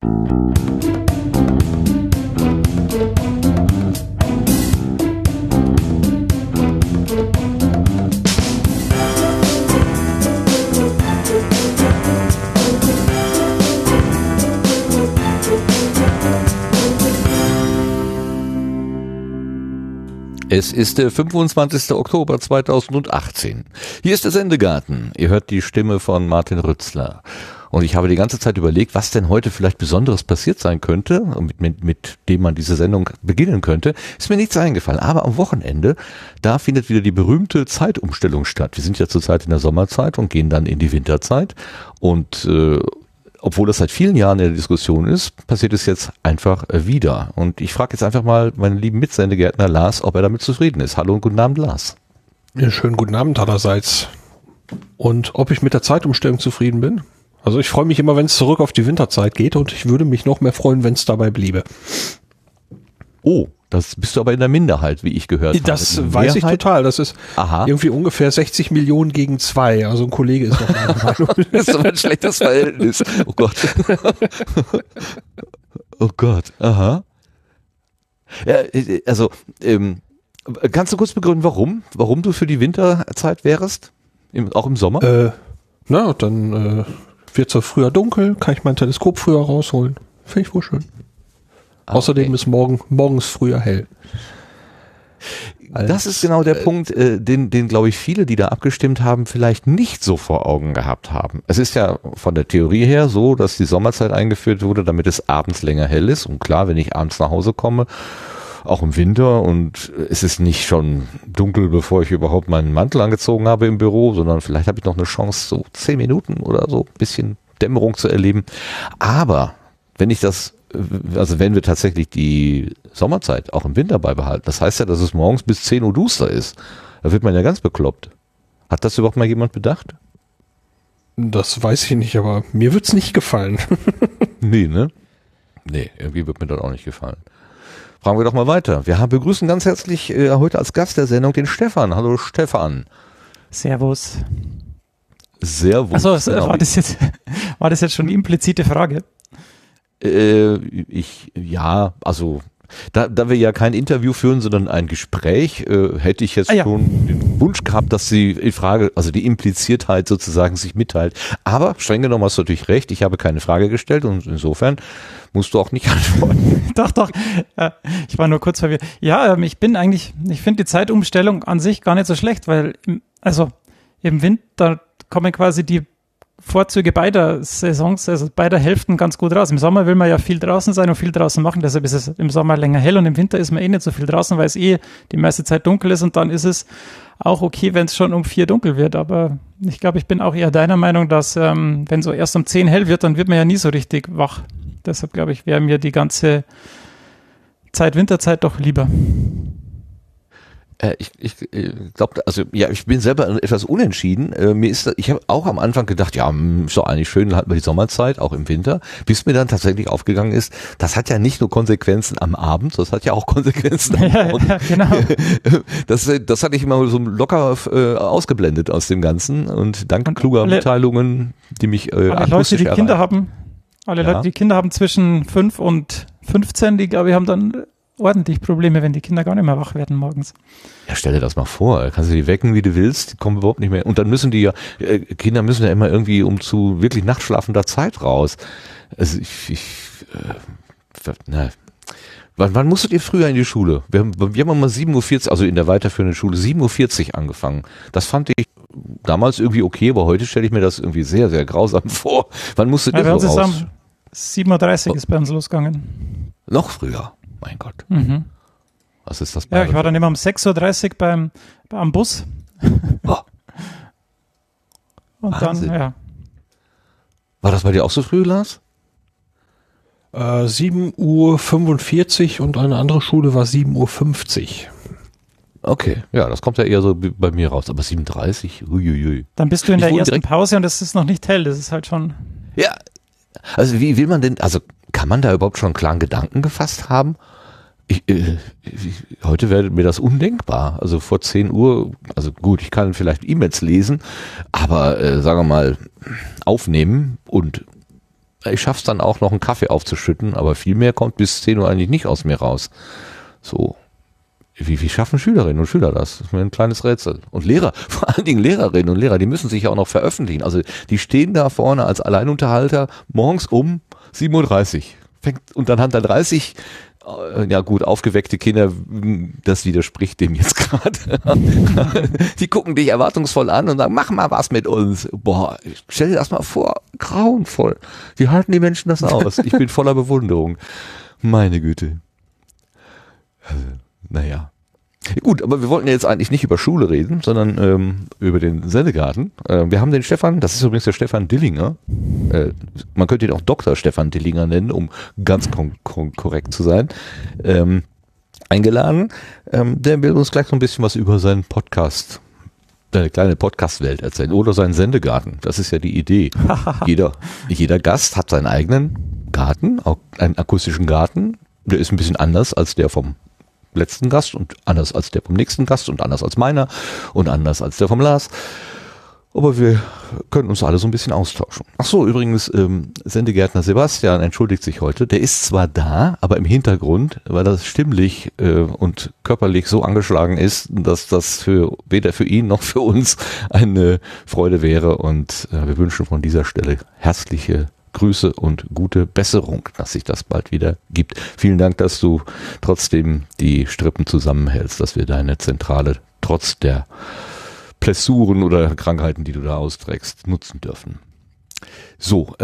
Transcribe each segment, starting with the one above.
Es ist der 25. Oktober 2018. Hier ist der Sendegarten. Ihr hört die Stimme von Martin Rützler. Und ich habe die ganze Zeit überlegt, was denn heute vielleicht Besonderes passiert sein könnte, mit dem man diese Sendung beginnen könnte. Ist mir nichts eingefallen. Aber am Wochenende, da findet wieder die berühmte Zeitumstellung statt. Wir sind ja zurzeit in der Sommerzeit und gehen dann in die Winterzeit. Und obwohl das seit vielen Jahren in der Diskussion ist, passiert es jetzt einfach wieder. Und ich frage jetzt einfach mal meinen lieben Mitsendegärtner Lars, ob er damit zufrieden ist. Hallo und guten Abend, Lars. Ja, schönen guten Abend allerseits. Und ob ich mit der Zeitumstellung zufrieden bin? Also ich freue mich immer, wenn es zurück auf die Winterzeit geht, und ich würde mich noch mehr freuen, wenn es dabei bliebe. Oh, das bist du aber in der Minderheit, wie ich gehört habe. Das weiß ich total. Das ist irgendwie ungefähr 60 Millionen gegen 2. Also ein Kollege ist noch meiner Meinung. Das ist aber ein schlechtes Verhältnis. Oh Gott. Oh Gott. Aha. Ja, also, kannst du kurz begründen, warum du für die Winterzeit wärst? Auch im Sommer? Dann wird es ja früher dunkel, kann ich mein Teleskop früher rausholen. Finde ich wohl schön. Okay. Außerdem ist morgens früher hell. Das ist genau der Punkt, den glaube ich viele, die da abgestimmt haben, vielleicht nicht so vor Augen gehabt haben. Es ist ja von der Theorie her so, dass die Sommerzeit eingeführt wurde, damit es abends länger hell ist. Und klar, wenn ich abends nach Hause komme, auch im Winter, und es ist nicht schon dunkel, bevor ich überhaupt meinen Mantel angezogen habe im Büro, sondern vielleicht habe ich noch eine Chance, so 10 Minuten oder so ein bisschen Dämmerung zu erleben. Aber wenn wir tatsächlich die Sommerzeit auch im Winter beibehalten, das heißt ja, dass es morgens bis 10 Uhr duster ist. Da wird man ja ganz bekloppt. Hat das überhaupt mal jemand bedacht? Das weiß ich nicht, aber mir wird's nicht gefallen. Nee, ne? Nee, irgendwie wird mir das auch nicht gefallen. Fragen wir doch mal weiter. Wir begrüßen ganz herzlich heute als Gast der Sendung den Stefan. Hallo Stefan. Servus. Servus. Achso, genau. War das jetzt schon eine implizite Frage? Da wir ja kein Interview führen, sondern ein Gespräch, hätte ich jetzt schon den Wunsch gehabt, dass die Frage, also die Impliziertheit sozusagen sich mitteilt. Aber streng genommen hast du natürlich recht, ich habe keine Frage gestellt und insofern musst du auch nicht antworten. Doch. Ich war nur kurz verwirrt. Ja, ich finde die Zeitumstellung an sich gar nicht so schlecht, weil im Winter kommen quasi die Vorzüge beider Saisons, also beider Hälften ganz gut raus. Im Sommer will man ja viel draußen sein und viel draußen machen, deshalb ist es im Sommer länger hell, und im Winter ist man nicht so viel draußen, weil es die meiste Zeit dunkel ist, und dann ist es auch okay, wenn es schon um 4 dunkel wird. Aber ich glaube, ich bin auch eher deiner Meinung, dass wenn so erst um 10 hell wird, dann wird man ja nie so richtig wach. Deshalb glaube ich, wäre mir die ganze Winterzeit doch lieber. Ich glaube, ich bin selber etwas unentschieden. Ich habe auch am Anfang gedacht, ja, ist doch eigentlich schön, dann hatten wir die Sommerzeit, auch im Winter, bis mir dann tatsächlich aufgegangen ist, das hat ja nicht nur Konsequenzen am Abend, das hat ja auch Konsequenzen am Morgen. Ja, genau. Das hatte ich immer so locker ausgeblendet aus dem Ganzen, und dank kluger Mitteilungen, die mich akustisch erreichen. Alle Leute, die Kinder haben zwischen 5 und 15, die, glaube ich, haben dann ordentlich Probleme, wenn die Kinder gar nicht mehr wach werden morgens. Ja, stell dir das mal vor. Kannst du die wecken, wie du willst, die kommen überhaupt nicht mehr. Und dann müssen Kinder müssen ja immer irgendwie zu wirklich nachtschlafender Zeit raus. Also wann musstet ihr früher in die Schule? Wir haben mal 7:40 Uhr, also in der weiterführenden Schule, 7:40 Uhr angefangen. Das fand ich damals irgendwie okay, aber heute stelle ich mir das irgendwie sehr, sehr grausam vor. Wann musstet ihr so raus? 7:30 Uhr ist bei uns losgegangen. Noch früher? Mein Gott. Mhm. Was ist das? Ja, ich war dann immer um 6:30 Uhr am Bus. Oh. Und Wahnsinn. Dann, ja. War das bei dir auch so früh, Lars? 7:45 Uhr und eine andere Schule war 7:50 Uhr. Okay, ja, das kommt ja eher so bei mir raus. Aber 7:30 Uhr, uiuiui. Dann bist du in der ersten Pause und es ist noch nicht hell. Das ist halt schon... Ja, also wie will man denn, also kann man da überhaupt schon einen klaren Gedanken gefasst haben? Heute wäre mir das undenkbar. Also vor 10 Uhr, also gut, ich kann vielleicht E-Mails lesen, aber sagen wir mal aufnehmen und ich schaff's dann auch noch einen Kaffee aufzuschütten, aber viel mehr kommt bis 10 Uhr eigentlich nicht aus mir raus. So. Wie schaffen Schülerinnen und Schüler das? Das ist mir ein kleines Rätsel. Und Lehrer, vor allen Dingen Lehrerinnen und Lehrer, die müssen sich ja auch noch veröffentlichen. Also die stehen da vorne als Alleinunterhalter morgens um 7:30 Uhr. Und dann haben da 30, ja gut, aufgeweckte Kinder, das widerspricht dem jetzt gerade. Die gucken dich erwartungsvoll an und sagen, mach mal was mit uns. Boah, stell dir das mal vor, grauenvoll. Wie halten die Menschen das aus? Ich bin voller Bewunderung. Meine Güte. Also, naja. Gut, aber wir wollten jetzt eigentlich nicht über Schule reden, sondern über den Sendegarten. Wir haben den Stefan, das ist übrigens der Stefan Dillinger. Man könnte ihn auch Dr. Stefan Dillinger nennen, um ganz korrekt zu sein. Eingeladen. Der will uns gleich so ein bisschen was über seinen Podcast, seine kleine Podcast-Welt erzählen oder seinen Sendegarten. Das ist ja die Idee. Jeder Gast hat seinen eigenen Garten, auch einen akustischen Garten. Der ist ein bisschen anders als der vom letzten Gast und anders als der vom nächsten Gast und anders als meiner und anders als der vom Lars. Aber wir können uns alle so ein bisschen austauschen. Ach so, übrigens, Sendegärtner Sebastian entschuldigt sich heute. Der ist zwar da, aber im Hintergrund, weil er stimmlich und körperlich so angeschlagen ist, dass das weder für ihn noch für uns eine Freude wäre. Und wir wünschen von dieser Stelle herzliche Grüße und gute Besserung, dass sich das bald wieder gibt. Vielen Dank, dass du trotzdem die Strippen zusammenhältst, dass wir deine Zentrale trotz der Blessuren oder Krankheiten, die du da austrägst, nutzen dürfen. So,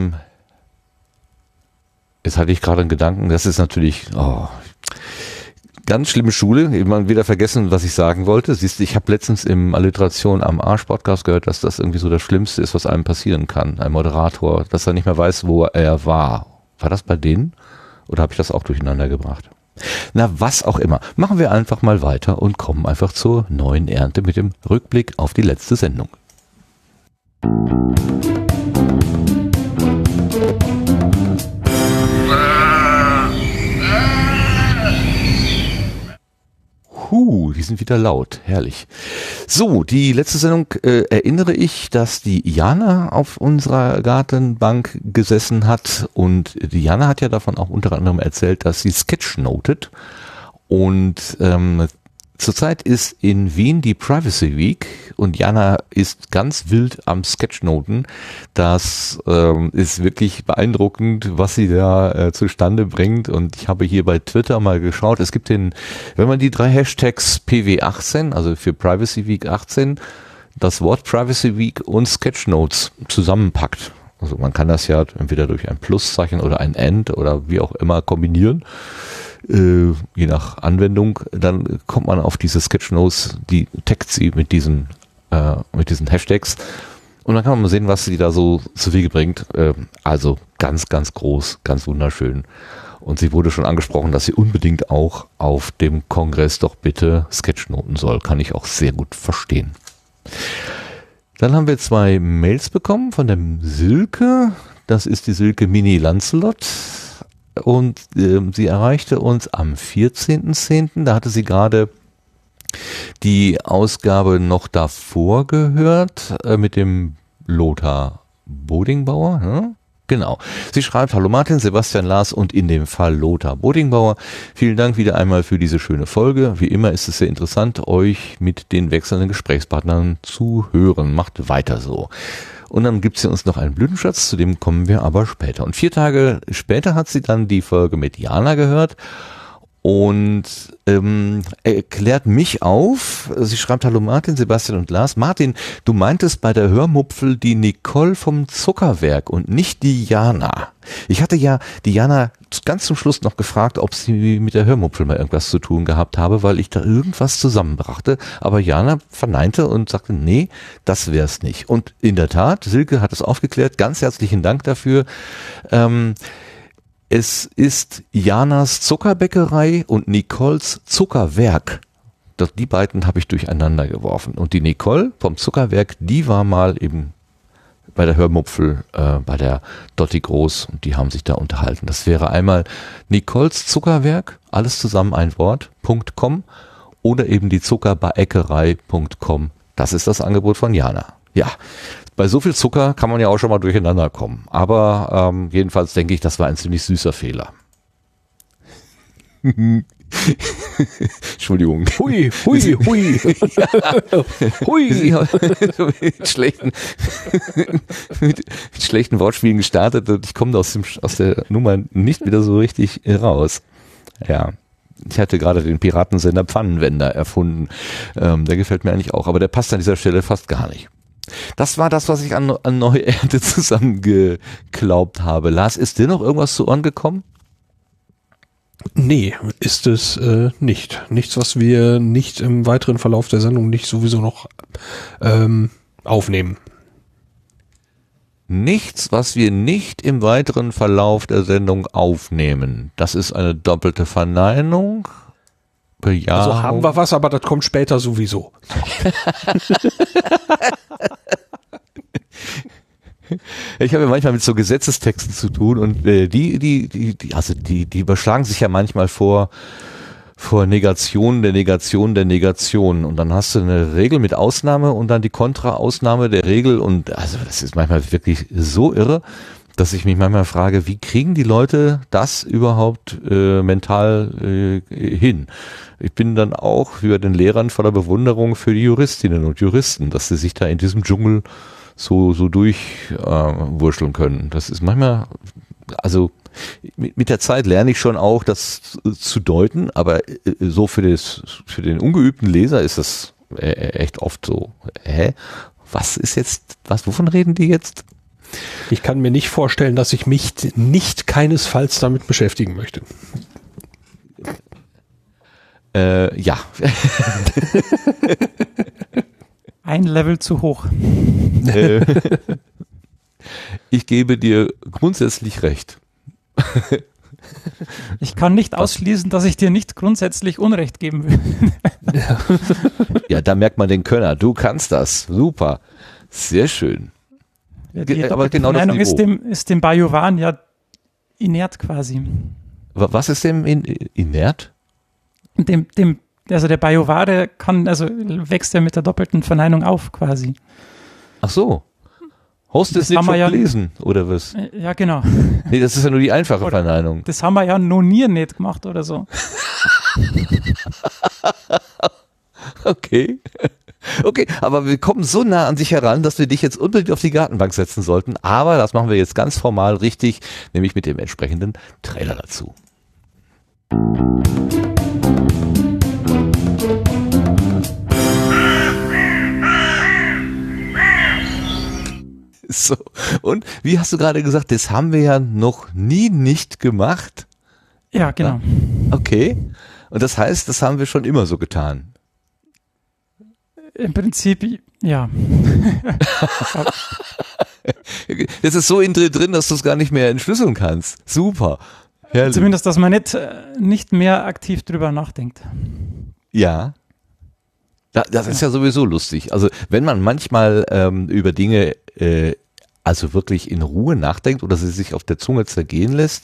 jetzt hatte ich gerade einen Gedanken, das ist natürlich ganz schlimme Schule. Ich habe wieder vergessen, was ich sagen wollte. Siehst du, ich habe letztens im Alliteration am Arsch Podcast gehört, dass das irgendwie so das Schlimmste ist, was einem passieren kann. Ein Moderator, dass er nicht mehr weiß, wo er war. War das bei denen? Oder habe ich das auch durcheinander gebracht? Na, was auch immer. Machen wir einfach mal weiter und kommen einfach zur neuen Ernte mit dem Rückblick auf die letzte Sendung. Die sind wieder laut. Herrlich. So, die letzte Sendung erinnere ich, dass die Jana auf unserer Gartenbank gesessen hat und die Jana hat ja davon auch unter anderem erzählt, dass sie sketchnotet und zurzeit ist in Wien die Privacy Week und Jana ist ganz wild am Sketchnoten. Das ist wirklich beeindruckend, was sie da zustande bringt. Und ich habe hier bei Twitter mal geschaut. Es gibt wenn man die 3 Hashtags PW18, also für Privacy Week 18, das Wort Privacy Week und Sketchnotes zusammenpackt. Also man kann das ja entweder durch ein Pluszeichen oder ein And oder wie auch immer kombinieren. Je nach Anwendung, dann kommt man auf diese Sketchnotes, die taggt sie mit diesen Hashtags und dann kann man mal sehen, was sie da so zu Wege bringt. Also ganz, ganz groß, ganz wunderschön. Und sie wurde schon angesprochen, dass sie unbedingt auch auf dem Kongress doch bitte sketchnoten soll. Kann ich auch sehr gut verstehen. Dann haben wir 2 Mails bekommen von der Silke. Das ist die Silke Mini Lancelot. Und sie erreichte uns am 14.10. Da hatte sie gerade die Ausgabe noch davor gehört mit dem Lothar Bodingbauer. Ja? Genau. Sie schreibt, hallo Martin, Sebastian, Lars und in dem Fall Lothar Bodingbauer. Vielen Dank wieder einmal für diese schöne Folge. Wie immer ist es sehr interessant, euch mit den wechselnden Gesprächspartnern zu hören. Macht weiter so. Und dann gibt es uns noch einen Blütenschatz, zu dem kommen wir aber später. Und 4 Tage später hat sie dann die Folge mit Jana gehört und erklärt mich auf. Sie schreibt, hallo Martin, Sebastian und Lars. Martin, du meintest bei der Hörmupfel die Nicole vom Zuckerwerk und nicht die Jana. Ich hatte ja die Jana ganz zum Schluss noch gefragt, ob sie mit der Hörmupfel mal irgendwas zu tun gehabt habe, weil ich da irgendwas zusammenbrachte. Aber Jana verneinte und sagte, nee, das wär's nicht. Und in der Tat, Silke hat es aufgeklärt. Ganz herzlichen Dank dafür. Es ist Janas Zuckerbäckerei und Nicoles Zuckerwerk. Die beiden habe ich durcheinander geworfen. Und die Nicole vom Zuckerwerk, die war mal eben bei der Hörmupfel, bei der Dotti Groß und die haben sich da unterhalten. Das wäre einmal Nicoles Zuckerwerk, alles zusammen ein Wort, .com oder eben die Zuckerbäckerei.com. Das ist das Angebot von Jana. Ja, Bei so viel Zucker kann man ja auch schon mal durcheinander kommen. Aber jedenfalls denke ich, das war ein ziemlich süßer Fehler. Entschuldigung. Hui, hui, hui. Hui. mit schlechten Wortspielen gestartet und ich komme aus der Nummer nicht wieder so richtig raus. Ja. Ich hatte gerade den Piratensender Pfannenwender erfunden. Der gefällt mir eigentlich auch, aber der passt an dieser Stelle fast gar nicht. Das war das, was ich an Neue Erde zusammengeklaubt habe. Lars, ist dir noch irgendwas zu Ohren gekommen? Nee, ist es nicht. Nichts, was wir nicht im weiteren Verlauf der Sendung nicht sowieso noch aufnehmen. Nichts, was wir nicht im weiteren Verlauf der Sendung aufnehmen. Das ist eine doppelte Verneinung. Bejahung. Also haben wir was, aber das kommt später sowieso. Ich habe ja manchmal mit so Gesetzestexten zu tun und die überschlagen sich ja manchmal vor Negation der Negation der Negation und dann hast du eine Regel mit Ausnahme und dann die Kontraausnahme der Regel und also das ist manchmal wirklich so irre, dass ich mich manchmal frage, wie kriegen die Leute das überhaupt mental hin? Ich bin dann auch über den Lehrern voller Bewunderung für die Juristinnen und Juristen, dass sie sich da in diesem Dschungel so durchwurschteln können. Das ist manchmal, also mit der Zeit lerne ich schon auch, das zu deuten, aber so für den ungeübten Leser ist das echt oft so, wovon reden die jetzt? Ich kann mir nicht vorstellen, dass ich mich nicht keinesfalls damit beschäftigen möchte. Ja. Ein Level zu hoch. Ich gebe dir grundsätzlich recht. Ich kann nicht ausschließen, dass ich dir nicht grundsätzlich Unrecht geben will. Ja, da merkt man den Könner. Du kannst das. Super. Sehr schön. Ja, die aber genau das Meinung Niveau. ist dem Bajovan ja inert quasi. Was ist dem inert? Also der Bajovar, wächst ja mit der doppelten Verneinung auf quasi. Ach so. Hast du es nicht schon gelesen, oder was? Ja, genau. Nee, das ist ja nur die einfache Verneinung. Das haben wir ja noch nie nicht gemacht oder so. Okay. Okay, aber wir kommen so nah an dich heran, dass wir dich jetzt unbedingt auf die Gartenbank setzen sollten. Aber das machen wir jetzt ganz formal richtig, nämlich mit dem entsprechenden Trailer dazu. So, und wie hast du gerade gesagt, das haben wir ja noch nie nicht gemacht? Ja, genau. Okay, und das heißt, das haben wir schon immer so getan? Im Prinzip, ja. Das ist so in dir drin, dass du es gar nicht mehr entschlüsseln kannst. Super. Herrlich. Zumindest, dass man nicht mehr aktiv drüber nachdenkt. Ja. Das ist ja sowieso lustig. Also wenn man manchmal über Dinge also wirklich in Ruhe nachdenkt oder sie sich auf der Zunge zergehen lässt,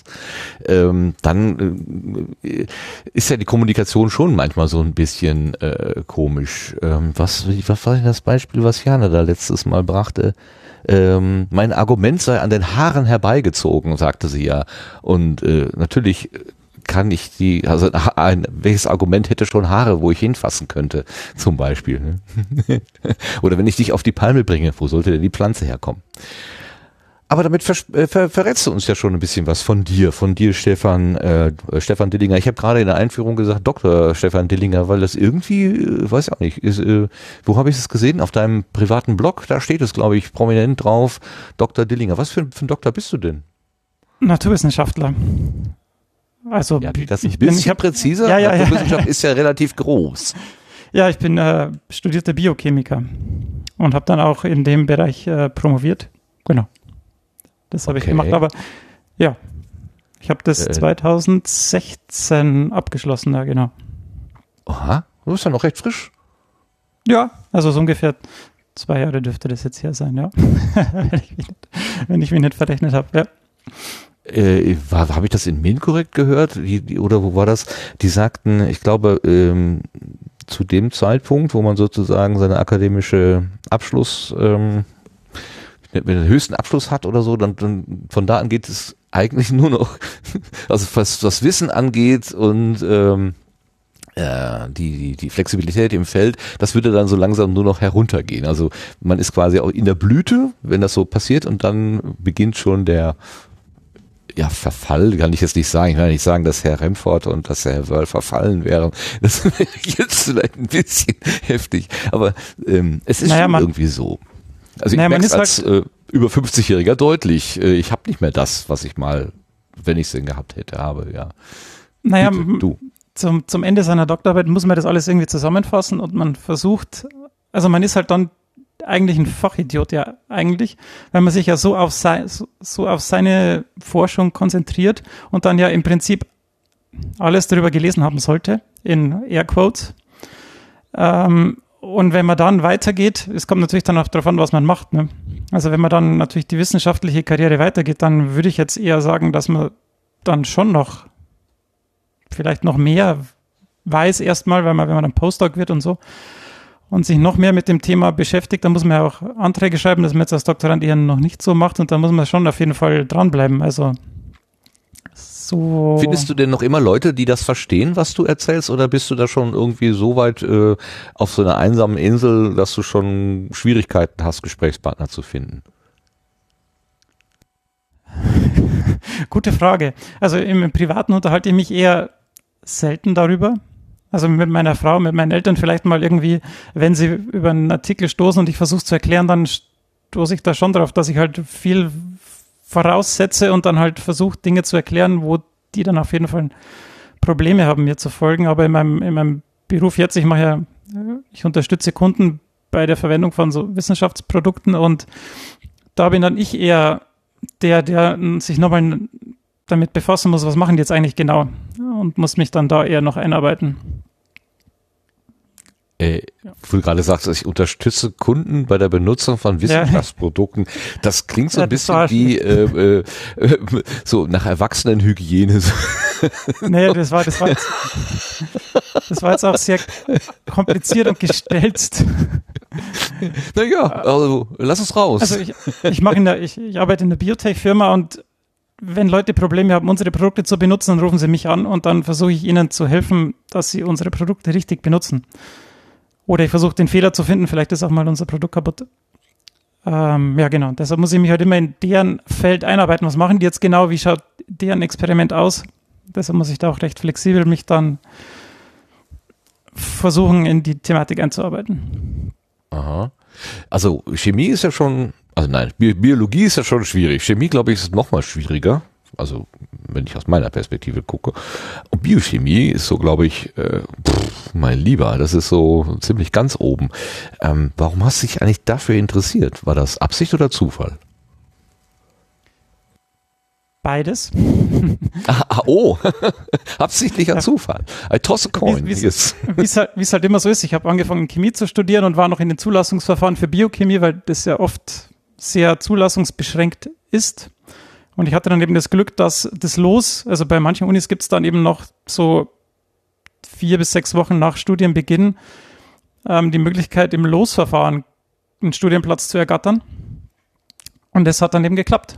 dann ist ja die Kommunikation schon manchmal so ein bisschen komisch. Was war denn das Beispiel, was Jana da letztes Mal brachte? Mein Argument sei an den Haaren herbeigezogen, sagte sie ja. Und natürlich kann ich welches Argument hätte schon Haare, wo ich hinfassen könnte, zum Beispiel. Ne? Oder wenn ich dich auf die Palme bringe, wo sollte denn die Pflanze herkommen? Aber damit verrätst du uns ja schon ein bisschen was von dir, Stefan Dillinger. Ich habe gerade in der Einführung gesagt, Dr. Stefan Dillinger, weil das irgendwie, weiß ich auch nicht, ist, wo habe ich es gesehen? Auf deinem privaten Blog, da steht es, glaube ich, prominent drauf, Dr. Dillinger. Was für ein Doktor bist du denn? Naturwissenschaftler. Also ja, das ein bisschen präziser. Ja. Naturwissenschaft ist ja relativ groß. Ja, ich bin studierter Biochemiker und habe dann auch in dem Bereich promoviert. Genau. Das habe ich gemacht, aber ja, ich habe das 2016 abgeschlossen, ja genau. Aha, du bist ja noch recht frisch. Ja, also so ungefähr 2 Jahre dürfte das jetzt her sein, ja. wenn ich mich nicht verrechnet habe, ja. Habe ich das in MINT korrekt gehört? Oder wo war das? Die sagten, ich glaube, zu dem Zeitpunkt, wo man sozusagen seine akademische wenn er den höchsten Abschluss hat oder so, dann von da an geht es eigentlich nur noch, also was das Wissen angeht und die Flexibilität im Feld, das würde dann so langsam nur noch heruntergehen. Also man ist quasi auch in der Blüte, wenn das so passiert, und dann beginnt schon der Verfall, kann ich jetzt nicht sagen. Ich kann nicht sagen, dass Herr Remford und dass Herr Wörl verfallen wären. Das wäre jetzt vielleicht ein bisschen heftig, aber es ist schon irgendwie so. Also ich merke es als über 50-Jähriger deutlich. Ich habe nicht mehr das, was ich mal, wenn ich es denn gehabt hätte, habe. Ja. Naja, du. Zum Ende seiner Doktorarbeit muss man das alles irgendwie zusammenfassen und man versucht, also man ist halt dann eigentlich ein Fachidiot, ja eigentlich, weil man sich ja so auf seine Forschung konzentriert und dann ja im Prinzip alles darüber gelesen haben sollte, in Airquotes. Und wenn man dann weitergeht, es kommt natürlich dann auch darauf an, was man macht, ne? Also wenn man dann natürlich die wissenschaftliche Karriere weitergeht, dann würde ich jetzt eher sagen, dass man dann schon noch vielleicht noch mehr weiß erstmal, weil man, wenn man dann Postdoc wird und so und sich noch mehr mit dem Thema beschäftigt, dann muss man ja auch Anträge schreiben, das man jetzt als Doktorand eher noch nicht so macht, und da muss man schon auf jeden Fall dranbleiben. Also so. Findest du denn noch immer Leute, die das verstehen, was du erzählst, oder bist du da schon irgendwie so weit auf so einer einsamen Insel, dass du schon Schwierigkeiten hast, Gesprächspartner zu finden? Gute Frage. Also im Privaten unterhalte ich mich eher selten darüber. Also mit meiner Frau, mit meinen Eltern vielleicht mal irgendwie, wenn sie über einen Artikel stoßen und ich versuche zu erklären, dann stoße ich da schon drauf, dass ich halt viel voraussetze und dann halt versuche, Dinge zu erklären, wo die dann auf jeden Fall Probleme haben, mir zu folgen. Aber in meinem Beruf jetzt, ich unterstütze Kunden bei der Verwendung von so Wissenschaftsprodukten, und da bin dann ich eher der sich nochmal damit befassen muss, was machen die jetzt eigentlich genau, und muss mich dann da eher noch einarbeiten. Wo du gerade sagst, ich unterstütze Kunden bei der Benutzung von Wissenschaftsprodukten. Das klingt so ein bisschen wie so nach Erwachsenenhygiene. Nee, das war jetzt auch sehr kompliziert und gestelzt. Naja, also lass es raus. Also ich arbeite in einer Biotech-Firma, und wenn Leute Probleme haben, unsere Produkte zu benutzen, dann rufen sie mich an und dann versuche ich ihnen zu helfen, dass sie unsere Produkte richtig benutzen. Oder ich versuche den Fehler zu finden, vielleicht ist auch mal unser Produkt kaputt. Ja, genau. Deshalb muss ich mich halt immer in deren Feld einarbeiten. Was machen die jetzt genau? Wie schaut deren Experiment aus? Deshalb muss ich da auch recht flexibel mich dann versuchen, in die Thematik einzuarbeiten. Aha. Also Chemie ist ja schon, also nein, Biologie ist ja schon schwierig. Chemie, glaube ich, ist noch mal schwieriger. Also wenn ich aus meiner Perspektive gucke. Und Biochemie ist so, glaube ich, mein Lieber, das ist so ziemlich ganz oben. Warum hast du dich eigentlich dafür interessiert? War das Absicht oder Zufall? Beides. Absichtlicher Zufall. I toss a coin. Wie es halt immer so ist. Ich habe angefangen, Chemie zu studieren und war noch in den Zulassungsverfahren für Biochemie, weil das ja oft sehr zulassungsbeschränkt ist. Und ich hatte dann eben das Glück, dass das Los, also bei manchen Unis gibt es dann eben noch so 4 bis 6 Wochen nach Studienbeginn die Möglichkeit, im Losverfahren einen Studienplatz zu ergattern. Und das hat dann eben geklappt.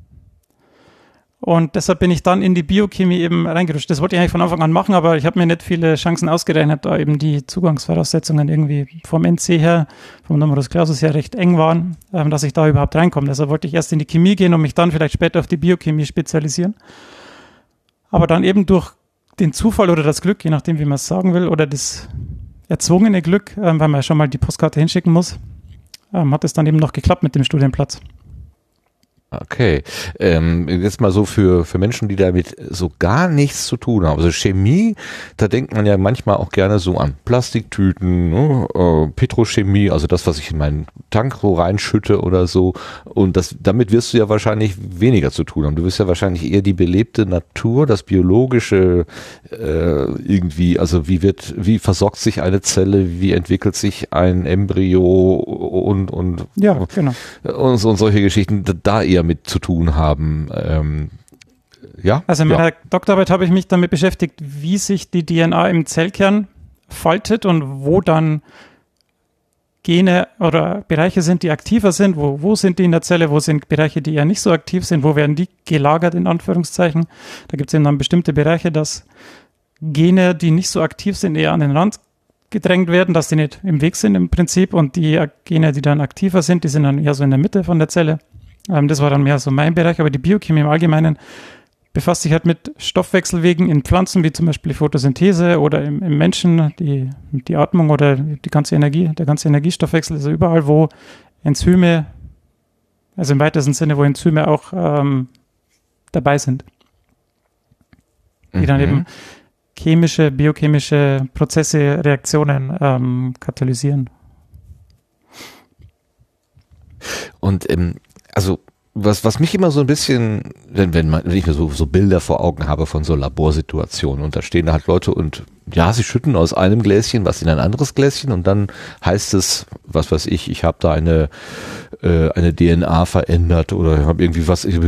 Und deshalb bin ich dann in die Biochemie eben reingerutscht. Das wollte ich eigentlich von Anfang an machen, aber ich habe mir nicht viele Chancen ausgerechnet, da eben die Zugangsvoraussetzungen irgendwie vom NC her, vom Numerus Clausus her recht eng waren, dass ich da überhaupt reinkomme. Deshalb wollte ich erst in die Chemie gehen und mich dann vielleicht später auf die Biochemie spezialisieren. Aber dann eben durch den Zufall oder das Glück, je nachdem, wie man es sagen will, oder das erzwungene Glück, weil man ja schon mal die Postkarte hinschicken muss, hat es dann eben noch geklappt mit dem Studienplatz. Okay, jetzt mal so für Menschen, die damit so gar nichts zu tun haben. Also Chemie, da denkt man ja manchmal auch gerne so an Plastiktüten, ne? Petrochemie, also das, was ich in meinen Tank so reinschütte oder so. Und damit wirst du ja wahrscheinlich weniger zu tun haben. Du wirst ja wahrscheinlich eher die belebte Natur, das biologische irgendwie, also wie versorgt sich eine Zelle, wie entwickelt sich ein Embryo und ja, genau. Und solche Geschichten, da eher mit zu tun haben. Ja. Also in meiner Doktorarbeit habe ich mich damit beschäftigt, wie sich die DNA im Zellkern faltet und wo dann Gene oder Bereiche sind, die aktiver sind, wo sind die in der Zelle, wo sind Bereiche, die eher nicht so aktiv sind, wo werden die gelagert, in Anführungszeichen. Da gibt es eben dann bestimmte Bereiche, dass Gene, die nicht so aktiv sind, eher an den Rand gedrängt werden, dass die nicht im Weg sind im Prinzip, und die Gene, die dann aktiver sind, die sind dann eher so in der Mitte von der Zelle. Das war dann mehr so mein Bereich, aber die Biochemie im Allgemeinen befasst sich halt mit Stoffwechselwegen in Pflanzen, wie zum Beispiel die Photosynthese, oder im Menschen die Atmung oder die ganze Energie, der ganze Energiestoffwechsel, also überall, wo Enzyme, also im weitesten Sinne, wo Enzyme auch dabei sind, die dann eben chemische, biochemische Prozesse, Reaktionen katalysieren. Und also was mich immer so ein bisschen, wenn ich mir so Bilder vor Augen habe von so Laborsituationen, und da stehen da halt Leute und ja, sie schütten aus einem Gläschen was in ein anderes Gläschen, und dann heißt es, was weiß ich habe da eine DNA verändert oder habe irgendwie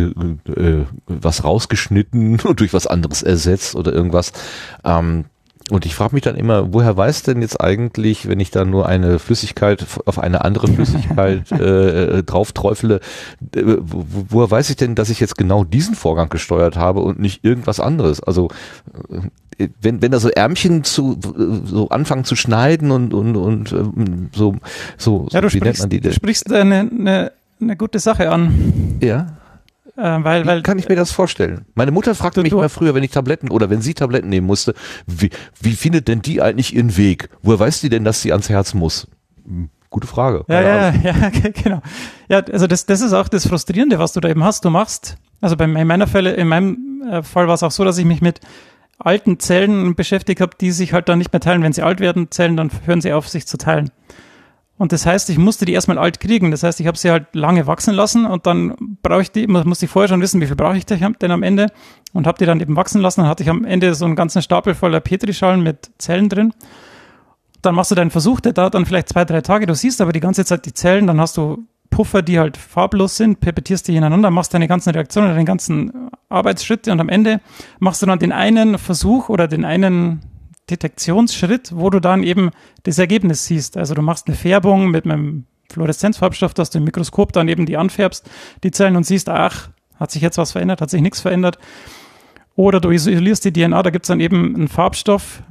was rausgeschnitten und durch was anderes ersetzt oder irgendwas. Und ich frage mich dann immer, woher weiß denn jetzt eigentlich, wenn ich da nur eine Flüssigkeit auf eine andere Flüssigkeit drauf träufele, woher weiß ich denn, dass ich jetzt genau diesen Vorgang gesteuert habe und nicht irgendwas anderes? Also wenn da so Ärmchen so anfangen zu schneiden und so ja, wie nennt man die denn? Du sprichst eine gute Sache an. Ja. Weil wie kann ich mir das vorstellen? Meine Mutter fragte mich mal früher, wenn sie Tabletten nehmen musste, wie findet denn die eigentlich ihren Weg? Woher weiß die denn, dass sie ans Herz muss? Gute Frage. Ja, genau. Ja, also das ist auch das Frustrierende, was du da eben hast. Du machst, also in meinem Fall war es auch so, dass ich mich mit alten Zellen beschäftigt habe, die sich halt dann nicht mehr teilen. Wenn sie alt werden, Zellen, dann hören sie auf, sich zu teilen. Und das heißt, ich musste die erstmal alt kriegen. Das heißt, ich habe sie halt lange wachsen lassen, und dann musste ich vorher schon wissen, wie viel brauche ich denn am Ende, und habe die dann eben wachsen lassen. Dann hatte ich am Ende so einen ganzen Stapel voller Petrischalen mit Zellen drin. Dann machst du deinen Versuch, der dauert dann vielleicht 2-3 Tage. Du siehst aber die ganze Zeit die Zellen, dann hast du Puffer, die halt farblos sind, pipetierst die ineinander, machst deine ganzen Reaktionen, deine ganzen Arbeitsschritte, und am Ende machst du dann den einen Versuch oder den einen Detektionsschritt, wo du dann eben das Ergebnis siehst. Also du machst eine Färbung mit einem Fluoreszenzfarbstoff, dass du im Mikroskop dann eben die anfärbst, die Zellen, und siehst, ach, hat sich jetzt was verändert, hat sich nichts verändert. Oder du isolierst die DNA, da gibt es dann eben einen Farbstoff,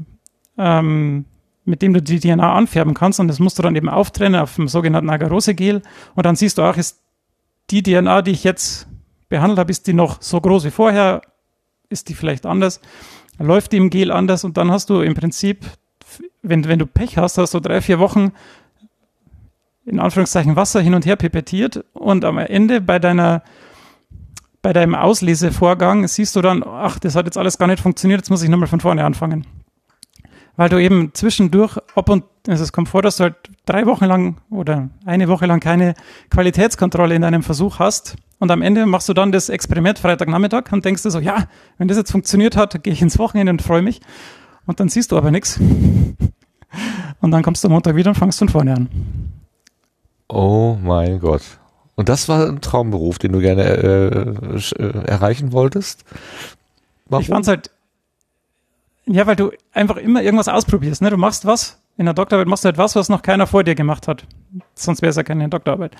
mit dem du die DNA anfärben kannst, und das musst du dann eben auftrennen auf dem sogenannten Agarose-Gel, und dann siehst du, ach, ist die DNA, die ich jetzt behandelt habe, ist die noch so groß wie vorher, ist die vielleicht anders, läuft die im Gel anders, und dann hast du im Prinzip, wenn du Pech hast du 3-4 Wochen in Anführungszeichen Wasser hin und her pipettiert, und am Ende bei deinem Auslesevorgang siehst du dann, ach, das hat jetzt alles gar nicht funktioniert, jetzt muss ich nochmal von vorne anfangen. Weil du eben zwischendurch also es kommt vor, dass du halt 3 Wochen lang oder eine Woche lang keine Qualitätskontrolle in deinem Versuch hast, und am Ende machst du dann das Experiment Freitagnachmittag und denkst dir so, ja, wenn das jetzt funktioniert hat, gehe ich ins Wochenende und freue mich, und dann siehst du aber nichts. Und dann kommst du am Montag wieder und fangst von vorne an. Oh mein Gott. Und das war ein Traumberuf, den du gerne erreichen wolltest? Warum? Ich fand's halt, ja, weil du einfach immer irgendwas ausprobierst, ne? Du machst was, in der Doktorarbeit machst du halt was noch keiner vor dir gemacht hat. Sonst wäre es ja keine Doktorarbeit.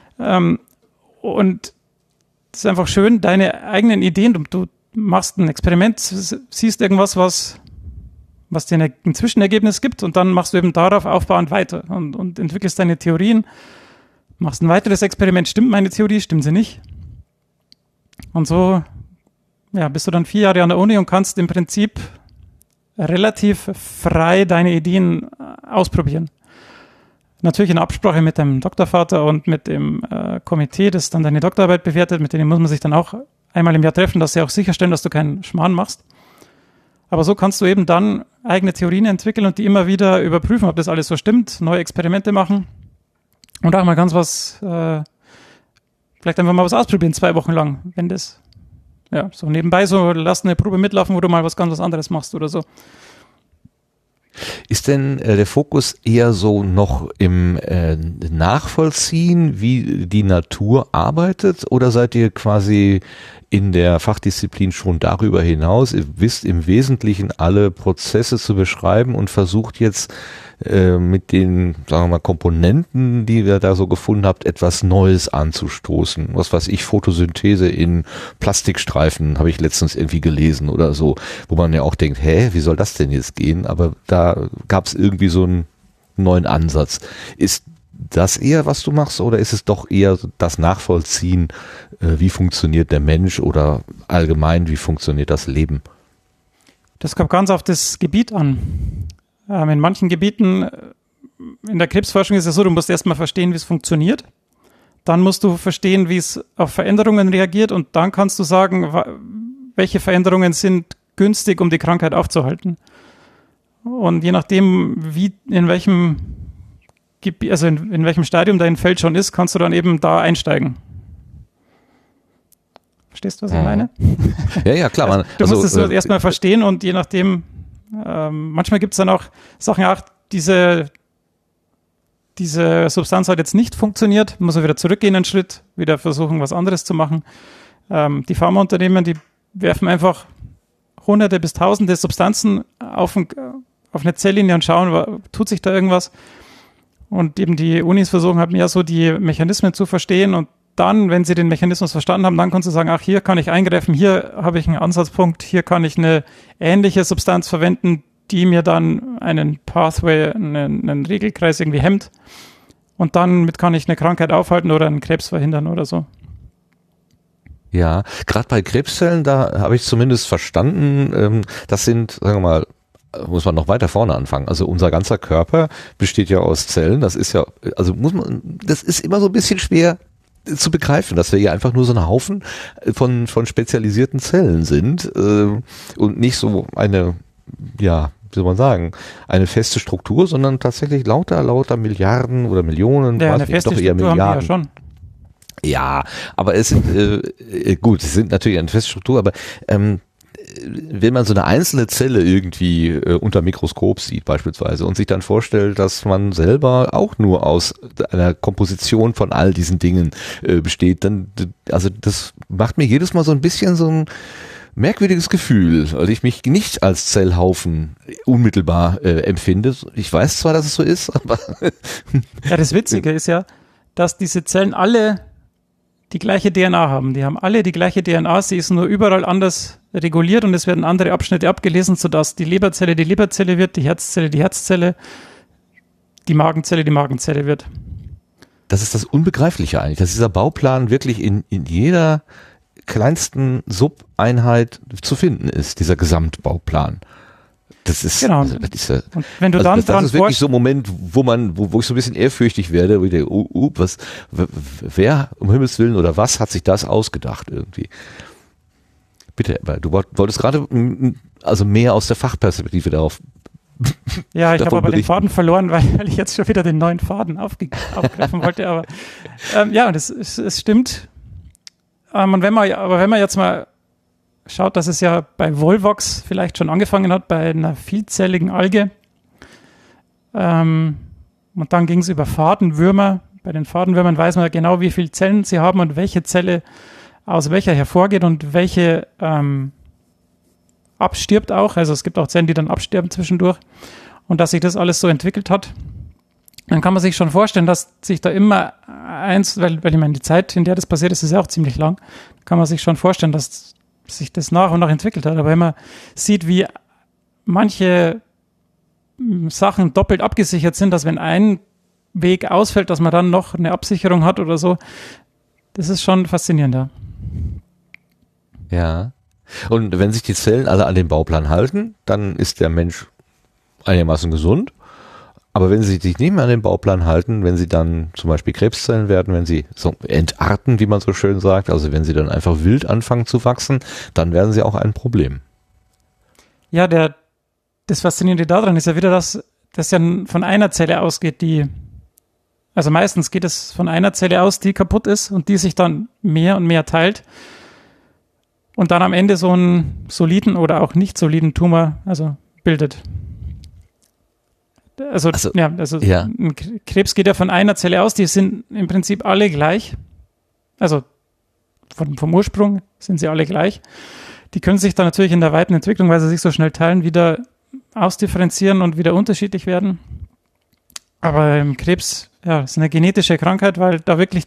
Und es ist einfach schön, deine eigenen Ideen, du machst ein Experiment, siehst irgendwas, was dir ein Zwischenergebnis gibt, und dann machst du eben darauf aufbauend weiter und entwickelst deine Theorien, machst ein weiteres Experiment, stimmt meine Theorie, stimmt sie nicht? Und so, ja, bist du dann 4 Jahre an der Uni und kannst im Prinzip relativ frei deine Ideen ausprobieren. Natürlich in Absprache mit dem Doktorvater und mit dem Komitee, das dann deine Doktorarbeit bewertet, mit denen muss man sich dann auch einmal im Jahr treffen, dass sie auch sicherstellen, dass du keinen Schmarrn machst. Aber so kannst du eben dann eigene Theorien entwickeln und die immer wieder überprüfen, ob das alles so stimmt, neue Experimente machen und auch mal ganz was, vielleicht einfach mal was ausprobieren, 2 Wochen lang, wenn das, ja, so nebenbei so, lass eine Probe mitlaufen, wo du mal was ganz was anderes machst oder so. Ist denn der Fokus eher so noch im Nachvollziehen, wie die Natur arbeitet, oder seid ihr quasi in der Fachdisziplin schon darüber hinaus. Ihr wisst im Wesentlichen alle Prozesse zu beschreiben und versucht jetzt mit den, sagen wir mal, Komponenten, die ihr da so gefunden habt, etwas Neues anzustoßen. Was weiß ich, Photosynthese in Plastikstreifen habe ich letztens irgendwie gelesen oder so, wo man ja auch denkt, wie soll das denn jetzt gehen? Aber da gab es irgendwie so einen neuen Ansatz. Ist das eher, was du machst, oder ist es doch eher das Nachvollziehen, wie funktioniert der Mensch oder allgemein, wie funktioniert das Leben? Das kommt ganz auf das Gebiet an. In manchen Gebieten, in der Krebsforschung ist es so, du musst erstmal verstehen, wie es funktioniert. Dann musst du verstehen, wie es auf Veränderungen reagiert, und dann kannst du sagen, welche Veränderungen sind günstig, um die Krankheit aufzuhalten. Und je nachdem, in welchem Stadium dein Feld schon ist, kannst du dann eben da einsteigen. Verstehst du, was ich meine? Ja, klar. Also, du musst es erstmal verstehen, und je nachdem, manchmal gibt es dann auch Sachen, diese Substanz hat jetzt nicht funktioniert, muss er wieder zurückgehen einen Schritt, wieder versuchen, was anderes zu machen. Die Pharmaunternehmen, die werfen einfach Hunderte bis Tausende Substanzen auf eine Zelllinie und schauen, tut sich da irgendwas. Und eben die Unis versuchen halt mehr so die Mechanismen zu verstehen, und dann, wenn sie den Mechanismus verstanden haben, dann kannst du sagen, ach, hier kann ich eingreifen, hier habe ich einen Ansatzpunkt, hier kann ich eine ähnliche Substanz verwenden, die mir dann einen Pathway, einen Regelkreis irgendwie hemmt, und dann kann ich eine Krankheit aufhalten oder einen Krebs verhindern oder so. Ja, gerade bei Krebszellen, da habe ich zumindest verstanden, das sind, sagen wir mal, muss man noch weiter vorne anfangen. Also unser ganzer Körper besteht ja aus Zellen. Das ist ja, also das ist immer so ein bisschen schwer zu begreifen, dass wir hier einfach nur so ein Haufen von spezialisierten Zellen sind und nicht so eine, ja, wie soll man sagen, eine feste Struktur, sondern tatsächlich lauter Milliarden oder Millionen, ja, eine feste doch eher Struktur Milliarden. haben die ja schon. Ja, aber es sind, gut, es sind natürlich eine feste Struktur, aber wenn man so eine einzelne Zelle irgendwie unter Mikroskop sieht beispielsweise und sich dann vorstellt, dass man selber auch nur aus einer Komposition von all diesen Dingen besteht, dann, also das macht mir jedes Mal so ein bisschen so ein merkwürdiges Gefühl, weil ich mich nicht als Zellhaufen unmittelbar empfinde. Ich weiß zwar, dass es so ist, aber ja, das Witzige ist ja, dass diese Zellen alle die gleiche DNA haben. Die haben alle die gleiche DNA, sie ist nur überall anders reguliert, und es werden andere Abschnitte abgelesen, sodass die Leberzelle wird, die Herzzelle die Herzzelle, die Magenzelle die Magenzelle wird. Das ist das Unbegreifliche eigentlich, dass dieser Bauplan wirklich in jeder kleinsten Subeinheit zu finden ist, dieser Gesamtbauplan. Das ist, genau. Also das ist ja, und wenn du also dann das ist wirklich so ein Moment, wo ich so ein bisschen ehrfürchtig werde, wo ich denke, wer um Himmels Willen oder was hat sich das ausgedacht irgendwie? Bitte, aber du wolltest gerade also mehr aus der Fachperspektive darauf. Ja, ich habe aber den Faden verloren, weil ich jetzt schon wieder den neuen Faden aufgreifen wollte. Aber ja, es stimmt. Und wenn man jetzt mal schaut, dass es ja bei Volvox vielleicht schon angefangen hat, bei einer vielzelligen Alge. Und dann ging es über Fadenwürmer. Bei den Fadenwürmern weiß man genau, wie viele Zellen sie haben und welche Zelle aus welcher hervorgeht und welche abstirbt auch. Also es gibt auch Zellen, die dann absterben zwischendurch. Und dass sich das alles so entwickelt hat, dann kann man sich schon vorstellen, dass sich da immer weil ich meine, die Zeit, in der das passiert ist, ist ja auch ziemlich lang. Da kann man sich schon vorstellen, dass sich das nach und nach entwickelt hat. Aber wenn man sieht, wie manche Sachen doppelt abgesichert sind, dass wenn ein Weg ausfällt, dass man dann noch eine Absicherung hat oder so, das ist schon faszinierend. Ja. Und wenn sich die Zellen alle an den Bauplan halten, dann ist der Mensch einigermaßen gesund. Aber wenn sie sich nicht mehr an den Bauplan halten, wenn sie dann zum Beispiel Krebszellen werden, wenn sie so entarten, wie man so schön sagt, also wenn sie dann einfach wild anfangen zu wachsen, dann werden sie auch ein Problem. Ja, das Faszinierende daran ist ja wieder, dass das ja von einer Zelle ausgeht, also meistens geht es von einer Zelle aus, die kaputt ist und die sich dann mehr und mehr teilt und dann am Ende so einen soliden oder auch nicht soliden Tumor bildet. Also ein Krebs geht ja von einer Zelle aus, die sind im Prinzip alle gleich. Also vom Ursprung sind sie alle gleich. Die können sich dann natürlich in der weiten Entwicklung, weil sie sich so schnell teilen, wieder ausdifferenzieren und wieder unterschiedlich werden. Aber im Krebs, ja, ist eine genetische Krankheit, weil da wirklich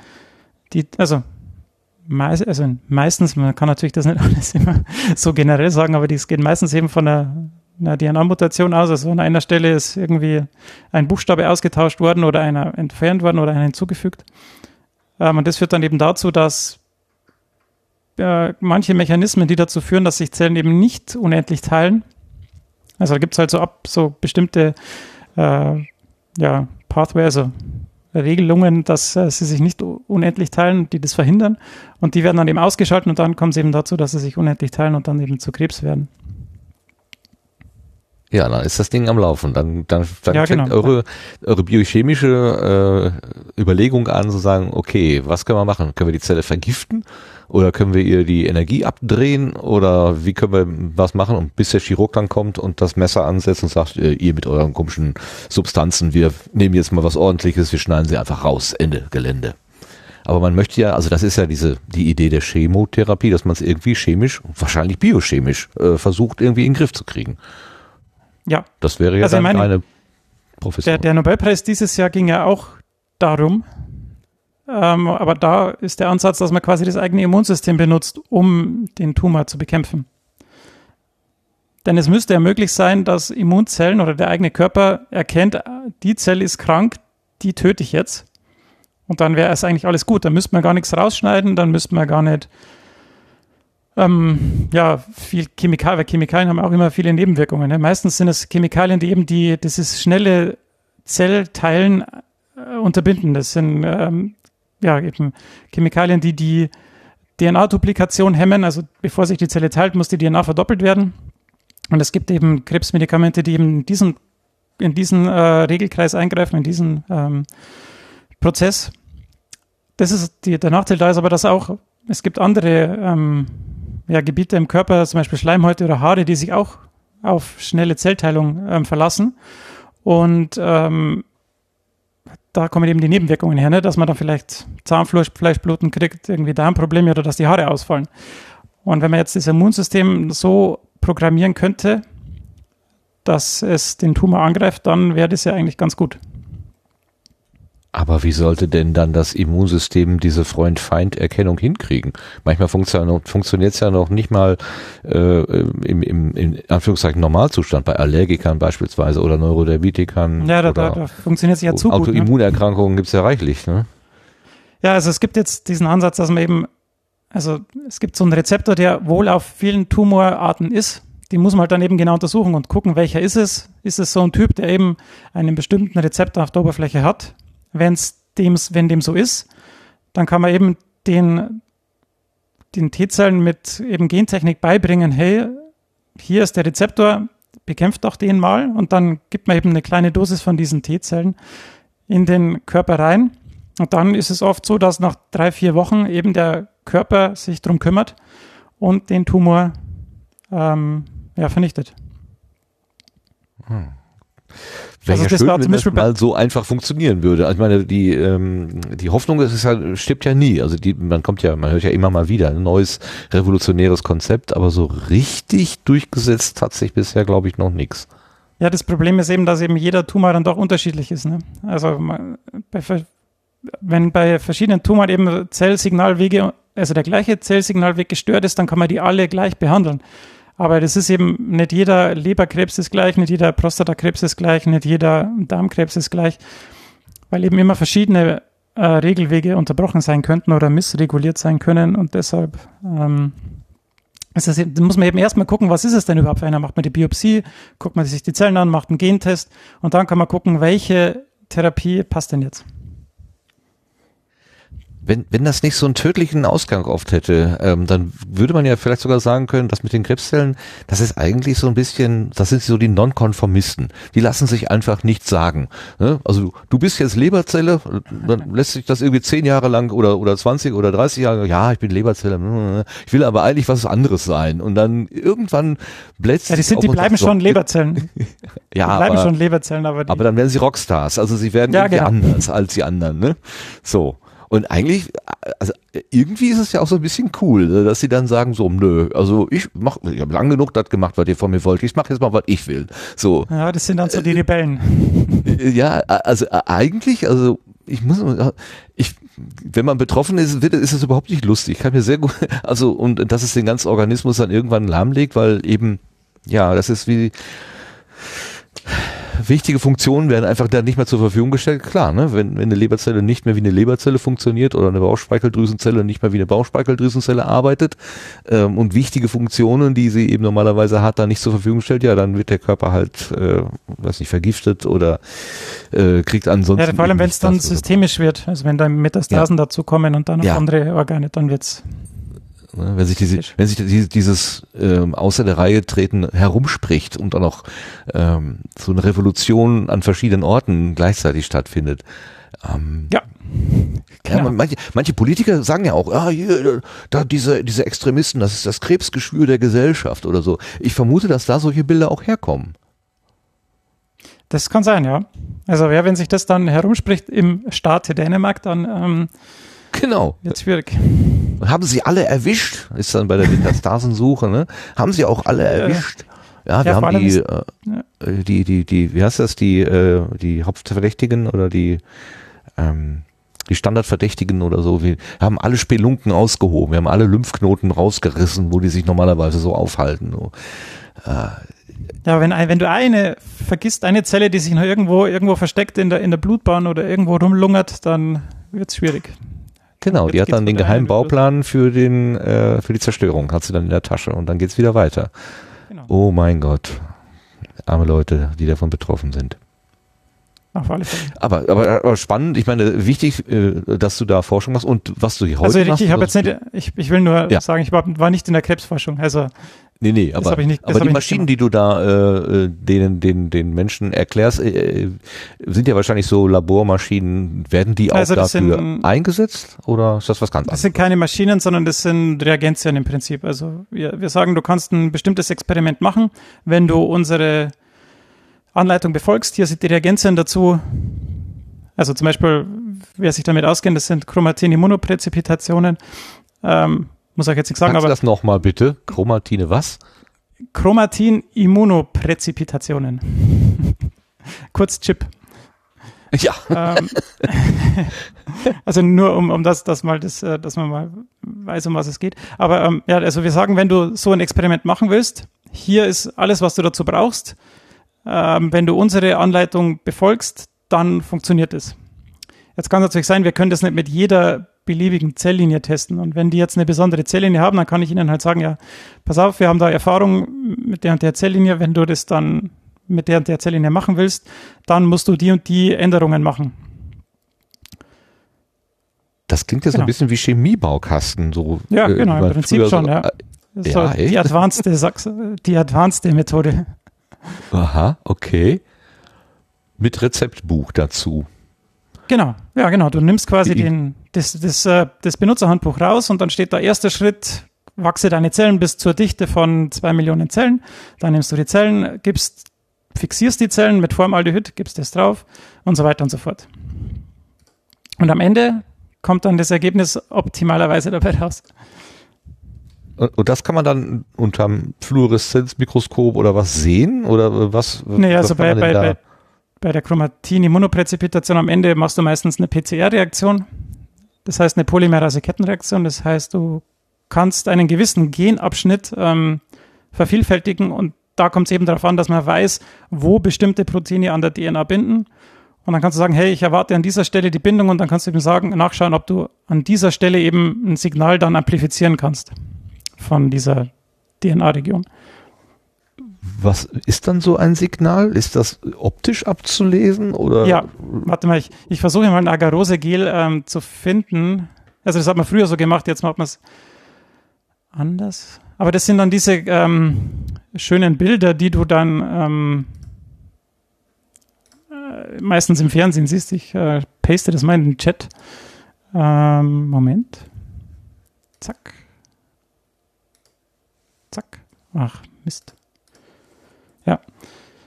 meistens, man kann natürlich das nicht alles immer so generell sagen, aber das geht meistens eben von einer DNA-Mutation aus. Also an einer Stelle ist irgendwie ein Buchstabe ausgetauscht worden oder einer entfernt worden oder einer hinzugefügt. Und das führt dann eben dazu, dass manche Mechanismen, die dazu führen, dass sich Zellen eben nicht unendlich teilen. Also da gibt es halt so bestimmte Pathways, also Regelungen, dass sie sich nicht unendlich teilen, die das verhindern. Und die werden dann eben ausgeschaltet und dann kommt es eben dazu, dass sie sich unendlich teilen und dann eben zu Krebs werden. Ja, dann ist das Ding am Laufen. Dann ja, fängt eure biochemische Überlegung an, zu sagen, okay, was können wir machen? Können wir die Zelle vergiften? Oder können wir ihr die Energie abdrehen? Oder wie können wir was machen? Und bis der Chirurg dann kommt und das Messer ansetzt und sagt, ihr mit euren komischen Substanzen, wir nehmen jetzt mal was Ordentliches, wir schneiden sie einfach raus. Ende Gelände. Aber man möchte ja, also das ist ja die Idee der Chemotherapie, dass man es irgendwie chemisch, wahrscheinlich biochemisch, versucht irgendwie in den Griff zu kriegen. Ja. Das wäre ja dann eine Profession. Der Nobelpreis dieses Jahr ging ja auch darum, aber da ist der Ansatz, dass man quasi das eigene Immunsystem benutzt, um den Tumor zu bekämpfen. Denn es müsste ja möglich sein, dass Immunzellen oder der eigene Körper erkennt, die Zelle ist krank, die töte ich jetzt. Und dann wäre es eigentlich alles gut. Dann müsste man gar nichts rausschneiden, dann müsste man gar nicht viel Chemikalien, weil Chemikalien haben auch immer viele Nebenwirkungen. Ne? Meistens sind es Chemikalien, die eben dieses schnelle Zellteilen unterbinden. Das sind eben Chemikalien, die DNA-Duplikation hemmen. Also bevor sich die Zelle teilt, muss die DNA verdoppelt werden. Und es gibt eben Krebsmedikamente, die eben in diesen Regelkreis eingreifen, in diesen Prozess. Das ist der Nachteil da ist aber, dass auch es gibt andere Gebiete im Körper, zum Beispiel Schleimhäute oder Haare, die sich auch auf schnelle Zellteilung verlassen. Und da kommen eben die Nebenwirkungen her, ne? Dass man dann vielleicht Zahnfleischbluten kriegt, irgendwie Darmprobleme oder dass die Haare ausfallen. Und wenn man jetzt das Immunsystem so programmieren könnte, dass es den Tumor angreift, dann wäre das ja eigentlich ganz gut. Aber wie sollte denn dann das Immunsystem diese Freund-Feind-Erkennung hinkriegen? Manchmal funktioniert es ja noch nicht mal im Anführungszeichen Normalzustand, bei Allergikern beispielsweise oder Neurodermitikern. Ja, da funktioniert es ja zu gut. Autoimmunerkrankungen gibt es ja reichlich, ne? Ja, also es gibt jetzt diesen Ansatz, dass man eben, also es gibt so einen Rezeptor, der wohl auf vielen Tumorarten ist. Die muss man halt dann eben genau untersuchen und gucken, welcher ist es. Ist es so ein Typ, der eben einen bestimmten Rezeptor auf der Oberfläche hat? Wenn dem so ist, dann kann man eben den T-Zellen mit eben Gentechnik beibringen, hey, hier ist der Rezeptor, bekämpft doch den mal und dann gibt man eben eine kleine Dosis von diesen T-Zellen in den Körper rein und dann ist es oft so, dass nach 3-4 Wochen eben der Körper sich drum kümmert und den Tumor vernichtet. Wäre ja schön, wenn das mal so einfach funktionieren würde. Also ich meine, die Hoffnung stirbt ja nie. Also man hört ja immer mal wieder ein neues revolutionäres Konzept, aber so richtig durchgesetzt hat sich bisher, glaube ich, noch nichts. Ja, das Problem ist eben, dass eben jeder Tumor dann doch unterschiedlich ist. Ne? Also wenn bei verschiedenen Tumoren eben Zellsignalwege, also der gleiche Zellsignalweg gestört ist, dann kann man die alle gleich behandeln. Aber das ist eben, nicht jeder Leberkrebs ist gleich, nicht jeder Prostatakrebs ist gleich, nicht jeder Darmkrebs ist gleich, weil eben immer verschiedene Regelwege unterbrochen sein könnten oder missreguliert sein können und deshalb muss man eben erstmal gucken, was ist es denn überhaupt für einer? Macht man die Biopsie, guckt man sich die Zellen an, macht einen Gentest und dann kann man gucken, welche Therapie passt denn jetzt. Wenn das nicht so einen tödlichen Ausgang oft hätte, dann würde man ja vielleicht sogar sagen können, dass mit den Krebszellen, das ist eigentlich so ein bisschen, das sind so die Nonkonformisten. Die lassen sich einfach nichts sagen. Ne? Also du bist jetzt Leberzelle, dann lässt sich das irgendwie 10 Jahre lang oder 20 oder 30 Jahre, ja, ich bin Leberzelle, ich will aber eigentlich was anderes sein. Und dann irgendwann blätzt die bleiben schon Leberzellen. Ja, die bleiben schon Leberzellen, aber dann werden sie Rockstars. Also sie werden irgendwie anders als die anderen. Ne? So. Und eigentlich, also irgendwie ist es ja auch so ein bisschen cool, ne, dass sie dann sagen so, nö, also ich habe lang genug das gemacht, was ihr von mir wollt. Ich mache jetzt mal, was ich will. So. Ja, das sind dann so die Rebellen. Ja, also eigentlich, also wenn man betroffen ist, ist es überhaupt nicht lustig. Ich kann mir sehr gut, also und dass es den ganzen Organismus dann irgendwann lahmlegt, weil eben, ja, das ist wie wichtige Funktionen werden einfach dann nicht mehr zur Verfügung gestellt. Klar, ne? Wenn eine Leberzelle nicht mehr wie eine Leberzelle funktioniert oder eine Bauchspeicheldrüsenzelle nicht mehr wie eine Bauchspeicheldrüsenzelle arbeitet und wichtige Funktionen, die sie eben normalerweise hat, dann nicht zur Verfügung stellt, ja, dann wird der Körper halt, weiß nicht, vergiftet oder kriegt ansonsten... Ja, vor allem, wenn es dann systemisch wird, also wenn dann Metastasen dazu kommen und dann noch andere Organe, dann wird's... Wenn sich dieses außer der Reihe treten herumspricht und dann auch so eine Revolution an verschiedenen Orten gleichzeitig stattfindet. Genau. Manche Politiker sagen ja auch, hier, da diese Extremisten, das ist das Krebsgeschwür der Gesellschaft oder so. Ich vermute, dass da solche Bilder auch herkommen. Das kann sein, ja. Also wenn sich das dann herumspricht im Staat Dänemark, dann genau. wird es schwierig. Haben sie alle erwischt? Ist dann bei der Metastasensuche, ne? Haben sie auch alle erwischt? Ja, wir haben die, wie heißt das, die Hauptverdächtigen oder die Standardverdächtigen oder so, wir haben alle Spelunken ausgehoben, wir haben alle Lymphknoten rausgerissen, wo die sich normalerweise so aufhalten. So. Ja, wenn du vergisst, eine Zelle, die sich noch irgendwo versteckt in der Blutbahn oder irgendwo rumlungert, dann wird es schwierig. Genau, die hat dann den geheimen Bauplan für die Zerstörung, hat sie dann in der Tasche und dann geht's wieder weiter. Genau. Oh mein Gott. Arme Leute, die davon betroffen sind. Auf alle Fälle. Aber spannend, ich meine, wichtig, dass du da Forschung machst und was du hier heute machst. Also ich habe jetzt nicht, ich will nur sagen, ich war nicht in der Krebsforschung, also Nee, aber die Maschinen, die du da den Menschen erklärst, sind ja wahrscheinlich so Labormaschinen. Werden die auch dafür eingesetzt oder ist das was ganz anderes? Das sind keine Maschinen, sondern das sind Reagenzien im Prinzip. Also wir sagen, du kannst ein bestimmtes Experiment machen, wenn du unsere Anleitung befolgst. Hier sind die Reagenzien dazu. Also zum Beispiel, wer sich damit auskennt, das sind Chromatin-Immunopräzipitationen. Muss ich jetzt nicht sagen, aber... Sagst du das nochmal bitte? Chromatine was? Chromatin-Immunopräzipitationen. Kurz CHIP. Ja. Also nur dass man mal weiß, um was es geht. Aber also wir sagen, wenn du so ein Experiment machen willst, hier ist alles, was du dazu brauchst. Wenn du unsere Anleitung befolgst, dann funktioniert es. Jetzt kann es natürlich sein, wir können das nicht mit jeder beliebigen Zelllinie testen. Und wenn die jetzt eine besondere Zelllinie haben, dann kann ich ihnen halt sagen, ja, pass auf, wir haben da Erfahrung mit der und der Zelllinie. Wenn du das dann mit der und der Zelllinie machen willst, dann musst du die und die Änderungen machen. Das klingt ja so ein bisschen wie Chemiebaukasten. So, ja, genau, im Prinzip schon, ja. Das ja, die advanced Methode. Aha, okay. Mit Rezeptbuch dazu. Genau, ja, genau. Du nimmst quasi das Benutzerhandbuch raus und dann steht da erster Schritt, wachse deine Zellen bis zur Dichte von 2 Millionen Zellen. Dann nimmst du die Zellen, fixierst die Zellen mit Formaldehyd, gibst das drauf und so weiter und so fort. Und am Ende kommt dann das Ergebnis optimalerweise dabei raus. Und das kann man dann unterm Fluoreszenzmikroskop oder was sehen? Oder was? Nee, also bei der Chromatin-Immunopräzipitation am Ende machst du meistens eine PCR-Reaktion. Das heißt eine Polymerase-Kettenreaktion. Das heißt, du kannst einen gewissen Genabschnitt vervielfältigen und da kommt es eben darauf an, dass man weiß, wo bestimmte Proteine an der DNA binden. Und dann kannst du sagen, hey, ich erwarte an dieser Stelle die Bindung und dann kannst du eben nachschauen, ob du an dieser Stelle eben ein Signal dann amplifizieren kannst von dieser DNA-Region. Was ist dann so ein Signal? Ist das optisch abzulesen? Oder? Ja, warte mal, ich versuche mal ein Agarose-Gel zu finden. Also das hat man früher so gemacht, jetzt macht man es anders. Aber das sind dann diese schönen Bilder, die du dann meistens im Fernsehen siehst. Ich paste das mal in den Chat. Moment. Zack. Zack. Ach, Mist. Ja.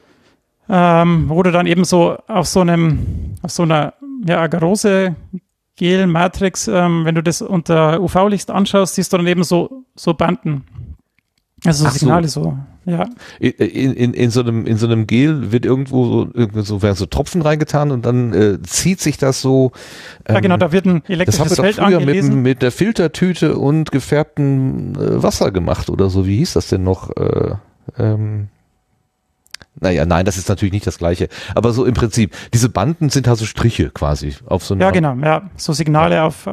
Wo du dann eben so auf so einer Agarose Gel-Matrix, wenn du das unter UV-Licht anschaust, siehst du dann eben so Banden. Also Signale so, ja. In so einem Gel wird irgendwo werden so Tropfen reingetan und dann zieht sich das so. Ja, genau, da wird ein elektrisches das haben wir Feld doch früher angelesen. mit der Filtertüte und gefärbtem Wasser gemacht oder so. Wie hieß das denn noch? Nein, das ist natürlich nicht das Gleiche. Aber so im Prinzip, diese Banden sind also Striche quasi auf so einem. Ja, genau, ja, so Signale auf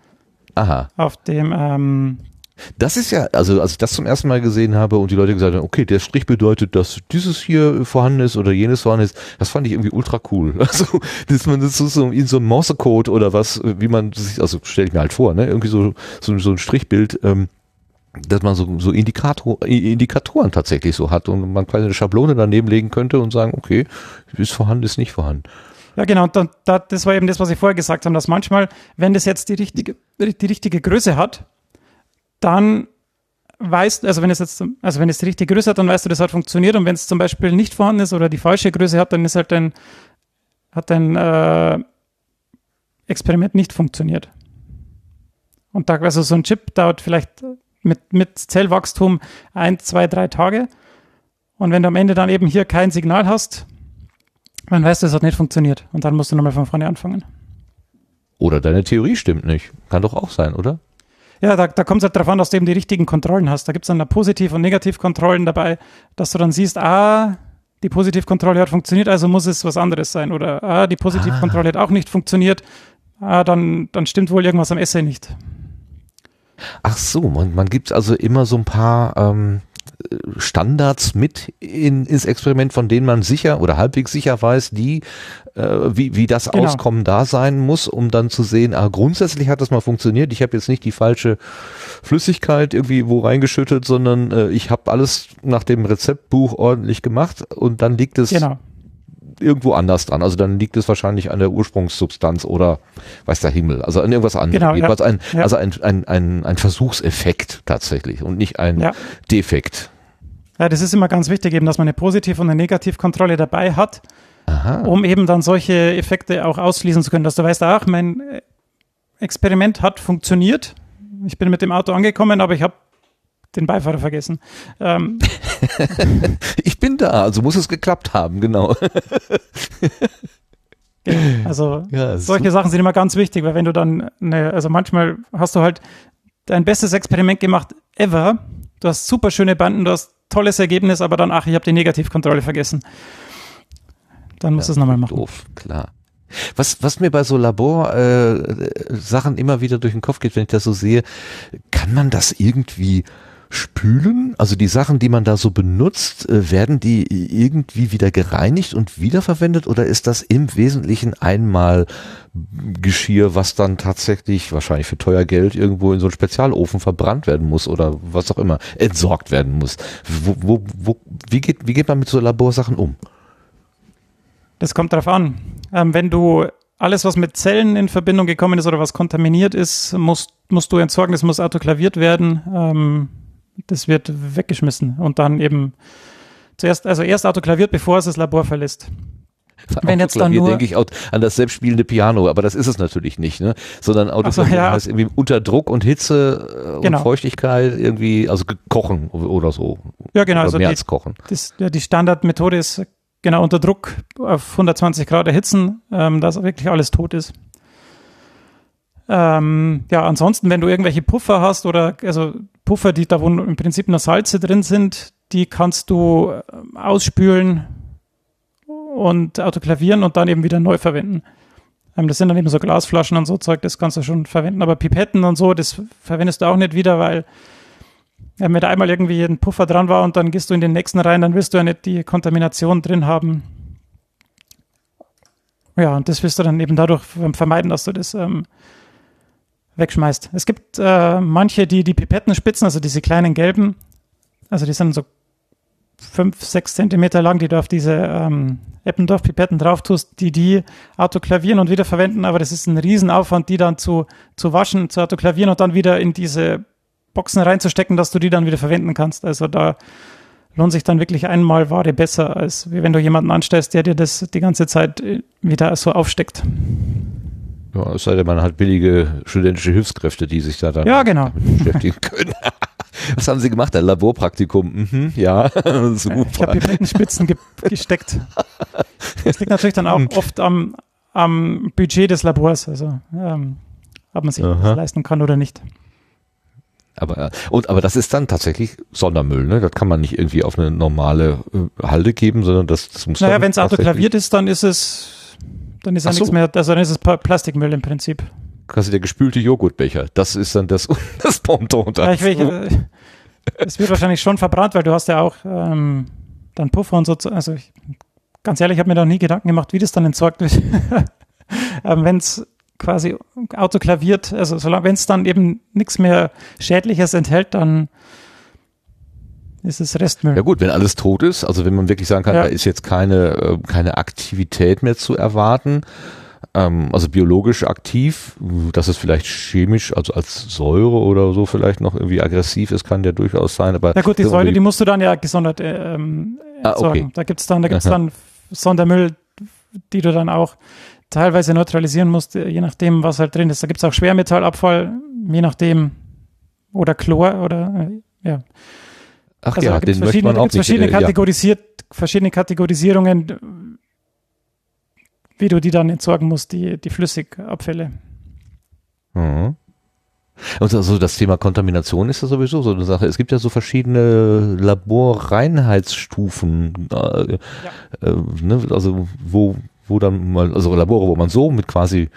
dem. Das ist ja, also als ich das zum ersten Mal gesehen habe und die Leute gesagt haben, okay, der Strich bedeutet, dass dieses hier vorhanden ist oder jenes vorhanden ist, das fand ich irgendwie ultra cool. Also, dass man das so in so einem Morsecode oder was, wie man sich, also stelle ich mir halt vor, ne, irgendwie so ein Strichbild, dass man so Indikatoren tatsächlich so hat und man quasi eine Schablone daneben legen könnte und sagen, okay, ist vorhanden, ist nicht vorhanden. Ja, genau, und das war eben das, was ich vorher gesagt habe, dass manchmal, wenn das jetzt die richtige Größe hat, dann weißt du, wenn es die richtige Größe hat, dann weißt du, das hat funktioniert, und wenn es zum Beispiel nicht vorhanden ist oder die falsche Größe hat, dann ist halt hat dein Experiment nicht funktioniert. Und also so ein Chip dauert vielleicht mit Zellwachstum 1, 2, 3 Tage, und wenn du am Ende dann eben hier kein Signal hast, dann weißt du, es hat nicht funktioniert, und dann musst du nochmal von vorne anfangen. Oder deine Theorie stimmt nicht. Kann doch auch sein, oder? Ja, da kommt es halt darauf an, dass du eben die richtigen Kontrollen hast. Da gibt es dann Positiv- und Negativkontrollen dabei, dass du dann siehst, die Positivkontrolle hat funktioniert, also muss es was anderes sein. Oder die Positivkontrolle hat auch nicht funktioniert, dann stimmt wohl irgendwas am Assay nicht. Ach so, man gibt also immer so ein paar Standards mit ins Experiment, von denen man sicher oder halbwegs sicher weiß, wie das Auskommen da sein muss, um dann zu sehen, grundsätzlich hat das mal funktioniert. Ich habe jetzt nicht die falsche Flüssigkeit irgendwie wo reingeschüttet, sondern ich habe alles nach dem Rezeptbuch ordentlich gemacht, und dann liegt es irgendwo anders dran. Also dann liegt es wahrscheinlich an der Ursprungssubstanz oder weiß der Himmel, also an irgendwas anderes. Genau, jedenfalls ein Versuchseffekt tatsächlich und nicht ein Defekt. Ja, das ist immer ganz wichtig, eben, dass man eine Positiv- und eine Negativkontrolle dabei hat, um eben dann solche Effekte auch ausschließen zu können, dass du weißt, mein Experiment hat funktioniert, ich bin mit dem Auto angekommen, aber ich habe den Beifahrer vergessen. Ich bin da, also muss es geklappt haben, genau. Also solche Sachen sind immer ganz wichtig, weil wenn du dann, also manchmal hast du halt dein bestes Experiment gemacht ever, du hast super schöne Banden, du hast tolles Ergebnis, aber dann, ich habe die Negativkontrolle vergessen. Dann musst du es nochmal machen. Doof, klar. Was mir bei so Labor-Sachen immer wieder durch den Kopf geht, wenn ich das so sehe, kann man das irgendwie spülen? Also die Sachen, die man da so benutzt, werden die irgendwie wieder gereinigt und wiederverwendet, oder ist das im Wesentlichen einmal Geschirr, was dann tatsächlich wahrscheinlich für teuer Geld irgendwo in so einen Spezialofen verbrannt werden muss oder was auch immer, entsorgt werden muss? Wie geht man mit so Laborsachen um? Das kommt darauf an. Wenn du alles, was mit Zellen in Verbindung gekommen ist oder was kontaminiert ist, musst du entsorgen, das muss autoklaviert werden. Das wird weggeschmissen und dann eben erst autoklaviert, bevor es das Labor verlässt. Wenn jetzt dann nur, denke ich auch an das selbstspielende Piano, aber das ist es natürlich nicht, ne? Sondern Autoklavieren heißt irgendwie unter Druck und Hitze und Feuchtigkeit irgendwie, also kochen oder so. Ja, genau. Oder also mehr als kochen. Die Standardmethode ist unter Druck auf 120 Grad erhitzen, dass wirklich alles tot ist. Ansonsten, wenn du irgendwelche Puffer hast also Puffer, da wo im Prinzip nur Salze drin sind, die kannst du ausspülen und autoklavieren und dann eben wieder neu verwenden. Das sind dann eben so Glasflaschen und so Zeug, das kannst du schon verwenden, aber Pipetten und so, das verwendest du auch nicht wieder, weil wenn da einmal irgendwie ein Puffer dran war und dann gehst du in den nächsten rein, dann willst du ja nicht die Kontamination drin haben. Ja, und das willst du dann eben dadurch vermeiden, dass du das wegschmeißt. Es gibt manche, die Pipettenspitzen, also diese kleinen gelben, also die sind so 5-6 Zentimeter lang, die du auf diese Eppendorf-Pipetten drauf tust, die autoklavieren und wieder verwenden, aber das ist ein Riesenaufwand, die dann zu waschen, zu autoklavieren und dann wieder in diese Boxen reinzustecken, dass du die dann wieder verwenden kannst. Also da lohnt sich dann wirklich einmal Ware besser, als wie wenn du jemanden anstellst, der dir das die ganze Zeit wieder so aufsteckt. Ja, es sei denn, man hat billige studentische Hilfskräfte, die sich da dann Ja, genau. damit beschäftigen können. Was haben Sie gemacht? Ein Laborpraktikum. Mhm, ja, super. Ich habe Pipettenspitzen gesteckt. Das liegt natürlich dann auch oft am Budget des Labors, also ob man sich das leisten kann oder nicht. Aber das ist dann tatsächlich Sondermüll, ne? Das kann man nicht irgendwie auf eine normale Halde geben, sondern das muss Naja, wenn es autoklaviert ist, dann ist ja nichts mehr, also dann ist es Plastikmüll im Prinzip. Quasi der gespülte Joghurtbecher. Das ist dann das Pendant dazu. Es wird wahrscheinlich schon verbrannt, weil du hast ja auch dann Puffer und so. Also ganz ehrlich, ich habe mir da nie Gedanken gemacht, wie das dann entsorgt wird. Wenn es quasi autoklaviert, also wenn es dann eben nichts mehr Schädliches enthält, dann ist es Restmüll. Ja gut, wenn alles tot ist, also wenn man wirklich sagen kann, da ist jetzt keine Aktivität mehr zu erwarten, also biologisch aktiv, dass es vielleicht chemisch, also als Säure oder so vielleicht noch irgendwie aggressiv ist, kann ja durchaus sein. Aber ja gut, die Säure, die musst du dann ja gesondert entsorgen. Okay. Da gibt's dann Sondermüll, die du dann auch teilweise neutralisieren musst, je nachdem, was halt drin ist. Da gibt es auch Schwermetallabfall, je nachdem, oder Chlor oder ja. Ach also ja, den möchte man auch nicht. Verschiedene Kategorisierungen, wie du die dann entsorgen musst, die Flüssigabfälle. Mhm. Und also das Thema Kontamination ist ja sowieso so eine Sache. Es gibt ja so verschiedene Laborreinheitsstufen, ne? Also wo dann mal, also Labore, wo man so mit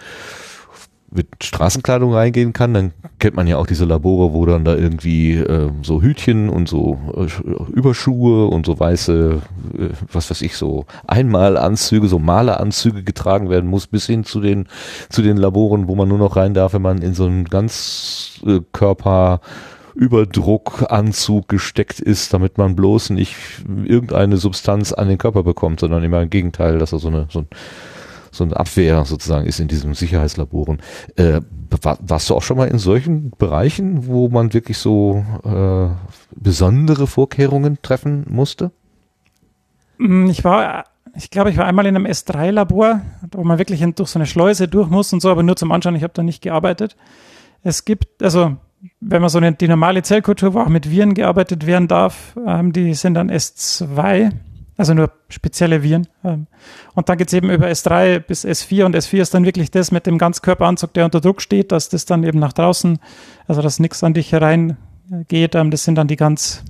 Straßenkleidung reingehen kann, dann kennt man ja auch diese Labore, wo dann da irgendwie so Hütchen und so Überschuhe und so weiße, was weiß ich, so Einmalanzüge, so Maleranzüge getragen werden muss, bis hin zu den Laboren, wo man nur noch rein darf, wenn man in so einen Ganzkörperüberdruckanzug gesteckt ist, damit man bloß nicht irgendeine Substanz an den Körper bekommt, sondern immer im Gegenteil, dass er so eine Abwehr sozusagen ist in diesen Sicherheitslaboren. Warst du auch schon mal in solchen Bereichen, wo man wirklich so besondere Vorkehrungen treffen musste? Ich glaube, ich war einmal in einem S3-Labor, wo man wirklich durch so eine Schleuse durch muss und so, aber nur zum Anschauen, ich habe da nicht gearbeitet. Es gibt, also wenn man so die normale Zellkultur, wo auch mit Viren gearbeitet werden darf, die sind dann S2, also nur spezielle Viren. Und dann geht es eben über S3 bis S4 und S4 ist dann wirklich das mit dem Ganzkörperanzug, der unter Druck steht, dass das dann eben nach draußen, also dass nichts an dich hereingeht. Das sind dann die ganz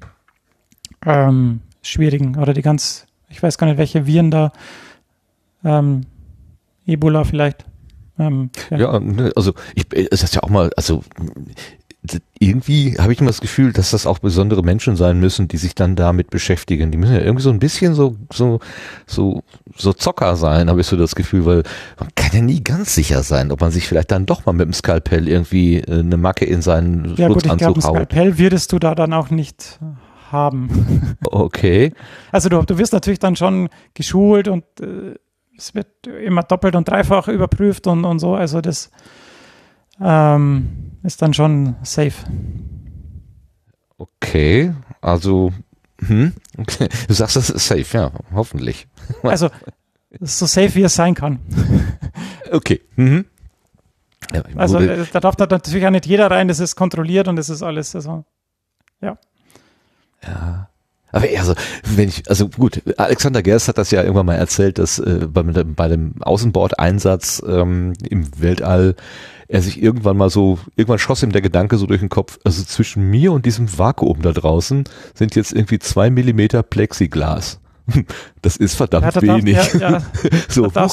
schwierigen oder die ganz, ich weiß gar nicht, welche Viren da, Ebola vielleicht. Ja, also es ist ja auch mal, also irgendwie habe ich immer das Gefühl, dass das auch besondere Menschen sein müssen, die sich dann damit beschäftigen. Die müssen ja irgendwie so ein bisschen so Zocker sein, habe ich so das Gefühl, weil man kann ja nie ganz sicher sein, ob man sich vielleicht dann doch mal mit dem Skalpell irgendwie eine Macke in seinen Schutzanzug haut. Ja gut, ich glaube, ein Skalpell würdest du da dann auch nicht haben. Okay. Also du wirst natürlich dann schon geschult und es wird immer doppelt und dreifach überprüft und so, also das ist dann schon safe. Okay, also okay. Du sagst, das ist safe, ja, hoffentlich. Also so safe, wie es sein kann. Okay. Ja, also da darf da natürlich auch nicht jeder rein, das ist kontrolliert und das ist alles, also ja. Ja. Aber also gut, Alexander Gerst hat das ja irgendwann mal erzählt, dass bei dem Außenbordeinsatz im Weltall er sich irgendwann schoss ihm der Gedanke so durch den Kopf, also zwischen mir und diesem Vakuum da draußen sind jetzt irgendwie 2 Millimeter Plexiglas. Das ist verdammt wenig. So, da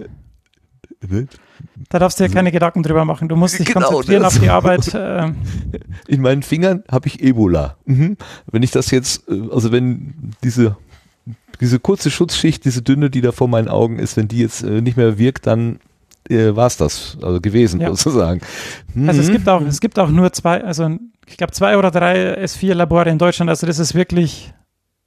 darfst du dir keine Gedanken drüber machen. Du musst dich konzentrieren auf die Arbeit. In meinen Fingern habe ich Ebola. Wenn ich das jetzt, also wenn diese kurze Schutzschicht, diese dünne, die da vor meinen Augen ist, wenn die jetzt nicht mehr wirkt, dann war es das also gewesen, sozusagen. Also es gibt auch nur 2, also ich glaube 2 oder 3 S4-Labore in Deutschland, also das ist wirklich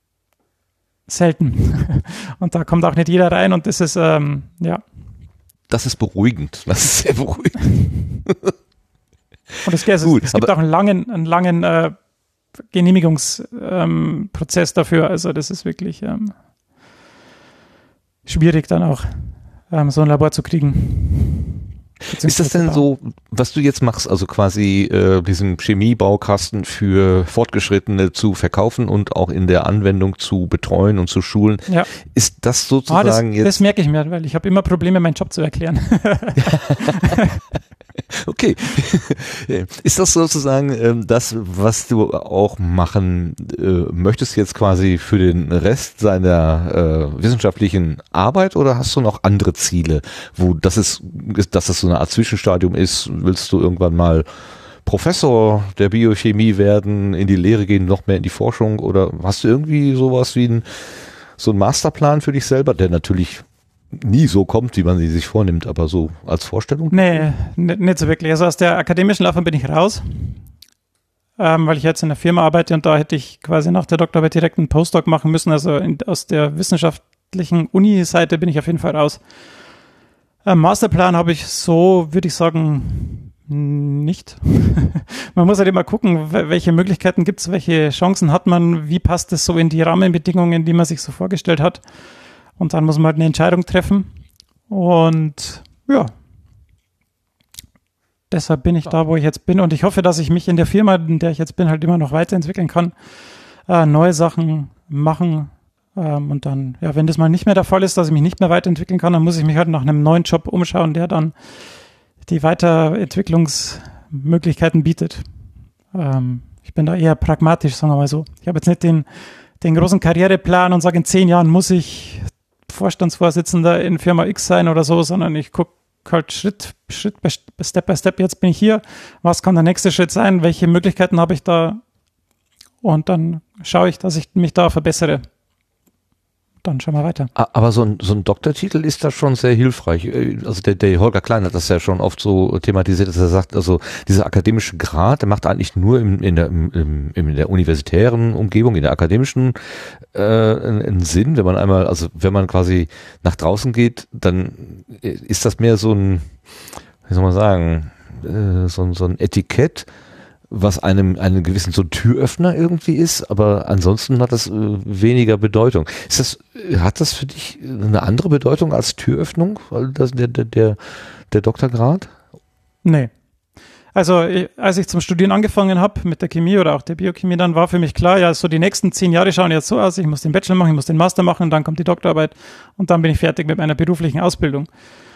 selten. Und da kommt auch nicht jeder rein und das ist, Das ist beruhigend. Das ist sehr beruhigend. Und es gibt auch einen langen Genehmigungsprozess dafür. Also das ist wirklich schwierig dann auch, so ein Labor zu kriegen. Ist das denn so, was du jetzt machst, also quasi diesen Chemiebaukasten für Fortgeschrittene zu verkaufen und auch in der Anwendung zu betreuen und zu schulen? Ja. Ist das sozusagen jetzt... Das merke ich mir, weil ich habe immer Probleme, meinen Job zu erklären. Okay. Ist das sozusagen das, was du auch machen möchtest jetzt quasi für den Rest seiner wissenschaftlichen Arbeit, oder hast du noch andere Ziele, wo dass das so eine Art Zwischenstadium ist? Willst du irgendwann mal Professor der Biochemie werden, in die Lehre gehen, noch mehr in die Forschung, oder hast du irgendwie sowas wie so einen Masterplan für dich selber, der natürlich nie so kommt, wie man sie sich vornimmt, aber so als Vorstellung? Nee, nicht so wirklich. Also aus der akademischen Laufbahn bin ich raus, weil ich jetzt in der Firma arbeite und da hätte ich quasi nach der Doktorarbeit direkt einen Postdoc machen müssen. Also aus der wissenschaftlichen Uni-Seite bin ich auf jeden Fall raus. Masterplan habe ich so, würde ich sagen, nicht. Man muss halt immer gucken, welche Möglichkeiten gibt es, welche Chancen hat man, wie passt es so in die Rahmenbedingungen, die man sich so vorgestellt hat. Und dann muss man halt eine Entscheidung treffen. Und ja, deshalb bin ich da, wo ich jetzt bin. Und ich hoffe, dass ich mich in der Firma, in der ich jetzt bin, halt immer noch weiterentwickeln kann, neue Sachen machen. Und dann, ja, wenn das mal nicht mehr der Fall ist, dass ich mich nicht mehr weiterentwickeln kann, dann muss ich mich halt nach einem neuen Job umschauen, der dann die Weiterentwicklungsmöglichkeiten bietet. Ich bin da eher pragmatisch, sagen wir mal so. Ich habe jetzt nicht den großen Karriereplan und sage, in 10 Jahren muss ich Vorstandsvorsitzender in Firma X sein oder so, sondern ich gucke halt Schritt by Step. Jetzt bin ich hier. Was kann der nächste Schritt sein? Welche Möglichkeiten habe ich da? Und dann schaue ich, dass ich mich da verbessere. Dann schauen wir weiter. Aber so ein Doktortitel ist da schon sehr hilfreich. Also der Holger Klein hat das ja schon oft so thematisiert, dass er sagt, also dieser akademische Grad, der macht eigentlich nur in der universitären Umgebung, in der akademischen einen Sinn, wenn man quasi nach draußen geht, dann ist das mehr so ein, wie soll man sagen, so ein Etikett, was einen gewissen so Türöffner irgendwie ist, aber ansonsten hat das weniger Bedeutung. Hat das für dich eine andere Bedeutung als Türöffnung, der Doktorgrad? Nee. Also als ich zum Studieren angefangen habe mit der Chemie oder auch der Biochemie, dann war für mich klar, ja, so die nächsten 10 Jahre schauen jetzt so aus, ich muss den Bachelor machen, ich muss den Master machen, dann kommt die Doktorarbeit und dann bin ich fertig mit meiner beruflichen Ausbildung.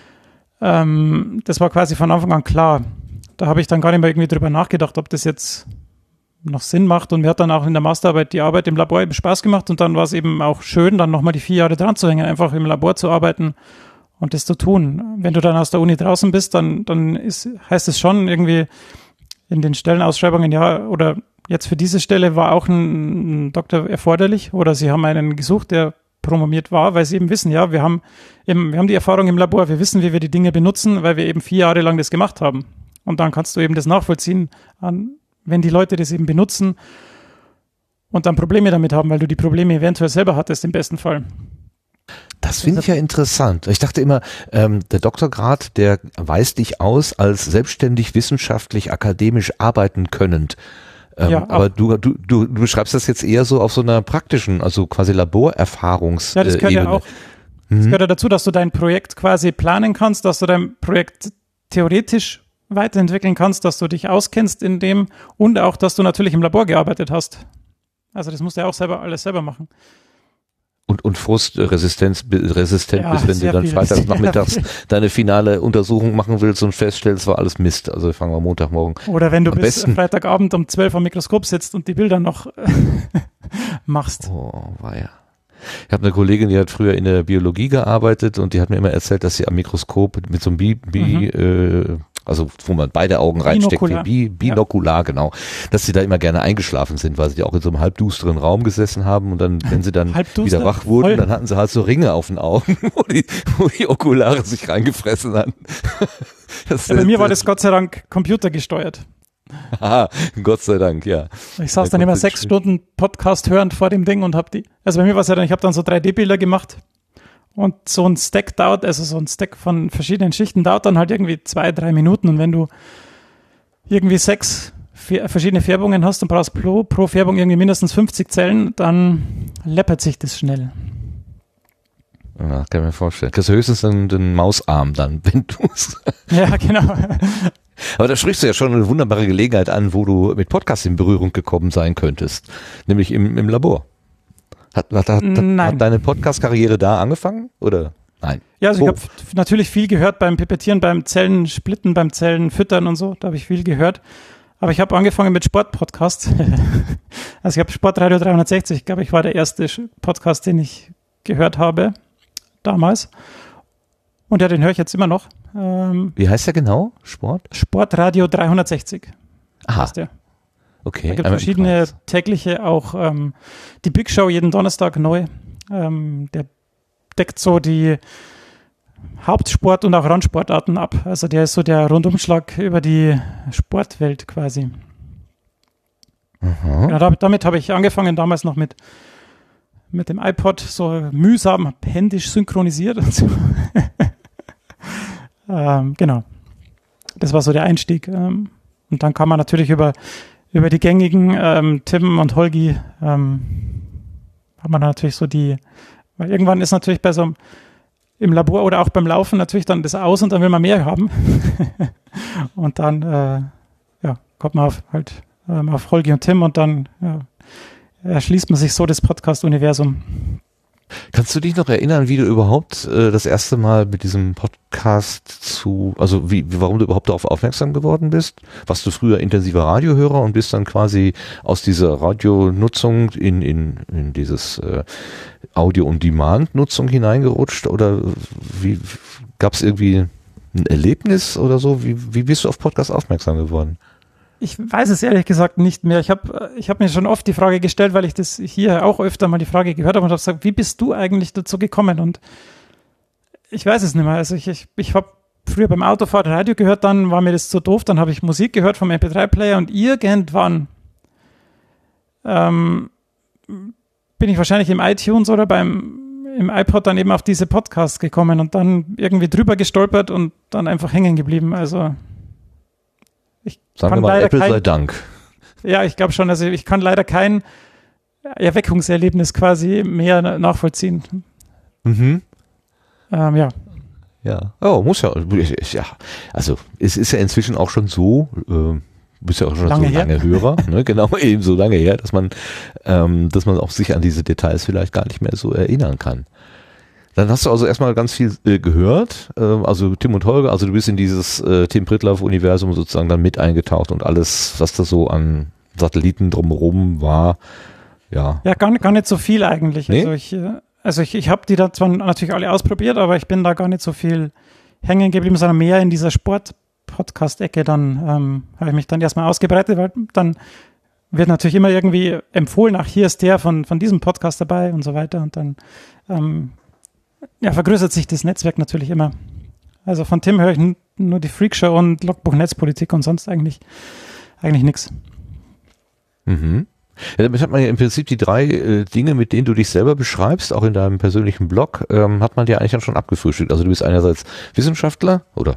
Das war quasi von Anfang an klar. Da habe ich dann gar nicht mehr irgendwie drüber nachgedacht, ob das jetzt noch Sinn macht. Und mir hat dann auch in der Masterarbeit die Arbeit im Labor eben Spaß gemacht. Und dann war es eben auch schön, dann nochmal die 4 Jahre dran zu hängen, einfach im Labor zu arbeiten und das zu tun. Wenn du dann aus der Uni draußen bist, dann heißt es schon irgendwie in den Stellenausschreibungen, ja, oder jetzt für diese Stelle war auch ein Doktor erforderlich oder sie haben einen gesucht, der promoviert war, weil sie eben wissen, ja, wir haben die Erfahrung im Labor, wir wissen, wie wir die Dinge benutzen, weil wir eben 4 Jahre lang das gemacht haben. Und dann kannst du eben das nachvollziehen, wenn die Leute das eben benutzen und dann Probleme damit haben, weil du die Probleme eventuell selber hattest im besten Fall. Das finde ich ja interessant. Ich dachte immer, der Doktorgrad, der weist dich aus als selbstständig, wissenschaftlich, akademisch arbeiten könnend. Ja, aber du beschreibst das jetzt eher so auf so einer praktischen, also quasi Laborerfahrungsebene. Ja, das gehört ja auch. Das gehört ja dazu, dass du dein Projekt quasi planen kannst, dass du dein Projekt theoretisch weiterentwickeln kannst, dass du dich auskennst in dem und auch, dass du natürlich im Labor gearbeitet hast. Also das musst du ja auch alles selber machen. Und frustresistent bist, wenn du dann viel, freitags nachmittags deine finale Untersuchung machen willst und feststellst, es war alles Mist. Also fangen wir Montagmorgen. Oder wenn du bis Freitagabend um 12 am Mikroskop sitzt und die Bilder noch machst. Oh, weia. Ich habe eine Kollegin, die hat früher in der Biologie gearbeitet und die hat mir immer erzählt, dass sie am Mikroskop mit so einem also wo man beide Augen reinsteckt, Binokular, genau, dass sie da immer gerne eingeschlafen sind, weil sie ja auch in so einem halbdusteren Raum gesessen haben und dann, wenn sie dann wieder wach wurden, dann hatten sie halt so Ringe auf den Augen, wo die Okulare sich reingefressen hatten. Bei mir war das Gott sei Dank computergesteuert. Aha, Gott sei Dank, ja. Ich saß dann immer 6 Stunden Podcast hörend vor dem Ding und also bei mir war es ja dann, ich habe dann so 3D-Bilder gemacht. Und so ein Stack dauert, also so ein Stack von verschiedenen Schichten dauert dann halt irgendwie 2-3 Minuten. Und wenn du irgendwie 6 verschiedene Färbungen hast und brauchst pro Färbung irgendwie mindestens 50 Zellen, dann läppert sich das schnell. Ja, kann ich mir vorstellen. Kriegst du höchstens den Mausarm dann, wenn du es. Ja, genau. Aber da sprichst du ja schon eine wunderbare Gelegenheit an, wo du mit Podcasts in Berührung gekommen sein könntest. Nämlich im Labor. Hat deine Podcast-Karriere da angefangen? Oder nein? Ja, also ich habe natürlich viel gehört beim Pipettieren, beim Zellensplitten, beim Zellenfüttern und so. Da habe ich viel gehört. Aber ich habe angefangen mit Sportpodcasts. Also ich habe Sportradio 360, glaube ich, war der erste Podcast, den ich gehört habe damals. Und ja, den höre ich jetzt immer noch. Wie heißt der genau? Sportradio 360. Aha. Heißt der. Okay. Da gibt es verschiedene tägliche, auch die Big Show jeden Donnerstag neu. Der deckt so die Hauptsport- und auch Randsportarten ab. Also der ist so der Rundumschlag über die Sportwelt quasi. Ja, damit habe ich angefangen, damals noch mit dem iPod, so mühsam händisch synchronisiert und so. Genau. Das war so der Einstieg. Und dann kann man natürlich über die gängigen Tim und Holgi hat man natürlich so weil irgendwann ist natürlich bei so einem im Labor oder auch beim Laufen natürlich dann das aus und dann will man mehr haben. Und dann kommt man auf Holgi und Tim und dann erschließt man sich so das Podcast-Universum. Kannst du dich noch erinnern, wie du überhaupt das erste Mal mit diesem Podcast warum du überhaupt darauf aufmerksam geworden bist? Warst du früher intensiver Radiohörer und bist dann quasi aus dieser Radionutzung in dieses Audio-on-Demand-Nutzung hineingerutscht? Oder gab es irgendwie ein Erlebnis oder so? Wie bist du auf Podcast aufmerksam geworden? Ich weiß es ehrlich gesagt nicht mehr. Ich hab mir schon oft die Frage gestellt, weil ich das hier auch öfter mal die Frage gehört habe und habe gesagt, wie bist du eigentlich dazu gekommen? Und ich weiß es nicht mehr. Also ich habe früher beim Autofahren Radio gehört, dann war mir das zu doof, dann habe ich Musik gehört vom MP3-Player und irgendwann bin ich wahrscheinlich im iTunes oder im iPod dann eben auf diese Podcasts gekommen und dann irgendwie drüber gestolpert und dann einfach hängen geblieben. Also sagen wir mal, Apple sei Dank. Ja, ich glaube schon. Also ich kann leider kein Erweckungserlebnis quasi mehr nachvollziehen. Mhm. Ja. Ja. Oh, muss ja. Ja. Also es ist ja inzwischen auch schon so, du bist ja auch schon lange Hörer, ne? Genau, eben so lange her, dass man auch sich an diese Details vielleicht gar nicht mehr so erinnern kann. Dann hast du also erstmal ganz viel gehört, also Tim und Holger, also du bist in dieses Tim Pritlove-Universum sozusagen dann mit eingetaucht und alles, was da so an Satelliten drumherum war, ja. Ja, gar nicht so viel eigentlich. Nee? Also ich habe die da zwar natürlich alle ausprobiert, aber ich bin da gar nicht so viel hängen geblieben, sondern mehr in dieser Sport-Podcast-Ecke. Dann habe ich mich dann erstmal ausgebreitet, weil dann wird natürlich immer irgendwie empfohlen, ach, hier ist der von diesem Podcast dabei und so weiter und dann vergrößert sich das Netzwerk natürlich immer. Also von Tim höre ich nur die Freakshow und Logbuch Netzpolitik und sonst eigentlich nichts. Mhm. Ja, damit hat man ja im Prinzip die 3 Dinge, mit denen du dich selber beschreibst, auch in deinem persönlichen Blog, hat man dir eigentlich dann schon abgefrühstückt. Also du bist einerseits Wissenschaftler oder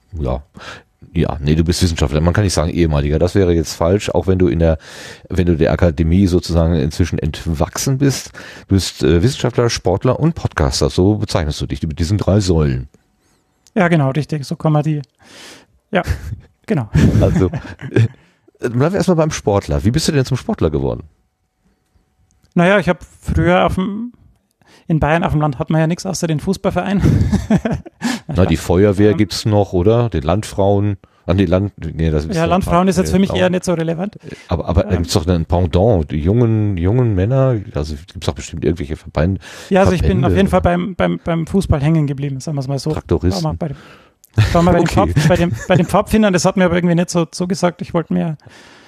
du bist Wissenschaftler. Man kann nicht sagen ehemaliger, das wäre jetzt falsch, auch wenn du der Akademie sozusagen inzwischen entwachsen bist. Du bist Wissenschaftler, Sportler und Podcaster, so bezeichnest du dich mit diesen 3 Säulen. Ja, genau, richtig, so kann man die, ja, genau. Also, bleiben wir erstmal beim Sportler. Wie bist du denn zum Sportler geworden? Naja, ich habe früher in Bayern auf dem Land hat man ja nichts außer den Fußballverein. Die Feuerwehr gibt's noch, oder? Den Landfrauen. Landfrauen ist jetzt für mich eher nicht so relevant. Aber da gibt's doch ein Pendant. Die jungen Männer, also gibt's doch bestimmt irgendwelche Verbände. Ja, also ich bin auf jeden Fall beim Fußball hängen geblieben, sagen wir es mal so. Traktoristen. War mal bei den Pfadfindern, das hat mir aber irgendwie nicht so zugesagt. Ich wollte mehr,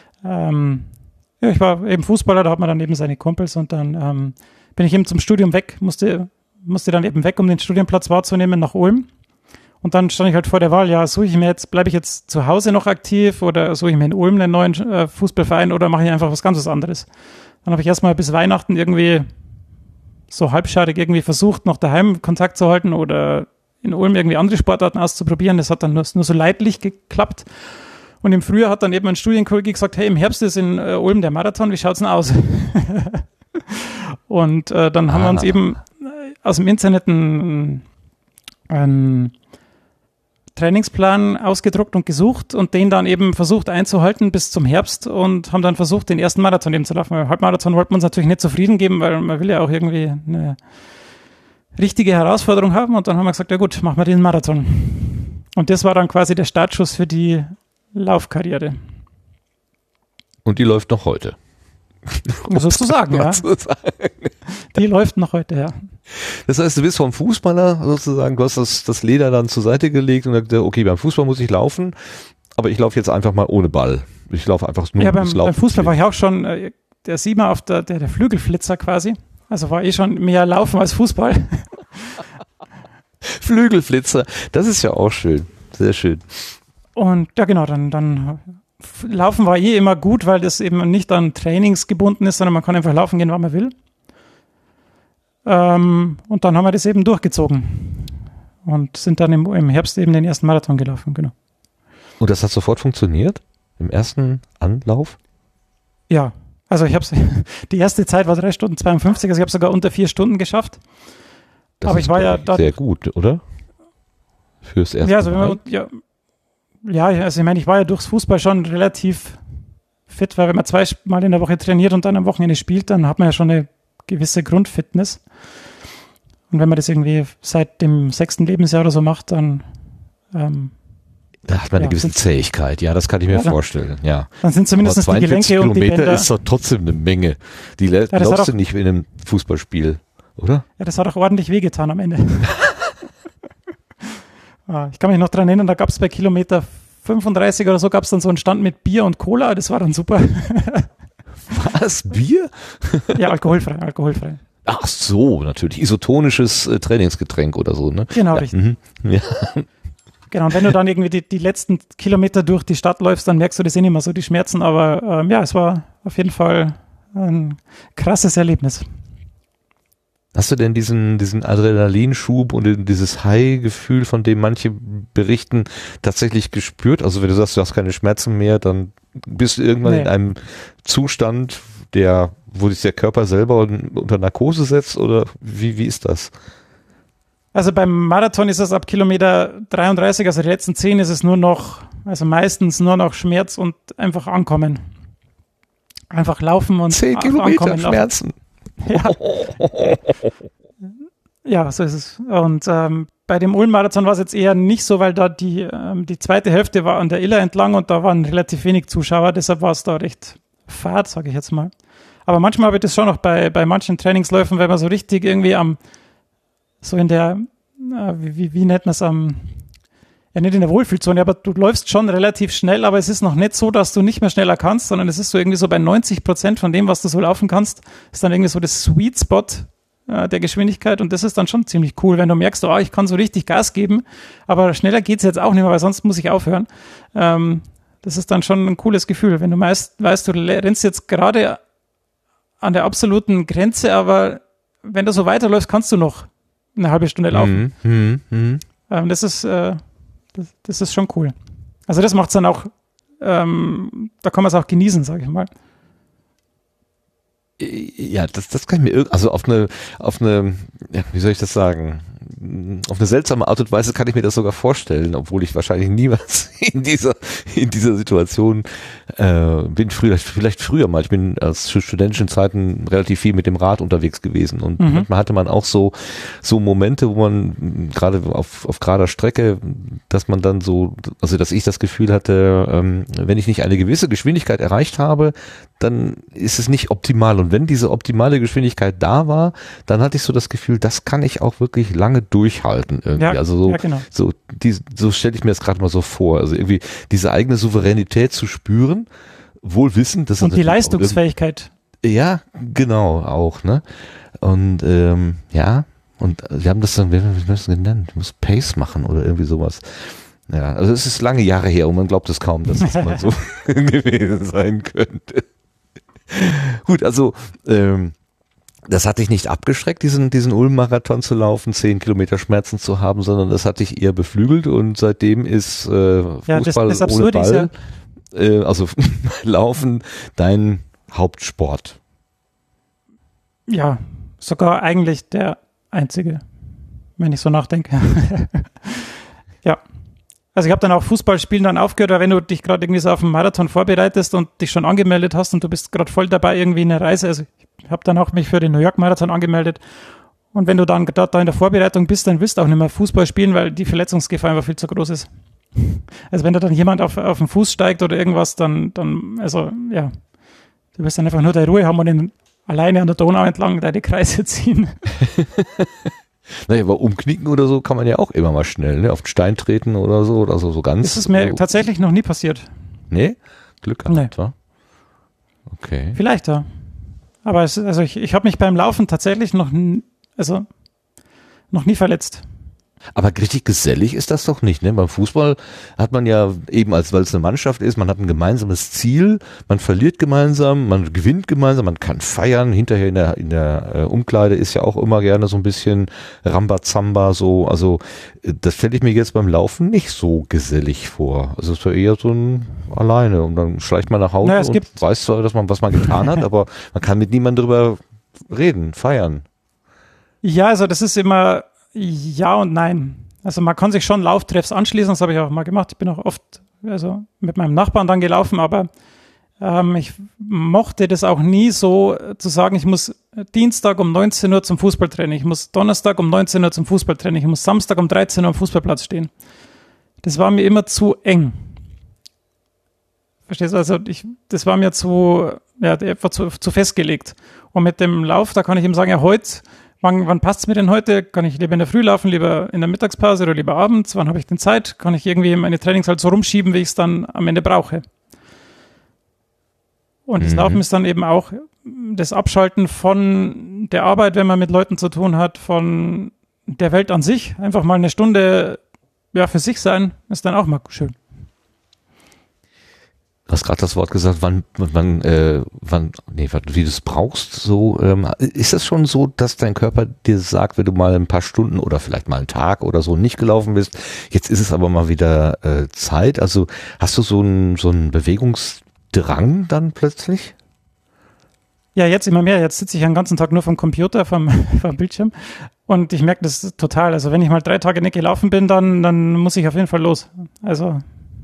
ich war eben Fußballer, da hat man dann eben seine Kumpels und dann bin ich eben zum Studium weg, musste dann eben weg, um den Studienplatz wahrzunehmen nach Ulm. Und dann stand ich halt vor der Wahl, bleibe ich jetzt zu Hause noch aktiv oder suche ich mir in Ulm einen neuen Fußballverein oder mache ich einfach was ganz anderes. Dann habe ich erstmal bis Weihnachten irgendwie so halbscharig irgendwie versucht, noch daheim Kontakt zu halten oder in Ulm irgendwie andere Sportarten auszuprobieren. Das hat dann nur so leidlich geklappt. Und im Frühjahr hat dann eben ein Studienkollege gesagt, hey, im Herbst ist in Ulm der Marathon, wie schaut's denn aus? Und dann haben wir uns eben aus dem Internet einen Trainingsplan ausgedruckt und gesucht und den dann eben versucht einzuhalten bis zum Herbst und haben dann versucht, den ersten Marathon eben zu laufen. Weil Halbmarathon wollten wir uns natürlich nicht zufrieden geben, weil man will ja auch irgendwie eine richtige Herausforderung haben und dann haben wir gesagt, ja gut, machen wir den Marathon. Und das war dann quasi der Startschuss für die Laufkarriere. Und die läuft noch heute. Sozusagen, ja. Die läuft noch heute, ja. Das heißt, du bist vom Fußballer sozusagen, du hast das Leder dann zur Seite gelegt und gesagt, okay, beim Fußball muss ich laufen, aber ich laufe jetzt einfach mal ohne Ball. Ich laufe einfach nur beim Fußball war ich auch schon der Siemer auf der Flügelflitzer quasi. Also war schon mehr Laufen als Fußball. Flügelflitzer, das ist ja auch schön. Sehr schön. Und ja genau, dann Laufen war immer gut, weil das eben nicht an Trainings gebunden ist, sondern man kann einfach laufen gehen, wann man will. Und dann haben wir das eben durchgezogen und sind dann im Herbst eben den ersten Marathon gelaufen, genau. Und das hat sofort funktioniert? Im ersten Anlauf? Ja, also die erste Zeit war 3 Stunden 52, also ich habe sogar unter 4 Stunden geschafft. Das aber ist ich war ja dort sehr gut, oder? Fürs erste ja, also Mal. Also ich meine, ich war ja durchs Fußball schon relativ fit, weil wenn man 2 Mal in der Woche trainiert und dann am Wochenende spielt, dann hat man ja schon eine gewisse Grundfitness. Und wenn man das irgendwie seit dem 6. Lebensjahr oder so macht, dann da hat man eine gewisse Zähigkeit, ja, das kann ich mir vorstellen, ja. Dann sind zumindest die Gelenke und die Bänder. Kilometer ist doch trotzdem eine Menge. Die läufst du nicht in einem Fußballspiel, oder? Ja, das hat auch ordentlich wehgetan am Ende. Ich kann mich noch dran erinnern, da gab es bei Kilometer 35 oder so, gab es dann so einen Stand mit Bier und Cola, das war dann super. Was? Bier? Ja, alkoholfrei. Ach so, natürlich. Isotonisches Trainingsgetränk oder so, ne? Genau, ja. richtig. Mhm. Ja. Genau, und wenn du dann irgendwie die letzten Kilometer durch die Stadt läufst, dann merkst du das nicht mehr so, die Schmerzen, aber es war auf jeden Fall ein krasses Erlebnis. Hast du denn diesen Adrenalinschub und dieses High-Gefühl, von dem manche berichten, tatsächlich gespürt? Also wenn du sagst, du hast keine Schmerzen mehr, dann bist du irgendwann in einem Zustand, wo sich der Körper selber unter Narkose setzt, oder wie ist das? Also beim Marathon ist es ab Kilometer 33, also die letzten 10, ist es meistens nur noch Schmerz und einfach ankommen. Einfach laufen und 10 Kilometer Schmerzen. Ja. Ja, so ist es. Und bei dem Ulm-Marathon war es jetzt eher nicht so, weil da die zweite Hälfte war an der Iller entlang und da waren relativ wenig Zuschauer, deshalb war es da recht fad, sage ich jetzt mal. Aber manchmal habe ich das schon noch bei manchen Trainingsläufen, wenn man so richtig irgendwie so in der, wie nennt man es, nicht in der Wohlfühlzone, aber du läufst schon relativ schnell, aber es ist noch nicht so, dass du nicht mehr schneller kannst, sondern es ist so irgendwie so bei 90% von dem, was du so laufen kannst, ist dann irgendwie so das Sweet Spot der Geschwindigkeit und das ist dann schon ziemlich cool, wenn du merkst, ich kann so richtig Gas geben, aber schneller geht's jetzt auch nicht mehr, weil sonst muss ich aufhören. Das ist dann schon ein cooles Gefühl, wenn du weißt, du rennst jetzt gerade an der absoluten Grenze, aber wenn du so weiterläufst, kannst du noch eine halbe Stunde laufen. Das ist schon cool. Also das macht es dann auch, da kann man es auch genießen, sage ich mal. Ja, das kann ich mir auf eine, wie soll ich das sagen? Auf eine seltsame Art und Weise kann ich mir das sogar vorstellen, obwohl ich wahrscheinlich niemals in dieser Situation bin. Vielleicht früher mal. Ich bin aus studentischen Zeiten relativ viel mit dem Rad unterwegs gewesen und manchmal hatte man auch so Momente, wo man gerade auf gerader Strecke, dass man dann dass ich das Gefühl hatte, wenn ich nicht eine gewisse Geschwindigkeit erreicht habe, dann ist es nicht optimal. Und wenn diese optimale Geschwindigkeit da war, dann hatte ich so das Gefühl, das kann ich auch wirklich lange durchhalten irgendwie. Ja, also genau. so stelle ich mir das gerade mal so vor. Also irgendwie diese eigene Souveränität zu spüren, wohl wissend, dass und die Leistungsfähigkeit. Ja, genau, auch, ne? Und und wir haben das dann, wie haben wir das genannt? Ich muss Pace machen oder irgendwie sowas. Ja, also es ist lange Jahre her und man glaubt es kaum, dass es mal so gewesen sein könnte. Gut, also das hat dich nicht abgeschreckt, diesen Ulm-Marathon zu laufen, 10 Kilometer Schmerzen zu haben, sondern das hat dich eher beflügelt und seitdem ist Fußball das ohne Ball, ist also Laufen, dein Hauptsport. Ja, sogar eigentlich einzige, wenn ich so nachdenke. Ja. Also ich habe dann auch Fußballspielen dann aufgehört, weil wenn du dich gerade irgendwie so auf einen Marathon vorbereitest und dich schon angemeldet hast und du bist gerade voll dabei, irgendwie eine Reise, also ich habe dann auch mich für den New York Marathon angemeldet und wenn du dann gerade da in der Vorbereitung bist, dann willst du auch nicht mehr Fußball spielen, weil die Verletzungsgefahr einfach viel zu groß ist. Also wenn da dann jemand auf den Fuß steigt oder irgendwas, dann also ja, du wirst dann einfach nur deine Ruhe haben und alleine an der Donau entlang deine Kreise ziehen. Naja, aber umknicken oder so kann man ja auch immer mal schnell, ne? Auf den Stein treten oder so ganz. Das ist mir tatsächlich noch nie passiert. Nee? Glück gehabt, wa? Okay. Vielleicht, ja. Aber ich habe mich beim Laufen tatsächlich noch nie verletzt. Aber richtig gesellig ist das doch nicht, ne? Beim Fußball hat man ja eben, weil es eine Mannschaft ist, man hat ein gemeinsames Ziel, man verliert gemeinsam, man gewinnt gemeinsam, man kann feiern. Hinterher in der Umkleide ist ja auch immer gerne so ein bisschen Rambazamba so. Also das stelle ich mir jetzt beim Laufen nicht so gesellig vor. Also es war eher so ein alleine und dann schleicht man nach Hause und weiß zwar, was man getan hat, aber man kann mit niemandem drüber reden, feiern. Ja, also das ist immer ja und nein. Also man kann sich schon Lauftreffs anschließen, das habe ich auch mal gemacht. Ich bin auch oft mit meinem Nachbarn dann gelaufen, aber ich mochte das auch nie so zu sagen, ich muss Dienstag um 19 Uhr zum Fußballtraining, ich muss Donnerstag um 19 Uhr zum Fußballtraining, ich muss Samstag um 13 Uhr am Fußballplatz stehen. Das war mir immer zu eng. Verstehst du? Also das war mir etwa zu festgelegt. Und mit dem Lauf, da kann ich ihm sagen, ja heute, wann passt es mir denn heute? Kann ich lieber in der Früh laufen, lieber in der Mittagspause oder lieber abends? Wann habe ich denn Zeit? Kann ich irgendwie meine Trainings halt so rumschieben, wie ich es dann am Ende brauche? Und das Laufen ist dann eben auch das Abschalten von der Arbeit, wenn man mit Leuten zu tun hat, von der Welt an sich. Einfach mal eine Stunde für sich sein, ist dann auch mal schön. Du hast gerade das Wort gesagt, wie du es brauchst, so, ist es schon so, dass dein Körper dir sagt, wenn du mal ein paar Stunden oder vielleicht mal einen Tag oder so nicht gelaufen bist, jetzt ist es aber mal wieder Zeit, also hast du so einen Bewegungsdrang dann plötzlich? Ja, jetzt immer mehr, jetzt sitze ich den ganzen Tag nur vom Computer, vom Bildschirm und ich merke das total, also wenn ich mal 3 Tage nicht gelaufen bin, dann muss ich auf jeden Fall los, also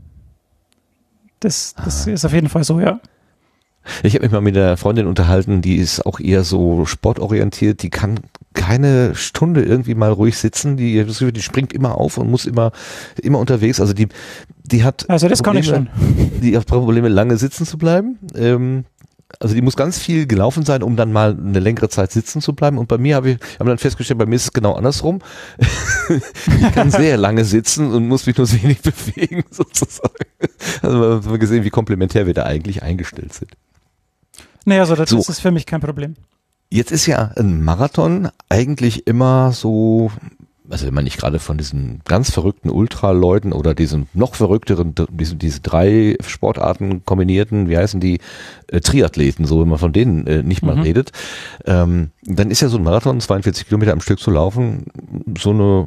Das ist auf jeden Fall so, ja. Ich habe mich mal mit einer Freundin unterhalten, die ist auch eher so sportorientiert, die kann keine Stunde irgendwie mal ruhig sitzen, die springt immer auf und muss immer unterwegs, also die hat also das Probleme, kann ich schon. Die hat Probleme, lange sitzen zu bleiben, also die muss ganz viel gelaufen sein, um dann mal eine längere Zeit sitzen zu bleiben. Und bei mir haben dann festgestellt, bei mir ist es genau andersrum. Ich kann sehr lange sitzen und muss mich nur wenig bewegen, sozusagen. Also wir haben gesehen, wie komplementär wir da eigentlich eingestellt sind. Nee, also das ist für mich kein Problem. Jetzt ist ja ein Marathon eigentlich immer so, also wenn man nicht gerade von diesen ganz verrückten Ultraleuten oder diesen noch verrückteren, diese 3 Sportarten kombinierten, wie heißen die, Triathleten, so wenn man von denen nicht mal redet, dann ist ja so ein Marathon, 42 Kilometer am Stück zu laufen, so eine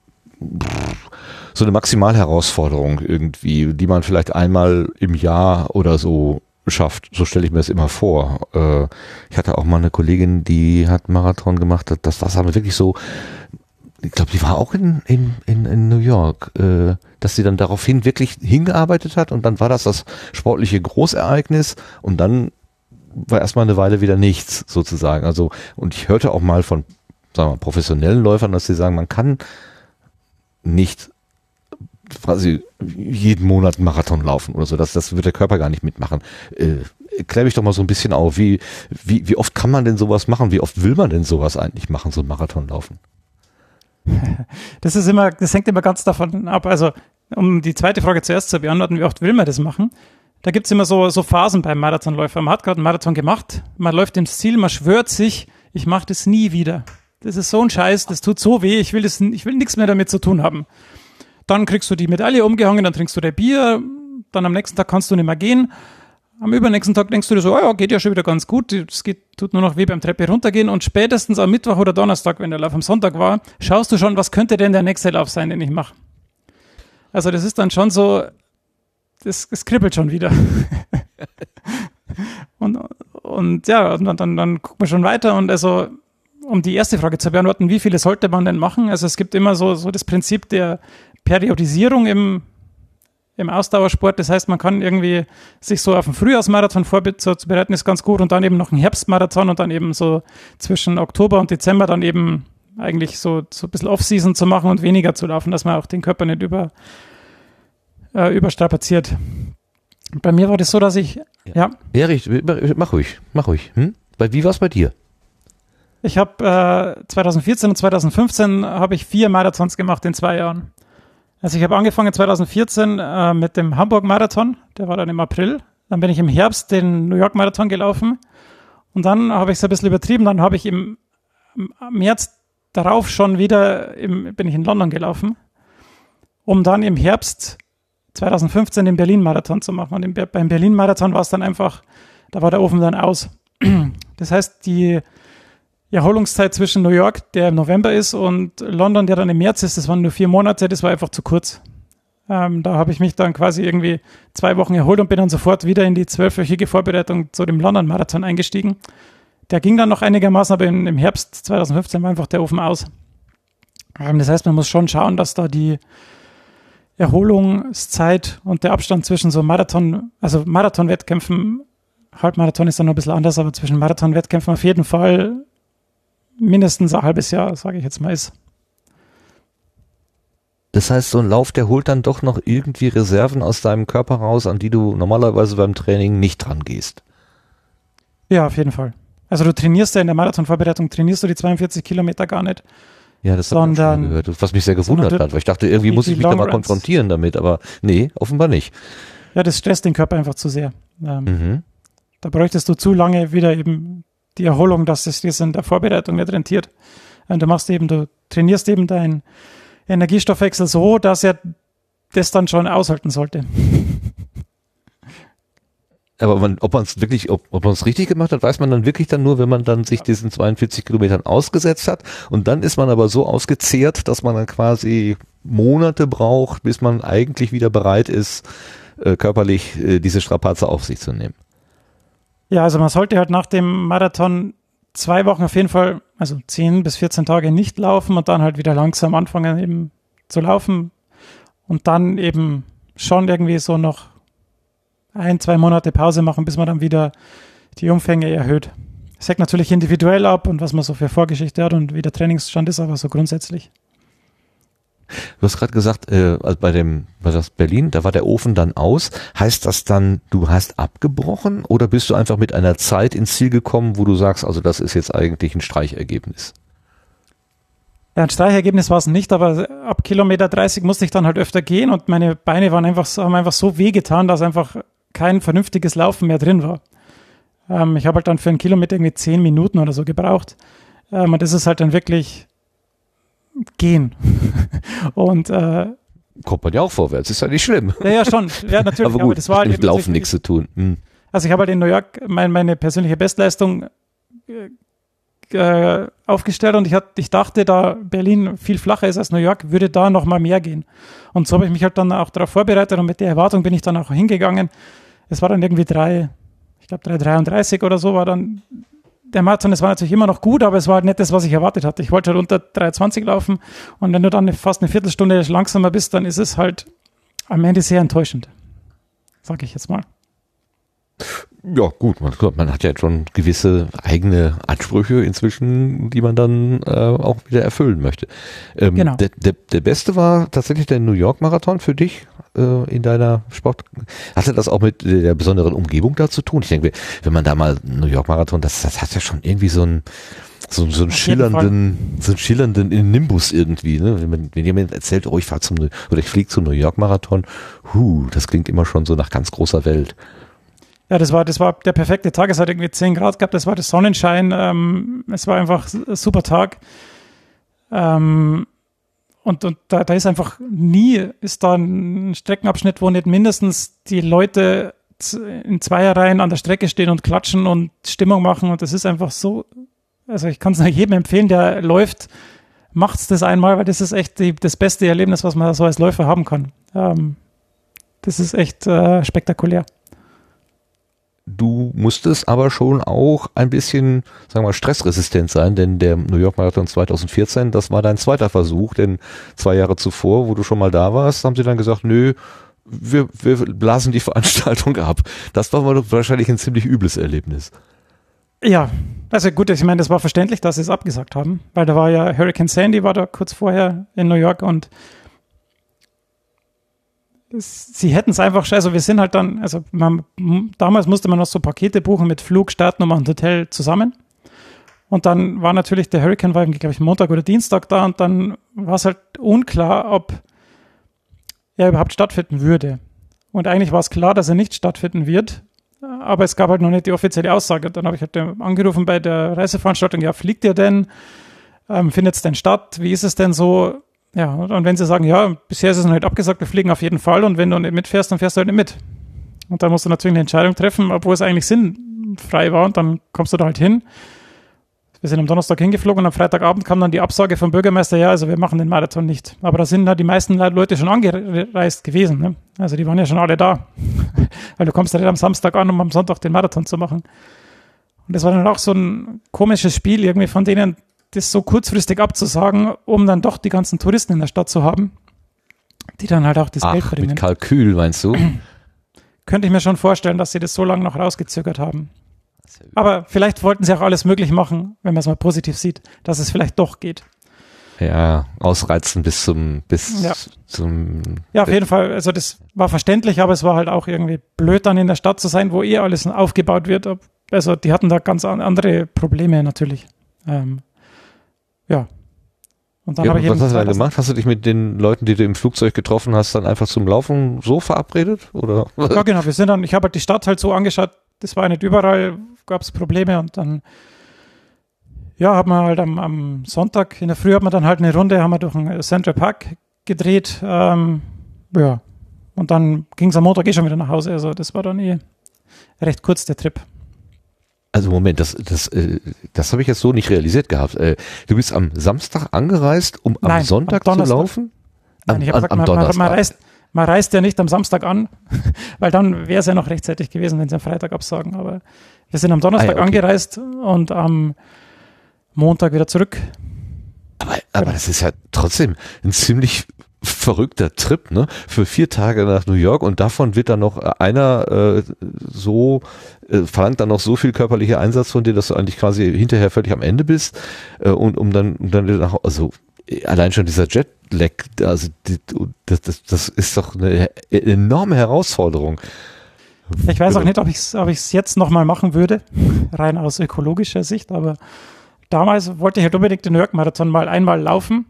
Maximalherausforderung irgendwie, die man vielleicht einmal im Jahr oder so schafft. So stelle ich mir das immer vor. Ich hatte auch mal eine Kollegin, die hat Marathon gemacht, das war aber wirklich so, ich glaube, die war auch in New York, dass sie dann daraufhin wirklich hingearbeitet hat und dann war das sportliche Großereignis und dann war erstmal eine Weile wieder nichts sozusagen. Also, und ich hörte auch mal von, sagen wir mal, professionellen Läufern, dass sie sagen, man kann nicht quasi jeden Monat einen Marathon laufen oder so. Das wird der Körper gar nicht mitmachen. Klär mich doch mal so ein bisschen auf, wie oft kann man denn sowas machen? Wie oft will man denn sowas eigentlich machen, so einen Marathon laufen? Das hängt immer ganz davon ab. Also, um die zweite Frage zuerst zu beantworten, wie oft will man das machen? Da gibt es immer so Phasen beim Marathonläufer. Man hat gerade einen Marathon gemacht, man läuft ins Ziel, man schwört sich, ich mache das nie wieder. Das ist so ein Scheiß, das tut so weh, ich will nichts mehr damit zu tun haben. Dann kriegst du die Medaille umgehangen, dann trinkst du dein Bier, dann am nächsten Tag kannst du nicht mehr gehen. Am übernächsten Tag denkst du dir so, ja, geht ja schon wieder ganz gut, tut nur noch weh beim Treppe runtergehen und spätestens am Mittwoch oder Donnerstag, wenn der Lauf am Sonntag war, schaust du schon, was könnte denn der nächste Lauf sein, den ich mache. Also das ist dann schon so, das kribbelt schon wieder. und dann guckt man schon weiter und also um die erste Frage zu beantworten, wie viele sollte man denn machen? Also es gibt immer so das Prinzip der Periodisierung im Ausdauersport. Das heißt, man kann irgendwie sich so auf einen Frühjahrsmarathon vorbereiten, ist ganz gut, und dann eben noch einen Herbstmarathon und dann eben so zwischen Oktober und Dezember dann eben eigentlich so ein bisschen Off-Season zu machen und weniger zu laufen, dass man auch den Körper nicht überstrapaziert. Bei mir war das so, dass ich, Ja, richtig, mach ruhig. Wie war es bei dir? Ich habe 2014 und 2015 habe ich 4 Marathons gemacht in 2 Jahren. Also ich habe angefangen 2014 mit dem Hamburg-Marathon, der war dann im April. Dann bin ich im Herbst den New York-Marathon gelaufen und dann habe ich es ein bisschen übertrieben. Dann habe ich im März darauf schon wieder bin ich in London gelaufen, um dann im Herbst 2015 den Berlin-Marathon zu machen. Und beim Berlin-Marathon war es dann einfach, da war der Ofen dann aus. Das heißt, die Erholungszeit zwischen New York, der im November ist, und London, der dann im März ist, das waren nur 4 Monate, das war einfach zu kurz. Da habe ich mich dann quasi irgendwie 2 Wochen erholt und bin dann sofort wieder in die 12-wöchige Vorbereitung zu dem London-Marathon eingestiegen. Der ging dann noch einigermaßen, aber im Herbst 2015 war einfach der Ofen aus. Das heißt, man muss schon schauen, dass da die Erholungszeit und der Abstand zwischen so Marathon-Wettkämpfen, Halbmarathon ist dann noch ein bisschen anders, aber zwischen Marathon-Wettkämpfen auf jeden Fall mindestens ein halbes Jahr, sage ich jetzt mal, ist. Das heißt, so ein Lauf, der holt dann doch noch irgendwie Reserven aus deinem Körper raus, an die du normalerweise beim Training nicht dran gehst. Ja, auf jeden Fall. Also du trainierst ja in der Marathonvorbereitung, trainierst du die 42 Kilometer gar nicht. Ja, das habe ich schon gehört, was mich sehr gewundert hat, weil ich dachte, irgendwie muss ich mich da mal konfrontieren damit, aber nee, offenbar nicht. Ja, das stresst den Körper einfach zu sehr. Da bräuchtest du zu lange wieder eben die Erholung, dass es dir in der Vorbereitung nicht rentiert. Du trainierst eben deinen Energiestoffwechsel so, dass er das dann schon aushalten sollte. Aber ob man es richtig gemacht hat, weiß man dann wirklich dann nur, wenn man dann sich diesen 42 Kilometern ausgesetzt hat. Und dann ist man aber so ausgezehrt, dass man dann quasi Monate braucht, bis man eigentlich wieder bereit ist, körperlich diese Strapaze auf sich zu nehmen. Ja, also man sollte halt nach dem Marathon 2 Wochen auf jeden Fall, also 10 bis 14 Tage nicht laufen und dann halt wieder langsam anfangen eben zu laufen und dann eben schon irgendwie so noch 1-2 Monate Pause machen, bis man dann wieder die Umfänge erhöht. Das hängt natürlich individuell ab und was man so für Vorgeschichte hat und wie der Trainingsstand ist, aber so grundsätzlich. Du hast gerade gesagt, also bei das Berlin, da war der Ofen dann aus. Heißt das dann, du hast abgebrochen oder bist du einfach mit einer Zeit ins Ziel gekommen, wo du sagst, also das ist jetzt eigentlich ein Streichergebnis? Ja, ein Streichergebnis war es nicht, aber ab Kilometer 30 musste ich dann halt öfter gehen und meine Beine haben einfach so wehgetan, dass einfach kein vernünftiges Laufen mehr drin war. Ich habe halt dann für einen Kilometer irgendwie 10 Minuten oder so gebraucht. Und das ist halt dann wirklich gehen. Und kommt man ja auch vorwärts, ist ja nicht schlimm. Ja, schon. Ja, natürlich. Aber gut, aber das war halt mit Laufen nichts zu tun. Also ich habe halt in New York meine persönliche Bestleistung aufgestellt und ich dachte, da Berlin viel flacher ist als New York, würde da noch mal mehr gehen. Und so habe ich mich halt dann auch darauf vorbereitet und mit der Erwartung bin ich dann auch hingegangen. Es war dann irgendwie 3:33 oder so war dann der Marathon. Es war natürlich immer noch gut, aber es war halt nicht das, was ich erwartet hatte. Ich wollte halt unter 3:20 laufen und wenn du dann fast eine Viertelstunde langsamer bist, dann ist es halt am Ende sehr enttäuschend. Sag ich jetzt mal. Ja gut, man hat ja schon gewisse eigene Ansprüche inzwischen, die man dann auch wieder erfüllen möchte. Genau. Der beste war tatsächlich der New York Marathon für dich in deiner Sport. Hatte das auch mit der besonderen Umgebung da zu tun? Ich denke, wenn man da mal New York Marathon, das hat ja schon irgendwie so einen schillernden Nimbus irgendwie, ne? Wenn jemand erzählt, ich fliege zum New York Marathon, das klingt immer schon so nach ganz großer Welt. Ja, das war der perfekte Tag. Es hat irgendwie 10 Grad gehabt, das war der Sonnenschein. Es war einfach ein super Tag. Und da ist einfach ist da ein Streckenabschnitt, wo nicht mindestens die Leute in Zweierreihen an der Strecke stehen und klatschen und Stimmung machen. Und das ist einfach so, also ich kann es nur jedem empfehlen, der läuft, macht's das einmal, weil das ist echt das beste Erlebnis, was man so als Läufer haben kann. Das ist echt spektakulär. du musstest aber schon auch ein bisschen, sagen wir mal, stressresistent sein, denn der New York Marathon 2014, das war dein zweiter Versuch, denn 2 Jahre zuvor, wo du schon mal da warst, haben sie dann gesagt, nö, wir blasen die Veranstaltung ab. Das war wahrscheinlich ein ziemlich übles Erlebnis. Ja, also gut, ich meine, das war verständlich, dass sie es abgesagt haben, weil da war ja Hurricane Sandy, war da kurz vorher in New York und sie hätten es einfach, also wir sind halt dann, also damals musste man noch so Pakete buchen mit Flug, Startnummer und Hotel zusammen. Und dann war natürlich der Hurricane, war glaube ich Montag oder Dienstag da und dann war es halt unklar, ob er überhaupt stattfinden würde. Und eigentlich war es klar, dass er nicht stattfinden wird, aber es gab halt noch nicht die offizielle Aussage. Dann habe ich halt angerufen bei der Reiseveranstaltung, ja, fliegt ihr denn? Findet es denn statt? Wie ist es denn so? Ja, und wenn sie sagen, ja, bisher ist es noch nicht abgesagt, wir fliegen auf jeden Fall und wenn du nicht mitfährst, dann fährst du halt nicht mit. Und dann musst du natürlich eine Entscheidung treffen, obwohl es eigentlich sinnfrei war und dann kommst du da halt hin. Wir sind am Donnerstag hingeflogen und am Freitagabend kam dann die Absage vom Bürgermeister, ja, also wir machen den Marathon nicht. Aber da sind halt die meisten Leute schon angereist gewesen. Ne? Also die waren ja schon alle da. Weil du kommst halt am Samstag an, um am Sonntag den Marathon zu machen. Und das war dann auch so ein komisches Spiel irgendwie von denen, das so kurzfristig abzusagen, um dann doch die ganzen Touristen in der Stadt zu haben, die dann halt auch das Geld bringen. Mit Kalkül, meinst du? Könnte ich mir schon vorstellen, dass sie das so lange noch rausgezögert haben. Aber vielleicht wollten sie auch alles möglich machen, wenn man es mal positiv sieht, dass es vielleicht doch geht. Ja, ausreizen bis zum Ja, auf jeden Fall. Also das war verständlich, aber es war halt auch irgendwie blöd, dann in der Stadt zu sein, wo alles aufgebaut wird. Also die hatten da ganz andere Probleme natürlich. Ja. Und dann habe ich was hast du dann gemacht? Hast du dich mit den Leuten, die du im Flugzeug getroffen hast, dann einfach zum Laufen so verabredet? Oder? Ja, genau. Ich habe halt die Stadt halt so angeschaut, das war nicht überall, gab es Probleme und dann haben wir halt am Sonntag in der Früh haben wir dann halt eine Runde, haben wir durch den Central Park gedreht, und dann ging es am Montag schon wieder nach Hause, also das war dann recht kurz der Trip. Also Moment, das habe ich jetzt so nicht realisiert gehabt. Du bist am Samstag angereist, um am Sonntag zu laufen? Nein, ich habe gesagt, man reist ja nicht am Samstag an, weil dann wäre es ja noch rechtzeitig gewesen, wenn sie am Freitag absagen. Aber wir sind am Donnerstag angereist und am Montag wieder zurück. Aber das ist ja trotzdem ein ziemlich verrückter Trip, ne? Für 4 Tage nach New York und davon wird dann noch einer verlangt dann noch so viel körperlicher Einsatz von dir, dass du eigentlich quasi hinterher völlig am Ende bist und um dann wieder nach, also allein schon dieser Jetlag, also das ist doch eine enorme Herausforderung. Ich weiß auch nicht, ob ich es jetzt nochmal machen würde, rein aus ökologischer Sicht, aber damals wollte ich halt unbedingt den New York Marathon einmal laufen.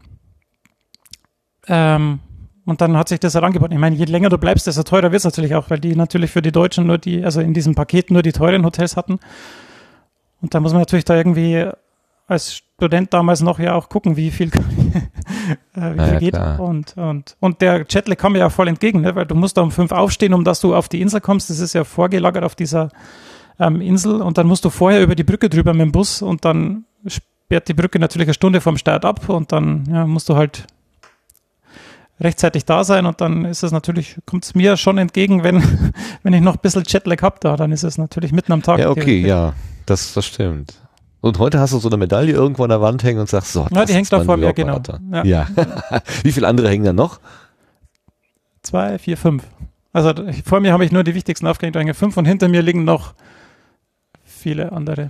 Und dann hat sich das halt angeboten. Ich meine, je länger du bleibst, desto teurer wird es natürlich auch, weil die natürlich für die Deutschen also in diesem Paket nur die teuren Hotels hatten. Und da muss man natürlich da irgendwie als Student damals noch ja auch gucken, wie viel geht. Und der Jetlag kam mir ja voll entgegen, ne? Weil du musst da um 5 aufstehen, um dass du auf die Insel kommst. Das ist ja vorgelagert auf dieser Insel. Und dann musst du vorher über die Brücke drüber mit dem Bus und dann sperrt die Brücke natürlich eine Stunde vom Start ab und dann musst du halt rechtzeitig da sein und dann ist es natürlich, kommt es mir schon entgegen, wenn ich noch ein bisschen Jetlag habe dann ist es natürlich mitten am Tag. Ja, okay, ja, das stimmt. Und heute hast du so eine Medaille irgendwo an der Wand hängen und sagst, so, ja, die hängt da vor mir, genau. Ja. Wie viele andere hängen da noch? 2, 4, 5. Also vor mir habe ich nur die wichtigsten aufgehängt, 5 und hinter mir liegen noch viele andere.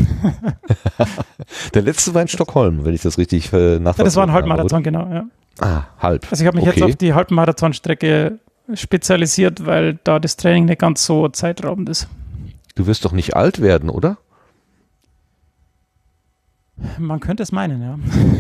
Der letzte war in Stockholm, wenn ich das richtig nachvollziehen habe. Ja, das war ein Halbmarathon, genau, ja. Halb. Also ich habe mich jetzt auf die Halbmarathonstrecke spezialisiert, weil da das Training nicht ganz so zeitraubend ist. Du wirst doch nicht alt werden, oder? Man könnte es meinen, ja.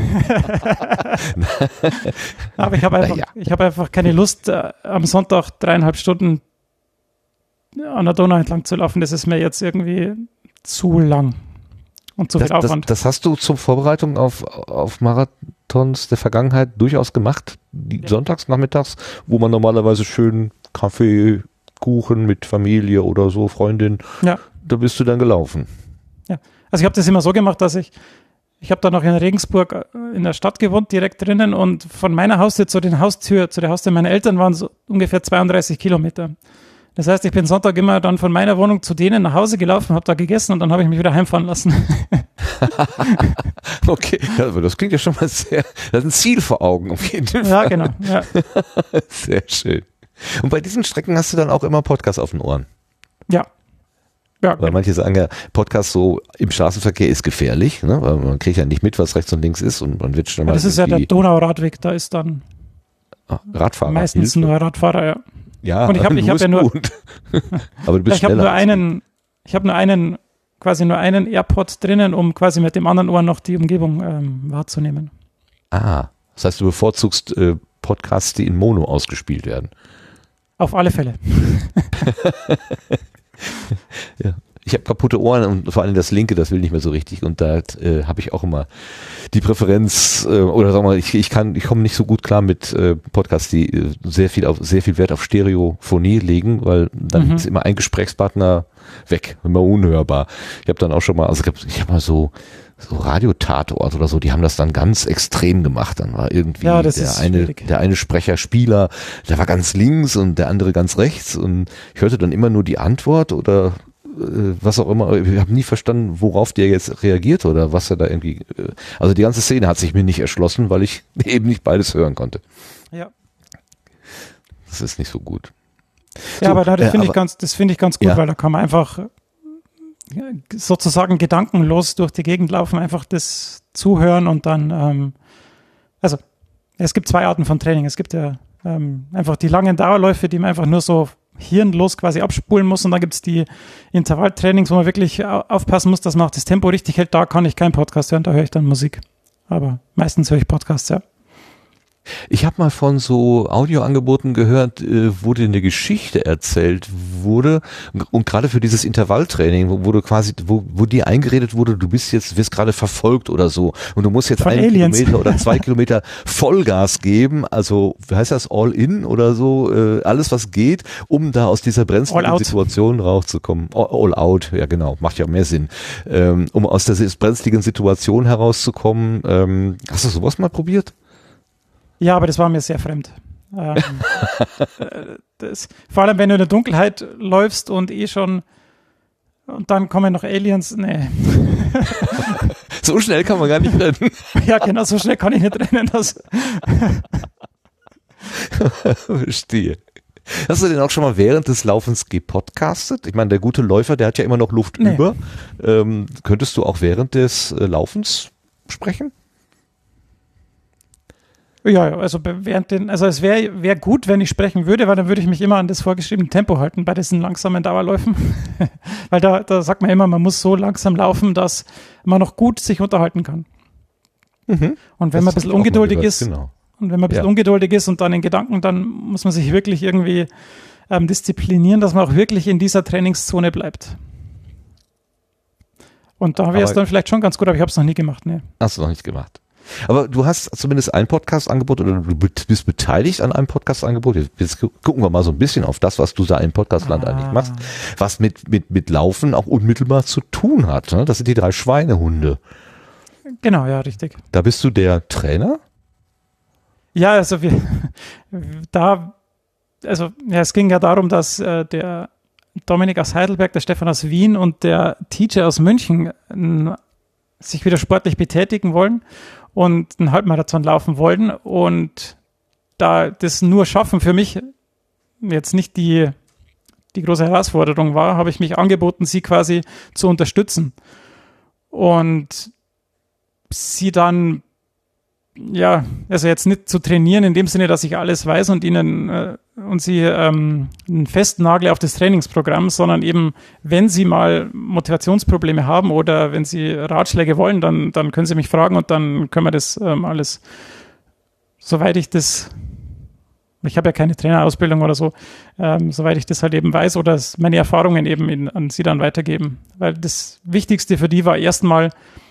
Aber ich habe einfach keine Lust, am Sonntag 3,5 Stunden an der Donau entlang zu laufen. Das ist mir jetzt irgendwie zu lang und zu viel Aufwand. Das hast du zur Vorbereitung auf Marathons der Vergangenheit durchaus gemacht, sonntags, nachmittags, wo man normalerweise schön Kaffee, Kuchen mit Familie oder so, Freundin, da bist du dann gelaufen. Ja, also ich habe das immer so gemacht, dass ich habe dann noch in Regensburg in der Stadt gewohnt, direkt drinnen und von meiner Haustür zu der Haustür meiner Eltern waren so ungefähr 32 Kilometer. Das heißt, ich bin Sonntag immer dann von meiner Wohnung zu denen nach Hause gelaufen, habe da gegessen und dann habe ich mich wieder heimfahren lassen. Okay, also das klingt ja schon mal sehr, das ist ein Ziel vor Augen auf jeden Fall. Ja, genau. Ja. Sehr schön. Und bei diesen Strecken hast du dann auch immer Podcasts auf den Ohren? Ja. Weil manche sagen ja, Podcast so im Straßenverkehr ist gefährlich, ne? Weil man kriegt ja nicht mit, was rechts und links ist und man wird schon mal. Das ist ja der Donauradweg, da ist dann Radfahrer. meistens Hilfe. nur Radfahrer, ja. Ja, und ich hab ja nur, aber du bist ich habe schneller. quasi nur einen AirPod drinnen, um quasi mit dem anderen Ohr noch die Umgebung wahrzunehmen. Das heißt, du bevorzugst Podcasts, die in Mono ausgespielt werden. Auf alle Fälle. Ja. Ich habe kaputte Ohren und vor allem das linke, das will nicht mehr so richtig und da habe ich auch immer die Präferenz oder sagen wir mal, ich komme nicht so gut klar mit Podcasts, die sehr viel Wert auf Stereophonie legen, weil dann ist immer ein Gesprächspartner weg, immer unhörbar. Ich habe dann auch schon mal, also ich habe mal so Radiotatort oder so, die haben das dann ganz extrem gemacht. Dann war irgendwie der eine Sprecher-Spieler, der war ganz links und der andere ganz rechts und ich hörte dann immer nur die Antwort oder was auch immer. Ich habe nie verstanden, worauf der jetzt reagiert oder was er da irgendwie. Also die ganze Szene hat sich mir nicht erschlossen, weil ich eben nicht beides hören konnte. Ja. Das ist nicht so gut. Ja, aber das finde ich ganz gut, ja. weil da kann man einfach sozusagen gedankenlos durch die Gegend laufen, einfach das zuhören und dann, also es gibt zwei Arten von Training. Es gibt ja einfach die langen Dauerläufe, die man einfach nur so hirnlos quasi abspulen muss und dann gibt es die Intervalltrainings, wo man wirklich aufpassen muss, dass man auch das Tempo richtig hält. Da kann ich keinen Podcast hören, da höre ich dann Musik. Aber meistens höre ich Podcasts, ja. Ich habe mal von so Audioangeboten gehört, wo dir eine Geschichte erzählt wurde und gerade für dieses Intervalltraining, wo du quasi, wo dir eingeredet wurde, du wirst gerade verfolgt oder so und du musst jetzt von 1 Aliens. Kilometer oder 2 Kilometer Vollgas geben, also wie heißt das, all in oder so, alles was geht, um da aus dieser brenzligen Situation rauszukommen. All out, ja genau, macht ja mehr Sinn. Um aus der brenzligen Situation herauszukommen, hast du sowas mal probiert? Ja, aber das war mir sehr fremd. Vor allem, wenn du in der Dunkelheit läufst und schon und dann kommen noch Aliens. Nee. So schnell kann man gar nicht rennen. Ja, genau, so schnell kann ich nicht rennen. Verstehe. Hast du denn auch schon mal während des Laufens gepodcastet? Ich meine, der gute Läufer, der hat ja immer noch Luft über. Könntest du auch während des Laufens sprechen? Ja, also es wäre gut, wenn ich sprechen würde, weil dann würde ich mich immer an das vorgeschriebene Tempo halten bei diesen langsamen Dauerläufen. Weil da sagt man immer, man muss so langsam laufen, dass man noch gut sich unterhalten kann. Mhm. Und wenn man ein bisschen ungeduldig ist, ungeduldig ist und dann in Gedanken, dann muss man sich wirklich irgendwie disziplinieren, dass man auch wirklich in dieser Trainingszone bleibt. Und da wäre es dann vielleicht schon ganz gut, aber ich habe es noch nie gemacht. Nee. Hast du noch nicht gemacht. Aber du hast zumindest ein Podcast-Angebot oder du bist beteiligt an einem Podcast-Angebot. Jetzt gucken wir mal so ein bisschen auf das, was du da im Podcastland eigentlich machst, was mit Laufen auch unmittelbar zu tun hat. Ne? Das sind die 3 Schweinehunde. Genau, ja, richtig. Da bist du der Trainer? Ja, also es ging ja darum, dass der Dominik aus Heidelberg, der Stefan aus Wien und der TJ aus München sich wieder sportlich betätigen wollen und einen Halbmarathon laufen wollen und da das nur schaffen für mich jetzt nicht die große Herausforderung war, habe ich mich angeboten, sie quasi zu unterstützen und sie dann also jetzt nicht zu trainieren in dem Sinne, dass ich alles weiß und ihnen und sie einen festen Nagel auf das Trainingsprogramm, sondern eben, wenn sie mal Motivationsprobleme haben oder wenn sie Ratschläge wollen, dann können sie mich fragen und dann können wir das alles, soweit ich habe ja keine Trainerausbildung oder so, soweit ich das halt eben weiß oder meine Erfahrungen eben an sie dann weitergeben. Weil das Wichtigste für die war erstmal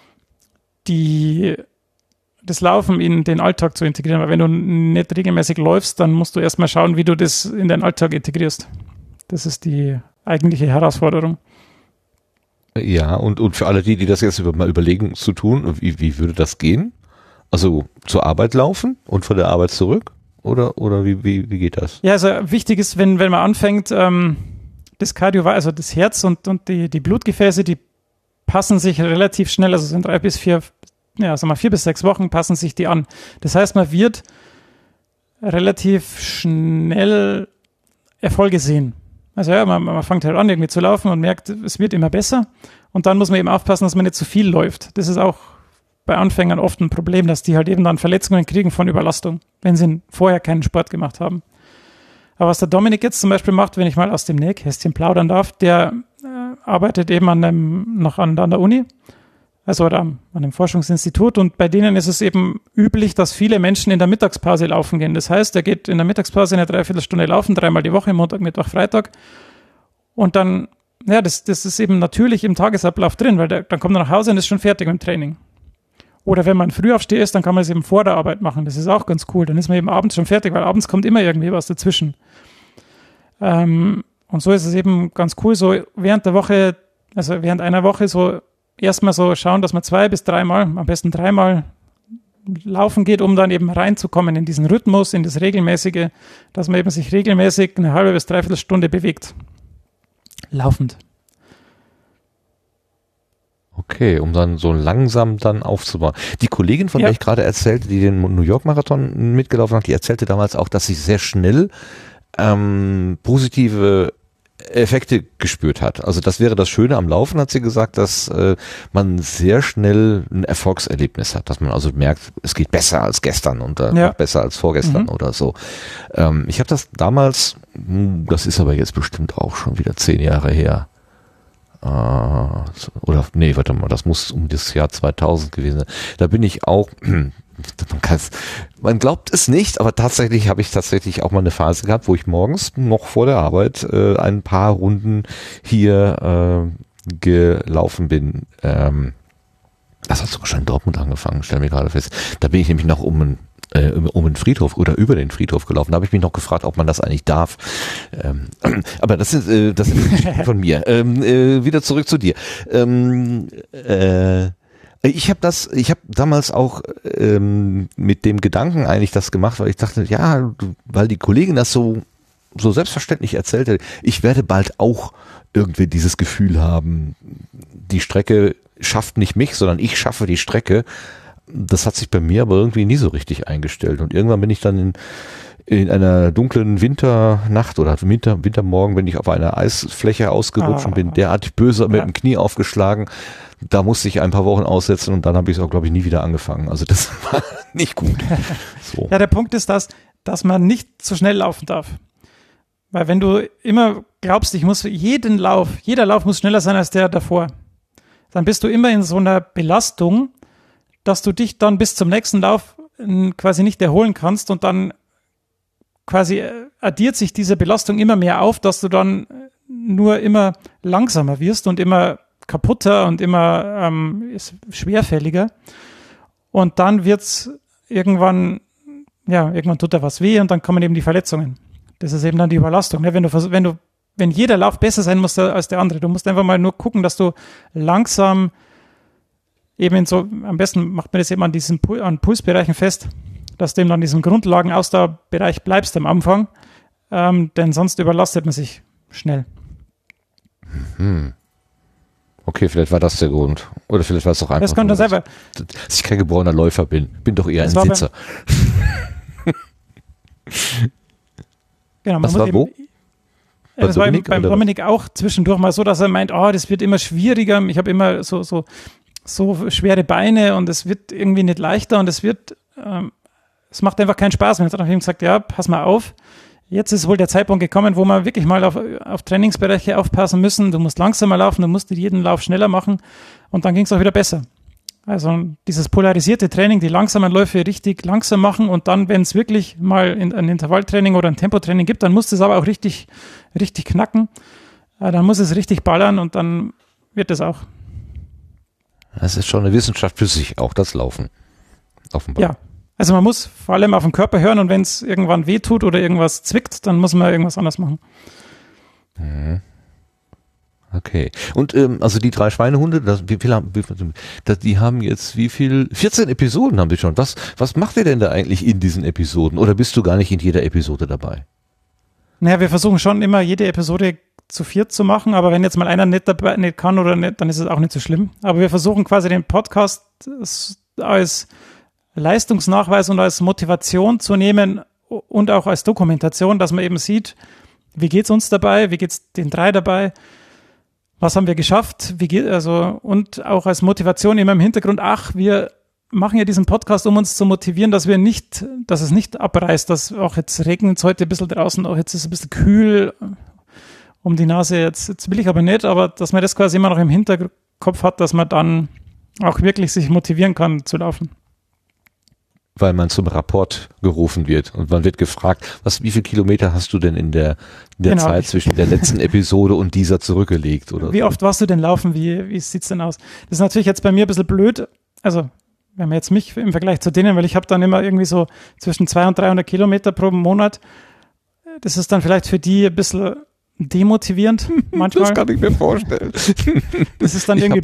das Laufen in den Alltag zu integrieren, weil wenn du nicht regelmäßig läufst, dann musst du erstmal schauen, wie du das in deinen Alltag integrierst. Das ist die eigentliche Herausforderung. Ja, und für alle die das jetzt mal überlegen zu tun, wie würde das gehen? Also zur Arbeit laufen und von der Arbeit zurück? Oder wie geht das? Ja, also wichtig ist, wenn man anfängt, das also das Herz und die Blutgefäße, die passen sich relativ schnell, also so in 4 bis 6 Wochen passen sich die an. Das heißt, man wird relativ schnell Erfolge sehen. Also ja, man fängt halt an, irgendwie zu laufen und merkt, es wird immer besser. Und dann muss man eben aufpassen, dass man nicht zu viel läuft. Das ist auch bei Anfängern oft ein Problem, dass die halt eben dann Verletzungen kriegen von Überlastung, wenn sie vorher keinen Sport gemacht haben. Aber was der Dominik jetzt zum Beispiel macht, wenn ich mal aus dem Nähkästchen plaudern darf, der arbeitet eben an der Uni, also oder an einem Forschungsinstitut, und bei denen ist es eben üblich, dass viele Menschen in der Mittagspause laufen gehen. Das heißt, er geht in der Mittagspause eine Dreiviertelstunde laufen, 3-mal die Woche, Montag, Mittwoch, Freitag, und dann, ja, das ist eben natürlich im Tagesablauf drin, weil dann kommt er nach Hause und ist schon fertig mit dem Training. Oder wenn man früh aufsteht ist, dann kann man es eben vor der Arbeit machen. Das ist auch ganz cool. Dann ist man eben abends schon fertig, weil abends kommt immer irgendwie was dazwischen. Und so ist es eben ganz cool, so während einer Woche so erstmal so schauen, dass man 2 bis 3-mal, am besten 3-mal laufen geht, um dann eben reinzukommen in diesen Rhythmus, in das Regelmäßige, dass man eben sich regelmäßig eine halbe bis dreiviertel Stunde bewegt. Laufend. Okay, um dann so langsam dann aufzubauen. Die Kollegin, von der ich gerade erzählte, die den New York Marathon mitgelaufen hat, die erzählte damals auch, dass sie sehr schnell positive Effekte gespürt hat. Also das wäre das Schöne am Laufen, hat sie gesagt, dass man sehr schnell ein Erfolgserlebnis hat, dass man also merkt, es geht besser als gestern und noch besser als vorgestern oder so. Ich habe das damals, das ist aber jetzt bestimmt auch schon wieder 10 Jahre her, oder nee, warte mal, das muss um das Jahr 2000 gewesen sein. Da bin ich auch, man glaubt es nicht, aber tatsächlich habe ich auch mal eine Phase gehabt, wo ich morgens noch vor der Arbeit ein paar Runden hier gelaufen bin. Das hat sogar schon in Dortmund angefangen, stell mir gerade fest. Da bin ich nämlich noch um den Friedhof oder über den Friedhof gelaufen. Da habe ich mich noch gefragt, ob man das eigentlich darf. Aber das sind von mir. Wieder zurück zu dir. Ich habe damals auch mit dem Gedanken eigentlich das gemacht, weil ich dachte, ja, weil die Kollegin das so selbstverständlich erzählte, ich werde bald auch irgendwie dieses Gefühl haben, die Strecke schafft nicht mich, sondern ich schaffe die Strecke. Das hat sich bei mir aber irgendwie nie so richtig eingestellt. Und irgendwann bin ich dann in einer dunklen Winternacht oder Wintermorgen, bin ich auf einer Eisfläche ausgerutscht und bin derartig böse mit dem Knie aufgeschlagen. Da musste ich ein paar Wochen aussetzen und dann habe ich es auch, glaube ich, nie wieder angefangen. Also das war nicht gut. So. Ja, der Punkt ist dass man nicht zu schnell laufen darf. Weil wenn du immer glaubst, jeder Lauf muss schneller sein als der davor, dann bist du immer in so einer Belastung, dass du dich dann bis zum nächsten Lauf quasi nicht erholen kannst und dann quasi addiert sich diese Belastung immer mehr auf, dass du dann nur immer langsamer wirst und immer kaputter und immer schwerfälliger. Und dann wird's irgendwann tut da was weh und dann kommen eben die Verletzungen. Das ist eben dann die Überlastung. Ne? Wenn jeder Lauf besser sein muss als der andere, du musst einfach mal nur gucken, dass du langsam eben am besten macht man das eben an Pulsbereichen fest, dass du eben an diesem Grundlagen-Ausdauerbereich bleibst am Anfang, denn sonst überlastet man sich schnell. Okay, vielleicht war das der Grund. Oder vielleicht war es auch einfach, das kann nur, dass ich kein geborener Läufer bin. Bin doch eher ein Sitzer. Genau, man was muss war eben, wo? Das war beim Dominik auch zwischendurch mal so, dass er meint, das wird immer schwieriger, ich habe immer so schwere Beine und es wird irgendwie nicht leichter und es macht einfach keinen Spaß. Und jetzt hat er ihm gesagt, ja, pass mal auf, jetzt ist wohl der Zeitpunkt gekommen, wo wir wirklich mal auf Trainingsbereiche aufpassen müssen. Du musst langsamer laufen, du musst jeden Lauf schneller machen und dann ging es auch wieder besser. Also dieses polarisierte Training, die langsamen Läufe richtig langsam machen und dann, wenn es wirklich mal ein Intervalltraining oder ein Tempotraining gibt, dann muss es aber auch richtig, richtig knacken. Dann muss es richtig ballern und dann wird es auch. Das ist schon eine Wissenschaft für sich, auch das Laufen. Offenbar. Ja, also man muss vor allem auf den Körper hören und wenn es irgendwann wehtut oder irgendwas zwickt, dann muss man irgendwas anders machen. Okay. Und also die 3 Schweinehunde, die haben jetzt 14 Episoden haben sie schon. Was macht ihr denn da eigentlich in diesen Episoden? Oder bist du gar nicht in jeder Episode dabei? Naja, wir versuchen schon immer jede Episode zu viert zu machen, aber wenn jetzt mal einer nicht dabei nicht kann oder nicht, dann ist es auch nicht so schlimm. Aber wir versuchen quasi den Podcast als Leistungsnachweis und als Motivation zu nehmen und auch als Dokumentation, dass man eben sieht, wie geht's uns dabei, wie geht's den 3 dabei, was haben wir geschafft, und auch als Motivation immer im Hintergrund, wir machen ja diesen Podcast, um uns zu motivieren, dass es nicht abreißt, dass auch jetzt regnet es heute ein bisschen draußen, auch jetzt ist es ein bisschen kühl um die Nase, jetzt will ich aber nicht, aber dass man das quasi immer noch im Hinterkopf hat, dass man dann auch wirklich sich motivieren kann zu laufen. Weil man zum Rapport gerufen wird und man wird gefragt, wie viele Kilometer hast du denn in der Zeit zwischen der letzten Episode und dieser zurückgelegt? Oder wie oft warst du denn laufen? Wie sieht's denn aus? Das ist natürlich jetzt bei mir ein bisschen blöd, also wenn man jetzt mich im Vergleich zu denen, weil ich habe dann immer irgendwie so zwischen 200 und 300 Kilometer pro Monat, das ist dann vielleicht für die ein bisschen demotivierend manchmal. Das kann ich mir vorstellen. Das ist dann irgendwie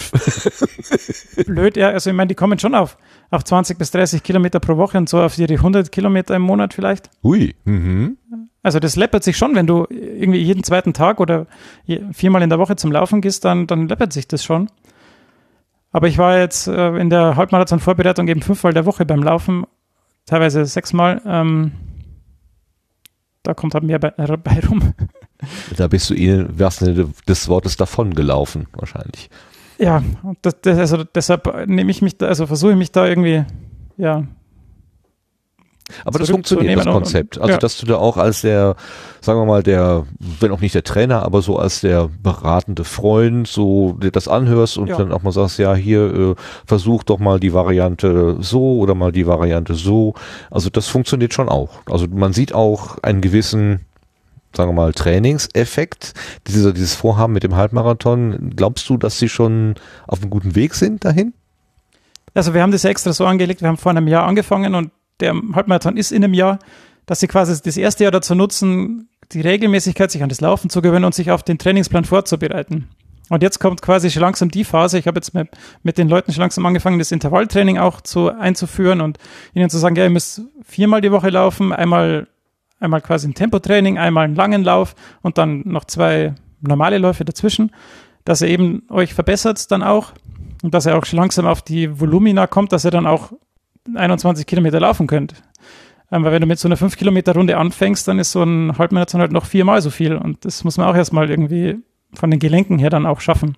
5. blöd, ja, also ich meine, die kommen schon auf 20 bis 30 Kilometer pro Woche und so auf ihre 100 Kilometer im Monat vielleicht. Ui. Mhm. Also das läppert sich schon, wenn du irgendwie jeden zweiten Tag oder 4-mal in der Woche zum Laufen gehst, dann läppert sich das schon. Aber ich war jetzt in der Halbmarathon-Vorbereitung eben 5-mal der Woche beim Laufen, teilweise 6-mal. Da kommt halt mehr bei rum. Da bist du ihnen, im wahrsten Sinne des Wortes, davon gelaufen, wahrscheinlich. Ja, also deshalb versuche ich mich da irgendwie, ja. Aber das funktioniert, das Konzept. Also, dass du da auch als der, sagen wir mal, wenn auch nicht der Trainer, aber so als der beratende Freund, so dir das anhörst und dann auch mal sagst, ja, hier, versuch doch mal die Variante so oder mal die Variante so. Also, das funktioniert schon auch. Also, man sieht auch einen gewissen, sagen wir mal, Trainingseffekt, dieses Vorhaben mit dem Halbmarathon. Glaubst du, dass sie schon auf einem guten Weg sind dahin? Also, wir haben das ja extra so angelegt, wir haben vor einem Jahr angefangen und der Halbmarathon ist in einem Jahr, dass sie quasi das erste Jahr dazu nutzen, die Regelmäßigkeit, sich an das Laufen zu gewöhnen und sich auf den Trainingsplan vorzubereiten. Und jetzt kommt quasi schon langsam die Phase, ich habe jetzt mit den Leuten schon langsam angefangen, das Intervalltraining auch einzuführen und ihnen zu sagen, ja, ihr müsst 4-mal die Woche laufen, einmal quasi ein Tempotraining, einmal einen langen Lauf und dann noch 2 normale Läufe dazwischen, dass ihr eben euch verbessert dann auch und dass ihr auch schon langsam auf die Volumina kommt, dass ihr dann auch 21 Kilometer laufen könnt. Weil wenn du mit so einer 5-Kilometer-Runde anfängst, dann ist so ein Halbmarathon halt noch 4-mal so viel. Und das muss man auch erstmal irgendwie von den Gelenken her dann auch schaffen.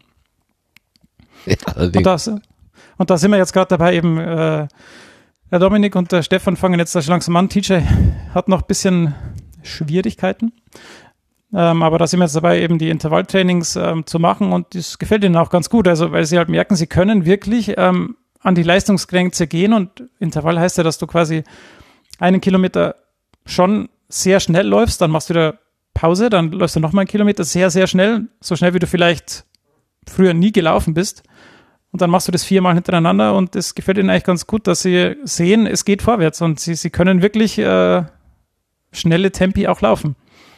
Ja, und da sind wir jetzt gerade dabei, eben der Dominik und der Stefan fangen jetzt da schon langsam an. TJ hat noch ein bisschen Schwierigkeiten. Aber da sind wir jetzt dabei, eben die Intervalltrainings zu machen und das gefällt ihnen auch ganz gut. Also weil sie halt merken, sie können wirklich an die Leistungsgrenze gehen und Intervall heißt ja, dass du quasi 1 Kilometer schon sehr schnell läufst, dann machst du wieder Pause, dann läufst du nochmal 1 Kilometer sehr, sehr schnell, so schnell wie du vielleicht früher nie gelaufen bist und dann machst du das 4-mal hintereinander und das gefällt ihnen eigentlich ganz gut, dass sie sehen, es geht vorwärts und sie können wirklich schnelle Tempi auch laufen.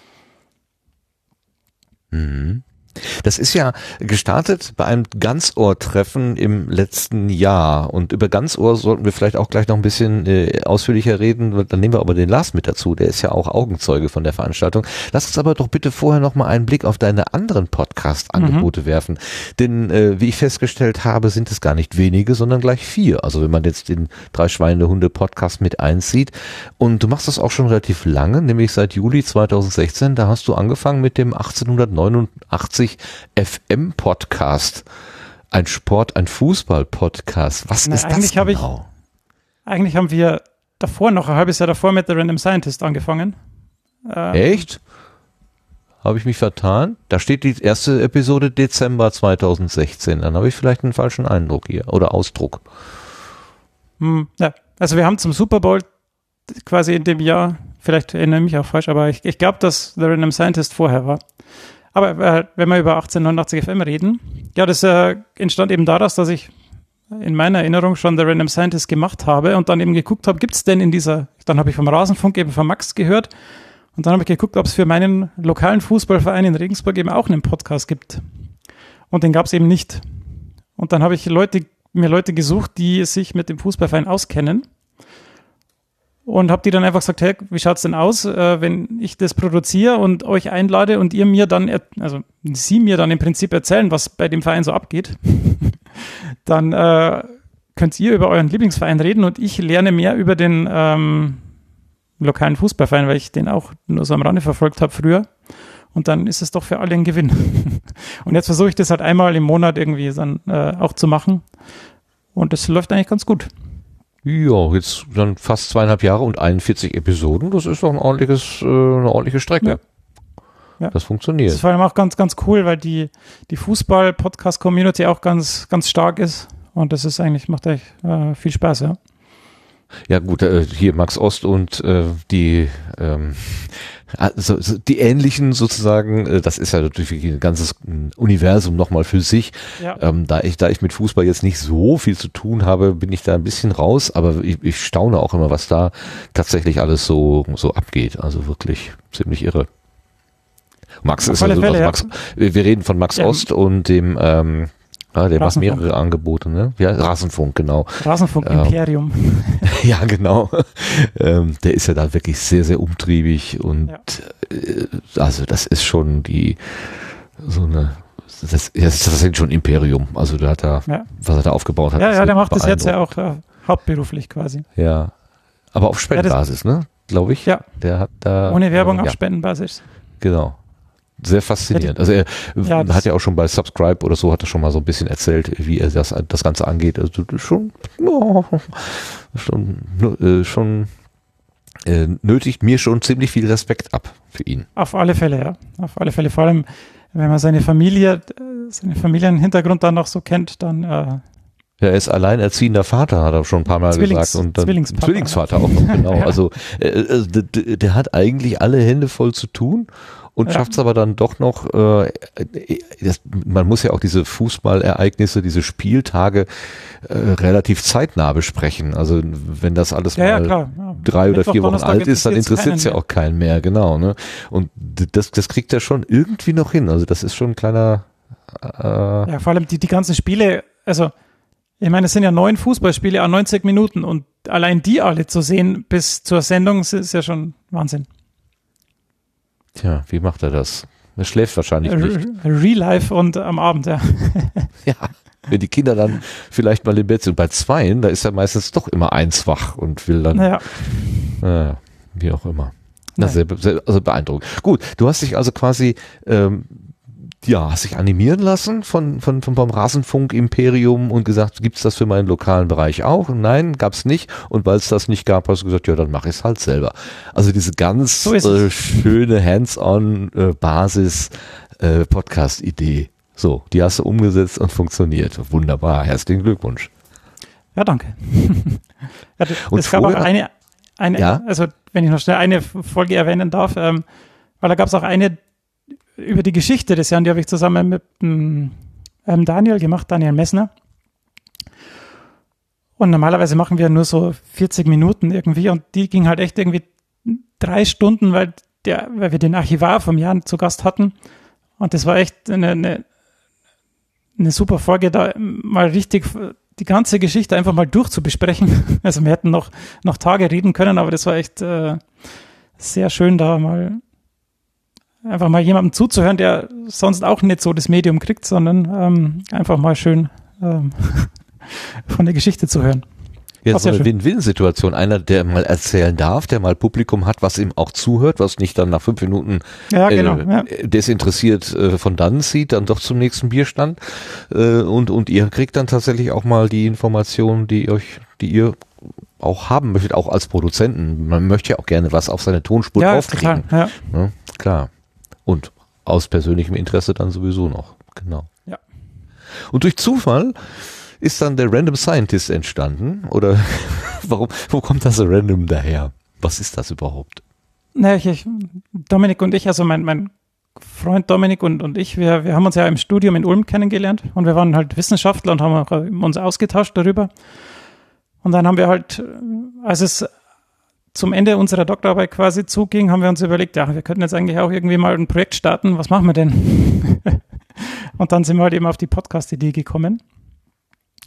Mhm. Das ist ja gestartet bei einem Ganzohr-Treffen im letzten Jahr und über Ganzohr sollten wir vielleicht auch gleich noch ein bisschen ausführlicher reden, dann nehmen wir aber den Lars mit dazu, der ist ja auch Augenzeuge von der Veranstaltung. Lass uns aber doch bitte vorher noch mal einen Blick auf deine anderen Podcast-Angebote werfen, denn wie ich festgestellt habe, sind es gar nicht wenige, sondern gleich 4, also wenn man jetzt den 3-Schweine-Hunde-Podcast mit einzieht und du machst das auch schon relativ lange, nämlich seit Juli 2016, da hast du angefangen mit dem 1889 FM-Podcast. Ein Fußball-Podcast. Was ist das genau? Eigentlich haben wir davor, noch ein halbes Jahr davor mit der Random Scientist angefangen. Echt? Habe ich mich vertan? Da steht die erste Episode Dezember 2016. Dann habe ich vielleicht einen falschen Eindruck hier oder Ausdruck. Ja, also wir haben zum Super Bowl quasi in dem Jahr, vielleicht erinnere ich mich auch falsch, aber ich glaube, dass The Random Scientist vorher war. Aber wenn wir über 1889 FM reden, ja, das entstand eben daraus, dass ich in meiner Erinnerung schon The Random Scientist gemacht habe und dann eben geguckt habe, gibt es denn dann habe ich vom Rasenfunk eben von Max gehört und dann habe ich geguckt, ob es für meinen lokalen Fußballverein in Regensburg eben auch einen Podcast gibt. Und den gab es eben nicht. Und dann habe ich mir Leute gesucht, die sich mit dem Fußballverein auskennen. Und habe die dann einfach gesagt, hey, wie schaut's denn aus, wenn ich das produziere und euch einlade und ihr mir dann, sie mir dann im Prinzip erzählen, was bei dem Verein so abgeht. Dann könnt ihr über euren Lieblingsverein reden und ich lerne mehr über den lokalen Fußballverein, weil ich den auch nur so am Rande verfolgt habe früher. Und dann ist es doch für alle ein Gewinn. Und jetzt versuche ich das halt einmal im Monat irgendwie dann auch zu machen. Und das läuft eigentlich ganz gut. Ja, jetzt dann fast 2,5 Jahre und 41 Episoden. Das ist doch eine ordentliche Strecke. Ja. Ja. Das funktioniert. Das ist vor allem auch ganz, ganz cool, weil die Fußball-Podcast-Community auch ganz, ganz stark ist. Und das ist eigentlich, macht echt viel Spaß, ja. Ja gut, hier Max Ost und die ähnlichen sozusagen, das ist ja natürlich ein ganzes Universum nochmal für sich. Ja. Da ich mit Fußball jetzt nicht so viel zu tun habe, bin ich da ein bisschen raus, aber ich staune auch immer, was da tatsächlich alles so abgeht. Also wirklich ziemlich irre. Max ist also Max, wir reden von Max Ost und dem der macht mehrere Angebote, ne? Ja, Rasenfunk, genau. Rasenfunk Imperium. Ja, genau. Der ist ja da wirklich sehr, sehr umtriebig und also das ist schon das ist tatsächlich schon Imperium. Also da hat was er da aufgebaut hat. Ja, der macht das jetzt ja auch hauptberuflich quasi. Ja, aber auf Spendenbasis, ne? Glaube ich. Ja. Der hat da ohne Werbung auf Spendenbasis. Genau. Sehr faszinierend. Also er hat ja auch schon bei Subscribe oder so, hat er schon mal so ein bisschen erzählt, wie er das Ganze angeht. Also schon nötigt mir schon ziemlich viel Respekt ab für ihn. Auf alle Fälle, ja. Auf alle Fälle. Vor allem, wenn man seinen Familienhintergrund dann noch so kennt, dann ja, er ist alleinerziehender Vater, hat er schon ein paar Mal gesagt. Und dann Zwillingsvater auch noch, genau. Ja. Also der hat eigentlich alle Hände voll zu tun. Und schafft es aber dann doch noch, man muss ja auch diese Fußballereignisse, diese Spieltage relativ zeitnah besprechen. Also wenn das alles mal 3 oder 4 Wochen alt ist, dann interessiert es ja auch keinen mehr, genau. Ne? Und das kriegt er schon irgendwie noch hin. Also das ist schon ein kleiner... ja, vor allem die ganzen Spiele, also ich meine, es sind ja 9 Fußballspiele an 90 Minuten und allein die alle zu sehen bis zur Sendung ist ja schon Wahnsinn. Tja, wie macht er das? Er schläft wahrscheinlich nicht. Real Life und am Abend, ja. Ja, wenn die Kinder dann vielleicht mal im Bett sind. Bei 2, da ist er meistens doch immer 1 wach und will dann, wie auch immer. Das ist also beeindruckend. Gut, du hast dich also quasi, hast dich animieren lassen vom Rasenfunk Imperium und gesagt, gibt's das für meinen lokalen Bereich auch? Und nein, gab's nicht. Und weil es das nicht gab, hast du gesagt, ja, dann mache ich es halt selber. Also diese ganz schöne Hands-on-Basis Podcast-Idee. So, die hast du umgesetzt und funktioniert. Wunderbar. Herzlichen Glückwunsch. Ja, danke. Es gab auch eine also wenn ich noch schnell eine Folge erwähnen darf, weil da gab es auch eine über die Geschichte des Jahren, die habe ich zusammen mit Daniel gemacht, Daniel Messner. Und normalerweise machen wir nur so 40 Minuten irgendwie und die ging halt echt irgendwie 3 Stunden, weil wir den Archivar vom Jan zu Gast hatten. Und das war echt eine super Folge, da mal richtig die ganze Geschichte einfach mal durchzubesprechen. Also wir hätten noch Tage reden können, aber das war echt sehr schön, da mal einfach mal jemandem zuzuhören, der sonst auch nicht so das Medium kriegt, sondern einfach mal schön von der Geschichte zu hören. Ja, so eine Win-Win-Situation. Einer, der mal erzählen darf, der mal Publikum hat, was ihm auch zuhört, was nicht dann nach 5 Minuten desinteressiert von dann zieht, dann doch zum nächsten Bierstand. Und ihr kriegt dann tatsächlich auch mal die Informationen, die ihr auch haben möchtet, auch als Produzenten. Man möchte ja auch gerne was auf seine Tonspur draufkriegen. Klar, ja, klar. Und aus persönlichem Interesse dann sowieso noch. Genau. Ja. Und durch Zufall ist dann der Random Scientist entstanden? Oder wo kommt das Random daher? Was ist das überhaupt? Dominik und ich, also mein Freund Dominik und ich, wir haben uns ja im Studium in Ulm kennengelernt und wir waren halt Wissenschaftler und haben uns ausgetauscht darüber. Und dann haben wir halt, als es zum Ende unserer Doktorarbeit quasi zuging, haben wir uns überlegt, ja, wir könnten jetzt eigentlich auch irgendwie mal ein Projekt starten. Was machen wir denn? Und dann sind wir halt eben auf die Podcast-Idee gekommen.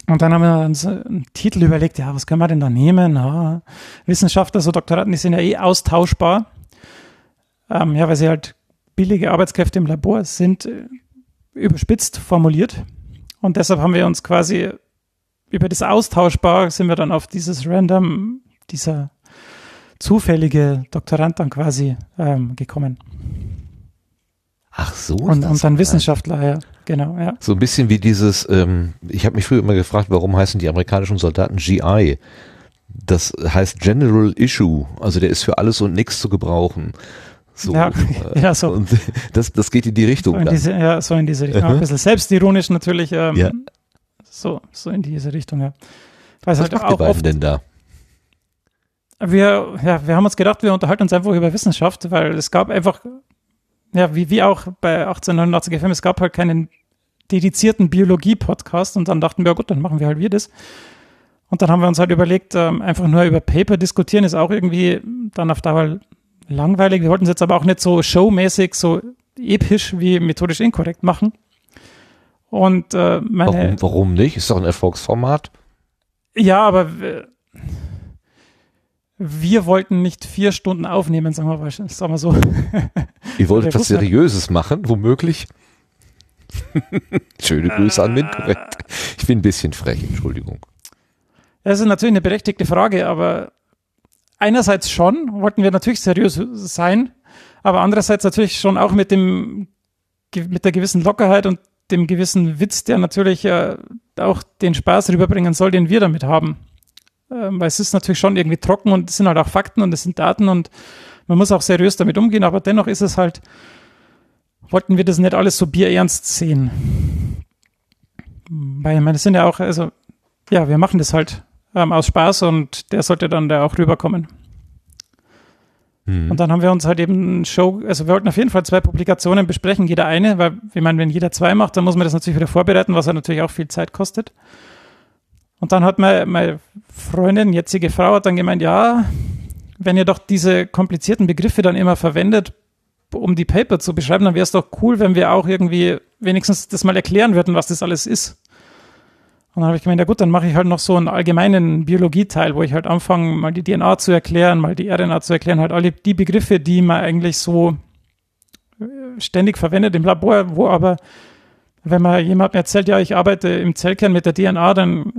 Und dann haben wir uns einen Titel überlegt, ja, was können wir denn da nehmen? Ja, Wissenschaftler, so Doktoranden, die sind ja eh austauschbar. Ja, weil sie halt billige Arbeitskräfte im Labor sind, überspitzt formuliert. Und deshalb haben wir uns quasi über das Austauschbar sind wir dann auf dieses Random, dieser zufällige Doktorand dann quasi gekommen. Ach so. Und dann Wissenschaftler, ja, genau, ja. So ein bisschen wie dieses, ich habe mich früher immer gefragt, warum heißen die amerikanischen Soldaten GI? Das heißt General Issue, also der ist für alles und nichts zu gebrauchen. So, ja, ja, so. Und das geht in die Richtung. So in diese Richtung. Ein bisschen selbstironisch natürlich. Ja. So in diese Richtung, ja. Was macht die beiden denn da? Wir haben uns gedacht, wir unterhalten uns einfach über Wissenschaft, weil es gab einfach, ja, wie auch bei 1889 FM, es gab halt keinen dedizierten Biologie-Podcast und dann dachten wir, gut, dann machen wir halt das. Und dann haben wir uns halt überlegt, einfach nur über Paper diskutieren ist auch irgendwie dann auf Dauer langweilig. Wir wollten es jetzt aber auch nicht so showmäßig, so episch wie methodisch inkorrekt machen. Und warum nicht? Ist doch ein Erfolgsformat. Ja, aber wir wollten nicht 4 Stunden aufnehmen, sagen wir so. Ihr wolltet was Seriöses machen, womöglich. Schöne Grüße an Minkorrekt. Ich bin ein bisschen frech, Entschuldigung. Das ist natürlich eine berechtigte Frage, aber einerseits schon, wollten wir natürlich seriös sein, aber andererseits natürlich schon auch mit der gewissen Lockerheit und dem gewissen Witz, der natürlich auch den Spaß rüberbringen soll, den wir damit haben. Weil es ist natürlich schon irgendwie trocken und es sind halt auch Fakten und es sind Daten und man muss auch seriös damit umgehen, aber dennoch ist es halt, wollten wir das nicht alles so bierernst sehen. Weil ich meine, es sind ja auch, also ja, wir machen das halt aus Spaß und der sollte dann da auch rüberkommen. Und dann haben wir uns halt eben also wir wollten auf jeden Fall 2 Publikationen besprechen, jeder eine, weil ich meine, wenn jeder 2 macht, dann muss man das natürlich wieder vorbereiten, was ja natürlich auch viel Zeit kostet. Und dann hat meine Freundin, jetzige Frau, hat dann gemeint, ja, wenn ihr doch diese komplizierten Begriffe dann immer verwendet, um die Paper zu beschreiben, dann wäre es doch cool, wenn wir auch irgendwie wenigstens das mal erklären würden, was das alles ist. Und dann habe ich gemeint, ja gut, dann mache ich halt noch so einen allgemeinen Biologieteil, wo ich halt anfange, mal die DNA zu erklären, mal die RNA zu erklären, halt alle die Begriffe, die man eigentlich so ständig verwendet im Labor, wo aber, wenn man jemandem erzählt, ja, ich arbeite im Zellkern mit der DNA, dann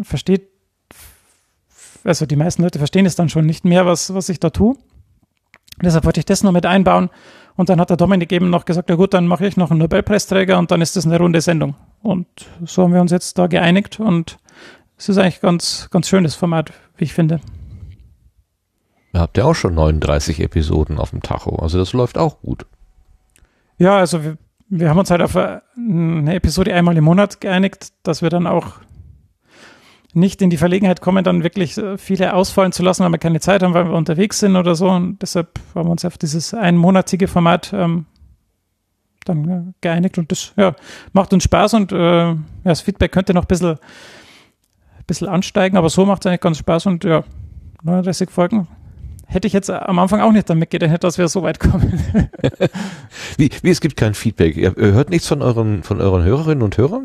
also die meisten Leute verstehen es dann schon nicht mehr, was ich da tue. Deshalb wollte ich das noch mit einbauen. Und dann hat der Dominik eben noch gesagt, ja gut, dann mache ich noch einen Nobelpreisträger und dann ist das eine runde Sendung. Und so haben wir uns jetzt da geeinigt und es ist eigentlich ganz, ganz schönes Format, wie ich finde. Ihr habt ja auch schon 39 Episoden auf dem Tacho, also das läuft auch gut. Ja, also wir haben uns halt auf eine Episode einmal im Monat geeinigt, dass wir dann auch nicht in die Verlegenheit kommen, dann wirklich viele ausfallen zu lassen, weil wir keine Zeit haben, weil wir unterwegs sind oder so. Und deshalb haben wir uns auf dieses einmonatige Format dann geeinigt. Und das macht uns Spaß und das Feedback könnte noch ein bisschen ansteigen, aber so macht es eigentlich ganz Spaß. Und 39 Folgen hätte ich jetzt am Anfang auch nicht damit gerechnet, dass wir so weit kommen. Wie es gibt kein Feedback. Ihr hört nichts von euren Hörerinnen und Hörern?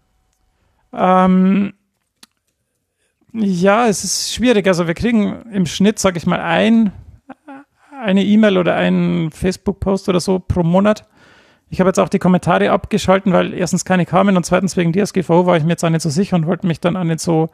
Ja, es ist schwierig. Also wir kriegen im Schnitt, sage ich mal, eine E-Mail oder einen Facebook-Post oder so pro Monat. Ich habe jetzt auch die Kommentare abgeschalten, weil erstens keine kamen und zweitens wegen DSGVO war ich mir jetzt auch nicht so sicher und wollte mich dann auch nicht so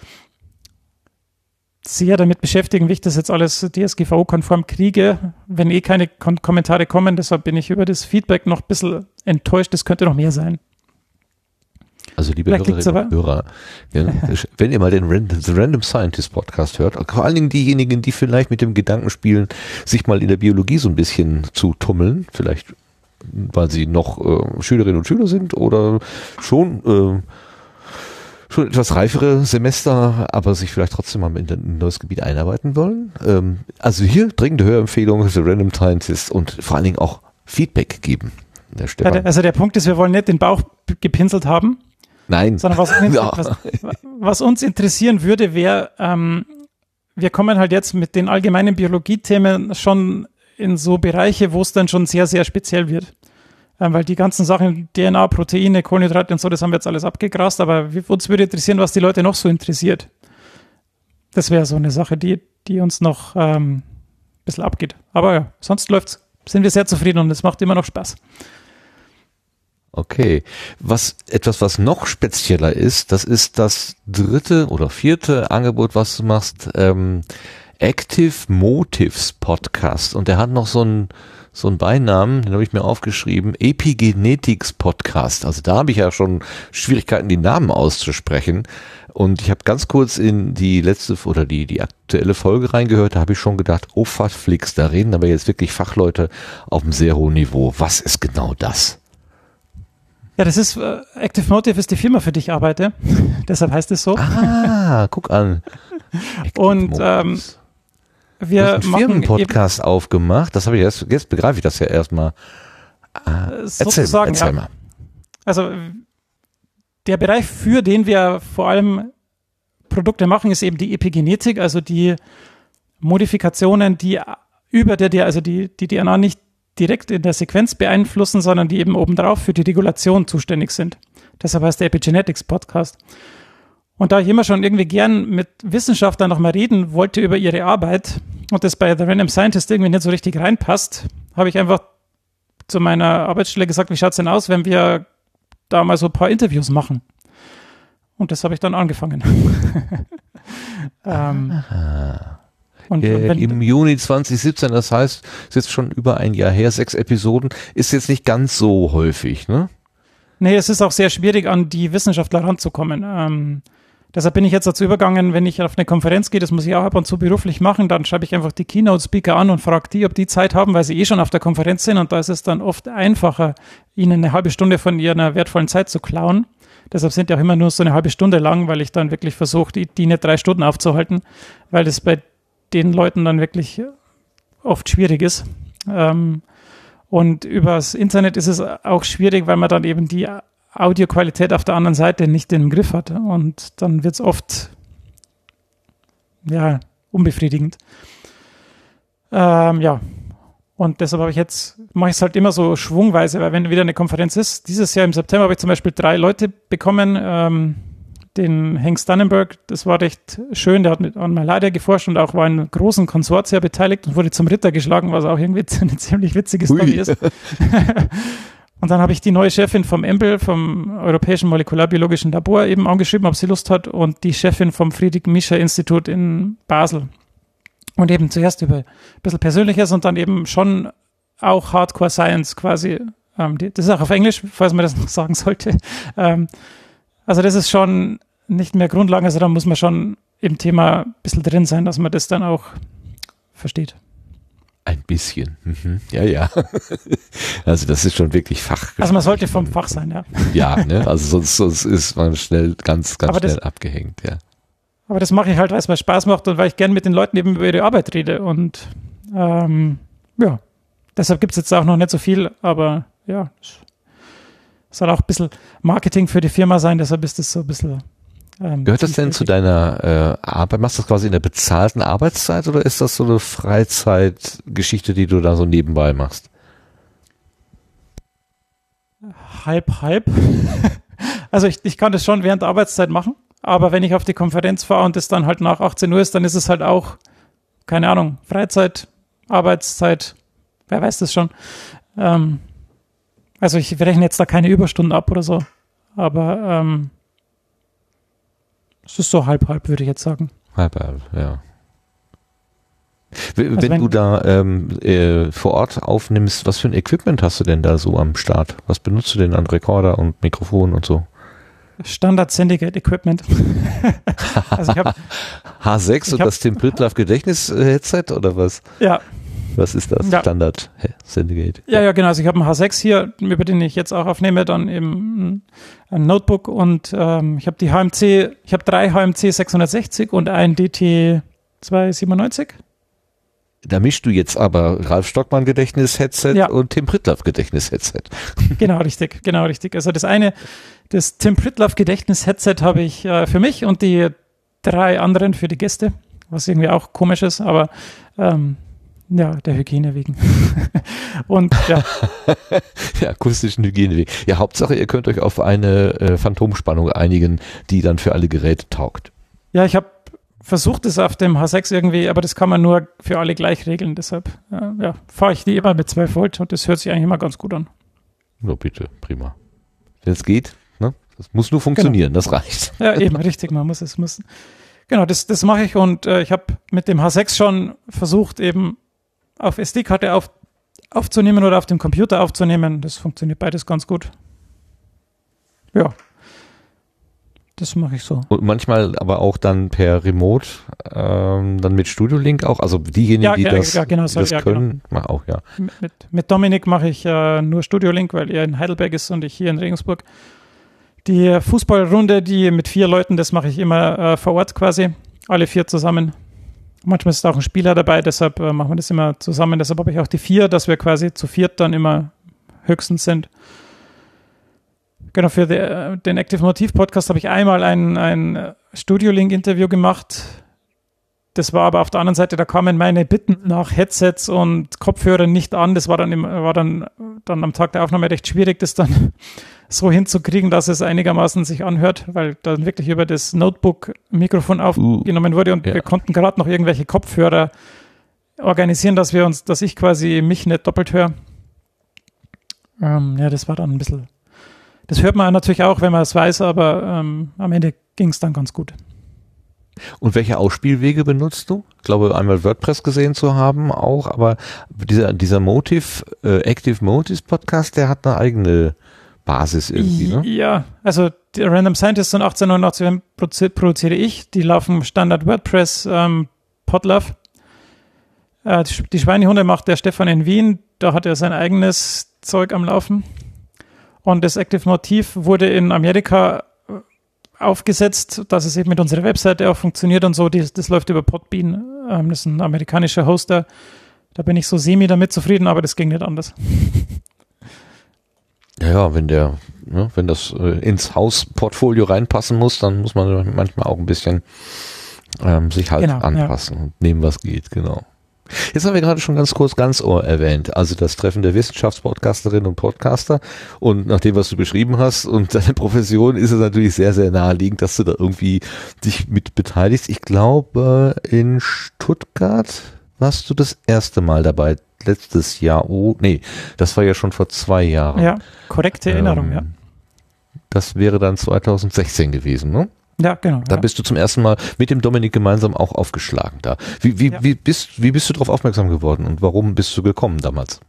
sehr damit beschäftigen, wie ich das jetzt alles DSGVO-konform kriege, wenn keine Kommentare kommen. Deshalb bin ich über das Feedback noch ein bisschen enttäuscht. Es könnte noch mehr sein. Also liebe Hörerinnen und Hörer, wenn ihr mal den Random Scientist Podcast hört, vor allen Dingen diejenigen, die vielleicht mit dem Gedanken spielen, sich mal in der Biologie so ein bisschen zu tummeln, vielleicht weil sie noch Schülerinnen und Schüler sind oder schon etwas reifere Semester, aber sich vielleicht trotzdem mal in ein neues Gebiet einarbeiten wollen. Also hier dringende Hörempfehlung für Random Scientist und vor allen Dingen auch Feedback geben. Also der Punkt ist, wir wollen nicht den Bauch gepinselt haben. Nein. Sondern was uns interessieren würde, wäre, wir kommen halt jetzt mit den allgemeinen Biologiethemen schon in so Bereiche, wo es dann schon sehr, sehr speziell wird. weil die ganzen Sachen, DNA, Proteine, Kohlenhydrate und so, das haben wir jetzt alles abgegrast, aber uns würde interessieren, was die Leute noch so interessiert. Das wäre so eine Sache, die uns noch ein bisschen abgeht. Aber ja, sonst sind wir sehr zufrieden und es macht immer noch Spaß. Okay. Was noch spezieller ist, das ist das 3. oder 4. Angebot, was du machst, Active Motives Podcast. Und der hat noch so einen Beinamen, den habe ich mir aufgeschrieben, Epigenetics Podcast. Also da habe ich ja schon Schwierigkeiten, die Namen auszusprechen. Und ich habe ganz kurz in die letzte oder die aktuelle Folge reingehört, da habe ich schon gedacht, oh Fatflix, da reden aber jetzt wirklich Fachleute auf einem sehr hohen Niveau. Was ist genau das? Ja, das ist, Active Motive ist die Firma, für die ich arbeite. Deshalb heißt es so. Ah, guck an. Und wir haben einen Firmenpodcast aufgemacht. Das habe ich jetzt begreife ich das ja erstmal. Erzähl mal. Also der Bereich, für den wir vor allem Produkte machen, ist eben die Epigenetik, also die Modifikationen, die über die DNA nicht direkt in der Sequenz beeinflussen, sondern die eben obendrauf für die Regulation zuständig sind. Deshalb heißt der Epigenetics Podcast. Und da ich immer schon irgendwie gern mit Wissenschaftlern noch mal reden wollte über ihre Arbeit und das bei The Random Scientist irgendwie nicht so richtig reinpasst, habe ich einfach zu meiner Arbeitsstelle gesagt, wie schaut es denn aus, wenn wir da mal so ein paar Interviews machen? Und das habe ich dann angefangen. Im Juni 2017, das heißt, es ist jetzt schon über ein Jahr her, 6 Episoden, ist jetzt nicht ganz so häufig, ne? Nee, es ist auch sehr schwierig, an die Wissenschaftler ranzukommen. Deshalb bin ich jetzt dazu übergegangen, wenn ich auf eine Konferenz gehe, das muss ich auch ab und zu beruflich machen, dann schreibe ich einfach die Keynote-Speaker an und frage die, ob die Zeit haben, weil sie schon auf der Konferenz sind und da ist es dann oft einfacher, ihnen eine halbe Stunde von ihrer wertvollen Zeit zu klauen. Deshalb sind die auch immer nur so eine halbe Stunde lang, weil ich dann wirklich versuche, die nicht 3 Stunden aufzuhalten, weil das bei den Leuten dann wirklich oft schwierig ist. Und übers Internet ist es auch schwierig, weil man dann eben die Audioqualität auf der anderen Seite nicht im Griff hat. Und dann wird es oft unbefriedigend. Und deshalb mache ich es halt immer so schwungweise, weil wenn wieder eine Konferenz ist, dieses Jahr im September habe ich zum Beispiel 3 Leute bekommen, den Hank Stannenberg, das war recht schön, der hat an Malaria geforscht und auch war in großen Konsortia beteiligt und wurde zum Ritter geschlagen, was auch irgendwie eine ziemlich witzige Story ist. Und dann habe ich die neue Chefin vom EMBL, vom Europäischen Molekularbiologischen Labor, eben angeschrieben, ob sie Lust hat, und die Chefin vom Friedrich-Miescher-Institut in Basel. Und eben zuerst über ein bisschen Persönliches und dann eben schon auch Hardcore Science quasi. Das ist auch auf Englisch, falls man das noch sagen sollte. Also das ist schon nicht mehr Grundlagen, also da muss man schon im Thema ein bisschen drin sein, dass man das dann auch versteht. Ein bisschen. Ja. Also das ist schon wirklich Fach. Also man sollte vom Fach sein, ja. Ja, ne? Also sonst ist man schnell ganz schnell abgehängt, ja. Aber das mache ich halt, weil es mir Spaß macht und weil ich gern mit den Leuten eben über ihre Arbeit rede. Und deshalb gibt es jetzt auch noch nicht so viel, aber ja, es soll auch ein bisschen Marketing für die Firma sein, deshalb ist das so ein bisschen. Gehört das denn zu deiner Arbeit? Machst du das quasi in der bezahlten Arbeitszeit oder ist das so eine Freizeitgeschichte, die du da so nebenbei machst? Halb. Also ich kann das schon während der Arbeitszeit machen, aber wenn ich auf die Konferenz fahre und das dann halt nach 18 Uhr ist, dann ist es halt auch, keine Ahnung, Freizeit, Arbeitszeit, wer weiß das schon. Also ich rechne jetzt da keine Überstunden ab oder so, aber es ist so halb, würde ich jetzt sagen. Halb, ja. Wenn du da vor Ort aufnimmst, was für ein Equipment hast du denn da so am Start? Was benutzt du denn an Rekorder und Mikrofon und so? Standard Syndicate Equipment. Also ich habe H6 und das Tim Pritlove Gedächtnis-Headset oder was? Ja. Was ist das? Ja. Standard Syndicate. Ja, genau. Also ich habe einen H6 hier, über den ich jetzt auch aufnehme, dann eben ein Notebook und ich habe die HMC, ich habe 3 HMC 660 und ein DT 297. Da mischst du jetzt aber Ralf Stockmann Gedächtnis-Headset und Tim Pritlove Gedächtnis-Headset. Genau, richtig. Also das Tim Pritlove Gedächtnis-Headset habe ich für mich und die 3 anderen für die Gäste, was irgendwie auch komisch ist, aber Ja, der Hygiene wegen. Und ja. Der akustischen Hygiene wegen. Ja, Hauptsache, ihr könnt euch auf eine Phantomspannung einigen, die dann für alle Geräte taugt. Ja, ich habe versucht es auf dem H6 irgendwie, aber das kann man nur für alle gleich regeln. Deshalb fahre ich die immer mit 12 Volt und das hört sich eigentlich immer ganz gut an. Na bitte, prima. Wenn es geht, ne? Das muss nur funktionieren, das reicht. Ja, eben, richtig, man muss es müssen. Genau, das mache ich und ich habe mit dem H6 schon versucht, eben auf SD-Karte aufzunehmen oder auf dem Computer aufzunehmen. Das funktioniert beides ganz gut. Ja, das mache ich so. Und manchmal aber auch dann per Remote, dann mit Studio Link auch, also diejenigen, die das können, genau. Auch, ja. Mit Dominik mache ich nur Studio Link, weil er in Heidelberg ist und ich hier in Regensburg. Die Fußballrunde, die mit 4 Leuten, das mache ich immer vor Ort quasi, alle 4 zusammen. Manchmal ist auch ein Spieler dabei, deshalb machen wir das immer zusammen. Deshalb habe ich auch die 4, dass wir quasi zu 4 dann immer höchstens sind. Genau, für den Active Motive Podcast habe ich einmal ein Studio Link Interview gemacht. Das war aber auf der anderen Seite, da kamen meine Bitten nach Headsets und Kopfhörern nicht an. Das war dann am Tag der Aufnahme recht schwierig, das dann so hinzukriegen, dass es einigermaßen sich anhört, weil dann wirklich über das Notebook-Mikrofon aufgenommen wurde und wir konnten gerade noch irgendwelche Kopfhörer organisieren, dass ich quasi mich nicht doppelt höre. Das war dann ein bisschen, das hört man natürlich auch, wenn man es weiß, aber am Ende ging es dann ganz gut. Und welche Ausspielwege benutzt du? Ich glaube, einmal WordPress gesehen zu haben auch, aber dieser Motive, Active Motives Podcast, der hat eine eigene Basis irgendwie, ne? Ja, also die Random Scientist und 1889 produziere ich. Die laufen Standard WordPress, Podlove. Die Schweinehunde macht der Stefan in Wien. Da hat er sein eigenes Zeug am Laufen. Und das Active Motive wurde in Amerika aufgesetzt, dass es eben mit unserer Webseite auch funktioniert und so. Das läuft über Podbean. Das ist ein amerikanischer Hoster. Da bin ich so damit zufrieden, aber das ging nicht anders. Ja, wenn das ins Hausportfolio reinpassen muss, dann muss man manchmal auch ein bisschen sich halt anpassen und nehmen, was geht, genau. Jetzt haben wir gerade schon ganz kurz Ganzohr erwähnt, also das Treffen der Wissenschaftspodcasterinnen und Podcaster, und nach dem, was du beschrieben hast und deine Profession, ist es natürlich sehr, sehr naheliegend, dass du da irgendwie dich mit beteiligst. Ich glaube, in Stuttgart warst du das erste Mal dabei, letztes Jahr. Das war ja schon vor 2 Jahren. Ja, korrekte Erinnerung, ja. Das wäre dann 2016 gewesen, ne? Ja, genau. Da bist du zum ersten Mal mit dem Dominik gemeinsam auch aufgeschlagen da. Wie bist du darauf aufmerksam geworden und warum bist du gekommen damals?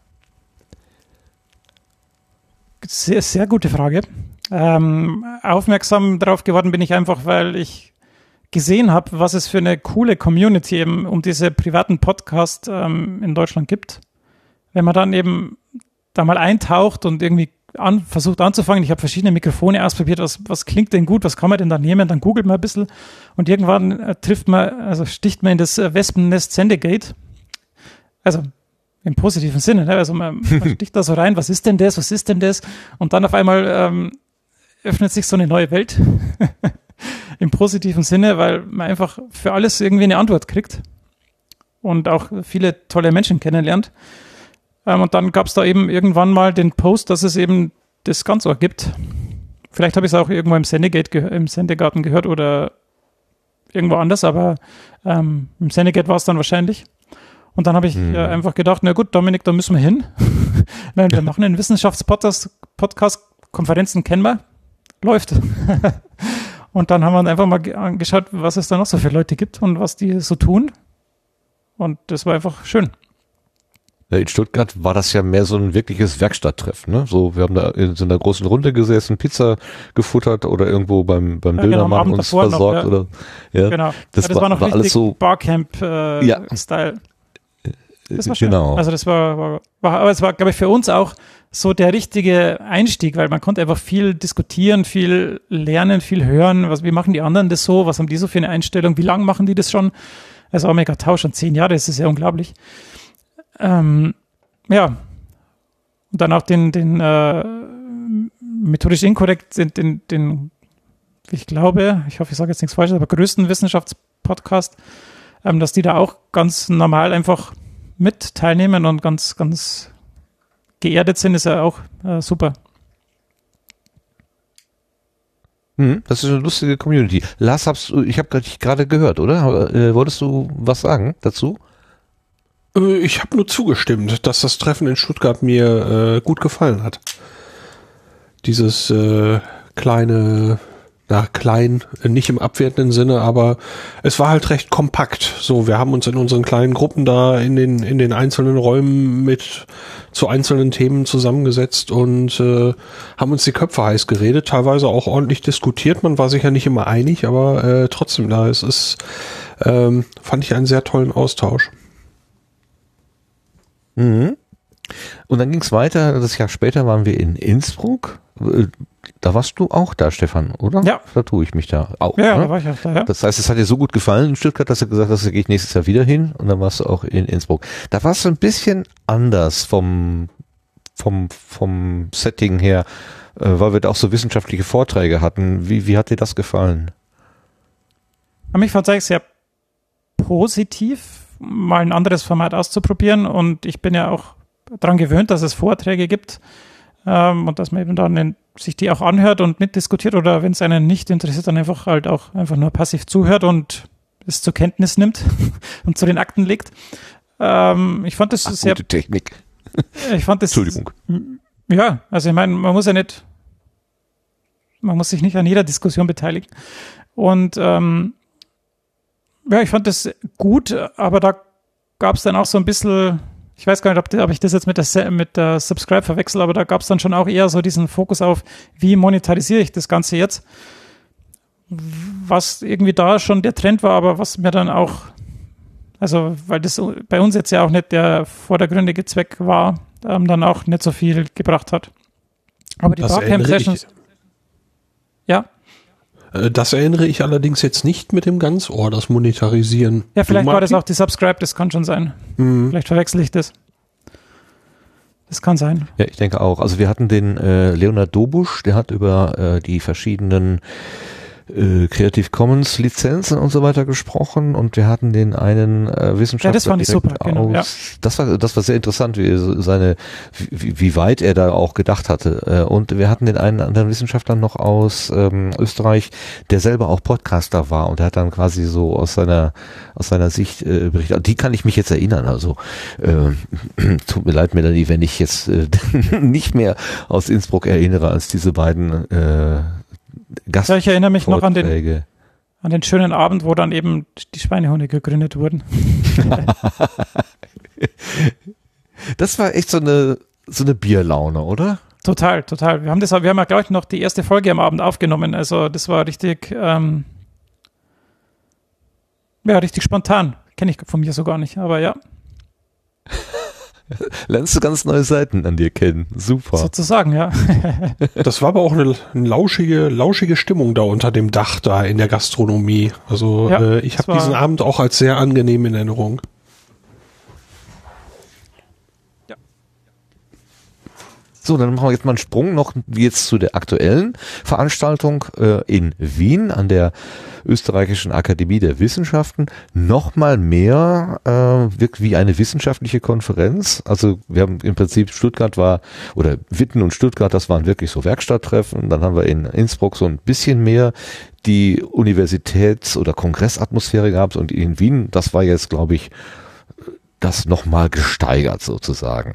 Sehr, sehr gute Frage. Aufmerksam darauf geworden bin ich einfach, weil ich gesehen habe, was es für eine coole Community eben um diese privaten Podcasts in Deutschland gibt. Wenn man dann eben da mal eintaucht und irgendwie versucht anzufangen. Ich habe verschiedene Mikrofone ausprobiert. Was klingt denn gut? Was kann man denn da nehmen? Dann googelt man ein bisschen und irgendwann sticht man in das Wespennest Sendegate. Also im positiven Sinne. Ne? Also man sticht da so rein. Was ist denn das? Was ist denn das? Und dann auf einmal öffnet sich so eine neue Welt. Im positiven Sinne, weil man einfach für alles irgendwie eine Antwort kriegt und auch viele tolle Menschen kennenlernt. Und dann gab es da eben irgendwann mal den Post, dass es eben das Ganzohr gibt. Vielleicht habe ich es auch irgendwo im Sendegarten gehört oder irgendwo anders, aber im Sendegate war es dann wahrscheinlich. Und dann habe ich einfach gedacht, na gut, Dominik, da müssen wir hin. Wir machen einen Wissenschaftspodcast, Konferenzen kennen wir, läuft. Und dann haben wir uns einfach mal angeschaut, was es da noch so für Leute gibt und was die so tun. Und das war einfach schön. In Stuttgart war das ja mehr so ein wirkliches Werkstatttreffen, ne? So, wir haben da in so einer großen Runde gesessen, Pizza gefuttert oder irgendwo beim Dönermann uns versorgt oder Genau. Das war noch richtig alles so Barcamp-Style. Das war schön. Genau. Also das war, aber es war, glaube ich, für uns auch so der richtige Einstieg, weil man konnte einfach viel diskutieren, viel lernen, viel hören. Wie machen die anderen das so? Was haben die so für eine Einstellung? Wie lange machen die das schon? Also Omega Tau schon 10 Jahre, das ist ja unglaublich. Und dann auch den methodisch inkorrekt ich glaube, ich hoffe, ich sage jetzt nichts Falsches, aber größten Wissenschaftspodcast, dass die da auch ganz normal einfach mit teilnehmen und ganz, ganz geerdet sind, ist ja auch super. Das ist eine lustige Community. Lars, ich habe dich gerade gehört, oder? Wolltest du was sagen dazu? Ich habe nur zugestimmt, dass das Treffen in Stuttgart mir gut gefallen hat. Dieses klein, nicht im abwertenden Sinne, aber es war halt recht kompakt. So, wir haben uns in unseren kleinen Gruppen da in den einzelnen Räumen zu einzelnen Themen zusammengesetzt und haben uns die Köpfe heiß geredet, teilweise auch ordentlich diskutiert. Man war sich ja nicht immer einig, aber trotzdem, fand ich einen sehr tollen Austausch. Mhm. Und dann ging es weiter, das Jahr später waren wir in Innsbruck. Da warst du auch da, Stefan, oder? Ja. Da tue ich mich da auch. Ja, ne? da war ich auch da, ja. Das heißt, es hat dir so gut gefallen in Stuttgart, dass du gesagt hast, da gehe ich nächstes Jahr wieder hin und dann warst du auch in Innsbruck. Da war es ein bisschen anders vom Setting her, weil wir da auch so wissenschaftliche Vorträge hatten. Wie hat dir das gefallen? Ich fand es eigentlich sehr positiv, mal ein anderes Format auszuprobieren und ich bin ja auch daran gewöhnt, dass es Vorträge gibt und dass man eben dann sich die auch anhört und mitdiskutiert oder wenn es einen nicht interessiert, dann einfach nur passiv zuhört und es zur Kenntnis nimmt und zu den Akten legt. Ich fand das sehr... Gute Technik. Ich fand das... Entschuldigung. Ja, also ich meine, man muss sich nicht an jeder Diskussion beteiligen und ich fand das gut, aber da gab es dann auch so ein bisschen, ich weiß gar nicht, ob ich das jetzt mit der Subscribe verwechsel, aber da gab es dann schon auch eher so diesen Fokus auf, wie monetarisiere ich das Ganze jetzt, was irgendwie da schon der Trend war, aber was mir dann auch, also weil das bei uns jetzt ja auch nicht der vordergründige Zweck war, dann auch nicht so viel gebracht hat. Aber die Barcamp-Sessions, ja. Das erinnere ich allerdings jetzt nicht mit dem Ganzohr, das Monetarisieren. Ja, vielleicht war das auch die Subscribe, das kann schon sein. Vielleicht verwechsel ich das. Das kann sein. Ja, ich denke auch. Also wir hatten den Leonard Dobusch, der hat über die verschiedenen Creative Commons Lizenzen und so weiter gesprochen und wir hatten den einen Wissenschaftler. Ja, das fand ich super, genau. Ja. Das war sehr interessant, wie weit er da auch gedacht hatte. Und wir hatten den einen anderen Wissenschaftler noch aus Österreich, der selber auch Podcaster war und der hat dann quasi so aus seiner Sicht berichtet. Die kann ich mich jetzt erinnern. Also tut mir leid, Melanie, wenn ich jetzt nicht mehr aus Innsbruck erinnere als diese beiden Ja, ich erinnere mich noch an den schönen Abend, wo dann eben die Schweinehunde gegründet wurden. Das war echt so eine Bierlaune, oder? Total. Wir haben ja, glaube ich, noch die erste Folge am Abend aufgenommen. Also das war richtig, richtig spontan. Kenne ich von mir so gar nicht, aber ja. Lernst du ganz neue Seiten an dir kennen. Super. Sozusagen, ja. Das war aber auch eine lauschige Stimmung da unter dem Dach da in der Gastronomie. Also ja, ich habe diesen Abend auch als sehr angenehm in Erinnerung. Ja. So, dann machen wir jetzt mal einen Sprung noch jetzt zu der aktuellen Veranstaltung in Wien an der Österreichischen Akademie der Wissenschaften. Nochmal mehr wirkt wie eine wissenschaftliche Konferenz. Also wir haben im Prinzip Witten und Stuttgart, das waren wirklich so Werkstatttreffen. Dann haben wir in Innsbruck so ein bisschen mehr die Universitäts- oder Kongressatmosphäre gehabt und in Wien, das war jetzt, glaube ich, das nochmal gesteigert sozusagen.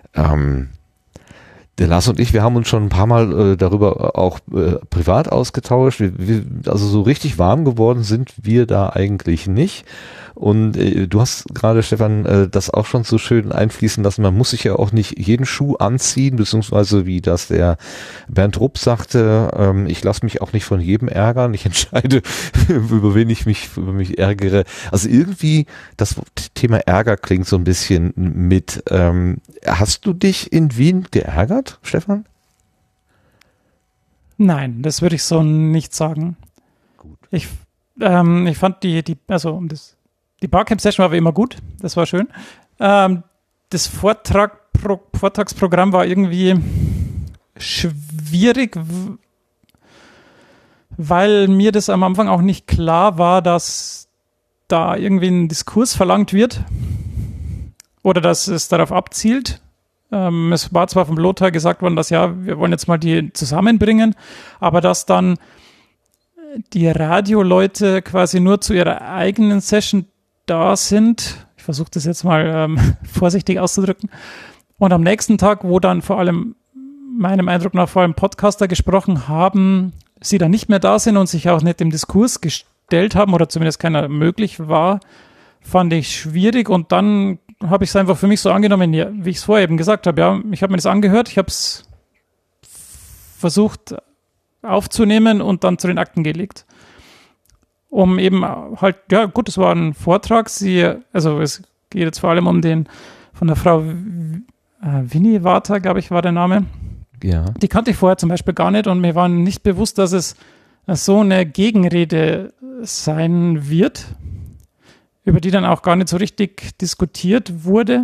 Der Lars und ich, wir haben uns schon ein paar Mal darüber auch privat ausgetauscht. Also so richtig warm geworden sind wir da eigentlich nicht. Und du hast gerade, Stefan, das auch schon so schön einfließen lassen. Man muss sich ja auch nicht jeden Schuh anziehen, beziehungsweise wie das der Bernd Rupp sagte, ich lasse mich auch nicht von jedem ärgern. Ich entscheide, über mich ärgere. Also irgendwie, das Thema Ärger klingt so ein bisschen mit. Hast du dich in Wien geärgert, Stefan? Nein, das würde ich so nicht sagen. Gut. Ich fand die Barcamp-Session war wie immer gut, das war schön. Das Vortragsprogramm war irgendwie schwierig, weil mir das am Anfang auch nicht klar war, dass da irgendwie ein Diskurs verlangt wird oder dass es darauf abzielt. Es war zwar vom Lothar gesagt worden, dass ja, wir wollen jetzt mal die zusammenbringen, aber dass dann die Radioleute quasi nur zu ihrer eigenen Session da sind. Ich versuche das jetzt mal vorsichtig auszudrücken. Und am nächsten Tag, wo dann vor allem, meinem Eindruck nach, vor allem Podcaster gesprochen haben, sie dann nicht mehr da sind und sich auch nicht dem Diskurs gestellt haben oder zumindest keiner möglich war, fand ich schwierig. Und dann habe ich es einfach für mich so angenommen, ja, wie ich es vorher eben gesagt habe. Ja, ich habe mir das angehört, ich habe es versucht aufzunehmen und dann zu den Akten gelegt. Um eben halt, ja gut, es war ein Vortrag, also es geht jetzt vor allem um den von der Frau Winnie Water, glaube ich, war der Name. Ja. Die kannte ich vorher zum Beispiel gar nicht und mir war nicht bewusst, dass es so eine Gegenrede sein wird, über die dann auch gar nicht so richtig diskutiert wurde.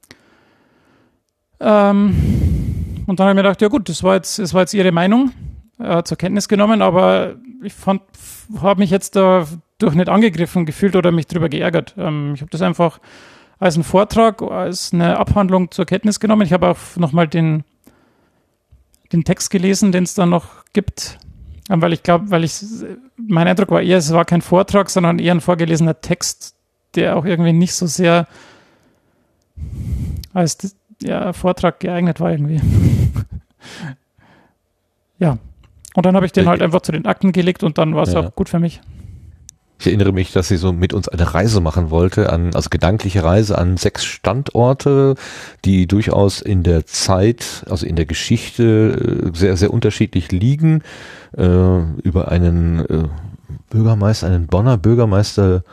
Und dann habe ich mir gedacht, ja gut, das war jetzt ihre Meinung, zur Kenntnis genommen, aber ich habe mich jetzt dadurch nicht angegriffen gefühlt oder mich drüber geärgert. Ich habe das einfach als einen Vortrag, als eine Abhandlung zur Kenntnis genommen. Ich habe auch nochmal den Text gelesen, den es dann noch gibt, weil mein Eindruck war eher, es war kein Vortrag, sondern eher ein vorgelesener Text, der auch irgendwie nicht so sehr als Vortrag geeignet war irgendwie. Ja. Und dann habe ich den halt einfach zu den Akten gelegt und dann war es auch gut für mich. Ich erinnere mich, dass sie so mit uns eine Reise machen wollte, also gedankliche Reise an 6 Standorte, die durchaus in der Zeit, also in der Geschichte sehr, sehr unterschiedlich liegen, über einen Bürgermeister, einen Bonner Bürgermeister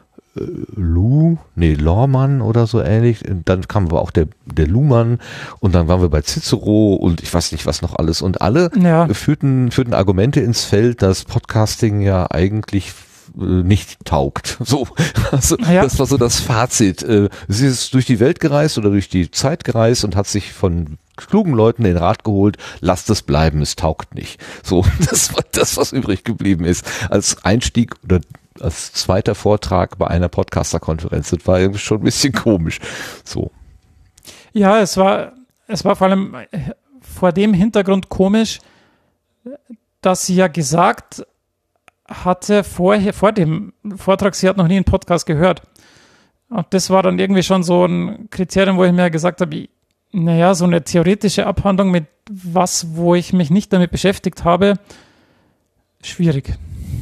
Lohmann oder so ähnlich. Dann kam aber auch der Luhmann und dann waren wir bei Cicero und ich weiß nicht was noch alles. Und alle führten Argumente ins Feld, dass Podcasting ja eigentlich nicht taugt. So, also das war so das Fazit. Sie ist durch die Welt gereist oder durch die Zeit gereist und hat sich von klugen Leuten den Rat geholt, lasst es bleiben, es taugt nicht. So, das war das, was übrig geblieben ist. Als Einstieg oder als zweiter Vortrag bei einer Podcaster-Konferenz. Das war irgendwie schon ein bisschen komisch. So. Ja, es war vor allem vor dem Hintergrund komisch, dass sie ja gesagt hatte vor dem Vortrag, sie hat noch nie einen Podcast gehört. Und das war dann irgendwie schon so ein Kriterium, wo ich mir gesagt habe, naja, so eine theoretische Abhandlung mit was, wo ich mich nicht damit beschäftigt habe, schwierig.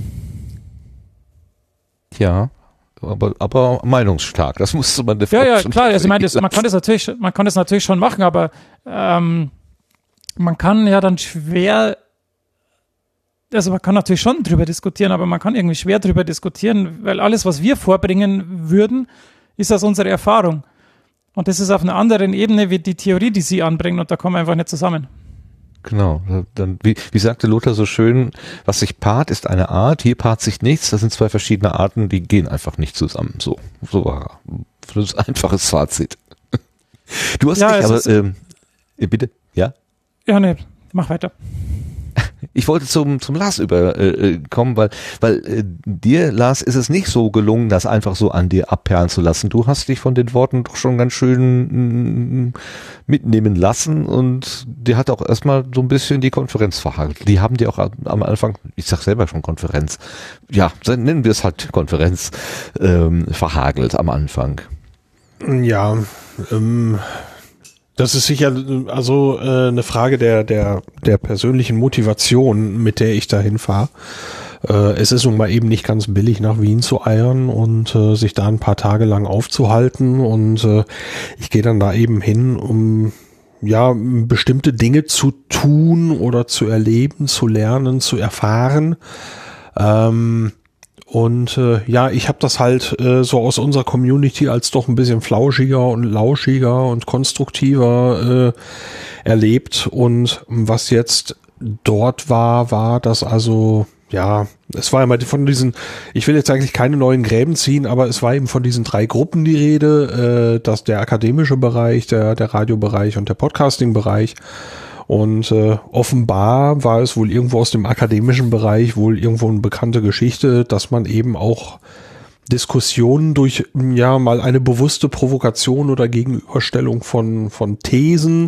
Ja, aber meinungsstark. Das musste man ja, klar. Also ich meine, man kann das natürlich schon machen, aber man kann ja dann schwer, also man kann natürlich schon drüber diskutieren, aber man kann irgendwie schwer drüber diskutieren, weil alles, was wir vorbringen würden, ist aus unserer Erfahrung. Und das ist auf einer anderen Ebene wie die Theorie, die sie anbringen, und da kommen wir einfach nicht zusammen. Genau, dann wie sagte Lothar so schön, was sich paart, ist eine Art, hier paart sich nichts, das sind 2 verschiedene Arten, die gehen einfach nicht zusammen. So war das einfaches Fazit. Du hast aber bitte, ja? Ja, nee, mach weiter. Ich wollte zum Lars kommen, weil dir, Lars, ist es nicht so gelungen, das einfach so an dir abperlen zu lassen. Du hast dich von den Worten doch schon ganz schön mitnehmen lassen und dir hat auch erstmal so ein bisschen die Konferenz verhagelt. Die haben dir auch am Anfang, ich sag selber schon Konferenz, ja, nennen wir es halt Konferenz, verhagelt am Anfang. Ja, das ist sicher also eine Frage der persönlichen Motivation, mit der ich dahin fahre. Es ist nun mal eben nicht ganz billig, nach Wien zu eiern und sich da ein paar Tage lang aufzuhalten. Und ich gehe dann da eben hin, um ja bestimmte Dinge zu tun oder zu erleben, zu lernen, zu erfahren. Und ich habe das halt so aus unserer Community als doch ein bisschen flauschiger und lauschiger und konstruktiver erlebt. Und was jetzt dort war das also, ja, es war immer von diesen, ich will jetzt eigentlich keine neuen Gräben ziehen, aber es war eben von diesen 3 Gruppen die Rede, dass der akademische Bereich, der Radiobereich und der Podcasting-Bereich. Und offenbar war es wohl irgendwo aus dem akademischen Bereich wohl irgendwo eine bekannte Geschichte, dass man eben auch Diskussionen durch ja mal eine bewusste Provokation oder Gegenüberstellung von Thesen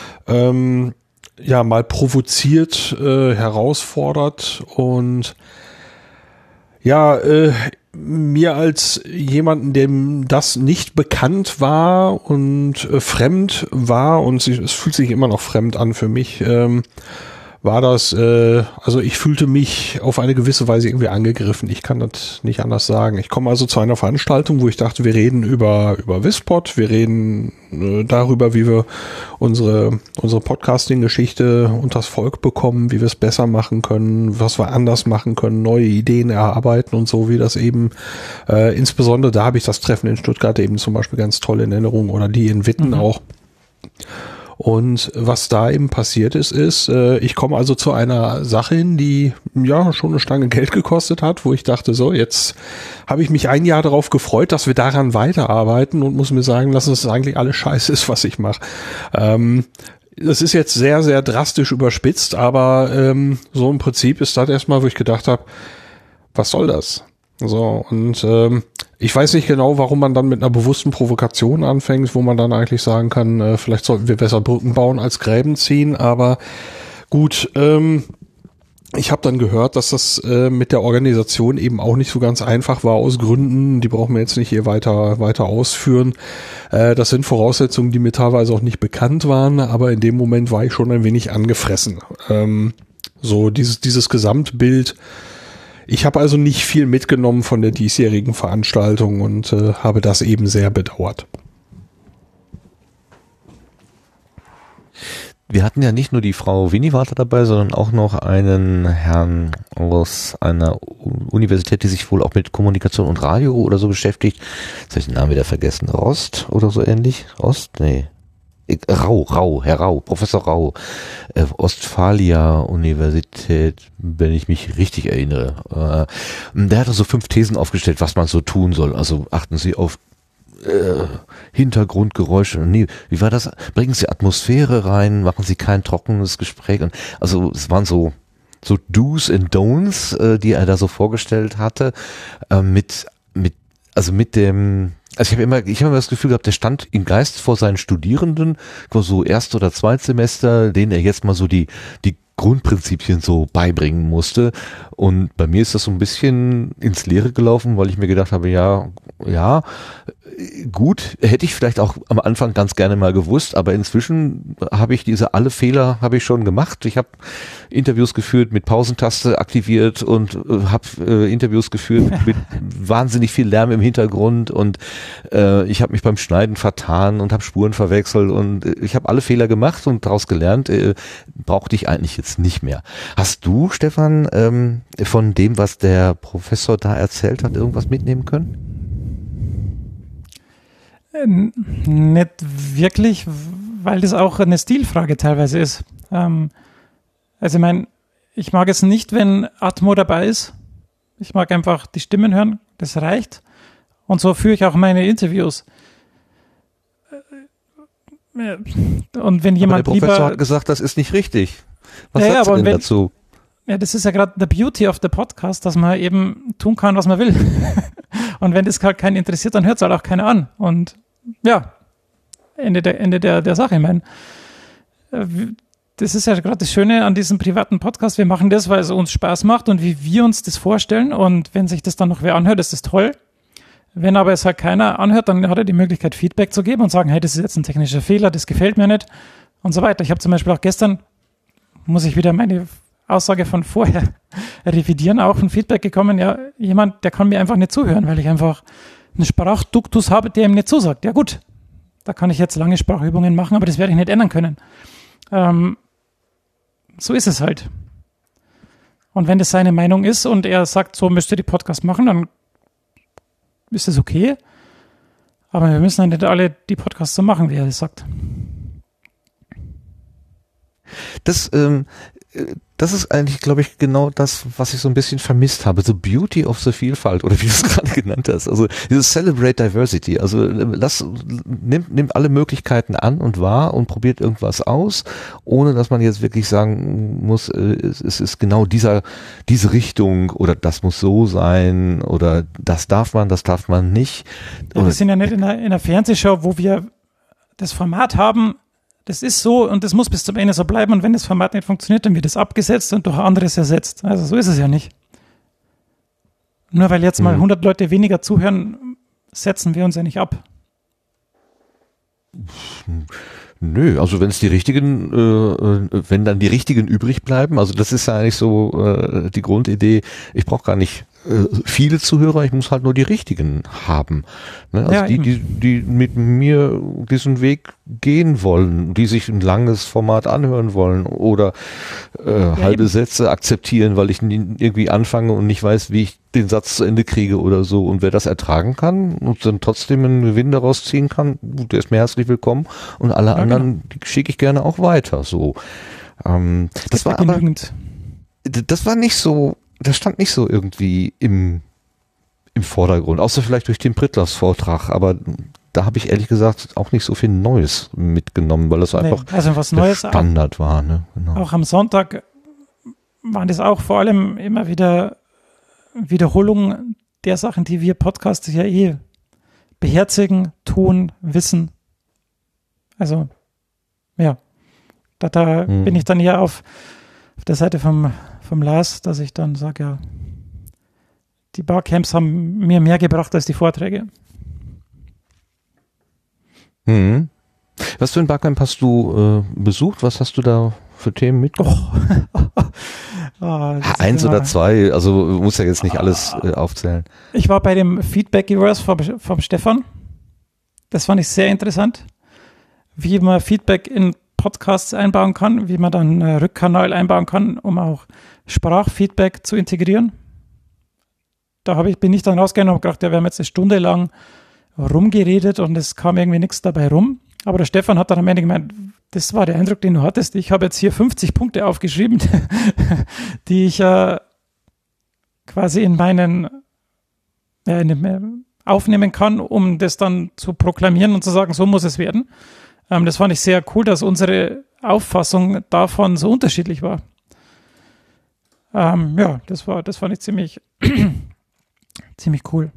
ja mal provoziert, herausfordert und ja, mir als jemanden, dem das nicht bekannt war und fremd war und es fühlt sich immer noch fremd an für mich, war das, also ich fühlte mich auf eine gewisse Weise irgendwie angegriffen. Ich kann das nicht anders sagen. Ich komme also zu einer Veranstaltung, wo ich dachte, wir reden über Wispod, wir reden darüber, wie wir unsere Podcasting-Geschichte unters Volk bekommen, wie wir es besser machen können, was wir anders machen können, neue Ideen erarbeiten und so, wie das eben, insbesondere da habe ich das Treffen in Stuttgart eben zum Beispiel ganz toll in Erinnerung oder die in Witten auch. Und was da eben passiert ist, ich komme also zu einer Sache hin, die ja schon eine Stange Geld gekostet hat, wo ich dachte, so, jetzt habe ich mich ein Jahr darauf gefreut, dass wir daran weiterarbeiten und muss mir sagen lassen, dass es eigentlich alles scheiße ist, was ich mache. Das ist jetzt sehr, sehr drastisch überspitzt, aber so im Prinzip ist das erstmal, wo ich gedacht habe, was soll das? So, und ich weiß nicht genau, warum man dann mit einer bewussten Provokation anfängt, wo man dann eigentlich sagen kann, vielleicht sollten wir besser Brücken bauen als Gräben ziehen, aber gut, ich habe dann gehört, dass das mit der Organisation eben auch nicht so ganz einfach war aus Gründen, die brauchen wir jetzt nicht hier weiter ausführen. Das sind Voraussetzungen, die mir teilweise auch nicht bekannt waren, aber in dem Moment war ich schon ein wenig angefressen. So dieses Gesamtbild. Ich habe also nicht viel mitgenommen von der diesjährigen Veranstaltung und habe das eben sehr bedauert. Wir hatten ja nicht nur die Frau Winniwater dabei, sondern auch noch einen Herrn aus einer Universität, die sich wohl auch mit Kommunikation und Radio oder so beschäftigt. Jetzt habe ich den Namen wieder vergessen. Rost oder so ähnlich? Rost? Nee. Herr Rau, Professor Rau, Ostfalia-Universität, wenn ich mich richtig erinnere. Der hat so 5 Thesen aufgestellt, was man so tun soll. Also achten Sie auf Hintergrundgeräusche. Nee, wie war das? Bringen Sie Atmosphäre rein, machen Sie kein trockenes Gespräch. Und also es waren so Do's and Don'ts, die er da so vorgestellt hatte, ich habe immer das Gefühl gehabt, der stand im Geist vor seinen Studierenden, so Erst- oder Zweitsemester, denen er jetzt mal so die Grundprinzipien so beibringen musste. Und bei mir ist das so ein bisschen ins Leere gelaufen, weil ich mir gedacht habe, ja, gut, hätte ich vielleicht auch am Anfang ganz gerne mal gewusst, aber inzwischen habe ich alle Fehler habe ich schon gemacht. Ich habe Interviews geführt mit Pausentaste aktiviert und habe Interviews geführt mit wahnsinnig viel Lärm im Hintergrund und ich habe mich beim Schneiden vertan und habe Spuren verwechselt und ich habe alle Fehler gemacht und daraus gelernt, brauchte ich eigentlich jetzt nicht mehr. Hast du, Stefan, von dem, was der Professor da erzählt hat, irgendwas mitnehmen können? Nicht wirklich, weil das auch eine Stilfrage teilweise ist. Also ich meine, ich mag es nicht, wenn Atmo dabei ist. Ich mag einfach die Stimmen hören, das reicht. Und so führe ich auch meine Interviews. Und wenn jemand aber der Professor hat gesagt, das ist nicht richtig. Was sagst du denn dazu? Ja, das ist ja gerade the beauty of the podcast, dass man eben tun kann, was man will. Und wenn das halt keinen interessiert, dann hört es halt auch keiner an. Und ja, Ende der Sache. Ich meine, das ist ja gerade das Schöne an diesem privaten Podcast. Wir machen das, weil es uns Spaß macht und wie wir uns das vorstellen. Und wenn sich das dann noch wer anhört, ist das toll. Wenn aber es halt keiner anhört, dann hat er die Möglichkeit, Feedback zu geben und sagen, hey, das ist jetzt ein technischer Fehler, das gefällt mir nicht und so weiter. Ich habe zum Beispiel auch gestern, muss ich wieder meine Aussage von vorher revidieren, auch ein Feedback gekommen, ja, jemand, der kann mir einfach nicht zuhören, weil ich einfach einen Sprachduktus habe, der ihm nicht zusagt. Ja gut, da kann ich jetzt lange Sprachübungen machen, aber das werde ich nicht ändern können. So ist es halt. Und wenn das seine Meinung ist und er sagt, so müsst ihr die Podcast machen, dann ist das okay. Aber wir müssen ja nicht alle die Podcasts so machen, wie er das sagt. Das das ist eigentlich, glaube ich, genau das, was ich so ein bisschen vermisst habe. The beauty of the Vielfalt, oder wie du es gerade genannt hast. Also dieses Celebrate Diversity. Also nimmt alle Möglichkeiten an und wahr und probiert irgendwas aus, ohne dass man jetzt wirklich sagen muss, es ist genau diese Richtung oder das muss so sein oder das darf man nicht. Ja, wir sind ja nicht in einer Fernsehshow, wo wir das Format haben, das ist so und das muss bis zum Ende so bleiben und wenn das Format nicht funktioniert, dann wird es abgesetzt und durch anderes ersetzt. Also so ist es ja nicht. Nur weil jetzt mal 100 Leute weniger zuhören, setzen wir uns ja nicht ab. Nö, also wenn es die richtigen, wenn dann die richtigen übrig bleiben, also das ist ja eigentlich so die Grundidee, ich brauche gar nicht viele Zuhörer, ich muss halt nur die richtigen haben. Ne? Also Ja, die mit mir diesen Weg gehen wollen, die sich ein langes Format anhören wollen oder halbe Sätze akzeptieren, weil ich irgendwie anfange und nicht weiß, wie ich den Satz zu Ende kriege oder so. Und wer das ertragen kann und dann trotzdem einen Gewinn daraus ziehen kann, der ist mir herzlich willkommen. Und alle anderen, die schicke ich gerne auch weiter. So, das war aber, das war nicht so, das stand nicht so irgendwie im Vordergrund, außer vielleicht durch den Prittlers Vortrag, aber da habe ich ehrlich gesagt auch nicht so viel Neues mitgenommen, weil das einfach also was Neues Standard war. Ne? Genau. Auch am Sonntag waren das auch vor allem immer wieder Wiederholungen der Sachen, die wir Podcaster ja beherzigen, tun, wissen. Also, ja, da bin ich dann eher auf der Seite vom Lars, dass ich dann sage, ja, die Barcamps haben mir mehr gebracht als die Vorträge. Was für ein Barcamp hast du besucht? Was hast du da für Themen mitgebracht? Eins oder zwei, also muss ja jetzt nicht alles aufzählen. Ich war bei dem Feedback-Giverse vom Stefan. Das fand ich sehr interessant, wie man Feedback in Podcasts einbauen kann, wie man dann einen Rückkanal einbauen kann, um auch Sprachfeedback zu integrieren. Da bin ich dann rausgegangen und gedacht, ja, wir haben jetzt eine Stunde lang rumgeredet und es kam irgendwie nichts dabei rum. Aber der Stefan hat dann am Ende gemeint, das war der Eindruck, den du hattest. Ich habe jetzt hier 50 Punkte aufgeschrieben, die ich quasi in meinen aufnehmen kann, um das dann zu proklamieren und zu sagen, so muss es werden. Das fand ich sehr cool, dass unsere Auffassung davon so unterschiedlich war. Ja, das fand ich ziemlich cool.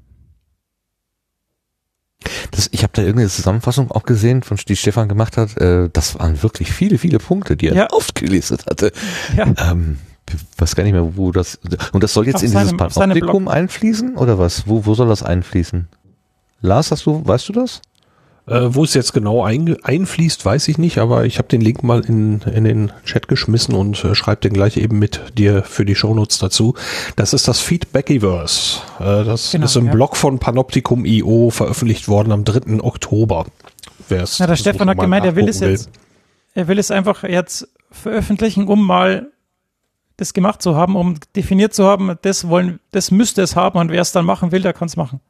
Ich habe da irgendeine Zusammenfassung auch gesehen, die Stefan gemacht hat. Das waren wirklich viele, viele Punkte, die er aufgelistet hatte. Ja. Ich weiß gar nicht mehr, wo das... Und das soll jetzt in dieses Panoptikum einfließen? Oder was? Wo soll das einfließen? Lars, weißt du das? Wo es jetzt genau einfließt, weiß ich nicht, aber ich habe den Link mal in den Chat geschmissen und schreibe den gleich eben mit dir für die Shownotes dazu. Das ist das Feedbackiverse. Das ist im Blog von Panoptikum.io veröffentlicht worden am 3. Oktober. Der Stefan hat gemeint, er will es einfach jetzt veröffentlichen, um mal das gemacht zu haben, um definiert zu haben, das müsste es haben und wer es dann machen will, der kann es machen.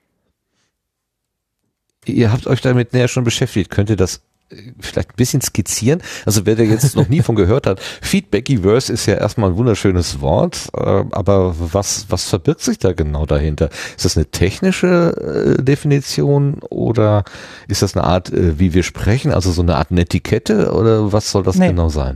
Ihr habt euch damit näher schon beschäftigt. Könnt ihr das vielleicht ein bisschen skizzieren? Also wer da jetzt noch nie von gehört hat, Feedbackiverse ist ja erstmal ein wunderschönes Wort, aber was verbirgt sich da genau dahinter? Ist das eine technische Definition oder ist das eine Art, wie wir sprechen, also so eine Art Netiquette oder was soll das genau sein?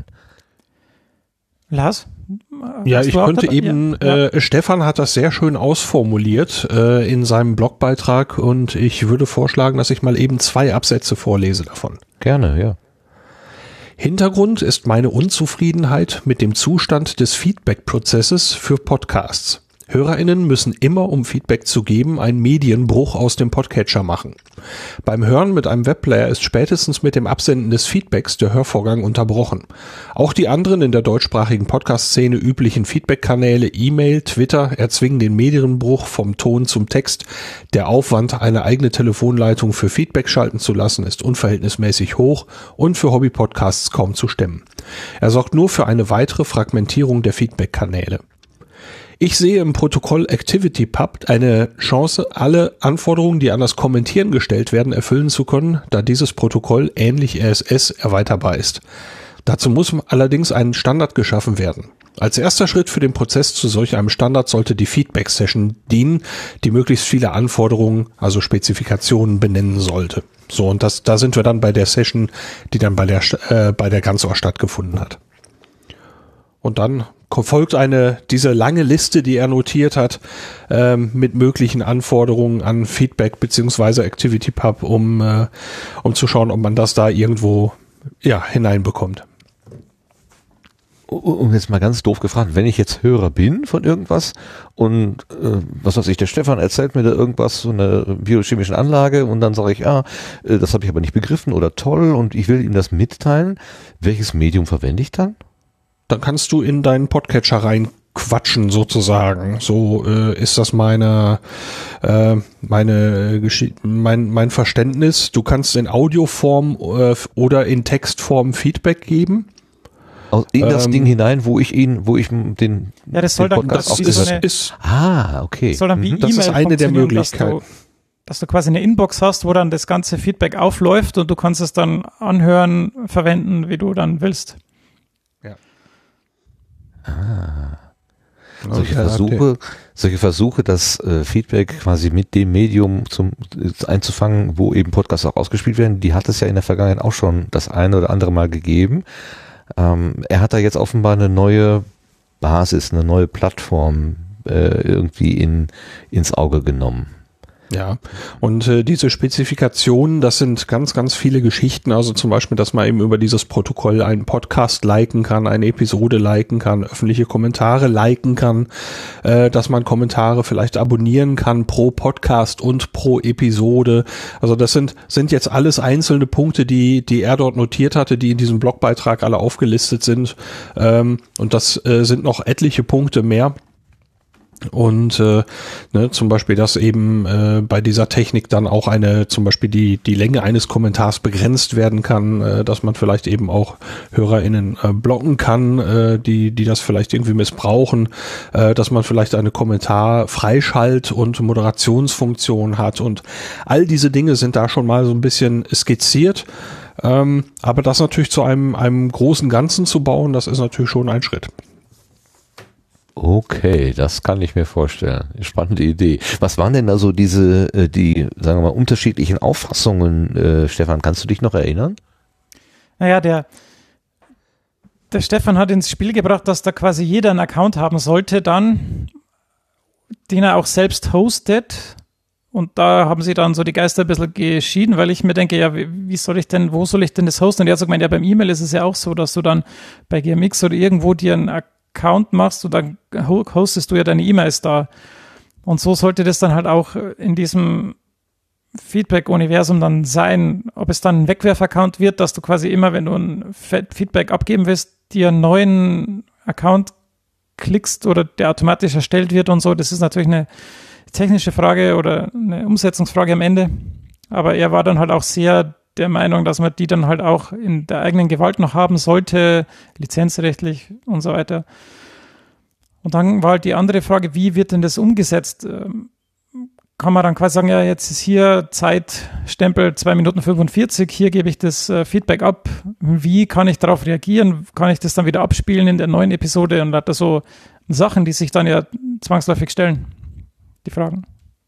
Lars? Ja, ich könnte eben, Stefan hat das sehr schön ausformuliert in seinem Blogbeitrag und ich würde vorschlagen, dass ich mal eben 2 Absätze vorlese davon. Gerne, ja. Hintergrund ist meine Unzufriedenheit mit dem Zustand des Feedback-Prozesses für Podcasts. HörerInnen müssen immer, um Feedback zu geben, einen Medienbruch aus dem Podcatcher machen. Beim Hören mit einem Webplayer ist spätestens mit dem Absenden des Feedbacks der Hörvorgang unterbrochen. Auch die anderen in der deutschsprachigen Podcast-Szene üblichen Feedback-Kanäle, E-Mail, Twitter erzwingen den Medienbruch vom Ton zum Text. Der Aufwand, eine eigene Telefonleitung für Feedback schalten zu lassen, ist unverhältnismäßig hoch und für Hobby-Podcasts kaum zu stemmen. Er sorgt nur für eine weitere Fragmentierung der Feedback-Kanäle. Ich sehe im Protokoll ActivityPub eine Chance, alle Anforderungen, die an das Kommentieren gestellt werden, erfüllen zu können, da dieses Protokoll ähnlich RSS erweiterbar ist. Dazu muss allerdings ein Standard geschaffen werden. Als erster Schritt für den Prozess zu solch einem Standard sollte die Feedback-Session dienen, die möglichst viele Anforderungen, also Spezifikationen benennen sollte. So, und da sind wir dann bei der Session, die dann bei der Ganzor stattgefunden hat. Und dann folgt diese lange Liste, die er notiert hat, mit möglichen Anforderungen an Feedback beziehungsweise ActivityPub, um zu schauen, ob man das da irgendwo hineinbekommt. Und jetzt mal ganz doof gefragt, wenn ich jetzt Hörer bin von irgendwas und was weiß ich, der Stefan erzählt mir da irgendwas, so eine biochemischen Anlage, und dann sage ich, das habe ich aber nicht begriffen oder toll und ich will ihm das mitteilen, welches Medium verwende ich dann? Dann kannst du in deinen Podcatcher reinquatschen sozusagen. So ist das mein Verständnis. Du kannst in Audioform oder in Textform Feedback geben. In das Ding hinein, wo ich den ja, das soll dann Podcast okay. Soll dann wie das E-Mail ist eine der Möglichkeiten. Dass du quasi eine Inbox hast, wo dann das ganze Feedback aufläuft und du kannst es dann anhören, verwenden, wie du dann willst. Ja. Solche Versuche, das Feedback quasi mit dem Medium einzufangen, wo eben Podcasts auch ausgespielt werden, die hat es ja in der Vergangenheit auch schon das eine oder andere Mal gegeben. Er hat da jetzt offenbar eine neue Basis, eine neue Plattform irgendwie ins Auge genommen. Ja, und diese Spezifikationen, das sind ganz, ganz viele Geschichten, also zum Beispiel, dass man eben über dieses Protokoll einen Podcast liken kann, eine Episode liken kann, öffentliche Kommentare liken kann, dass man Kommentare vielleicht abonnieren kann pro Podcast und pro Episode. Also das sind jetzt alles einzelne Punkte, die er dort notiert hatte, die in diesem Blogbeitrag alle aufgelistet sind, und das sind noch etliche Punkte mehr. Und zum Beispiel, dass eben bei dieser Technik dann auch zum Beispiel die Länge eines Kommentars begrenzt werden kann, dass man vielleicht eben auch HörerInnen blocken kann, die das vielleicht irgendwie missbrauchen, dass man vielleicht eine Kommentar-Freischalt- und Moderationsfunktion hat, und all diese Dinge sind da schon mal so ein bisschen skizziert. Aber das natürlich zu einem großen Ganzen zu bauen, das ist natürlich schon ein Schritt. Okay, das kann ich mir vorstellen. Spannende Idee. Was waren denn da so die, sagen wir mal, unterschiedlichen Auffassungen, Stefan? Kannst du dich noch erinnern? Naja, der Stefan hat ins Spiel gebracht, dass da quasi jeder einen Account haben sollte dann, den er auch selbst hostet. Und da haben sie dann so die Geister ein bisschen geschieden, weil ich mir denke, ja, wo soll ich denn das hosten? Und er hat so gemeint, ja, beim E-Mail ist es ja auch so, dass du dann bei GMX oder irgendwo dir einen Account machst und dann hostest du ja deine E-Mails da. Und so sollte das dann halt auch in diesem Feedback-Universum dann sein. Ob es dann ein Wegwerf-Account wird, dass du quasi immer, wenn du ein Feedback abgeben willst, dir einen neuen Account klickst oder der automatisch erstellt wird und so. Das ist natürlich eine technische Frage oder eine Umsetzungsfrage am Ende. Aber er war dann halt auch sehr der Meinung, dass man die dann halt auch in der eigenen Gewalt noch haben sollte, lizenzrechtlich und so weiter. Und dann war halt die andere Frage, wie wird denn das umgesetzt? Kann man dann quasi sagen, ja, jetzt ist hier Zeitstempel 2 Minuten 45, hier gebe ich das Feedback ab. Wie kann ich darauf reagieren? Kann ich das dann wieder abspielen in der neuen Episode? Und hat da so Sachen, die sich dann ja zwangsläufig stellen, die Fragen.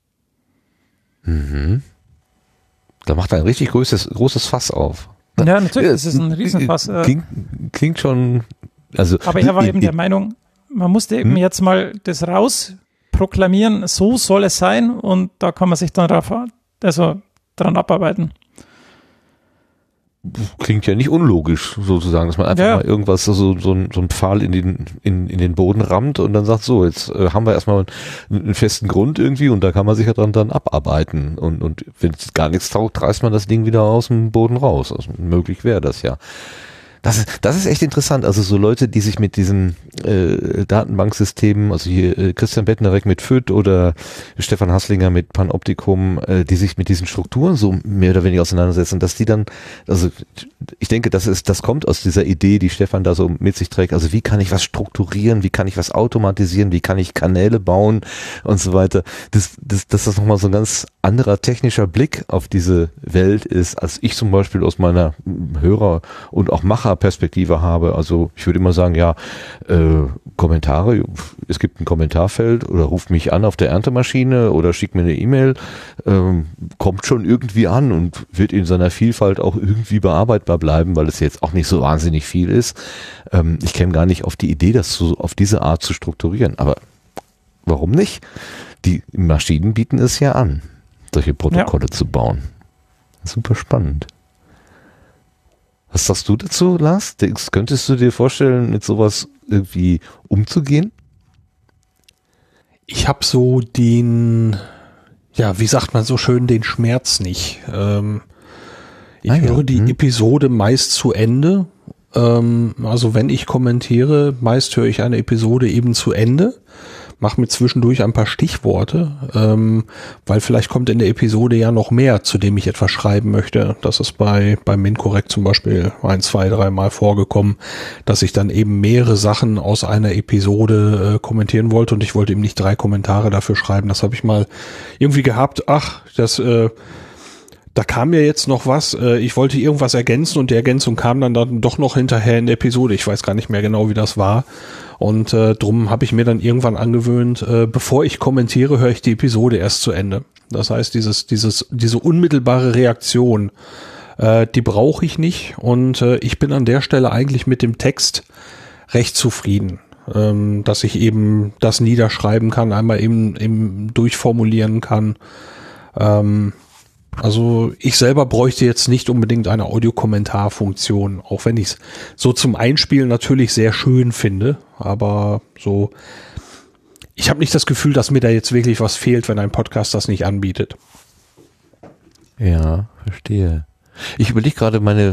Mhm. Da macht er ein richtig großes Fass auf. Ja, natürlich, das ist ein Riesenfass. Klingt schon, also. Aber er war eben der Meinung, man musste eben jetzt mal das rausproklamieren, so soll es sein, und da kann man sich dann dran abarbeiten. Klingt ja nicht unlogisch, sozusagen, dass man einfach mal irgendwas, so ein Pfahl in den Boden rammt und dann sagt, so, jetzt haben wir erstmal einen festen Grund irgendwie, und da kann man sich ja dann abarbeiten. Und wenn es gar nichts taugt, reißt man das Ding wieder aus dem Boden raus. Also möglich wäre das ja. Das ist echt interessant. Also so Leute, die sich mit diesen Datenbanksystemen, also hier Christian Bettnerek mit FÜD oder Stefan Hasslinger mit Panoptikum, die sich mit diesen Strukturen so mehr oder weniger auseinandersetzen, dass die dann, also ich denke, das kommt aus dieser Idee, die Stefan da so mit sich trägt. Also wie kann ich was strukturieren, wie kann ich was automatisieren, wie kann ich Kanäle bauen und so weiter. Dass das nochmal so ein ganz anderer technischer Blick auf diese Welt ist, als ich zum Beispiel aus meiner Hörer- und auch Macher Macherperspektive habe. Also ich würde immer sagen, ja, Kommentare, es gibt ein Kommentarfeld oder ruft mich an auf der Erntemaschine oder schickt mir eine E-Mail, kommt schon irgendwie an und wird in seiner Vielfalt auch irgendwie bearbeitbar bleiben, weil es jetzt auch nicht so wahnsinnig viel ist. Ich käme gar nicht auf die Idee, das so auf diese Art zu strukturieren. Aber warum nicht? Die Maschinen bieten es ja an, solche Protokolle zu bauen. Super spannend. Was sagst du dazu, Lars? Könntest du dir vorstellen, mit sowas irgendwie umzugehen? Ich habe so den, wie sagt man so schön, den Schmerz nicht. Ich höre die Episode meist zu Ende. Also wenn ich kommentiere, meist höre ich eine Episode eben zu Ende. Mache mir zwischendurch ein paar Stichworte, weil vielleicht kommt in der Episode ja noch mehr, zu dem ich etwas schreiben möchte. Das ist bei Minkorrekt zum Beispiel 1, 2, 3 Mal vorgekommen, dass ich dann eben mehrere Sachen aus einer Episode kommentieren wollte und ich wollte eben nicht 3 Kommentare dafür schreiben. Das habe ich mal irgendwie gehabt. Da kam mir jetzt noch was, ich wollte irgendwas ergänzen und die Ergänzung kam dann doch noch hinterher in der Episode. Ich weiß gar nicht mehr genau, wie das war. Und drum habe ich mir dann irgendwann angewöhnt, bevor ich kommentiere, höre ich die Episode erst zu Ende. Das heißt, diese unmittelbare Reaktion, die brauche ich nicht. Und ich bin an der Stelle eigentlich mit dem Text recht zufrieden, dass ich eben das niederschreiben kann, einmal eben durchformulieren kann. Also ich selber bräuchte jetzt nicht unbedingt eine Audiokommentarfunktion, auch wenn ich es so zum Einspielen natürlich sehr schön finde, aber so, ich habe nicht das Gefühl, dass mir da jetzt wirklich was fehlt, wenn ein Podcast das nicht anbietet. Ja, verstehe. Ich überlege gerade meine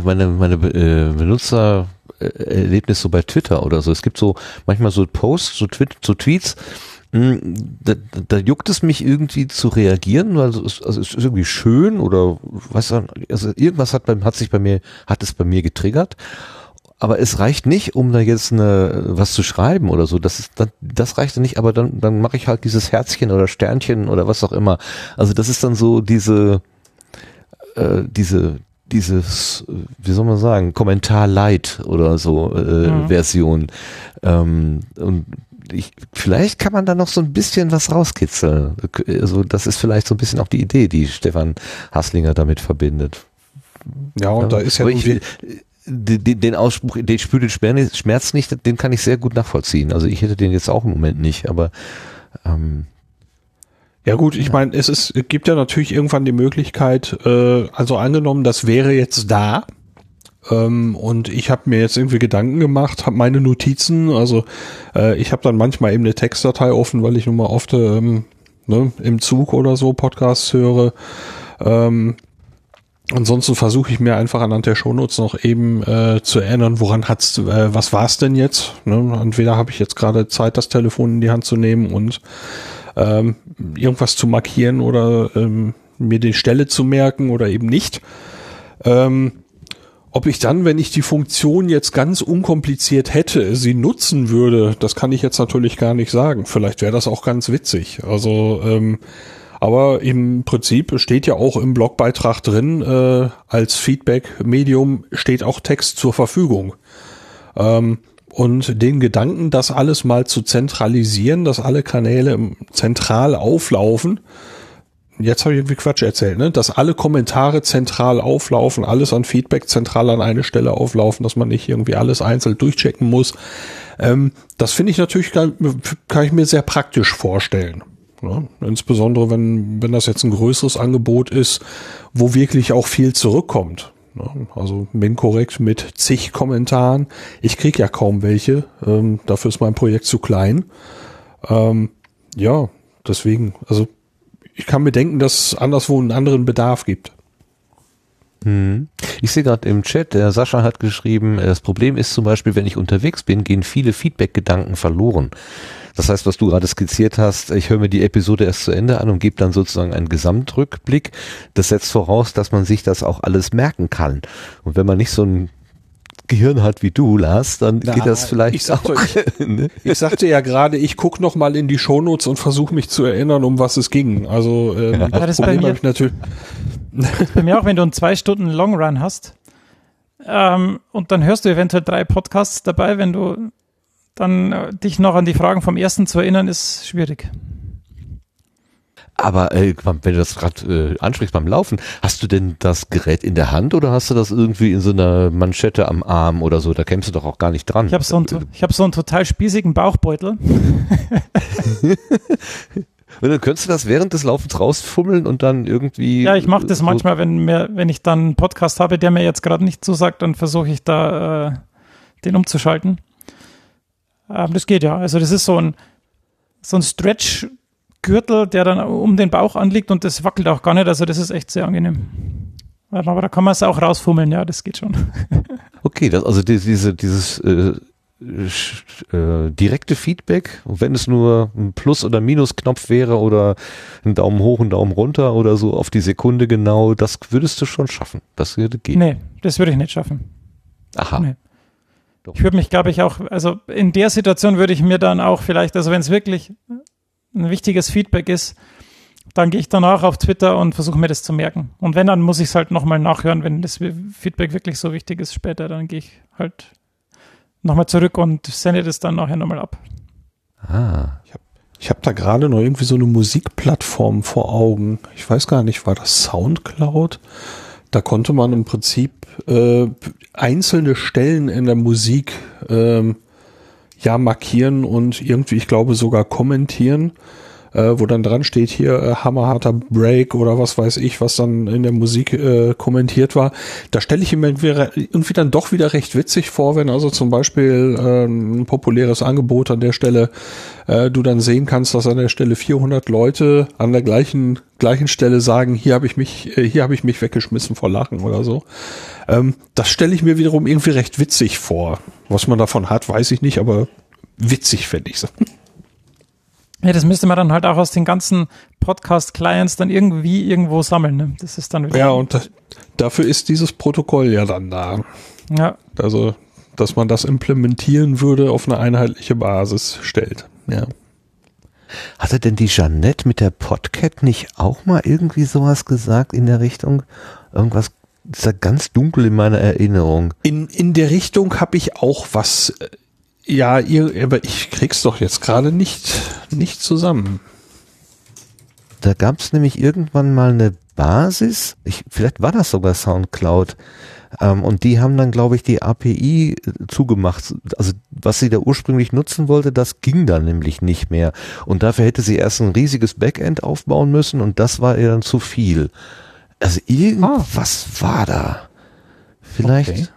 Benutzererlebnis so bei Twitter oder so. Es gibt so manchmal so Posts, so Tweets, da juckt es mich irgendwie zu reagieren, weil es ist irgendwie schön oder was, also irgendwas hat es bei mir getriggert, aber es reicht nicht, um da jetzt was zu schreiben oder so. Das reicht dann nicht, aber dann mache ich halt dieses Herzchen oder Sternchen oder was auch immer. Also das ist dann so dieses, wie soll man sagen, Kommentar-Light oder so Version. Und vielleicht kann man da noch so ein bisschen was rauskitzeln. Also das ist vielleicht so ein bisschen auch die Idee, die Stefan Hasslinger damit verbindet. Ja, und da ist ja den Ausspruch, den spürt den Schmerz nicht, den kann ich sehr gut nachvollziehen. Also ich hätte den jetzt auch im Moment nicht, aber ja gut, ich meine, es gibt ja natürlich irgendwann die Möglichkeit, also angenommen, das wäre jetzt da, und ich habe mir jetzt irgendwie Gedanken gemacht, habe meine Notizen, also ich habe dann manchmal eben eine Textdatei offen, weil ich nun mal oft im Zug oder so Podcasts höre. Ansonsten versuche ich mir einfach anhand der Shownotes noch eben zu erinnern, was war es denn jetzt? Ne? Entweder habe ich jetzt gerade Zeit, das Telefon in die Hand zu nehmen und irgendwas zu markieren oder mir die Stelle zu merken oder eben nicht. Ob ich dann, wenn ich die Funktion jetzt ganz unkompliziert hätte, sie nutzen würde, das kann ich jetzt natürlich gar nicht sagen. Vielleicht wäre das auch ganz witzig. Also, aber im Prinzip steht ja auch im Blogbeitrag drin, als Feedback-Medium steht auch Text zur Verfügung. Und den Gedanken, das alles mal zu zentralisieren, dass alle Kanäle zentral auflaufen, jetzt habe ich irgendwie Quatsch erzählt, ne? Dass alle Kommentare zentral auflaufen, alles an Feedback zentral an eine Stelle auflaufen, dass man nicht irgendwie alles einzeln durchchecken muss. Das finde ich natürlich, kann ich mir sehr praktisch vorstellen. Ne? Insbesondere, wenn das jetzt ein größeres Angebot ist, wo wirklich auch viel zurückkommt. Ne? Also Minkorrekt mit zig Kommentaren. Ich kriege ja kaum welche. Dafür ist mein Projekt zu klein. Ja, deswegen, also ich kann mir denken, dass es anderswo einen anderen Bedarf gibt. Ich sehe gerade im Chat, der Sascha hat geschrieben, das Problem ist zum Beispiel, wenn ich unterwegs bin, gehen viele Feedback-Gedanken verloren. Das heißt, was du gerade skizziert hast, ich höre mir die Episode erst zu Ende an und gebe dann sozusagen einen Gesamtrückblick. Das setzt voraus, dass man sich das auch alles merken kann. Und wenn man nicht so ein Gehirn hat wie du, Lars, dann geht das vielleicht auch. Ich sagte ja gerade, ich gucke noch mal in die Shownotes und versuche mich zu erinnern, um was es ging. Also das Problem habe ich natürlich. Bei mir auch, wenn du einen 2 Stunden Longrun hast, und dann hörst du eventuell 3 Podcasts dabei, wenn du dann dich noch an die Fragen vom ersten zu erinnern, ist schwierig. Aber wenn du das gerade ansprichst beim Laufen, hast du denn das Gerät in der Hand oder hast du das irgendwie in so einer Manschette am Arm oder so? Da kämst du doch auch gar nicht dran. Ich habe so einen total spießigen Bauchbeutel. Und dann könntest du das während des Laufens rausfummeln und dann irgendwie... Ja, ich mache das manchmal, wenn ich dann einen Podcast habe, der mir jetzt gerade nicht zusagt, dann versuche ich da den umzuschalten. Das geht ja. Also das ist so ein Stretch-Gürtel, der dann um den Bauch anliegt und das wackelt auch gar nicht. Also das ist echt sehr angenehm. Aber da kann man es auch rausfummeln, ja, das geht schon. Okay, also dieses direkte Feedback, wenn es nur ein Plus- oder Minusknopf wäre oder ein Daumen hoch, ein Daumen runter oder so auf die Sekunde genau, das würdest du schon schaffen. Das würde gehen. Nee, das würde ich nicht schaffen. Aha. Nee. Ich würde mich, glaube ich, auch, also in der Situation würde ich mir dann auch vielleicht, also wenn es wirklich ein wichtiges Feedback ist, dann gehe ich danach auf Twitter und versuche mir das zu merken. Und wenn, dann muss ich es halt nochmal nachhören, wenn das Feedback wirklich so wichtig ist später, dann gehe ich halt nochmal zurück und sende das dann nachher nochmal ab. Ah. Ich hab da gerade noch irgendwie so eine Musikplattform vor Augen. Ich weiß gar nicht, war das Soundcloud? Da konnte man im Prinzip einzelne Stellen in der Musik markieren und irgendwie, ich glaube, sogar kommentieren, wo dann dran steht hier hammerharter Break oder was weiß ich, was dann in der Musik kommentiert war. Da stelle ich mir irgendwie dann doch wieder recht witzig vor, wenn also zum Beispiel ein populäres Angebot an der Stelle du dann sehen kannst, dass an der Stelle 400 Leute an der gleichen Stelle sagen, hier habe ich mich weggeschmissen vor Lachen oder so. Das stelle ich mir wiederum irgendwie recht witzig vor. Was man davon hat, weiß ich nicht, aber witzig fände ich es. Ja, das müsste man dann halt auch aus den ganzen Podcast-Clients dann irgendwie irgendwo sammeln. Ne? Das ist dann wieder. Ja, und dafür ist dieses Protokoll ja dann da. Ja. Also, dass man das implementieren würde, auf eine einheitliche Basis stellt. Ja. Hatte denn die Jeanette mit der Podcat nicht auch mal irgendwie sowas gesagt in der Richtung? Irgendwas ist da ganz dunkel in meiner Erinnerung. In der Richtung habe ich auch was. Ja, aber ich krieg's doch jetzt gerade nicht zusammen. Da gab es nämlich irgendwann mal eine Basis, vielleicht war das sogar Soundcloud, und die haben dann, glaube ich, die API zugemacht. Also was sie da ursprünglich nutzen wollte, das ging dann nämlich nicht mehr. Und dafür hätte sie erst ein riesiges Backend aufbauen müssen und das war ihr dann zu viel. Also irgendwas war da. Vielleicht... Okay.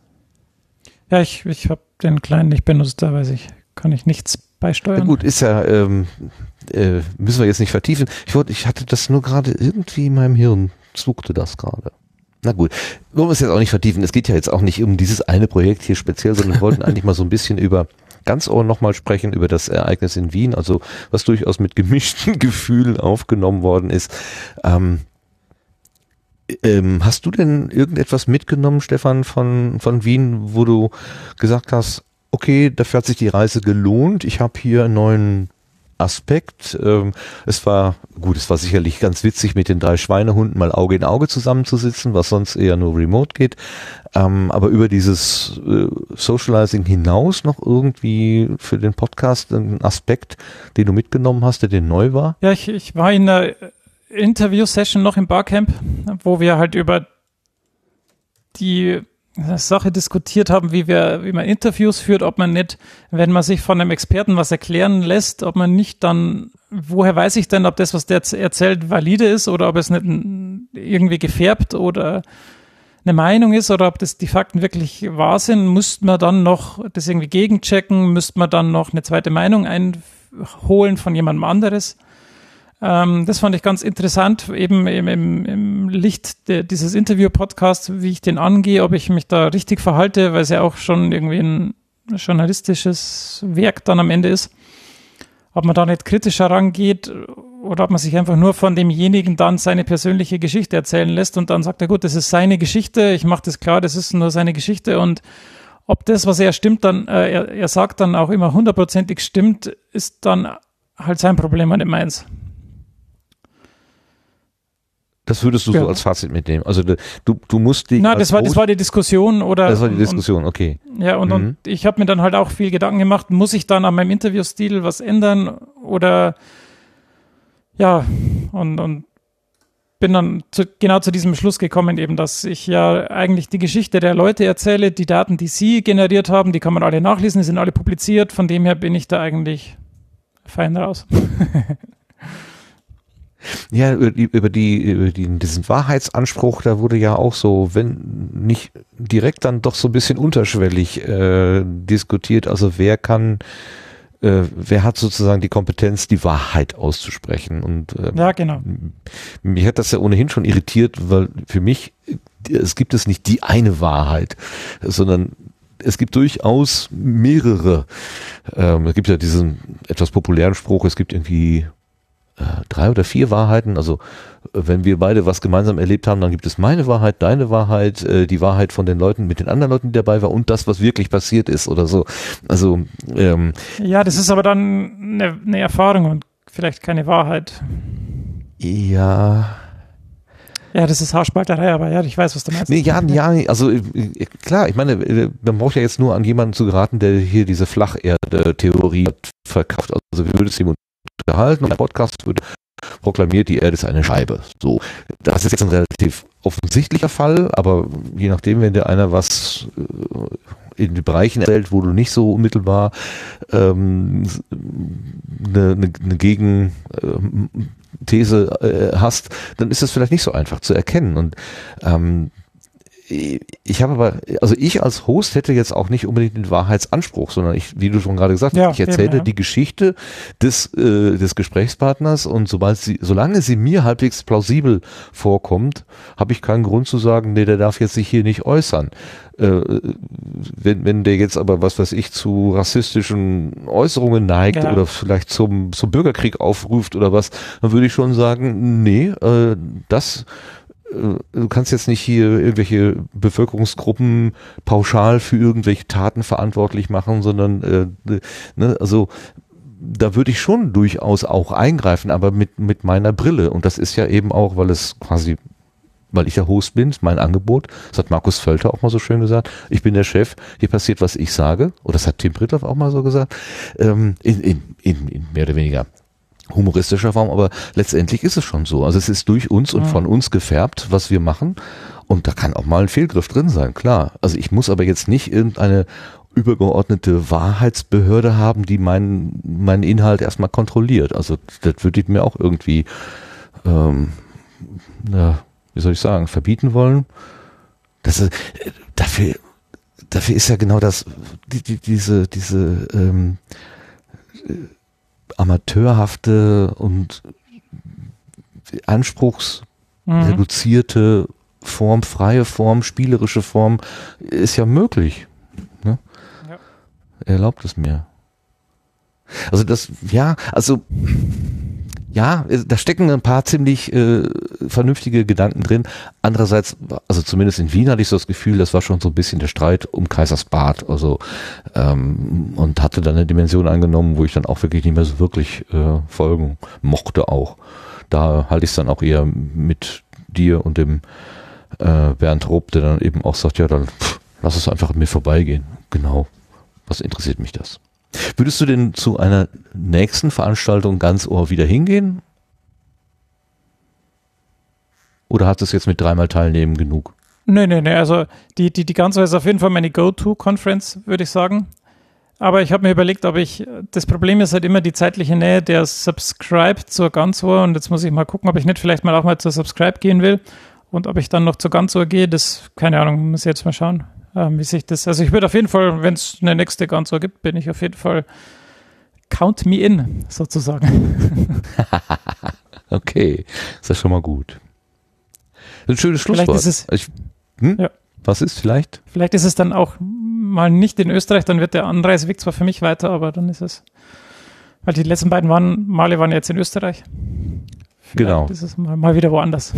Ja, ich habe den kleinen nicht benutzt, da kann ich nichts beisteuern. Na gut, ist ja, müssen wir jetzt nicht vertiefen. Ich hatte das nur gerade irgendwie in meinem Hirn, suchte das gerade. Na gut, wollen wir es jetzt auch nicht vertiefen. Es geht ja jetzt auch nicht um dieses eine Projekt hier speziell, sondern wir wollten eigentlich mal so ein bisschen über ganz nochmal sprechen, über das Ereignis in Wien, also was durchaus mit gemischten Gefühlen aufgenommen worden ist. Hast du denn irgendetwas mitgenommen, Stefan, von Wien, wo du gesagt hast, okay, dafür hat sich die Reise gelohnt, ich habe hier einen neuen Aspekt. Es war sicherlich ganz witzig, mit den 3 Schweinehunden mal Auge in Auge zusammenzusitzen, was sonst eher nur remote geht. Aber über dieses Socializing hinaus noch irgendwie für den Podcast einen Aspekt, den du mitgenommen hast, der dir neu war? Ja, ich war in einer Interview-Session noch im Barcamp, wo wir halt über die Sache diskutiert haben, wie man Interviews führt, ob man nicht, wenn man sich von einem Experten was erklären lässt, ob man nicht dann, woher weiß ich denn, ob das, was der erzählt, valide ist oder ob es nicht irgendwie gefärbt oder eine Meinung ist oder ob das die Fakten wirklich wahr sind, müsste man dann noch das irgendwie gegenchecken, müsste man dann noch eine zweite Meinung einholen von jemandem anderes. Das fand ich ganz interessant, eben im Licht dieses Interview-Podcasts, wie ich den angehe, ob ich mich da richtig verhalte, weil es ja auch schon irgendwie ein journalistisches Werk dann am Ende ist. Ob man da nicht kritischer rangeht oder ob man sich einfach nur von demjenigen dann seine persönliche Geschichte erzählen lässt und dann sagt er, gut, das ist seine Geschichte, ich mache das klar, das ist nur seine Geschichte und ob das, was er stimmt, dann er sagt dann auch immer 100%ig stimmt, ist dann halt sein Problem und nicht meins. Das würdest du so als Fazit mitnehmen. Also du musst die. Na, das war die Diskussion oder. Das war die Diskussion, okay. Ja, und ich habe mir dann halt auch viel Gedanken gemacht, muss ich dann an meinem Interviewstil was ändern oder ja, und bin dann genau zu diesem Schluss gekommen, eben, dass ich ja eigentlich die Geschichte der Leute erzähle, die Daten, die sie generiert haben, die kann man alle nachlesen, die sind alle publiziert, von dem her bin ich da eigentlich fein raus. Ja, über diesen Wahrheitsanspruch, da wurde ja auch so, wenn nicht direkt, dann doch so ein bisschen unterschwellig diskutiert. Also wer hat sozusagen die Kompetenz, die Wahrheit auszusprechen? Und ja, genau. Mich hat das ja ohnehin schon irritiert, weil für mich es gibt es nicht die eine Wahrheit, sondern es gibt durchaus mehrere. Es gibt ja diesen etwas populären Spruch, es gibt irgendwie 3 oder 4 Wahrheiten, also wenn wir beide was gemeinsam erlebt haben, dann gibt es meine Wahrheit, deine Wahrheit, die Wahrheit von den Leuten mit den anderen Leuten, die dabei war und das, was wirklich passiert ist oder so. Also ja, das ist aber dann eine Erfahrung und vielleicht keine Wahrheit. Ja. Ja, das ist Haarspalterei, aber ja, ich weiß, was du meinst. Nee, also klar, ich meine, man braucht ja jetzt nur an jemanden zu geraten, der hier diese Flacherde-Theorie verkauft. Also wir würden es ihm unterhalten und der Podcast wird proklamiert, die Erde ist eine Scheibe. So, das ist jetzt ein relativ offensichtlicher Fall, aber je nachdem, wenn dir einer was in den Bereichen erzählt, wo du nicht so unmittelbar eine Gegenthese hast, dann ist das vielleicht nicht so einfach zu erkennen. Und ich habe aber, also ich als Host hätte jetzt auch nicht unbedingt den Wahrheitsanspruch, sondern wie du schon gerade gesagt hast, ich erzähle die Geschichte des Gesprächspartners und solange sie mir halbwegs plausibel vorkommt, habe ich keinen Grund zu sagen, nee, der darf jetzt sich hier nicht äußern. Wenn der jetzt aber, was weiß ich, zu rassistischen Äußerungen neigt oder vielleicht zum Bürgerkrieg aufruft oder was, dann würde ich schon sagen, nee, du kannst jetzt nicht hier irgendwelche Bevölkerungsgruppen pauschal für irgendwelche Taten verantwortlich machen, sondern also da würde ich schon durchaus auch eingreifen, aber mit meiner Brille. Und das ist ja eben auch, weil ich der Host bin, ist mein Angebot. Das hat Markus Völter auch mal so schön gesagt. Ich bin der Chef, hier passiert, was ich sage. Oder das hat Tim Pritlove auch mal so gesagt. In mehr oder weniger humoristischer Form, aber letztendlich ist es schon so. Also es ist durch uns und von uns gefärbt, was wir machen. Und da kann auch mal ein Fehlgriff drin sein, klar. Also ich muss aber jetzt nicht irgendeine übergeordnete Wahrheitsbehörde haben, die meinen Inhalt erstmal kontrolliert. Also das würde ich mir auch irgendwie, wie soll ich sagen, verbieten wollen. Dafür ist ja genau das, diese amateurhafte und anspruchsreduzierte Form, freie Form, spielerische Form ist ja möglich. Ne? Ja. Er erlaubt es mir. Also da stecken ein paar ziemlich vernünftige Gedanken drin. Andererseits, also zumindest in Wien hatte ich so das Gefühl, das war schon so ein bisschen der Streit um Kaisersbad, also und hatte dann eine Dimension angenommen, wo ich dann auch wirklich nicht mehr so wirklich folgen mochte auch. Da halte ich es dann auch eher mit dir und dem Bernd Rob, der dann eben auch sagt, ja, dann lass es einfach an mir vorbeigehen. Genau. Was interessiert mich das? Würdest du denn zu einer nächsten Veranstaltung ganz Ohr wieder hingehen? Oder hat es jetzt mit 3-mal Teilnehmen genug? Nee, also die ganz Ohr ist auf jeden Fall meine Go-To-Conference, würde ich sagen. Aber ich habe mir überlegt, das Problem ist halt immer die zeitliche Nähe der Subscribe zur ganz Ohr und jetzt muss ich mal gucken, ob ich nicht vielleicht mal auch mal zur Subscribe gehen will und ob ich dann noch zur ganz Ohr gehe, keine Ahnung, muss ich jetzt mal schauen. Wie sich das, also ich würde auf jeden Fall, wenn es eine nächste Ganzor gibt, bin ich auf jeden Fall count me in, sozusagen. Okay, ist ja schon mal gut. Ein schönes Schlusswort. Was ist vielleicht? Vielleicht ist es dann auch mal nicht in Österreich, dann wird der Anreiseweg zwar für mich weiter, aber dann ist es, weil die letzten beiden Male waren jetzt in Österreich. Vielleicht genau. Ist es mal wieder woanders.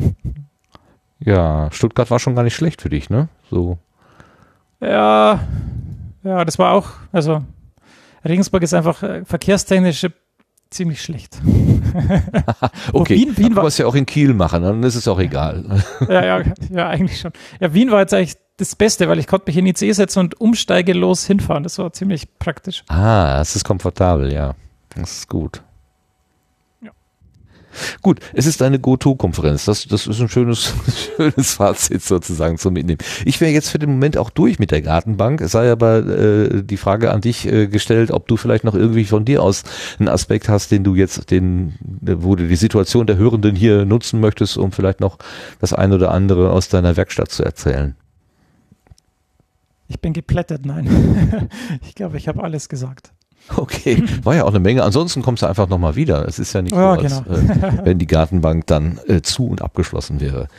Ja, Stuttgart war schon gar nicht schlecht für dich, ne? So. Ja, das war auch, also Regensburg ist einfach verkehrstechnisch ziemlich schlecht. Okay, Wien du war, musst ja auch in Kiel machen, dann ist es auch egal. ja, eigentlich schon. Ja, Wien war jetzt eigentlich das Beste, weil ich konnte mich in ICE setzen und umsteigelos hinfahren. Das war ziemlich praktisch. Das ist komfortabel, ja. Das ist gut. Ja. Gut, es ist eine GoTo-Konferenz. Das ist ein schönes Fazit sozusagen zum Mitnehmen. Ich wäre jetzt für den Moment auch durch mit der Gartenbank. Es sei aber die Frage an dich gestellt, ob du vielleicht noch irgendwie von dir aus einen Aspekt hast, wo du die Situation der Hörenden hier nutzen möchtest, um vielleicht noch das eine oder andere aus deiner Werkstatt zu erzählen. Ich bin geplättet, nein. Ich glaube, ich habe alles gesagt. Okay, war ja auch eine Menge. Ansonsten kommst du einfach nochmal wieder. Es ist ja nicht so, als wenn die Gartenbank dann zu und abgeschlossen wäre.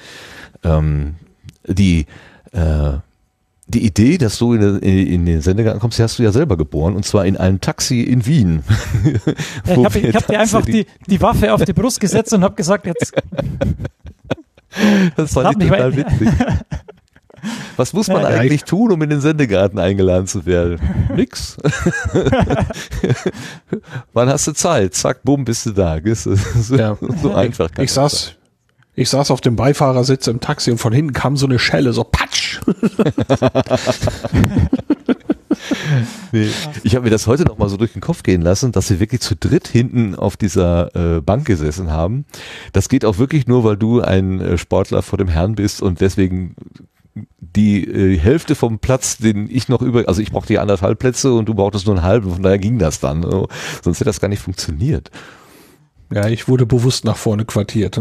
Die Idee, dass du in den Sendegarten kommst, die hast du ja selber geboren, und zwar in einem Taxi in Wien. Ja, ich hab dir einfach die Waffe auf die Brust gesetzt und habe gesagt, jetzt... Das fand ich total witzig. Was muss man eigentlich tun, um in den Sendegarten eingeladen zu werden? Nix. Wann hast du Zeit? Zack, bumm, bist du da. So einfach. Ich saß auf dem Beifahrersitz im Taxi und von hinten kam so eine Schelle, so patsch. Nee. Ich habe mir das heute noch mal so durch den Kopf gehen lassen, dass wir wirklich zu dritt hinten auf dieser Bank gesessen haben. Das geht auch wirklich nur, weil du ein Sportler vor dem Herrn bist und deswegen die Hälfte vom Platz, den ich noch also ich brauchte ja 1,5 Plätze und du brauchtest nur einen halben, von daher ging das dann. Sonst hätte das gar nicht funktioniert. Ja, ich wurde bewusst nach vorne quartiert.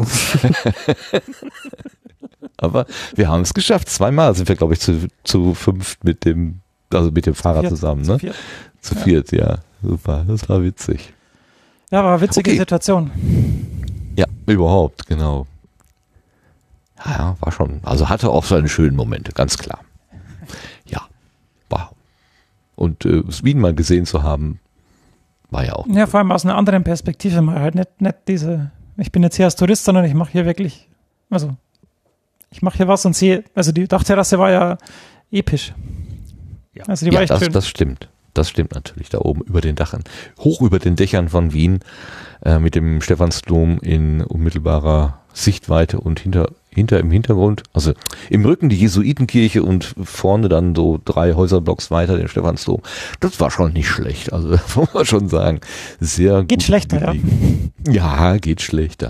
Aber wir haben es geschafft. 2-mal sind wir, glaube ich, zu 5 mit dem Fahrrad zusammen, ne? Zu viert, ja. Super, das war witzig. Ja, war eine witzige Situation. Ja, überhaupt, genau. Ja, war schon, also hatte auch seine schönen Momente, ganz klar. Ja, war. Und Wien mal gesehen zu haben, war ja auch. Ja, vor allem aus einer anderen Perspektive mal halt nicht diese, ich bin jetzt hier als Tourist, sondern ich mache hier wirklich, ich mache hier was und sehe, also die Dachterrasse war ja episch. Ja, also die war echt schön. Das stimmt. Das stimmt natürlich, da oben über den Dächern, hoch über den Dächern von Wien, mit dem Stephansdom in unmittelbarer Sichtweite und hinter im Hintergrund, also im Rücken die Jesuitenkirche und vorne dann so 3 Häuserblocks weiter den Stephansdom. Das war schon nicht schlecht, also muss man schon sagen. Sehr gut. Geht schlechter, gelegen. Ja, geht schlechter.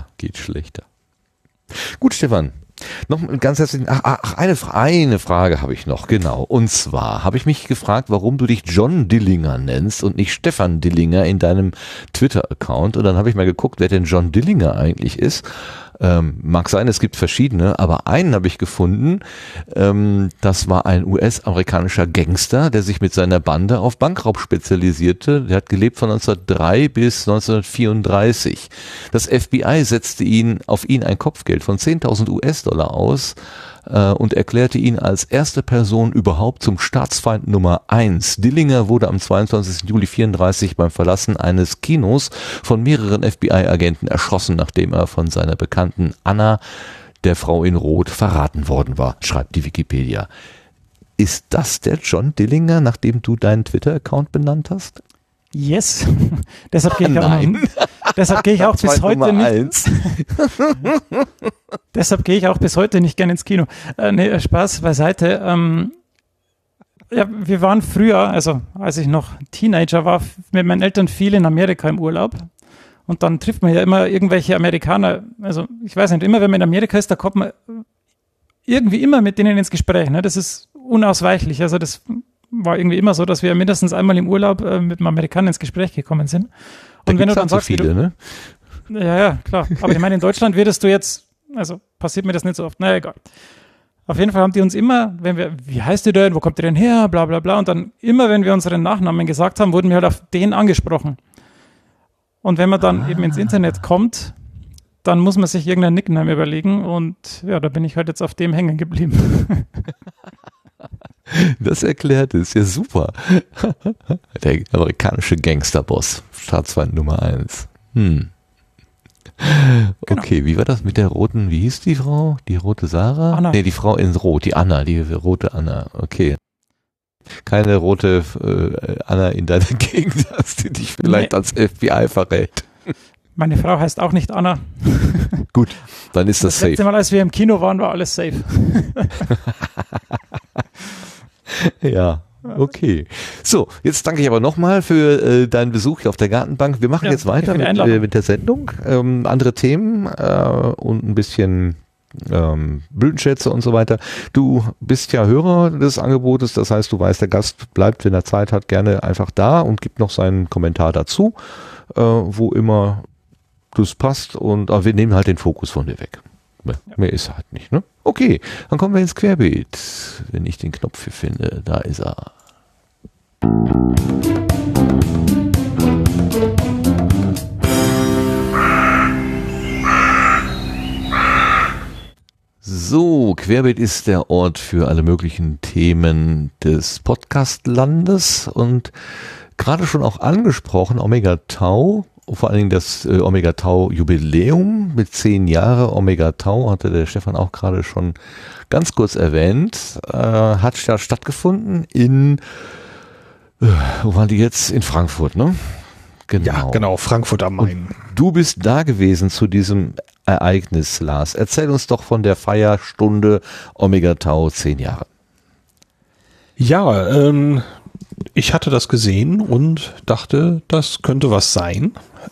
Gut, Stefan. Noch ganz herzlichen, eine Frage habe ich noch, genau. Und zwar habe ich mich gefragt, warum du dich John Dillinger nennst und nicht Stefan Dillinger in deinem Twitter-Account. Und dann habe ich mal geguckt, wer denn John Dillinger eigentlich ist. Mag sein, es gibt verschiedene, aber einen habe ich gefunden. Das war ein US-amerikanischer Gangster, der sich mit seiner Bande auf Bankraub spezialisierte. Der hat gelebt von 1903 bis 1934. Das FBI setzte auf ihn ein Kopfgeld von 10.000 US-Dollar aus und erklärte ihn als erste Person überhaupt zum Staatsfeind Nummer 1. Dillinger wurde am 22. Juli 1934 beim Verlassen eines Kinos von mehreren FBI-Agenten erschossen, nachdem er von seiner Bekannten Anna, der Frau in Rot, verraten worden war, schreibt die Wikipedia. Ist das der John Dillinger, nachdem du deinen Twitter-Account benannt hast? Yes. Deshalb gehe ich auch bis heute nicht. Deshalb gehe ich auch bis heute nicht gerne ins Kino. Nee, Spaß beiseite. Ja, wir waren früher, also als ich noch Teenager war, mit meinen Eltern viel in Amerika im Urlaub. Und dann trifft man ja immer irgendwelche Amerikaner. Also ich weiß nicht, immer wenn man in Amerika ist, da kommt man irgendwie immer mit denen ins Gespräch. Ne? Das ist unausweichlich. Also das war irgendwie immer so, dass wir mindestens einmal im Urlaub mit einem Amerikaner ins Gespräch gekommen sind. Und da wenn du dann so sagst, viele, ne? Ja, klar. Aber ich meine, in Deutschland würdest du jetzt, also passiert mir das nicht so oft. Naja, egal. Auf jeden Fall haben die uns immer, wie heißt ihr denn, wo kommt ihr denn her, bla bla bla. Und dann immer, wenn wir unseren Nachnamen gesagt haben, wurden wir halt auf den angesprochen. Und wenn man dann eben ins Internet kommt, dann muss man sich irgendeinen Nickname überlegen. Und ja, da bin ich halt jetzt auf dem hängen geblieben. Das erklärt es, ja super. Der amerikanische Gangsterboss, Staatsfeind Nummer 1. Okay, Wie war das mit der roten, wie hieß die Frau? Die rote Sarah? Anna. Nee, die Frau in Rot, die rote Anna, okay. Keine rote Anna in deiner Gegend hast, die dich vielleicht als FBI verrät. Meine Frau heißt auch nicht Anna. Gut, dann ist das safe. Das letzte Mal, als wir im Kino waren, war alles safe. Ja, okay. So, jetzt danke ich aber nochmal für deinen Besuch hier auf der Gartenbank. Wir machen jetzt weiter mit der Sendung. Andere Themen und ein bisschen Blütenschätze und so weiter. Du bist ja Hörer des Angebotes, das heißt, du weißt, der Gast bleibt, wenn er Zeit hat, gerne einfach da und gibt noch seinen Kommentar dazu, wo immer das passt, aber wir nehmen halt den Fokus von dir weg. Mehr ist halt nicht, ne? Okay, dann kommen wir ins Querbeet. Wenn ich den Knopf hier finde, da ist er. So, Querbeet ist der Ort für alle möglichen Themen des Podcast-Landes und gerade schon auch angesprochen, Omega Tau, vor allen Dingen das Omega Tau Jubiläum mit 10 Jahre Omega Tau, hatte der Stefan auch gerade schon ganz kurz erwähnt, hat ja stattgefunden wo waren die jetzt? In Frankfurt, ne? Genau. Ja, genau, Frankfurt am Main. Und du bist da gewesen zu diesem Ereignis, Lars. Erzähl uns doch von der Feierstunde Omega Tau 10 Jahre. Ja, ich hatte das gesehen und dachte, das könnte was sein.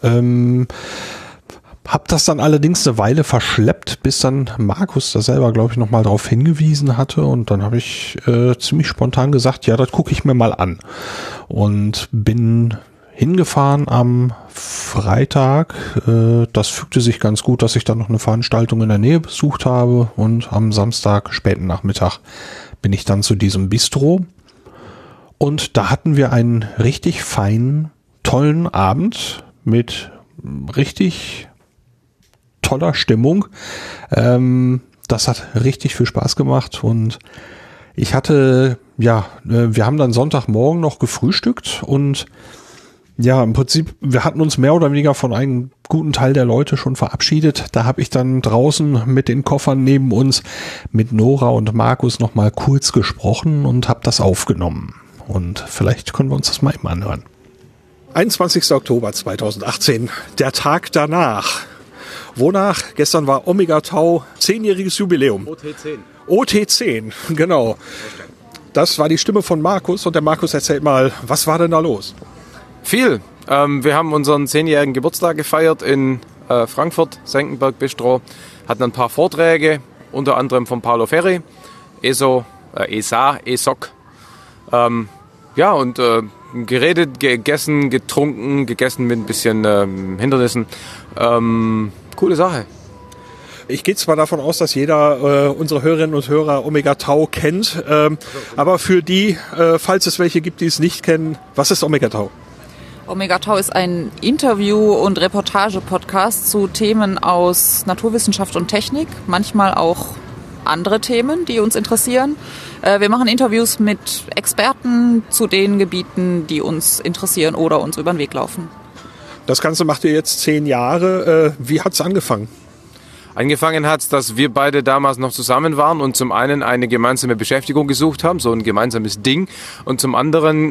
Hab das dann allerdings eine Weile verschleppt, bis dann Markus da selber, glaube ich, nochmal darauf hingewiesen hatte. Und dann habe ich ziemlich spontan gesagt, ja, das gucke ich mir mal an. Und bin hingefahren am Freitag. Das fügte sich ganz gut, dass ich dann noch eine Veranstaltung in der Nähe besucht habe. Und am Samstag, späten Nachmittag, bin ich dann zu diesem Bistro. Und da hatten wir einen richtig feinen, tollen Abend mit richtig toller Stimmung. Das hat richtig viel Spaß gemacht und ich hatte, wir haben dann Sonntagmorgen noch gefrühstückt und ja, im Prinzip, wir hatten uns mehr oder weniger von einem guten Teil der Leute schon verabschiedet. Da habe ich dann draußen mit den Koffern neben uns mit Nora und Markus noch mal kurz gesprochen und habe das aufgenommen. Und vielleicht können wir uns das mal eben anhören. 21. Oktober 2018, der Tag danach. Wonach? Gestern war Omega Tau 10-jähriges Jubiläum. OT10. OT10, genau. Das war die Stimme von Markus und der Markus erzählt mal, was war denn da los? Viel. Wir haben unseren 10-jährigen Geburtstag gefeiert in Frankfurt, Senckenberg Bistro. Hatten ein paar Vorträge, unter anderem von Paulo Ferri, ESOC. Und geredet, getrunken, gegessen mit ein bisschen Hindernissen. Coole Sache. Ich gehe zwar davon aus, dass jeder unserer Hörerinnen und Hörer Omega Tau kennt, aber für die, falls es welche gibt, die es nicht kennen, was ist Omega Tau? Omega Tau ist ein Interview- und Reportage-Podcast zu Themen aus Naturwissenschaft und Technik, manchmal auch andere Themen, die uns interessieren. Wir machen Interviews mit Experten zu den Gebieten, die uns interessieren oder uns über den Weg laufen. Das Ganze macht ihr jetzt 10 Jahre. Wie hat es angefangen? Angefangen hat es, dass wir beide damals noch zusammen waren und zum einen eine gemeinsame Beschäftigung gesucht haben, so ein gemeinsames Ding, und zum anderen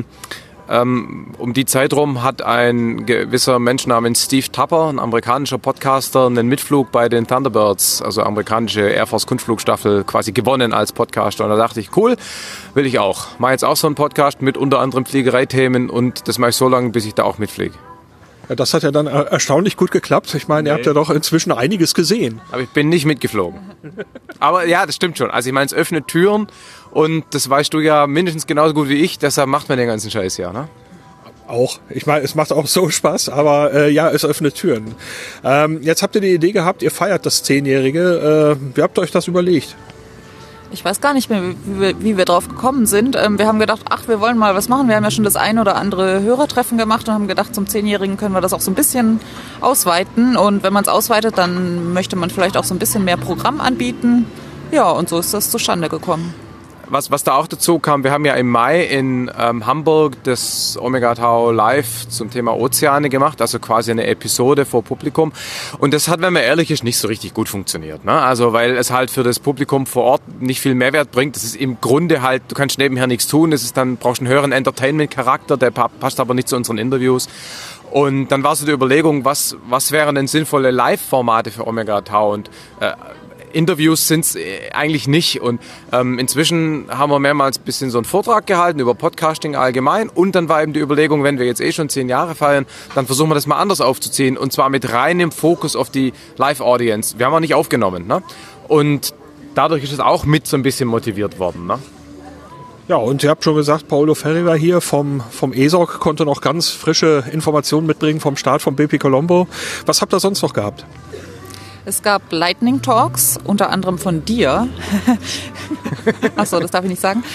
um die Zeit rum hat ein gewisser Mensch namens Steve Tupper, ein amerikanischer Podcaster, einen Mitflug bei den Thunderbirds, also amerikanische Air Force Kunstflugstaffel, quasi gewonnen als Podcaster. Und da dachte ich, cool, will ich auch. Mach jetzt auch so einen Podcast mit unter anderem Fliegereithemen und das mache ich so lange, bis ich da auch mitfliege. Ja, das hat ja dann erstaunlich gut geklappt. Ich meine, ihr habt ja doch inzwischen einiges gesehen. Aber ich bin nicht mitgeflogen. Aber ja, das stimmt schon. Also ich meine, es öffnet Türen und das weißt du ja mindestens genauso gut wie ich. Deshalb macht man den ganzen Scheiß ja, ne? Auch. Ich meine, es macht auch so Spaß, aber ja, es öffnet Türen. Jetzt habt ihr die Idee gehabt, ihr feiert das 10-Jährige. Wie habt ihr euch das überlegt? Ich weiß gar nicht mehr, wie wir drauf gekommen sind. Wir haben gedacht, wir wollen mal was machen. Wir haben ja schon das ein oder andere Hörertreffen gemacht und haben gedacht, zum 10-Jährigen können wir das auch so ein bisschen ausweiten. Und wenn man es ausweitet, dann möchte man vielleicht auch so ein bisschen mehr Programm anbieten. Ja, und so ist das zustande gekommen. was da auch dazu kam, wir haben ja im Mai in Hamburg das Omega Tau Live zum Thema Ozeane gemacht, also quasi eine Episode vor Publikum. Und das hat, wenn man ehrlich ist, nicht so richtig gut funktioniert. Ne? Also weil es halt für das Publikum vor Ort nicht viel Mehrwert bringt. Das ist im Grunde halt, du kannst nebenher nichts tun. Das ist dann, brauchst einen höheren Entertainment-Charakter, der passt aber nicht zu unseren Interviews. Und dann war so die Überlegung, was wären denn sinnvolle Live-Formate für Omega Tau? Und Interviews sind es eigentlich nicht. Und inzwischen haben wir mehrmals ein bisschen so einen Vortrag gehalten über Podcasting allgemein. Und dann war eben die Überlegung, wenn wir jetzt schon 10 Jahre feiern, dann versuchen wir das mal anders aufzuziehen. Und zwar mit reinem Fokus auf die Live-Audience. Wir haben auch nicht aufgenommen. Ne? Und dadurch ist es auch mit so ein bisschen motiviert worden. Ne? Ja, und ihr habt schon gesagt, Paolo Ferri war hier vom ESOC, konnte noch ganz frische Informationen mitbringen vom Start von BP Colombo. Was habt ihr sonst noch gehabt? Es gab Lightning Talks, unter anderem von dir. Achso, das darf ich nicht sagen.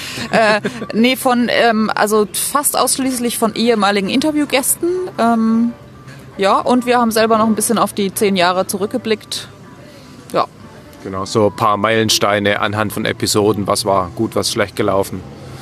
Also fast ausschließlich von ehemaligen Interviewgästen. Ja, und wir haben selber noch ein bisschen auf die 10 Jahre zurückgeblickt. Ja. Genau, so ein paar Meilensteine anhand von Episoden, was war gut, was schlecht gelaufen.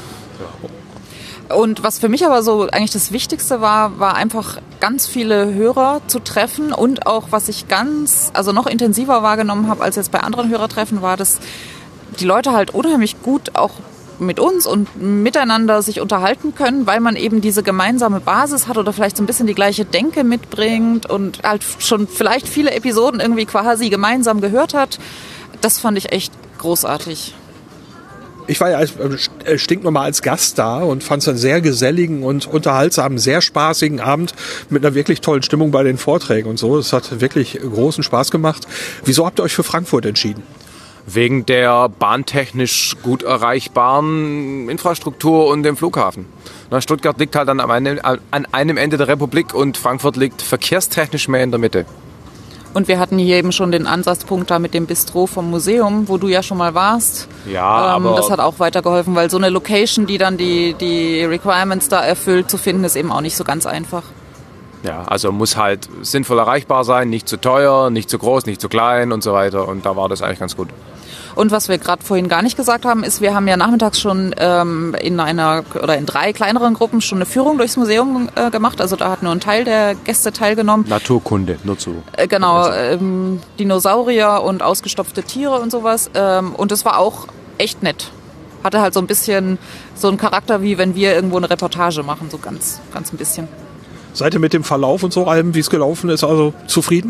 Und was für mich aber so eigentlich das Wichtigste war einfach ganz viele Hörer zu treffen und auch, was ich noch intensiver wahrgenommen habe als jetzt bei anderen Hörertreffen, war, dass die Leute halt unheimlich gut auch mit uns und miteinander sich unterhalten können, weil man eben diese gemeinsame Basis hat oder vielleicht so ein bisschen die gleiche Denke mitbringt und halt schon vielleicht viele Episoden irgendwie quasi gemeinsam gehört hat. Das fand ich echt großartig. Ich war ja stinknormal als Gast da und fand es einen sehr geselligen und unterhaltsamen, sehr spaßigen Abend mit einer wirklich tollen Stimmung bei den Vorträgen und so. Es hat wirklich großen Spaß gemacht. Wieso habt ihr euch für Frankfurt entschieden? Wegen der bahntechnisch gut erreichbaren Infrastruktur und dem Flughafen. Stuttgart liegt halt an einem Ende der Republik und Frankfurt liegt verkehrstechnisch mehr in der Mitte. Und wir hatten hier eben schon den Ansatzpunkt da mit dem Bistro vom Museum, wo du ja schon mal warst. Ja, aber das hat auch weitergeholfen, weil so eine Location, die dann die Requirements da erfüllt, zu finden, ist eben auch nicht so ganz einfach. Ja, also muss halt sinnvoll erreichbar sein, nicht zu teuer, nicht zu groß, nicht zu klein und so weiter. Und da war das eigentlich ganz gut. Und was wir gerade vorhin gar nicht gesagt haben, ist, wir haben ja nachmittags schon in 3 kleineren Gruppen schon eine Führung durchs Museum gemacht. Also da hat nur ein Teil der Gäste teilgenommen. Naturkunde, nur zu. Genau, Dinosaurier und ausgestopfte Tiere und sowas. Und es war auch echt nett. Hatte halt so ein bisschen so einen Charakter, wie wenn wir irgendwo eine Reportage machen, so ganz ein bisschen. Seid ihr mit dem Verlauf und so allem, wie es gelaufen ist, also zufrieden?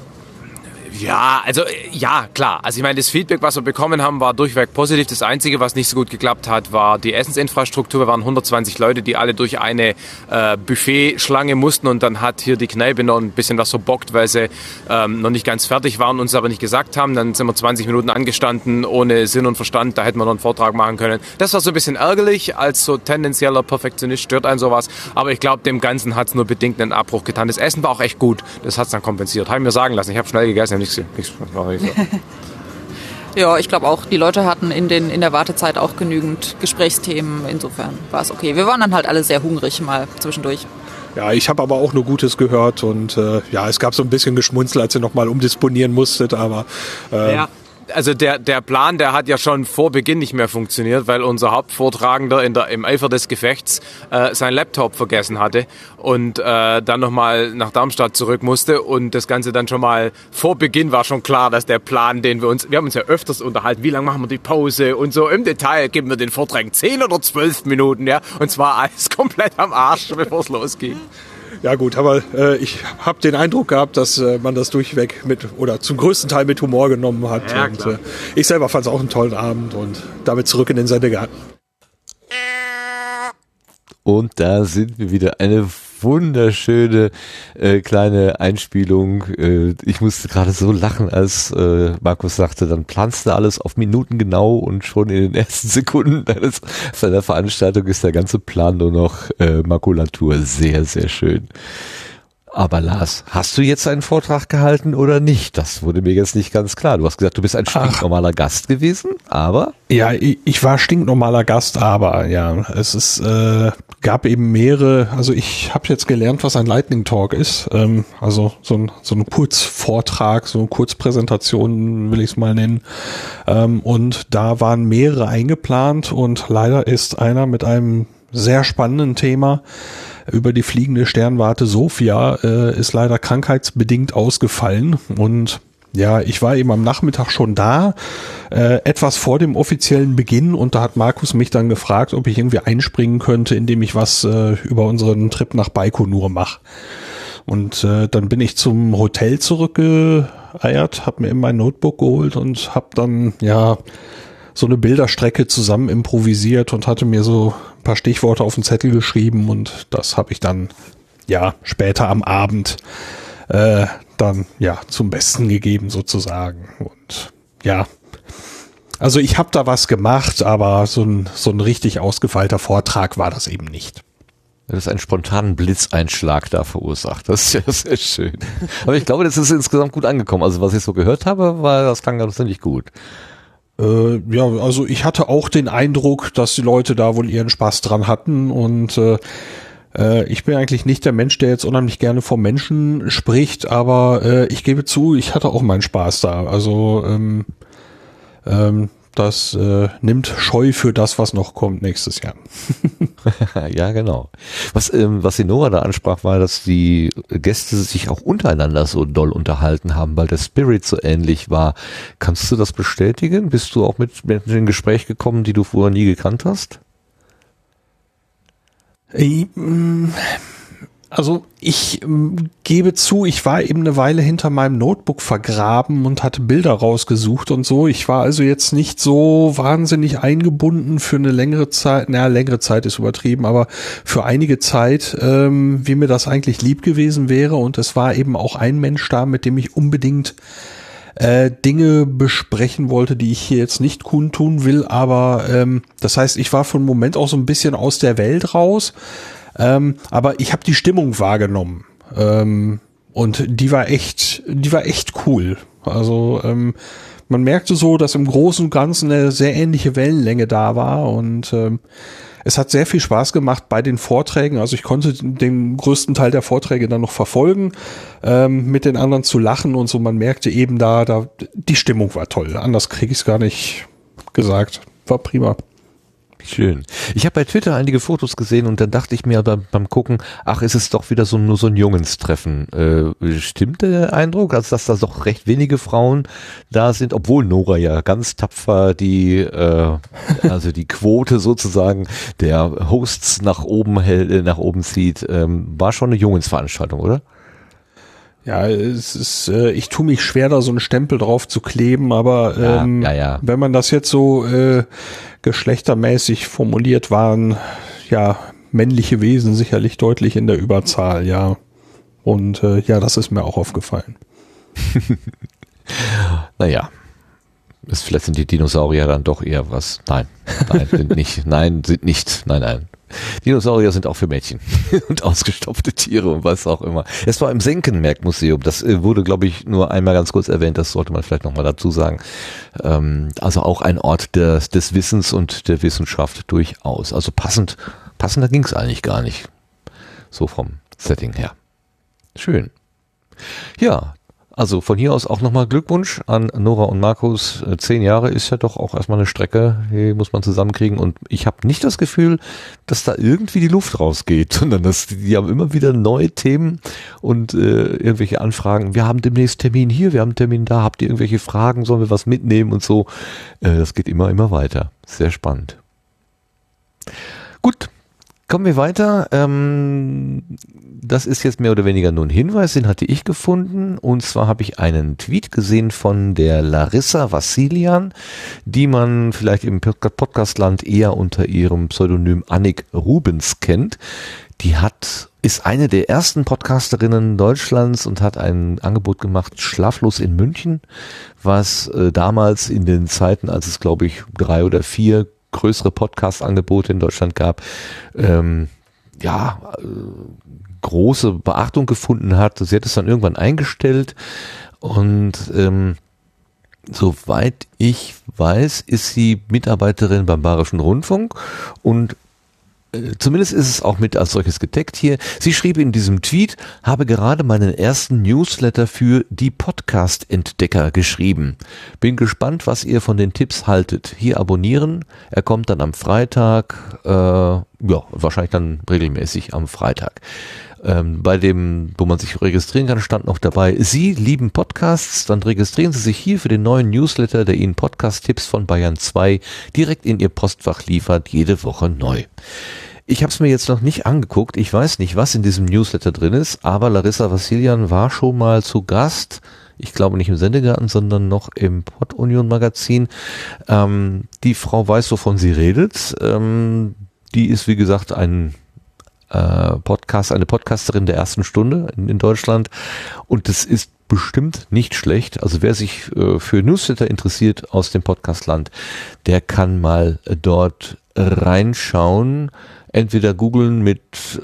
Ja, also ja, klar. Also ich meine, das Feedback, was wir bekommen haben, war durchweg positiv. Das Einzige, was nicht so gut geklappt hat, war die Essensinfrastruktur. Wir waren 120 Leute, die alle durch eine Buffetschlange mussten und dann hat hier die Kneipe noch ein bisschen was verbockt, weil sie noch nicht ganz fertig waren, uns aber nicht gesagt haben. Dann sind wir 20 Minuten angestanden, ohne Sinn und Verstand. Da hätten wir noch einen Vortrag machen können. Das war so ein bisschen ärgerlich. Als so tendenzieller Perfektionist stört einen sowas. Aber ich glaube, dem Ganzen hat es nur bedingt einen Abbruch getan. Das Essen war auch echt gut. Das hat es dann kompensiert. Habe ich mir sagen lassen. Ich habe schnell gegessen. Ja, ich glaube auch, die Leute hatten in der Wartezeit auch genügend Gesprächsthemen. Insofern war es okay. Wir waren dann halt alle sehr hungrig mal zwischendurch. Ja, ich habe aber auch nur Gutes gehört und es gab so ein bisschen Geschmunzel, als ihr nochmal umdisponieren musstet, aber ja. Also der Plan, der hat ja schon vor Beginn nicht mehr funktioniert, weil unser Hauptvortragender im Eifer des Gefechts seinen Laptop vergessen hatte und dann nochmal nach Darmstadt zurück musste und das Ganze dann schon mal vor Beginn war schon klar, dass der Plan, wir haben uns ja öfters unterhalten, wie lange machen wir die Pause und so im Detail geben wir den Vorträgen 10 oder 12 Minuten, ja, und zwar alles komplett am Arsch, bevor es losging. Ja gut, aber ich habe den Eindruck gehabt, dass man das durchweg zum größten Teil mit Humor genommen hat. Ja, und ich selber fand es auch einen tollen Abend und damit zurück in den Sendegarten. Und da sind wir wieder. Eine wunderschöne kleine Einspielung. Ich musste gerade so lachen, als Markus sagte, dann planst du alles auf Minuten genau und schon in den ersten Sekunden seiner Veranstaltung ist der ganze Plan nur noch Makulatur. Sehr, sehr schön. Aber Lars, hast du jetzt einen Vortrag gehalten oder nicht? Das wurde mir jetzt nicht ganz klar. Du hast gesagt, du bist ein stinknormaler Gast gewesen, aber? Ja, ich war stinknormaler Gast, aber ja, es ist gab eben mehrere, also ich habe jetzt gelernt, was ein Lightning Talk ist, also so ein Kurzvortrag, so eine Kurzpräsentation will ich es mal nennen, und da waren mehrere eingeplant und leider ist einer mit einem sehr spannenden Thema über die fliegende Sternwarte Sophia ist leider krankheitsbedingt ausgefallen und ja, ich war eben am Nachmittag schon da, etwas vor dem offiziellen Beginn und da hat Markus mich dann gefragt, ob ich irgendwie einspringen könnte, indem ich was über unseren Trip nach Baikonur mache. Und dann bin ich zum Hotel zurückgeeiert, habe mir eben mein Notebook geholt und habe dann ja so eine Bilderstrecke zusammen improvisiert und hatte mir so ein paar Stichworte auf den Zettel geschrieben und das habe ich dann ja später am Abend dann ja zum Besten gegeben sozusagen. Und ja, also ich habe da was gemacht, aber so ein richtig ausgefeilter Vortrag war das eben nicht. Du hast einen spontanen Blitzeinschlag da verursacht. Das ist ja sehr schön. Aber ich glaube, das ist insgesamt gut angekommen. Also was ich so gehört habe, das klang ganz ziemlich gut. Ja, also ich hatte auch den Eindruck, dass die Leute da wohl ihren Spaß dran hatten und ich bin eigentlich nicht der Mensch, der jetzt unheimlich gerne vor Menschen spricht, aber ich gebe zu, ich hatte auch meinen Spaß da. Also das nimmt Scheu für das, was noch kommt nächstes Jahr. Ja, genau. Was die Nora da ansprach, war, dass die Gäste sich auch untereinander so doll unterhalten haben, weil der Spirit so ähnlich war. Kannst du das bestätigen? Bist du auch mit Menschen in Gespräch gekommen, die du vorher nie gekannt hast? Also ich gebe zu, ich war eben eine Weile hinter meinem Notebook vergraben und hatte Bilder rausgesucht und so. Ich war also jetzt nicht so wahnsinnig eingebunden für eine längere Zeit. Naja, längere Zeit ist übertrieben, aber für einige Zeit, wie mir das eigentlich lieb gewesen wäre. Und es war eben auch ein Mensch da, mit dem ich unbedingt Dinge besprechen wollte, die ich hier jetzt nicht kundtun will, aber das heißt, ich war für einen Moment auch so ein bisschen aus der Welt raus, aber ich habe die Stimmung wahrgenommen und die war echt cool. Also man merkte so, dass im Großen und Ganzen eine sehr ähnliche Wellenlänge da war und es hat sehr viel Spaß gemacht bei den Vorträgen. Also ich konnte den größten Teil der Vorträge dann noch verfolgen, mit den anderen zu lachen und so. Man merkte eben da die Stimmung war toll. Anders kriege ich es gar nicht gesagt. War prima. Schön. Ich habe bei Twitter einige Fotos gesehen und dann dachte ich mir beim Gucken, ach, ist es doch wieder nur so ein Jungenstreffen. Stimmt der Eindruck, also dass da doch recht wenige Frauen da sind, obwohl Nora ja ganz tapfer also die Quote sozusagen der Hosts nach oben zieht, war schon eine Jungensveranstaltung, oder? Ja, es ist, ich tue mich schwer, da so einen Stempel drauf zu kleben, aber ja. Wenn man das jetzt so geschlechtermäßig formuliert, waren ja männliche Wesen sicherlich deutlich in der Überzahl, ja. Und ja, das ist mir auch aufgefallen. Naja. Vielleicht sind die Dinosaurier dann doch eher was. Nein, sind nicht. Nein, sind nicht. Nein. Dinosaurier sind auch für Mädchen und ausgestopfte Tiere und was auch immer. Es war im Senckenberg-Museum. Das wurde, glaube ich, nur einmal ganz kurz erwähnt. Das sollte man vielleicht nochmal dazu sagen. Also auch ein Ort des Wissens und der Wissenschaft durchaus. Also passender ging es eigentlich gar nicht. So vom Setting her. Schön. Ja. Also von hier aus auch nochmal Glückwunsch an Nora und Markus. 10 Jahre ist ja doch auch erstmal eine Strecke, die muss man zusammenkriegen. Und ich habe nicht das Gefühl, dass da irgendwie die Luft rausgeht, sondern die haben immer wieder neue Themen und irgendwelche Anfragen. Wir haben demnächst Termin hier, wir haben einen Termin da. Habt ihr irgendwelche Fragen? Sollen wir was mitnehmen und so? Das geht immer weiter. Sehr spannend. Gut. Kommen wir weiter. Das ist jetzt mehr oder weniger nur ein Hinweis, den hatte ich gefunden. Und zwar habe ich einen Tweet gesehen von der Larissa Vassilian, die man vielleicht im Podcastland eher unter ihrem Pseudonym Annik Rubens kennt. Die ist eine der ersten Podcasterinnen Deutschlands und hat ein Angebot gemacht, Schlaflos in München, was damals in den Zeiten, als es glaube ich 3 oder 4 größere Podcast-Angebote in Deutschland gab, große Beachtung gefunden hat. Sie hat es dann irgendwann eingestellt und soweit ich weiß, ist sie Mitarbeiterin beim Bayerischen Rundfunk und zumindest ist es auch mit als solches getaggt hier. Sie schrieb in diesem Tweet, habe gerade meinen ersten Newsletter für die Podcast-Entdecker geschrieben. Bin gespannt, was ihr von den Tipps haltet. Hier abonnieren. Er kommt dann am Freitag, wahrscheinlich dann regelmäßig am Freitag. Bei dem, wo man sich registrieren kann, stand noch dabei, Sie lieben Podcasts, dann registrieren Sie sich hier für den neuen Newsletter, der Ihnen Podcast-Tipps von Bayern 2 direkt in Ihr Postfach liefert, jede Woche neu. Ich habe es mir jetzt noch nicht angeguckt, ich weiß nicht, was in diesem Newsletter drin ist, aber Larissa Vassilian war schon mal zu Gast, ich glaube nicht im Sendegarten, sondern noch im Pod-Union-Magazin. Die Frau weiß, wovon sie redet. Die ist, wie gesagt, eine Podcasterin der ersten Stunde in Deutschland und das ist bestimmt nicht schlecht. Also wer sich für Newsletter interessiert aus dem Podcastland, der kann mal dort reinschauen, entweder googeln mit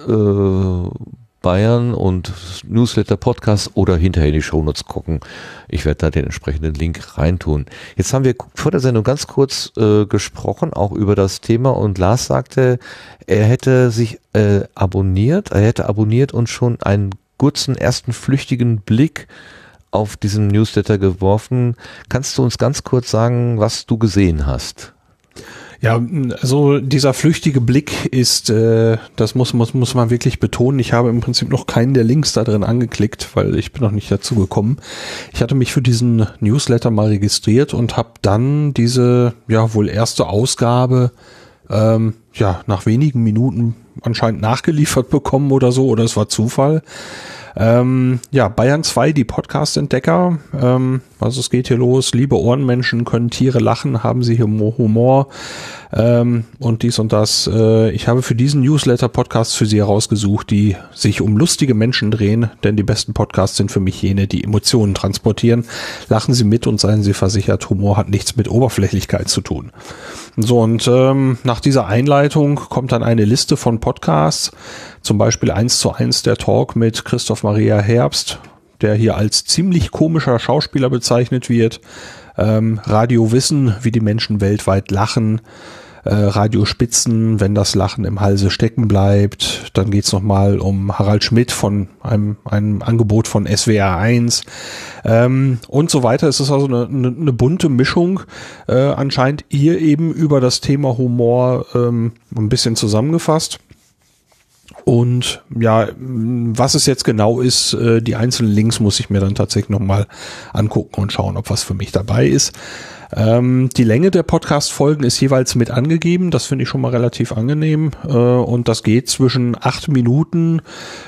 Bayern und Newsletter Podcast oder hinterher in die Shownotes gucken. Ich werde da den entsprechenden Link reintun. Jetzt haben wir vor der Sendung ganz kurz gesprochen, auch über das Thema und Lars sagte, er hätte sich abonniert und schon einen kurzen ersten flüchtigen Blick auf diesen Newsletter geworfen. Kannst du uns ganz kurz sagen, was du gesehen hast? Ja, also dieser flüchtige Blick ist, das muss man wirklich betonen. Ich habe im Prinzip noch keinen der Links da drin angeklickt, weil ich bin noch nicht dazu gekommen. Ich hatte mich für diesen Newsletter mal registriert und habe dann diese, wohl erste Ausgabe, nach wenigen Minuten anscheinend nachgeliefert bekommen oder so, oder es war Zufall. Bayern 2, die Podcast-Entdecker. Also es geht hier los. Liebe Ohrenmenschen, können Tiere lachen? Haben sie Humor? Und dies und das. Ich habe für diesen Newsletter-Podcast für Sie herausgesucht, die sich um lustige Menschen drehen, denn die besten Podcasts sind für mich jene, die Emotionen transportieren. Lachen Sie mit und seien Sie versichert, Humor hat nichts mit Oberflächlichkeit zu tun. So, und nach dieser Einleitung kommt dann eine Liste von Podcasts, zum Beispiel 1:1 der Talk mit Christoph Maria Herbst, der hier als ziemlich komischer Schauspieler bezeichnet wird. Radio Wissen, wie die Menschen weltweit lachen. Radio Spitzen, wenn das Lachen im Halse stecken bleibt. Dann geht's nochmal um Harald Schmidt von einem Angebot von SWR 1 und so weiter. Es ist also eine bunte Mischung, anscheinend hier eben über das Thema Humor ein bisschen zusammengefasst. Und was es jetzt genau ist, die einzelnen Links muss ich mir dann tatsächlich nochmal angucken und schauen, ob was für mich dabei ist. Die Länge der Podcast-Folgen ist jeweils mit angegeben, das finde ich schon mal relativ angenehm, und das geht zwischen 8 Minuten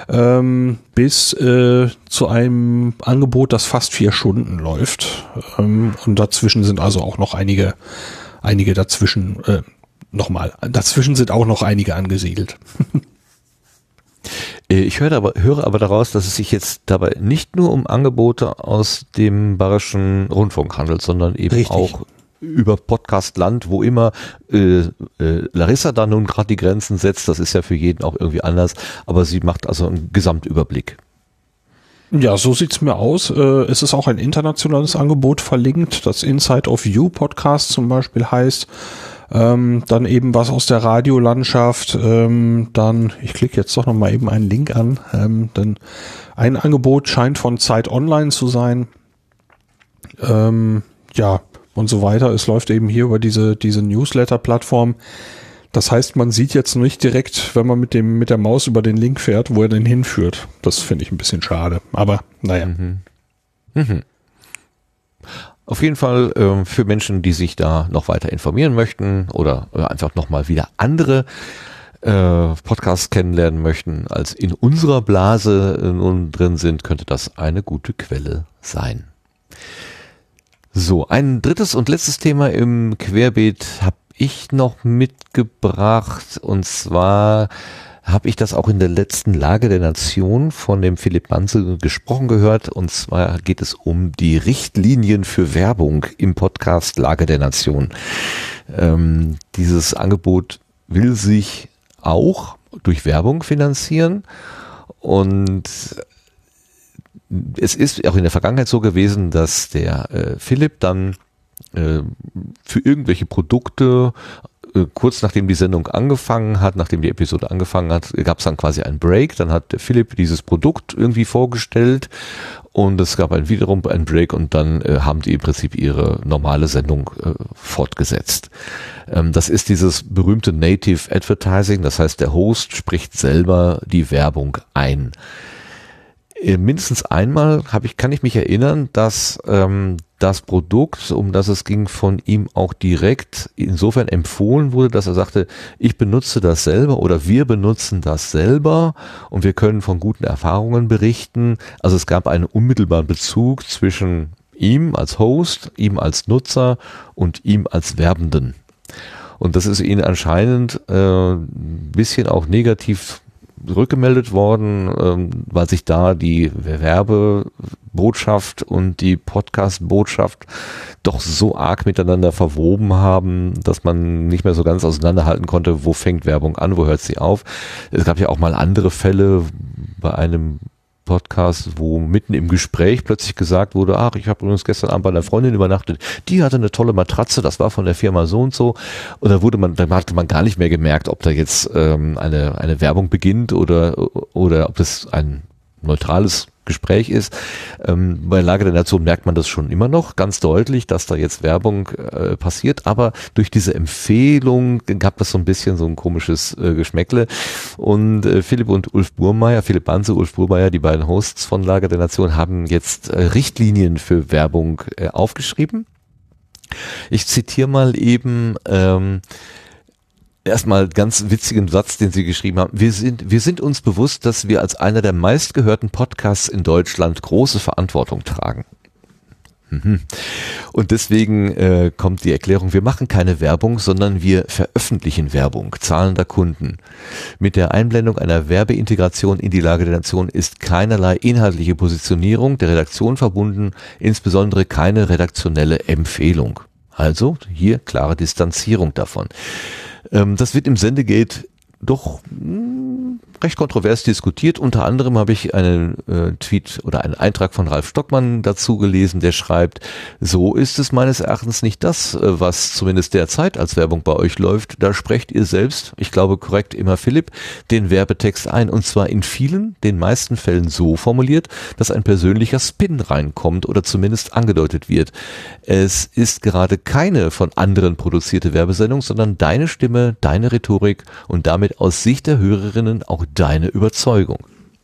bis zu einem Angebot, das fast 4 Stunden läuft, und dazwischen sind also auch noch einige dazwischen, dazwischen sind auch noch einige angesiedelt. Ich höre aber daraus, dass es sich jetzt dabei nicht nur um Angebote aus dem Bayerischen Rundfunk handelt, sondern eben Richtig. Auch über Podcastland, wo immer Larissa da nun gerade die Grenzen setzt. Das ist ja für jeden auch irgendwie anders, aber sie macht also einen Gesamtüberblick. Ja, so sieht's mir aus. Es ist auch ein internationales Angebot verlinkt, das Inside of You Podcast zum Beispiel heißt. Dann eben was aus der Radiolandschaft, dann, ich klicke jetzt doch noch mal eben einen Link an, denn ein Angebot scheint von Zeit Online zu sein, und so weiter. Es läuft eben hier über diese Newsletter-Plattform. Das heißt, man sieht jetzt nicht direkt, wenn man mit der Maus über den Link fährt, wo er denn hinführt. Das finde ich ein bisschen schade, aber naja. Auf jeden Fall für Menschen, die sich da noch weiter informieren möchten oder einfach nochmal wieder andere Podcasts kennenlernen möchten, als in unserer Blase nun drin sind, könnte das eine gute Quelle sein. So, ein drittes und letztes Thema im Querbeet habe ich noch mitgebracht, und zwar habe ich das auch in der letzten Lage der Nation von dem Philipp Banse gesprochen gehört, und zwar geht es um die Richtlinien für Werbung im Podcast Lage der Nation. Dieses Angebot will sich auch durch Werbung finanzieren, und es ist auch in der Vergangenheit so gewesen, dass der Philipp dann für irgendwelche Produkte kurz nachdem die Sendung angefangen hat, nachdem die Episode angefangen hat, gab es dann quasi einen Break. Dann hat der Philipp dieses Produkt irgendwie vorgestellt und es gab wiederum einen Break und dann haben die im Prinzip ihre normale Sendung fortgesetzt. Das ist dieses berühmte Native Advertising, das heißt, der Host spricht selber die Werbung ein. Mindestens einmal kann ich mich erinnern, dass das Produkt, um das es ging, von ihm auch direkt insofern empfohlen wurde, dass er sagte, ich benutze das selber oder wir benutzen das selber und wir können von guten Erfahrungen berichten. Also es gab einen unmittelbaren Bezug zwischen ihm als Host, ihm als Nutzer und ihm als Werbenden. Und das ist ihnen anscheinend ein bisschen auch negativ rückgemeldet worden, weil sich da die Werbebotschaft und die Podcast-Botschaft doch so arg miteinander verwoben haben, dass man nicht mehr so ganz auseinanderhalten konnte, wo fängt Werbung an, wo hört sie auf. Es gab ja auch mal andere Fälle bei einem Podcast, wo mitten im Gespräch plötzlich gesagt wurde, ach, ich habe übrigens gestern Abend bei einer Freundin übernachtet, die hatte eine tolle Matratze, das war von der Firma so und so. Und da hatte man gar nicht mehr gemerkt, ob da jetzt eine Werbung beginnt oder ob das ein neutrales Gespräch ist. Bei Lage der Nation merkt man das schon immer noch ganz deutlich, dass da jetzt Werbung passiert, aber durch diese Empfehlung gab das so ein bisschen so ein komisches Geschmäckle und Philipp Banse, Ulf Burmeier, die beiden Hosts von Lage der Nation, haben jetzt Richtlinien für Werbung aufgeschrieben. Ich zitiere mal eben erstmal ganz witzigen Satz, den Sie geschrieben haben. Wir sind uns bewusst, dass wir als einer der meistgehörten Podcasts in Deutschland große Verantwortung tragen. Und deswegen kommt die Erklärung, wir machen keine Werbung, sondern wir veröffentlichen Werbung zahlender Kunden. Mit der Einblendung einer Werbeintegration in die Lage der Nation ist keinerlei inhaltliche Positionierung der Redaktion verbunden, insbesondere keine redaktionelle Empfehlung. Also hier klare Distanzierung davon. Das wird im Sendegate doch recht kontrovers diskutiert. Unter anderem habe ich einen Tweet oder einen Eintrag von Ralf Stockmann dazu gelesen, der schreibt, so ist es meines Erachtens nicht das, was zumindest derzeit als Werbung bei euch läuft. Da sprecht ihr selbst, ich glaube korrekt immer Philipp, den Werbetext ein und zwar in den meisten Fällen so formuliert, dass ein persönlicher Spin reinkommt oder zumindest angedeutet wird. Es ist gerade keine von anderen produzierte Werbesendung, sondern deine Stimme, deine Rhetorik und damit aus Sicht der Hörerinnen auch deine Überzeugung.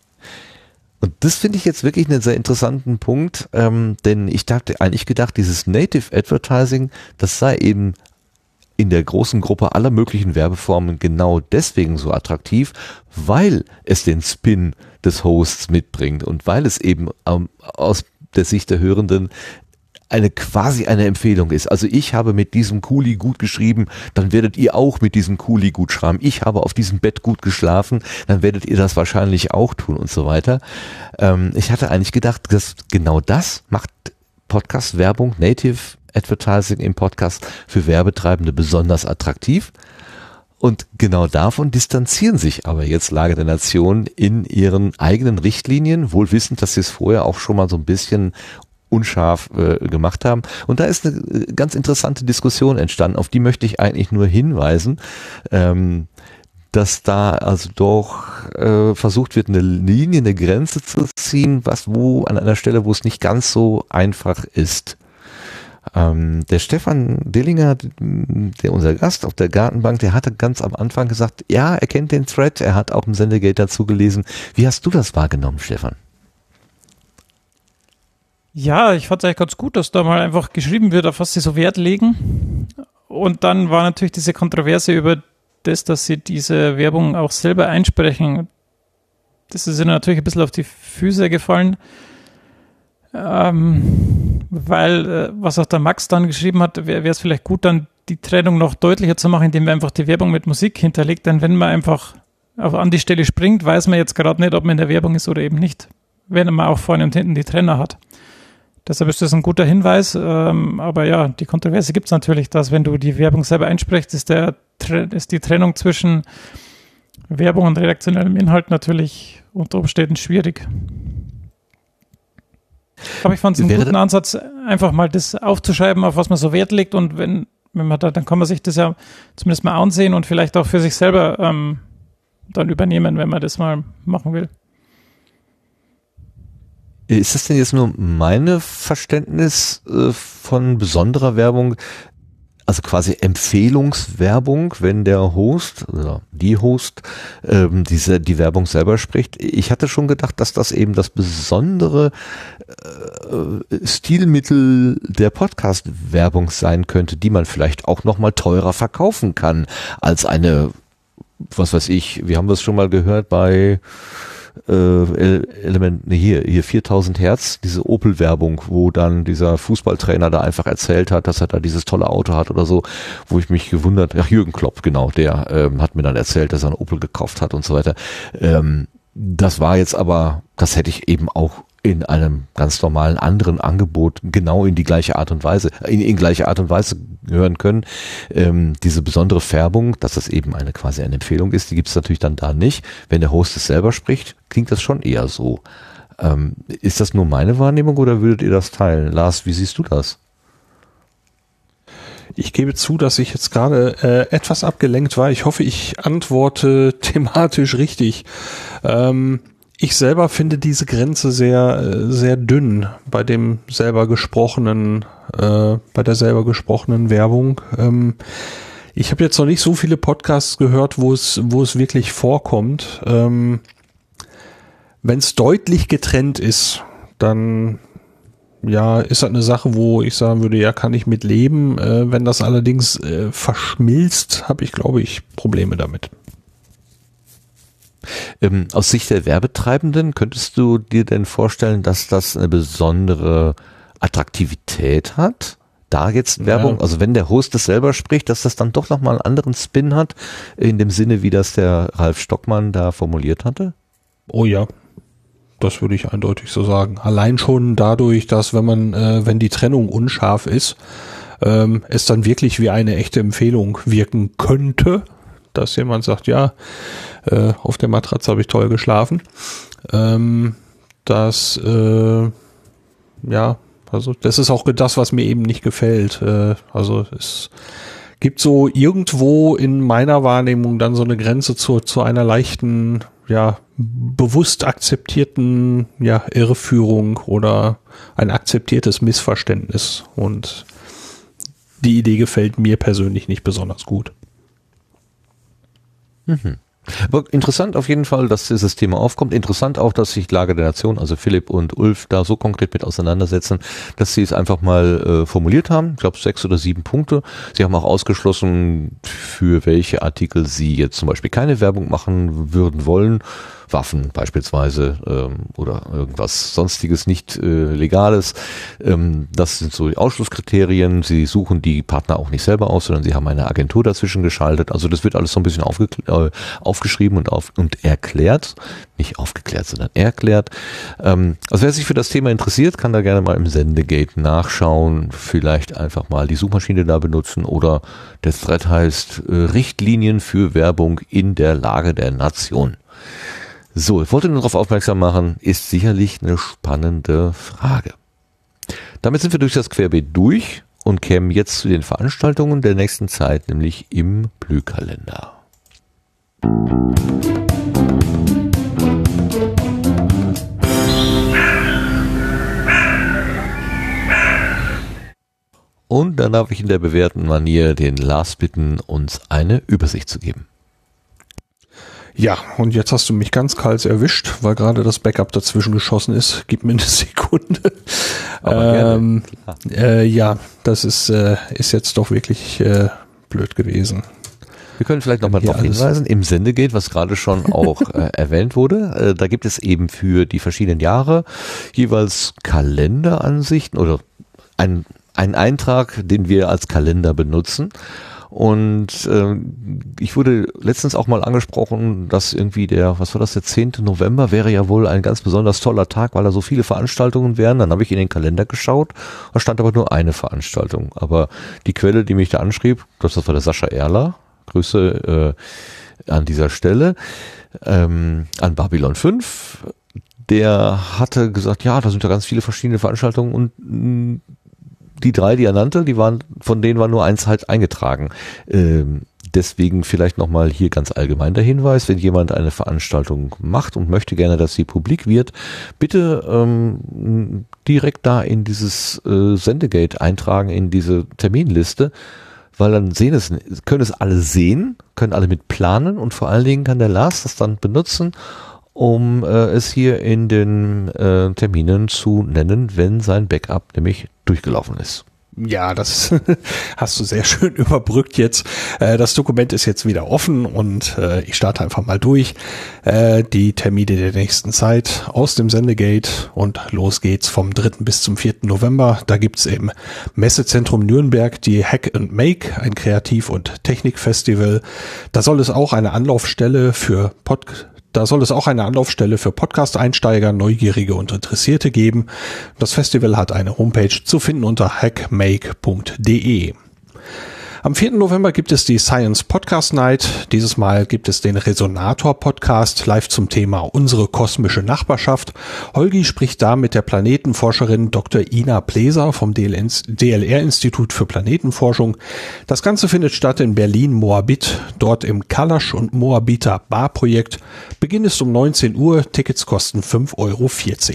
Und das finde ich jetzt wirklich einen sehr interessanten Punkt, denn ich dachte eigentlich dieses Native Advertising, das sei eben in der großen Gruppe aller möglichen Werbeformen genau deswegen so attraktiv, weil es den Spin des Hosts mitbringt und weil es eben aus der Sicht der Hörenden quasi eine Empfehlung ist. Also ich habe mit diesem Kuli gut geschrieben, dann werdet ihr auch mit diesem Kuli gut schreiben. Ich habe auf diesem Bett gut geschlafen, dann werdet ihr das wahrscheinlich auch tun und so weiter. Ich hatte eigentlich gedacht, dass genau das macht Podcast-Werbung, Native Advertising im Podcast für Werbetreibende besonders attraktiv. Und genau davon distanzieren sich aber jetzt Lage der Nation in ihren eigenen Richtlinien, wohl wissend, dass sie es vorher auch schon mal so ein bisschen unscharf gemacht haben. Und da ist eine ganz interessante Diskussion entstanden, auf die möchte ich eigentlich nur hinweisen, dass da also doch versucht wird, eine Linie, eine Grenze zu ziehen, an einer Stelle, wo es nicht ganz so einfach ist. Der Stefan Dillinger, unser Gast auf der Gartenbank, der hatte ganz am Anfang gesagt, ja, er kennt den Thread, er hat auch im Sendegate dazu gelesen. Wie hast du das wahrgenommen, Stefan? Ja, ich fand es eigentlich ganz gut, dass da mal einfach geschrieben wird, auf was sie so Wert legen. Und dann war natürlich diese Kontroverse über das, dass sie diese Werbung auch selber einsprechen. Das ist ihnen natürlich ein bisschen auf die Füße gefallen, weil, was auch der Max dann geschrieben hat, wäre es vielleicht gut, dann die Trennung noch deutlicher zu machen, indem man einfach die Werbung mit Musik hinterlegt. Denn wenn man einfach an die Stelle springt, weiß man jetzt gerade nicht, ob man in der Werbung ist oder eben nicht, wenn man auch vorne und hinten die Trenner hat. Deshalb ist das ein guter Hinweis, aber ja, die Kontroverse gibt es natürlich, dass wenn du die Werbung selber einsprichst, ist die Trennung zwischen Werbung und redaktionellem Inhalt natürlich unter Umständen schwierig. Aber ich fand es einen guten Ansatz, einfach mal das aufzuschreiben, auf was man so Wert legt und wenn wenn man da, dann kann man sich das ja zumindest mal ansehen und vielleicht auch für sich selber dann übernehmen, wenn man das mal machen will. Ist das denn jetzt nur meine Verständnis von besonderer Werbung, also quasi Empfehlungswerbung, wenn der Host oder die Host die Werbung selber spricht? Ich hatte schon gedacht, dass das eben das besondere Stilmittel der Podcast-Werbung sein könnte, die man vielleicht auch nochmal teurer verkaufen kann als eine, was weiß ich, wir haben das schon mal gehört bei hier 4000 Hertz, diese Opel-Werbung, wo dann dieser Fußballtrainer da einfach erzählt hat, dass er da dieses tolle Auto hat oder so, wo ich mich gewundert, Jürgen Klopp, genau, der hat mir dann erzählt, dass er einen Opel gekauft hat und so weiter. Das war jetzt aber, das hätte ich eben auch in einem ganz normalen anderen Angebot genau in die gleiche Art und Weise, in gleiche Art und Weise hören können. Diese besondere Färbung, dass das eben quasi eine Empfehlung ist, die gibt es natürlich dann da nicht. Wenn der Host es selber spricht, klingt das schon eher so. Ist das nur meine Wahrnehmung oder würdet ihr das teilen? Lars, wie siehst du das? Ich gebe zu, dass ich jetzt gerade etwas abgelenkt war. Ich hoffe, ich antworte thematisch richtig. Ich selber finde diese Grenze sehr, sehr dünn bei dem bei der selber gesprochenen Werbung. Ich habe jetzt noch nicht so viele Podcasts gehört, wo es wirklich vorkommt. Wenn es deutlich getrennt ist, dann ja, ist das eine Sache, wo ich sagen würde, ja, kann ich mit leben. Wenn das allerdings verschmilzt, habe ich, glaube ich, Probleme damit. Aus Sicht der Werbetreibenden, könntest du dir denn vorstellen, dass das eine besondere Attraktivität hat? Da jetzt Werbung, also wenn der Host es selber spricht, dass das dann doch nochmal einen anderen Spin hat, in dem Sinne, wie das der Ralf Stockmann da formuliert hatte? Oh ja, das würde ich eindeutig so sagen. Allein schon dadurch, dass wenn die Trennung unscharf ist, es dann wirklich wie eine echte Empfehlung wirken könnte, dass jemand sagt, ja, auf der Matratze habe ich toll geschlafen. Das ist auch das, was mir eben nicht gefällt. Also es gibt so irgendwo in meiner Wahrnehmung dann so eine Grenze zu einer leichten, ja, bewusst akzeptierten, ja, Irreführung oder ein akzeptiertes Missverständnis. Und die Idee gefällt mir persönlich nicht besonders gut. Mhm. Aber interessant auf jeden Fall, dass dieses Thema aufkommt. Interessant auch, dass sich Lage der Nation, also Philipp und Ulf, da so konkret mit auseinandersetzen, dass sie es einfach mal formuliert haben. Ich glaube 6 oder 7 Punkte. Sie haben auch ausgeschlossen, für welche Artikel sie jetzt zum Beispiel keine Werbung machen würden wollen. Waffen beispielsweise oder irgendwas sonstiges nicht Legales. Das sind so die Ausschlusskriterien. Sie suchen die Partner auch nicht selber aus, sondern sie haben eine Agentur dazwischen geschaltet. Also das wird alles so ein bisschen aufgeschrieben und erklärt. Nicht aufgeklärt, sondern erklärt. Also wer sich für das Thema interessiert, kann da gerne mal im Sendegate nachschauen. Vielleicht einfach mal die Suchmaschine da benutzen oder der Thread heißt Richtlinien für Werbung in der Lage der Nation. So, ich wollte nur darauf aufmerksam machen, ist sicherlich eine spannende Frage. Damit sind wir durch das Querbeet durch und kämen jetzt zu den Veranstaltungen der nächsten Zeit, nämlich im Blühkalender. Und dann darf ich in der bewährten Manier den Lars bitten, uns eine Übersicht zu geben. Ja, und jetzt hast du mich ganz kalt erwischt, weil gerade das Backup dazwischen geschossen ist. Gib mir eine Sekunde. Ja, das ist jetzt doch wirklich blöd gewesen. Wir können vielleicht nochmal darauf hinweisen, im Sendegate, was gerade schon auch erwähnt wurde, da gibt es eben für die verschiedenen Jahre jeweils Kalenderansichten oder einen Eintrag, den wir als Kalender benutzen. Und ich wurde letztens auch mal angesprochen, dass irgendwie der 10. November wäre ja wohl ein ganz besonders toller Tag, weil da so viele Veranstaltungen wären. Dann habe ich in den Kalender geschaut, da stand aber nur eine Veranstaltung. Aber die Quelle, die mich da anschrieb, das war der Sascha Erler, Grüße an dieser Stelle, an Babylon 5, der hatte gesagt, ja, da sind ja ganz viele verschiedene Veranstaltungen und die 3, die er nannte, von denen war nur eins halt eingetragen. Deswegen vielleicht nochmal hier ganz allgemein der Hinweis, wenn jemand eine Veranstaltung macht und möchte gerne, dass sie publik wird, bitte direkt da in dieses Sendegate eintragen, in diese Terminliste, weil dann können es alle sehen, können alle mit planen und vor allen Dingen kann der Lars das dann benutzen, um es hier in den Terminen zu nennen, wenn sein Backup nämlich durchgelaufen ist. Ja, das hast du sehr schön überbrückt jetzt. Das Dokument ist jetzt wieder offen und ich starte einfach mal durch. Die Termine der nächsten Zeit aus dem Sendegate und los geht's vom 3. bis zum 4. November. Da gibt's im Messezentrum Nürnberg die Hack and Make, ein Kreativ- und Technikfestival. Da soll es auch eine Anlaufstelle für Podcast-Einsteiger, Neugierige und Interessierte geben. Das Festival hat eine Homepage zu finden unter hackmake.de. Am 4. November gibt es die Science Podcast Night. Dieses Mal gibt es den Resonator Podcast live zum Thema Unsere kosmische Nachbarschaft. Holgi spricht da mit der Planetenforscherin Dr. Ina Pleser vom DLR-Institut für Planetenforschung. Das Ganze findet statt in Berlin-Moabit, dort im Kalasch und Moabiter Bar-Projekt. Beginn ist um 19 Uhr, Tickets kosten 5,40 Euro.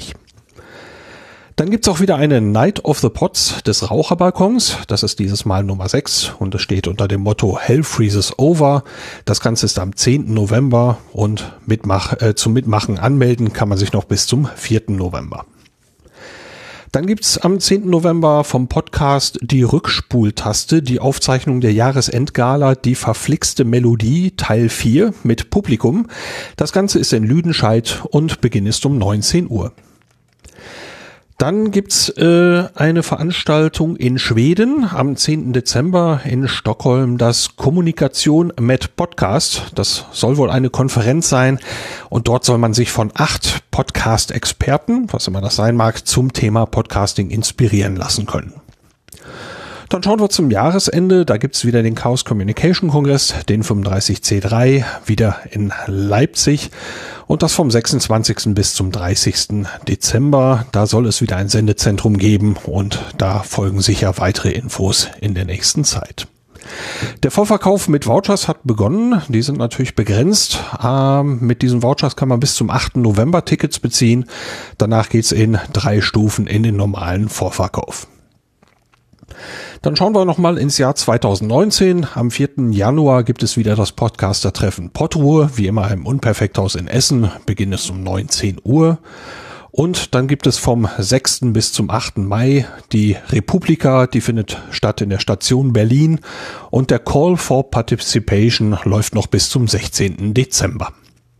Dann gibt's auch wieder eine Night of the Pots des Raucherbalkons. Das ist dieses Mal Nummer 6 und es steht unter dem Motto Hell Freezes Over. Das Ganze ist am 10. November und zum Mitmachen anmelden kann man sich noch bis zum 4. November. Dann gibt's am 10. November vom Podcast Die Rückspultaste, die Aufzeichnung der Jahresendgala Die verflixte Melodie Teil 4 mit Publikum. Das Ganze ist in Lüdenscheid und Beginn ist um 19 Uhr. Dann gibt's eine Veranstaltung in Schweden am 10. Dezember in Stockholm, das Kommunikation mit Podcast. Das soll wohl eine Konferenz sein und dort soll man sich von 8 Podcast-Experten, was immer das sein mag, zum Thema Podcasting inspirieren lassen können. Dann schauen wir zum Jahresende. Da gibt's wieder den Chaos Communication Kongress, den 35C3, wieder in Leipzig. Und das vom 26. bis zum 30. Dezember. Da soll es wieder ein Sendezentrum geben und da folgen sicher weitere Infos in der nächsten Zeit. Der Vorverkauf mit Vouchers hat begonnen. Die sind natürlich begrenzt. Mit diesen Vouchers kann man bis zum 8. November Tickets beziehen. Danach geht's in 3 Stufen in den normalen Vorverkauf. Dann schauen wir nochmal ins Jahr 2019. Am 4. Januar gibt es wieder das Podcaster-Treffen Podruhe, wie immer im Unperfekthaus in Essen. Beginn ist um 19 Uhr. Und dann gibt es vom 6. bis zum 8. Mai die Republika, die findet statt in der Station Berlin. Und der Call for Participation läuft noch bis zum 16. Dezember.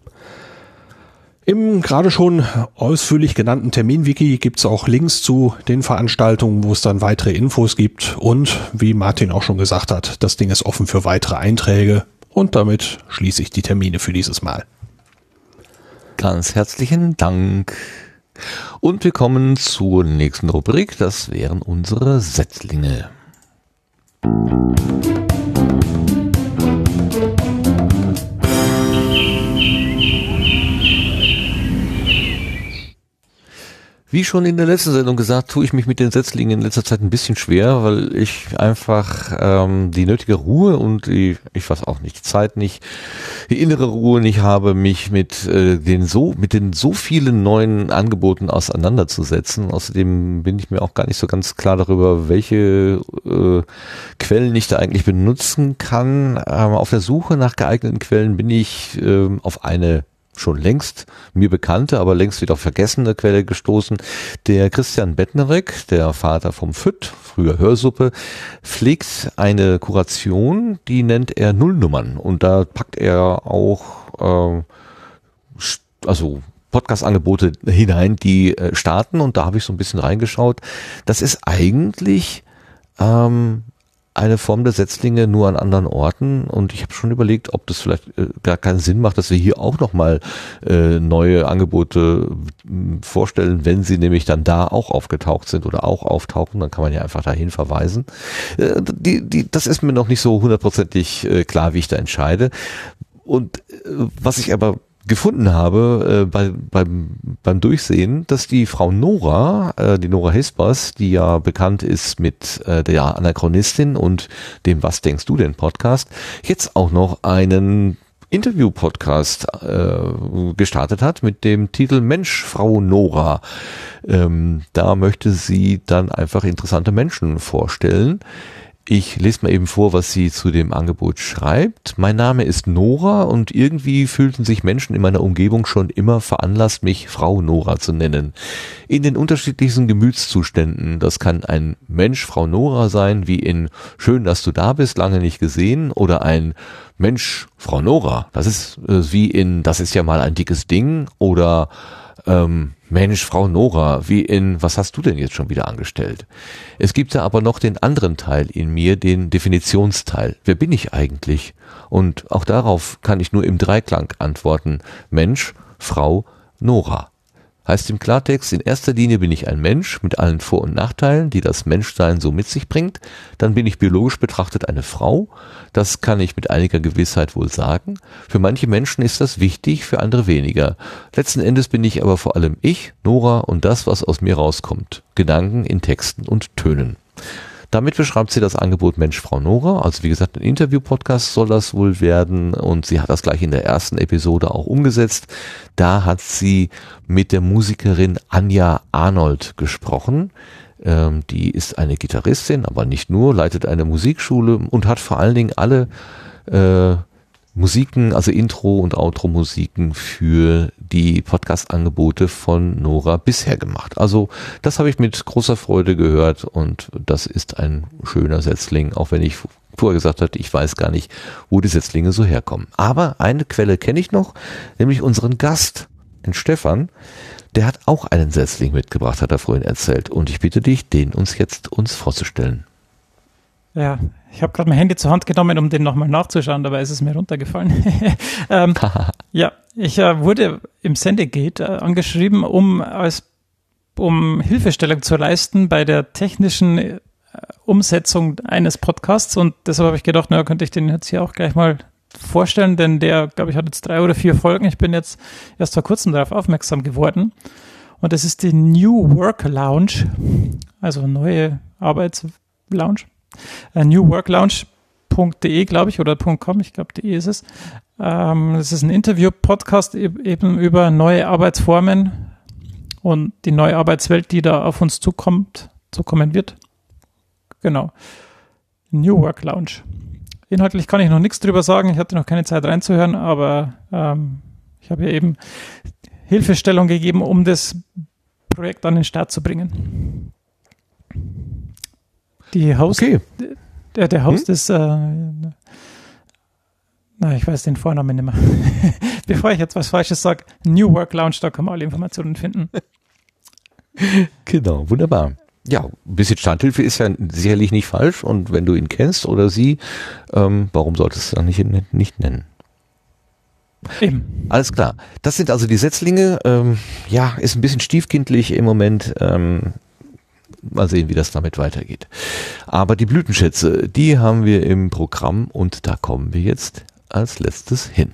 Im gerade schon ausführlich genannten Terminwiki gibt es auch Links zu den Veranstaltungen, wo es dann weitere Infos gibt. Und wie Martin auch schon gesagt hat, das Ding ist offen für weitere Einträge. Und damit schließe ich die Termine für dieses Mal. Ganz herzlichen Dank. Und wir kommen zur nächsten Rubrik. Das wären unsere Setzlinge. Wie schon in der letzten Sendung gesagt, tue ich mich mit den Setzlingen in letzter Zeit ein bisschen schwer, weil ich einfach die nötige Ruhe und die Zeit nicht, die innere Ruhe nicht habe, mich mit den so vielen neuen Angeboten auseinanderzusetzen. Außerdem bin ich mir auch gar nicht so ganz klar darüber, welche Quellen ich da eigentlich benutzen kann. Auf der Suche nach geeigneten Quellen bin ich auf eine schon längst mir bekannte, aber längst wieder vergessene Quelle gestoßen. Der Christian Bettnerek, der Vater vom FÜD, früher Hörsuppe, pflegt eine Kuration, die nennt er Nullnummern. Und da packt er auch Podcast-Angebote hinein, die starten. Und da habe ich so ein bisschen reingeschaut. Das ist eigentlich eine Form der Setzlinge nur an anderen Orten und ich habe schon überlegt, ob das vielleicht gar keinen Sinn macht, dass wir hier auch nochmal neue Angebote vorstellen, wenn sie nämlich dann da auch aufgetaucht sind oder auch auftauchen, dann kann man ja einfach dahin verweisen. Das ist mir noch nicht so hundertprozentig klar, wie ich da entscheide. Und was ich aber gefunden habe beim Durchsehen, dass die Frau Nora, die Nora Hespers, die ja bekannt ist mit der Anachronistin und dem Was denkst du denn Podcast, jetzt auch noch einen Interview-Podcast gestartet hat mit dem Titel Mensch, Frau Nora. Da möchte sie dann einfach interessante Menschen vorstellen. Ich lese mal eben vor, was sie zu dem Angebot schreibt. Mein Name ist Nora und irgendwie fühlten sich Menschen in meiner Umgebung schon immer veranlasst, mich Frau Nora zu nennen. In den unterschiedlichsten Gemütszuständen. Das kann ein Mensch, Frau Nora sein, wie in Schön, dass du da bist, lange nicht gesehen, oder ein Mensch, Frau Nora. Das ist wie in Das ist ja mal ein dickes Ding, oder Mensch, Frau Nora, wie in Was hast du denn jetzt schon wieder angestellt? Es gibt da aber noch den anderen Teil in mir, den Definitionsteil. Wer bin ich eigentlich? Und auch darauf kann ich nur im Dreiklang antworten. Mensch, Frau, Nora. Heißt im Klartext, in erster Linie bin ich ein Mensch mit allen Vor- und Nachteilen, die das Menschsein so mit sich bringt. Dann bin ich biologisch betrachtet eine Frau. Das kann ich mit einiger Gewissheit wohl sagen. Für manche Menschen ist das wichtig, für andere weniger. Letzten Endes bin ich aber vor allem ich, Nora, und das, was aus mir rauskommt. Gedanken in Texten und Tönen. Damit beschreibt sie das Angebot Mensch, Frau Nora. Also wie gesagt, ein Interview-Podcast soll das wohl werden und sie hat das gleich in der ersten Episode auch umgesetzt. Da hat sie mit der Musikerin Anja Arnold gesprochen. Die ist eine Gitarristin, aber nicht nur, leitet eine Musikschule und hat vor allen Dingen alle Musiken, also Intro- und Outro-Musiken für die Podcast-Angebote von Nora bisher gemacht. Also das habe ich mit großer Freude gehört und das ist ein schöner Setzling, auch wenn ich vorher gesagt hatte, ich weiß gar nicht, wo die Setzlinge so herkommen. Aber eine Quelle kenne ich noch, nämlich unseren Gast, den Stefan. Der hat auch einen Setzling mitgebracht, hat er vorhin erzählt. Und ich bitte dich, den uns vorzustellen. Ja, ich habe gerade mein Handy zur Hand genommen, um den nochmal nachzuschauen, dabei ist es mir runtergefallen. Ja, ich wurde im Sendegate angeschrieben, um Hilfestellung zu leisten bei der technischen Umsetzung eines Podcasts, und deshalb habe ich gedacht, na, könnte ich den jetzt hier auch gleich mal vorstellen, denn der, glaube ich, hat jetzt 3 oder 4 Folgen. Ich bin jetzt erst vor kurzem darauf aufmerksam geworden. Und das ist die New Work Lounge, also neue Arbeitslounge. newworklounge.de, glaube ich, oder .com, ich glaube, .de ist es. Das ist ein Interview-Podcast eben über neue Arbeitsformen und die neue Arbeitswelt, die da auf uns zukommen wird. Genau. New Work Lounge. Inhaltlich kann ich noch nichts drüber sagen. Ich hatte noch keine Zeit reinzuhören, aber ich habe ja eben Hilfestellung gegeben, um das Projekt an den Start zu bringen. Die Host, okay. Der Host ist, ich weiß den Vornamen nicht mehr. Bevor ich jetzt was Falsches sage, New Work Lounge, da kann man alle Informationen finden. Genau, wunderbar. Ja, ein bisschen Standhilfe ist ja sicherlich nicht falsch, und wenn du ihn kennst oder sie, warum solltest du dann nicht nennen? Eben. Alles klar. Das sind also die Setzlinge. Ja, ist ein bisschen stiefkindlich im Moment. Mal sehen, wie das damit weitergeht. Aber die Blütenschätze, die haben wir im Programm und da kommen wir jetzt als letztes hin.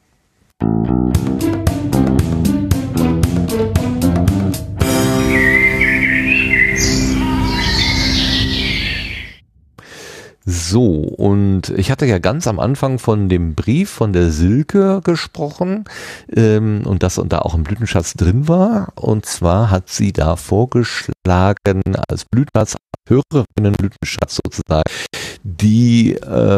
So, und ich hatte ja ganz am Anfang von dem Brief von der Silke gesprochen und dass da auch ein Blütenschatz drin war. Und zwar hat sie da vorgeschlagen als Blütenschatz, Hörerinnen-Blütenschatz sozusagen, die,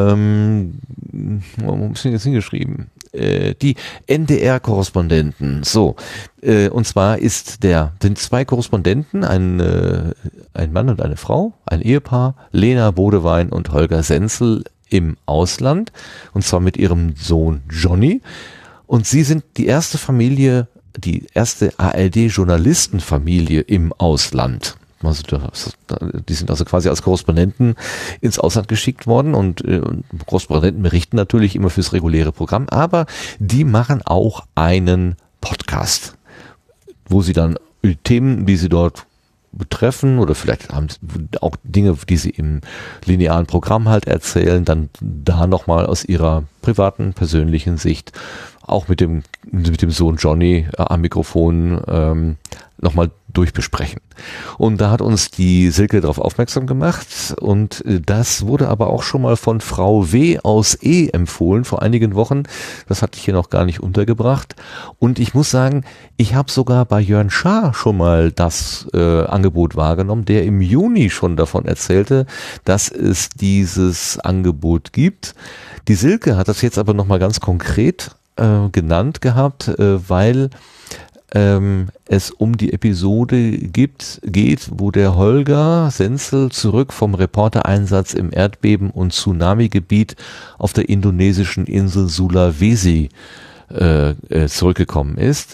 wo ist denn jetzt hingeschrieben? Die NDR-Korrespondenten. So, und zwar sind 2 Korrespondenten, ein Mann und eine Frau, ein Ehepaar, Lena Bodewein und Holger Senzel im Ausland, und zwar mit ihrem Sohn Johnny. Und sie sind die erste Familie, die erste ARD-Journalistenfamilie im Ausland. Also die sind also quasi als Korrespondenten ins Ausland geschickt worden, und Korrespondenten berichten natürlich immer fürs reguläre Programm, aber die machen auch einen Podcast, wo sie dann Themen, die sie dort betreffen, oder vielleicht haben auch Dinge, die sie im linearen Programm halt erzählen, dann da nochmal aus ihrer privaten, persönlichen Sicht auch mit dem Sohn Johnny am Mikrofon nochmal durchbesprechen. Und da hat uns die Silke darauf aufmerksam gemacht und das wurde aber auch schon mal von Frau W. aus E. empfohlen vor einigen Wochen. Das hatte ich hier noch gar nicht untergebracht. Und ich muss sagen, ich habe sogar bei Jörn Schaar schon mal das Angebot wahrgenommen, der im Juni schon davon erzählte, dass es dieses Angebot gibt. Die Silke hat das jetzt aber nochmal ganz konkret genannt gehabt, weil es um die Episode geht, wo der Holger Senzel zurück vom Reportereinsatz im Erdbeben- und Tsunami-Gebiet auf der indonesischen Insel Sulawesi zurückgekommen ist.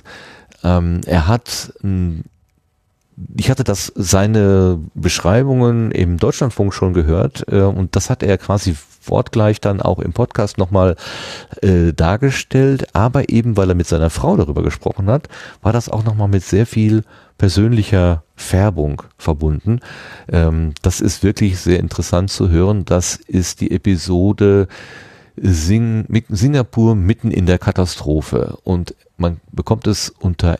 Ich hatte seine Beschreibungen im Deutschlandfunk schon gehört und das hat er quasi wortgleich dann auch im Podcast nochmal dargestellt, aber eben weil er mit seiner Frau darüber gesprochen hat, war das auch nochmal mit sehr viel persönlicher Färbung verbunden. Das ist wirklich sehr interessant zu hören. Das ist die Episode Singapur mitten in der Katastrophe und man bekommt es unter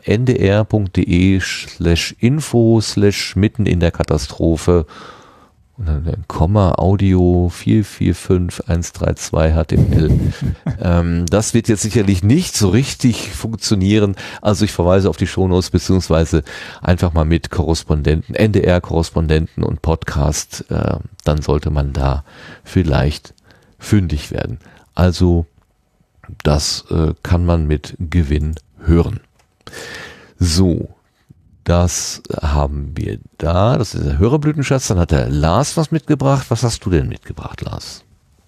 ndr.de/info/mitten in der Katastrophe und dann ein Komma Audio 445132 HTML. Das wird jetzt sicherlich nicht so richtig funktionieren, also ich verweise auf die Shownotes beziehungsweise einfach mal mit Korrespondenten, NDR-Korrespondenten und Podcast, dann sollte man da vielleicht fündig werden. Also das kann man mit Gewinn hören. So, das haben wir da. Das ist der Hörerblütenschatz. Dann hat der Lars was mitgebracht. Was hast du denn mitgebracht, Lars?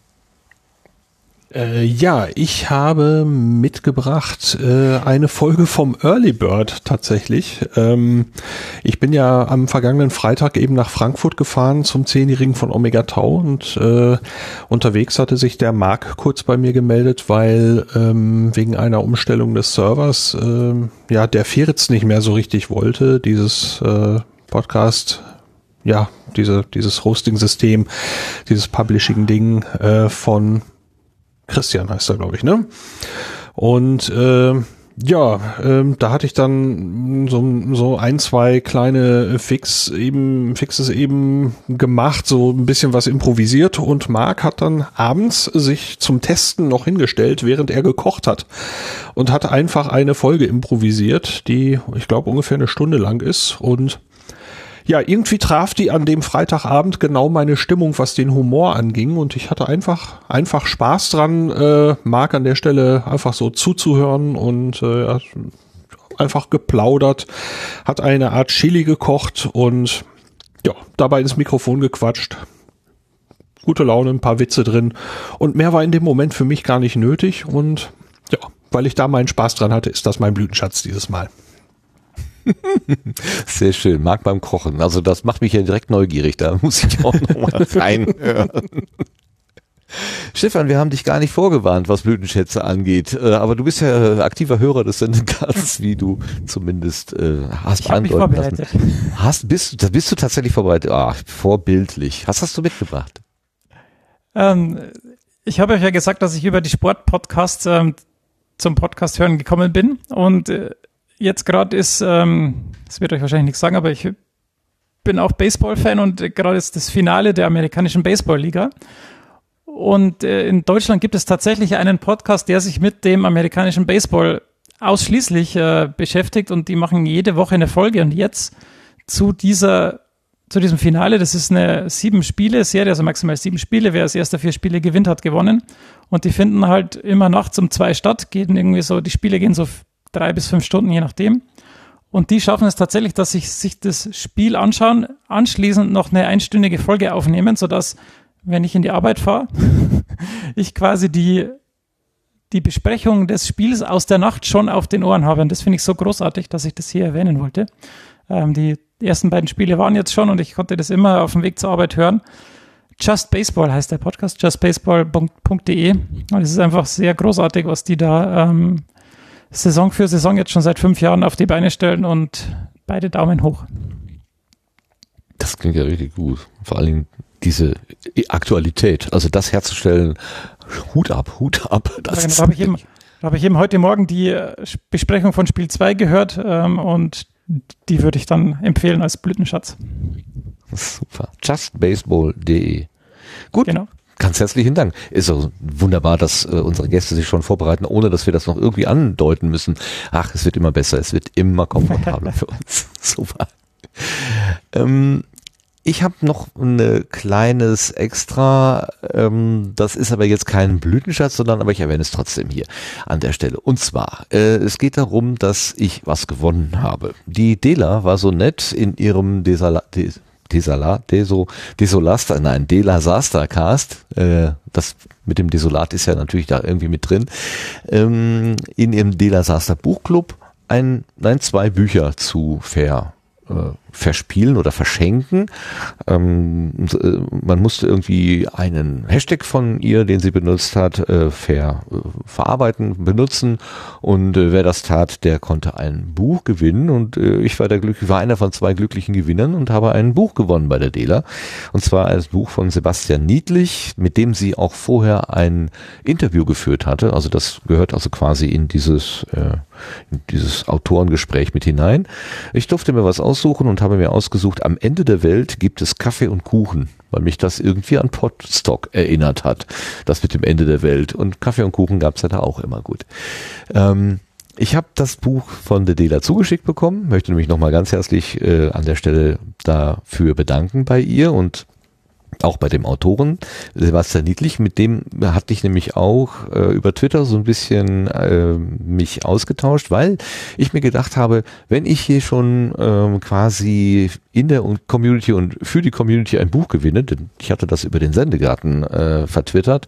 Ja, ich habe mitgebracht eine Folge vom Early Bird tatsächlich. Ich bin ja am vergangenen Freitag eben nach Frankfurt gefahren zum 10-Jährigen von Omega Tau und unterwegs hatte sich der Marc kurz bei mir gemeldet, weil wegen einer Umstellung des Servers ja der Fritz nicht mehr so richtig wollte, dieses Podcast, ja, dieses Hosting-System, dieses Publishing-Ding von Christian heißt er, glaube ich, ne? Und da hatte ich dann so ein, zwei kleine Fixes eben gemacht, so ein bisschen was improvisiert und Marc hat dann abends sich zum Testen noch hingestellt, während er gekocht hat und hat einfach eine Folge improvisiert, die, ich glaube, ungefähr eine Stunde lang ist und ja, irgendwie traf die an dem Freitagabend genau meine Stimmung, was den Humor anging und ich hatte einfach Spaß dran, Marc an der Stelle einfach so zuzuhören und einfach geplaudert, hat eine Art Chili gekocht und ja, dabei ins Mikrofon gequatscht. Gute Laune, ein paar Witze drin und mehr war in dem Moment für mich gar nicht nötig und ja, weil ich da meinen Spaß dran hatte, ist das mein Blütenschatz dieses Mal. Sehr schön, Marc beim Kochen. Also das macht mich ja direkt neugierig, da muss ich auch nochmal reinhören. Stefan, wir haben dich gar nicht vorgewarnt, was Blütenschätze angeht, aber du bist ja aktiver Hörer des Sendecasts, wie du zumindest hast andeuten lassen. Bist du tatsächlich vorbereitet? Vorbildlich. Was hast du mitgebracht? Ich habe euch ja gesagt, dass ich über die Sportpodcasts zum Podcast hören gekommen bin und jetzt gerade ist, das wird euch wahrscheinlich nichts sagen, aber ich bin auch Baseball-Fan und gerade ist das Finale der amerikanischen Baseball-Liga. Und in Deutschland gibt es tatsächlich einen Podcast, der sich mit dem amerikanischen Baseball ausschließlich beschäftigt und die machen jede Woche eine Folge. Und jetzt zu diesem Finale, das ist eine 7-Spiele-Serie, also maximal 7 Spiele, wer als erster 4 Spiele gewinnt, hat gewonnen. Und die finden halt immer nachts um 2 statt, die Spiele gehen so 3 bis 5 Stunden, je nachdem. Und die schaffen es tatsächlich, dass sich das Spiel anschauen, anschließend noch eine 1-stündige Folge aufnehmen, sodass, wenn ich in die Arbeit fahre, ich quasi die Besprechung des Spiels aus der Nacht schon auf den Ohren habe. Und das finde ich so großartig, dass ich das hier erwähnen wollte. Die ersten beiden Spiele waren jetzt schon und ich konnte das immer auf dem Weg zur Arbeit hören. Just Baseball heißt der Podcast, justbaseball.de. Und es ist einfach sehr großartig, was die da Saison für Saison jetzt schon seit 5 Jahren auf die Beine stellen und beide Daumen hoch. Das klingt ja richtig gut. Vor allem diese Aktualität, also das herzustellen, Hut ab. Das habe ich Da habe ich eben heute Morgen die Besprechung von Spiel 2 gehört und die würde ich dann empfehlen als Blütenschatz. Super. Justbaseball.de. Gut. Genau. Ganz herzlichen Dank. Ist auch wunderbar, dass unsere Gäste sich schon vorbereiten, ohne dass wir das noch irgendwie andeuten müssen. Ach, es wird immer besser, es wird immer komfortabler für uns. Super. Ich habe noch ein kleines Extra, das ist aber jetzt kein Blütenschatz, sondern aber ich erwähne es trotzdem hier an der Stelle. Und zwar, es geht darum, dass ich was gewonnen habe. Die Dela war so nett in ihrem Desolaster-Cast, das mit dem Desolat ist ja natürlich da irgendwie mit drin, in ihrem Delasaster Buchclub zwei Bücher zu verspielen oder verschenken. Man musste irgendwie einen Hashtag von ihr, den sie benutzt hat, benutzen und wer das tat, der konnte ein Buch gewinnen und ich war einer von 2 glücklichen Gewinnern und habe ein Buch gewonnen bei der Dela und zwar ein Buch von Sebastian Niedlich, mit dem sie auch vorher ein Interview geführt hatte, also das gehört also quasi in dieses Autorengespräch mit hinein. Ich durfte mir was aussuchen und habe mir ausgesucht, am Ende der Welt gibt es Kaffee und Kuchen, weil mich das irgendwie an Potsdok erinnert hat, das mit dem Ende der Welt. Und Kaffee und Kuchen gab es ja da auch immer gut. Ich habe das Buch von der Dela zugeschickt bekommen, möchte mich nochmal ganz herzlich an der Stelle dafür bedanken bei ihr und auch bei dem Autoren Sebastian Niedlich, mit dem hatte ich nämlich auch über Twitter so ein bisschen mich ausgetauscht, weil ich mir gedacht habe, wenn ich hier schon quasi in der Community und für die Community ein Buch gewinne, denn ich hatte das über den Sendegarten vertwittert,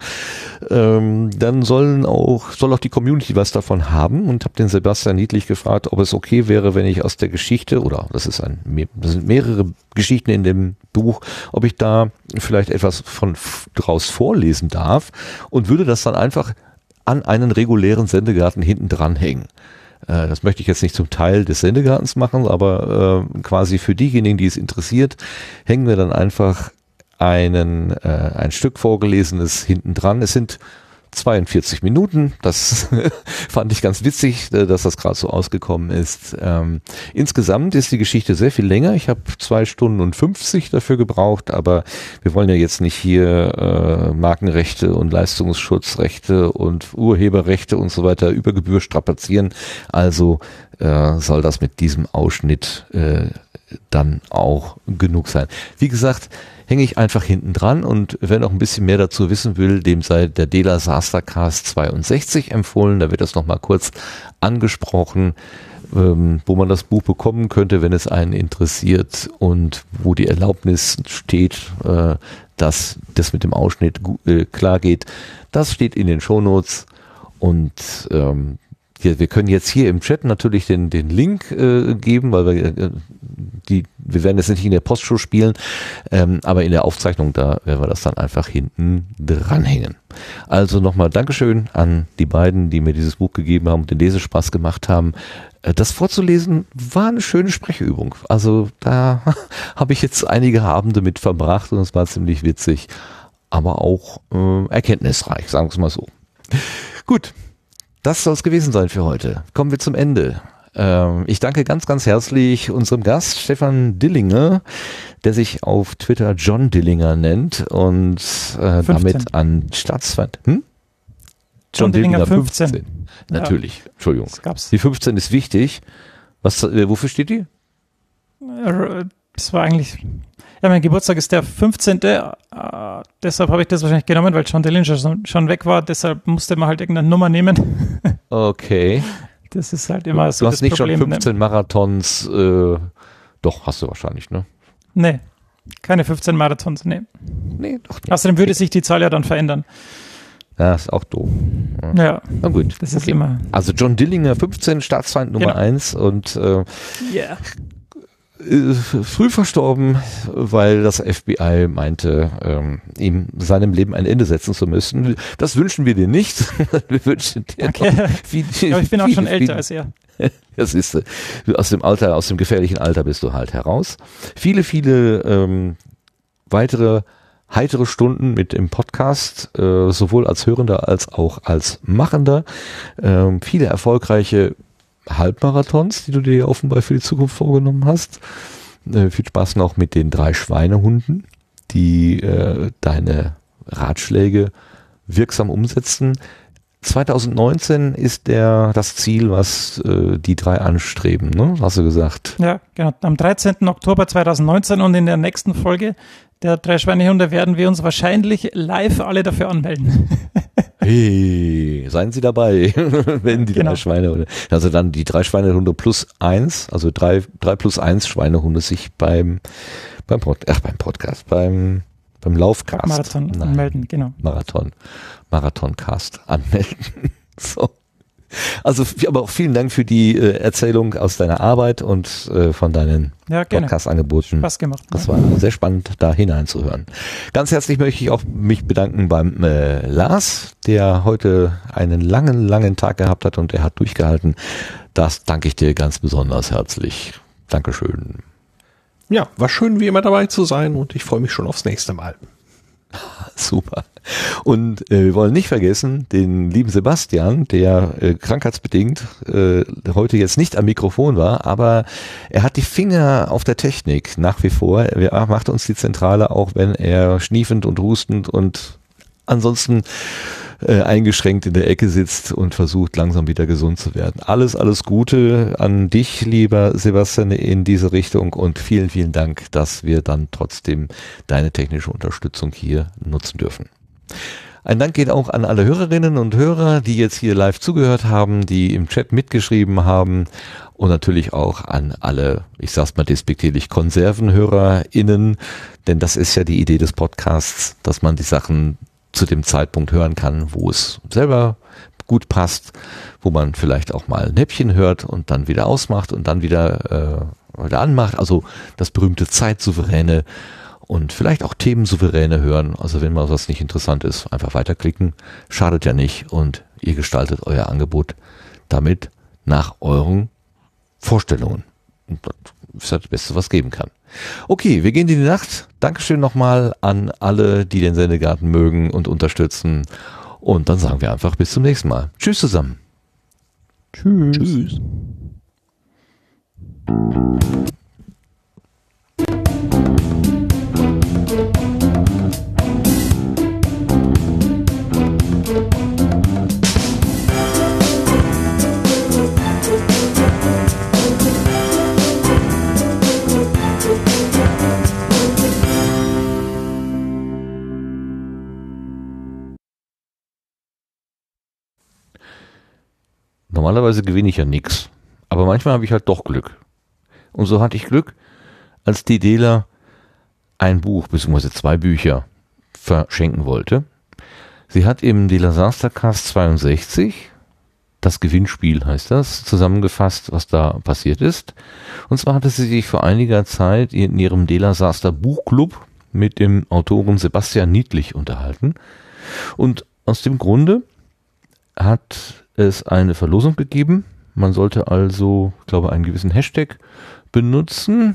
dann soll auch die Community was davon haben und habe den Sebastian Niedlich gefragt, ob es okay wäre, wenn ich aus der Geschichte, oder das sind mehrere Geschichten in dem Buch, ob ich da vielleicht etwas draus vorlesen darf und würde das dann einfach an einen regulären Sendegarten hinten dran hängen. Das möchte ich jetzt nicht zum Teil des Sendegartens machen, aber quasi für diejenigen, die es interessiert, hängen wir dann einfach ein Stück vorgelesenes hinten dran. Es sind 42 Minuten, das fand ich ganz witzig, dass das gerade so ausgekommen ist. Insgesamt ist die Geschichte sehr viel länger. Ich habe 2 Stunden und 50 dafür gebraucht, aber wir wollen ja jetzt nicht hier Markenrechte und Leistungsschutzrechte und Urheberrechte und so weiter über Gebühr strapazieren. Also soll das mit diesem Ausschnitt dann auch genug sein. Wie gesagt, hänge ich einfach hinten dran und wer noch ein bisschen mehr dazu wissen will, dem sei der Delasaster-Cast 62 empfohlen. Da wird das nochmal kurz angesprochen, wo man das Buch bekommen könnte, wenn es einen interessiert und wo die Erlaubnis steht, dass das mit dem Ausschnitt klar geht. Das steht in den Shownotes und wir können jetzt hier im Chat natürlich den Link geben, weil wir werden es nicht in der Postshow spielen, aber in der Aufzeichnung, da werden wir das dann einfach hinten dranhängen. Also nochmal Dankeschön an die beiden, die mir dieses Buch gegeben haben und den Lesespaß gemacht haben. Das vorzulesen war eine schöne Sprechübung. Also da habe ich jetzt einige Abende mit verbracht und es war ziemlich witzig, aber auch erkenntnisreich, sagen wir es mal so. Gut. Das soll es gewesen sein für heute. Kommen wir zum Ende. Ich danke ganz, ganz herzlich unserem Gast Stefan Dillinger, der sich auf Twitter John Dillinger nennt und damit an Staatsfeind. John Dillinger 15. Natürlich, ja. Entschuldigung. Gab's. Die 15 ist wichtig. Wofür steht die? Das war eigentlich... Ja, mein Geburtstag ist der 15. Deshalb habe ich das wahrscheinlich genommen, weil John Dillinger schon weg war. Deshalb musste man halt irgendeine Nummer nehmen. Okay. Das ist halt immer so das Problem. Du das hast nicht Problem, schon 15 Marathons, doch, hast du wahrscheinlich, ne? Nee, keine 15 Marathons, nee. Nee, doch nicht. Außerdem würde sich die Zahl ja dann verändern. Ja, ist auch doof. Ja, na gut. Das ist immer. Also John Dillinger 15, Staatsfeind Nummer 1 und früh verstorben, weil das FBI meinte, ihm seinem Leben ein Ende setzen zu müssen. Das wünschen wir dir nicht. Wir wünschen dir aber ich bin auch schon älter als er. Das ist aus dem gefährlichen Alter bist du halt heraus. Viele weitere heitere Stunden mit dem Podcast, sowohl als Hörender als auch als Machender. Viele erfolgreiche Halbmarathons, die du dir offenbar für die Zukunft vorgenommen hast. Viel Spaß noch mit den 3 Schweinehunden, die deine Ratschläge wirksam umsetzen. 2019 ist das Ziel, was die 3 anstreben, ne? Hast du gesagt? Ja, genau. Am 13. Oktober 2019 und in der nächsten Folge der 3 Schweinehunde werden wir uns wahrscheinlich live alle dafür anmelden. Hey, seien Sie dabei, wenn die 3 Schweinehunde, also dann die 3 Schweinehunde plus 1, also 3 plus 1 Schweinehunde sich beim Podcast, beim Laufcast. Marathon anmelden, genau. Marathoncast anmelden. So. Also, aber auch vielen Dank für die Erzählung aus deiner Arbeit und von deinen Podcast-Angeboten. Spaß gemacht. Das war sehr spannend, da hineinzuhören. Ganz herzlich möchte ich auch mich bedanken beim Lars, der heute einen langen Tag gehabt hat und er hat durchgehalten. Das danke ich dir ganz besonders herzlich. Dankeschön. Ja, war schön, wie immer dabei zu sein und ich freue mich schon aufs nächste Mal. Super. Und wir wollen nicht vergessen, den lieben Sebastian, der krankheitsbedingt heute jetzt nicht am Mikrofon war, aber er hat die Finger auf der Technik nach wie vor. Er macht uns die Zentrale, auch wenn er schniefend und hustend und ansonsten eingeschränkt in der Ecke sitzt und versucht langsam wieder gesund zu werden. Alles Gute an dich, lieber Sebastian, in diese Richtung und vielen Dank, dass wir dann trotzdem deine technische Unterstützung hier nutzen dürfen. Ein Dank geht auch an alle Hörerinnen und Hörer, die jetzt hier live zugehört haben, die im Chat mitgeschrieben haben und natürlich auch an alle, ich sag's mal despektierlich, KonservenhörerInnen, denn das ist ja die Idee des Podcasts, dass man die Sachen zu dem Zeitpunkt hören kann, wo es selber gut passt, wo man vielleicht auch mal ein Häppchen hört und dann wieder ausmacht und dann wieder anmacht. Also das berühmte zeitsouveräne und vielleicht auch themensouveräne hören. Also wenn mal was nicht interessant ist, einfach weiterklicken. Schadet ja nicht und ihr gestaltet euer Angebot damit nach euren Vorstellungen. Und das ist das Beste, was geben kann. Okay, wir gehen in die Nacht. Dankeschön nochmal an alle, die den Sendegarten mögen und unterstützen. Und dann sagen wir einfach bis zum nächsten Mal. Tschüss zusammen. Tschüss. Normalerweise gewinne ich ja nichts, aber manchmal habe ich halt doch Glück. Und so hatte ich Glück, als die Dela ein Buch bzw. 2 Bücher verschenken wollte. Sie hat im Dela Samstagcast 62, das Gewinnspiel heißt das, zusammengefasst, was da passiert ist. Und zwar hatte sie sich vor einiger Zeit in ihrem Dela Saster Buchclub mit dem Autoren Sebastian Niedlich unterhalten. Und aus dem Grunde hat es eine Verlosung gegeben. Man sollte also, ich glaube, einen gewissen Hashtag benutzen.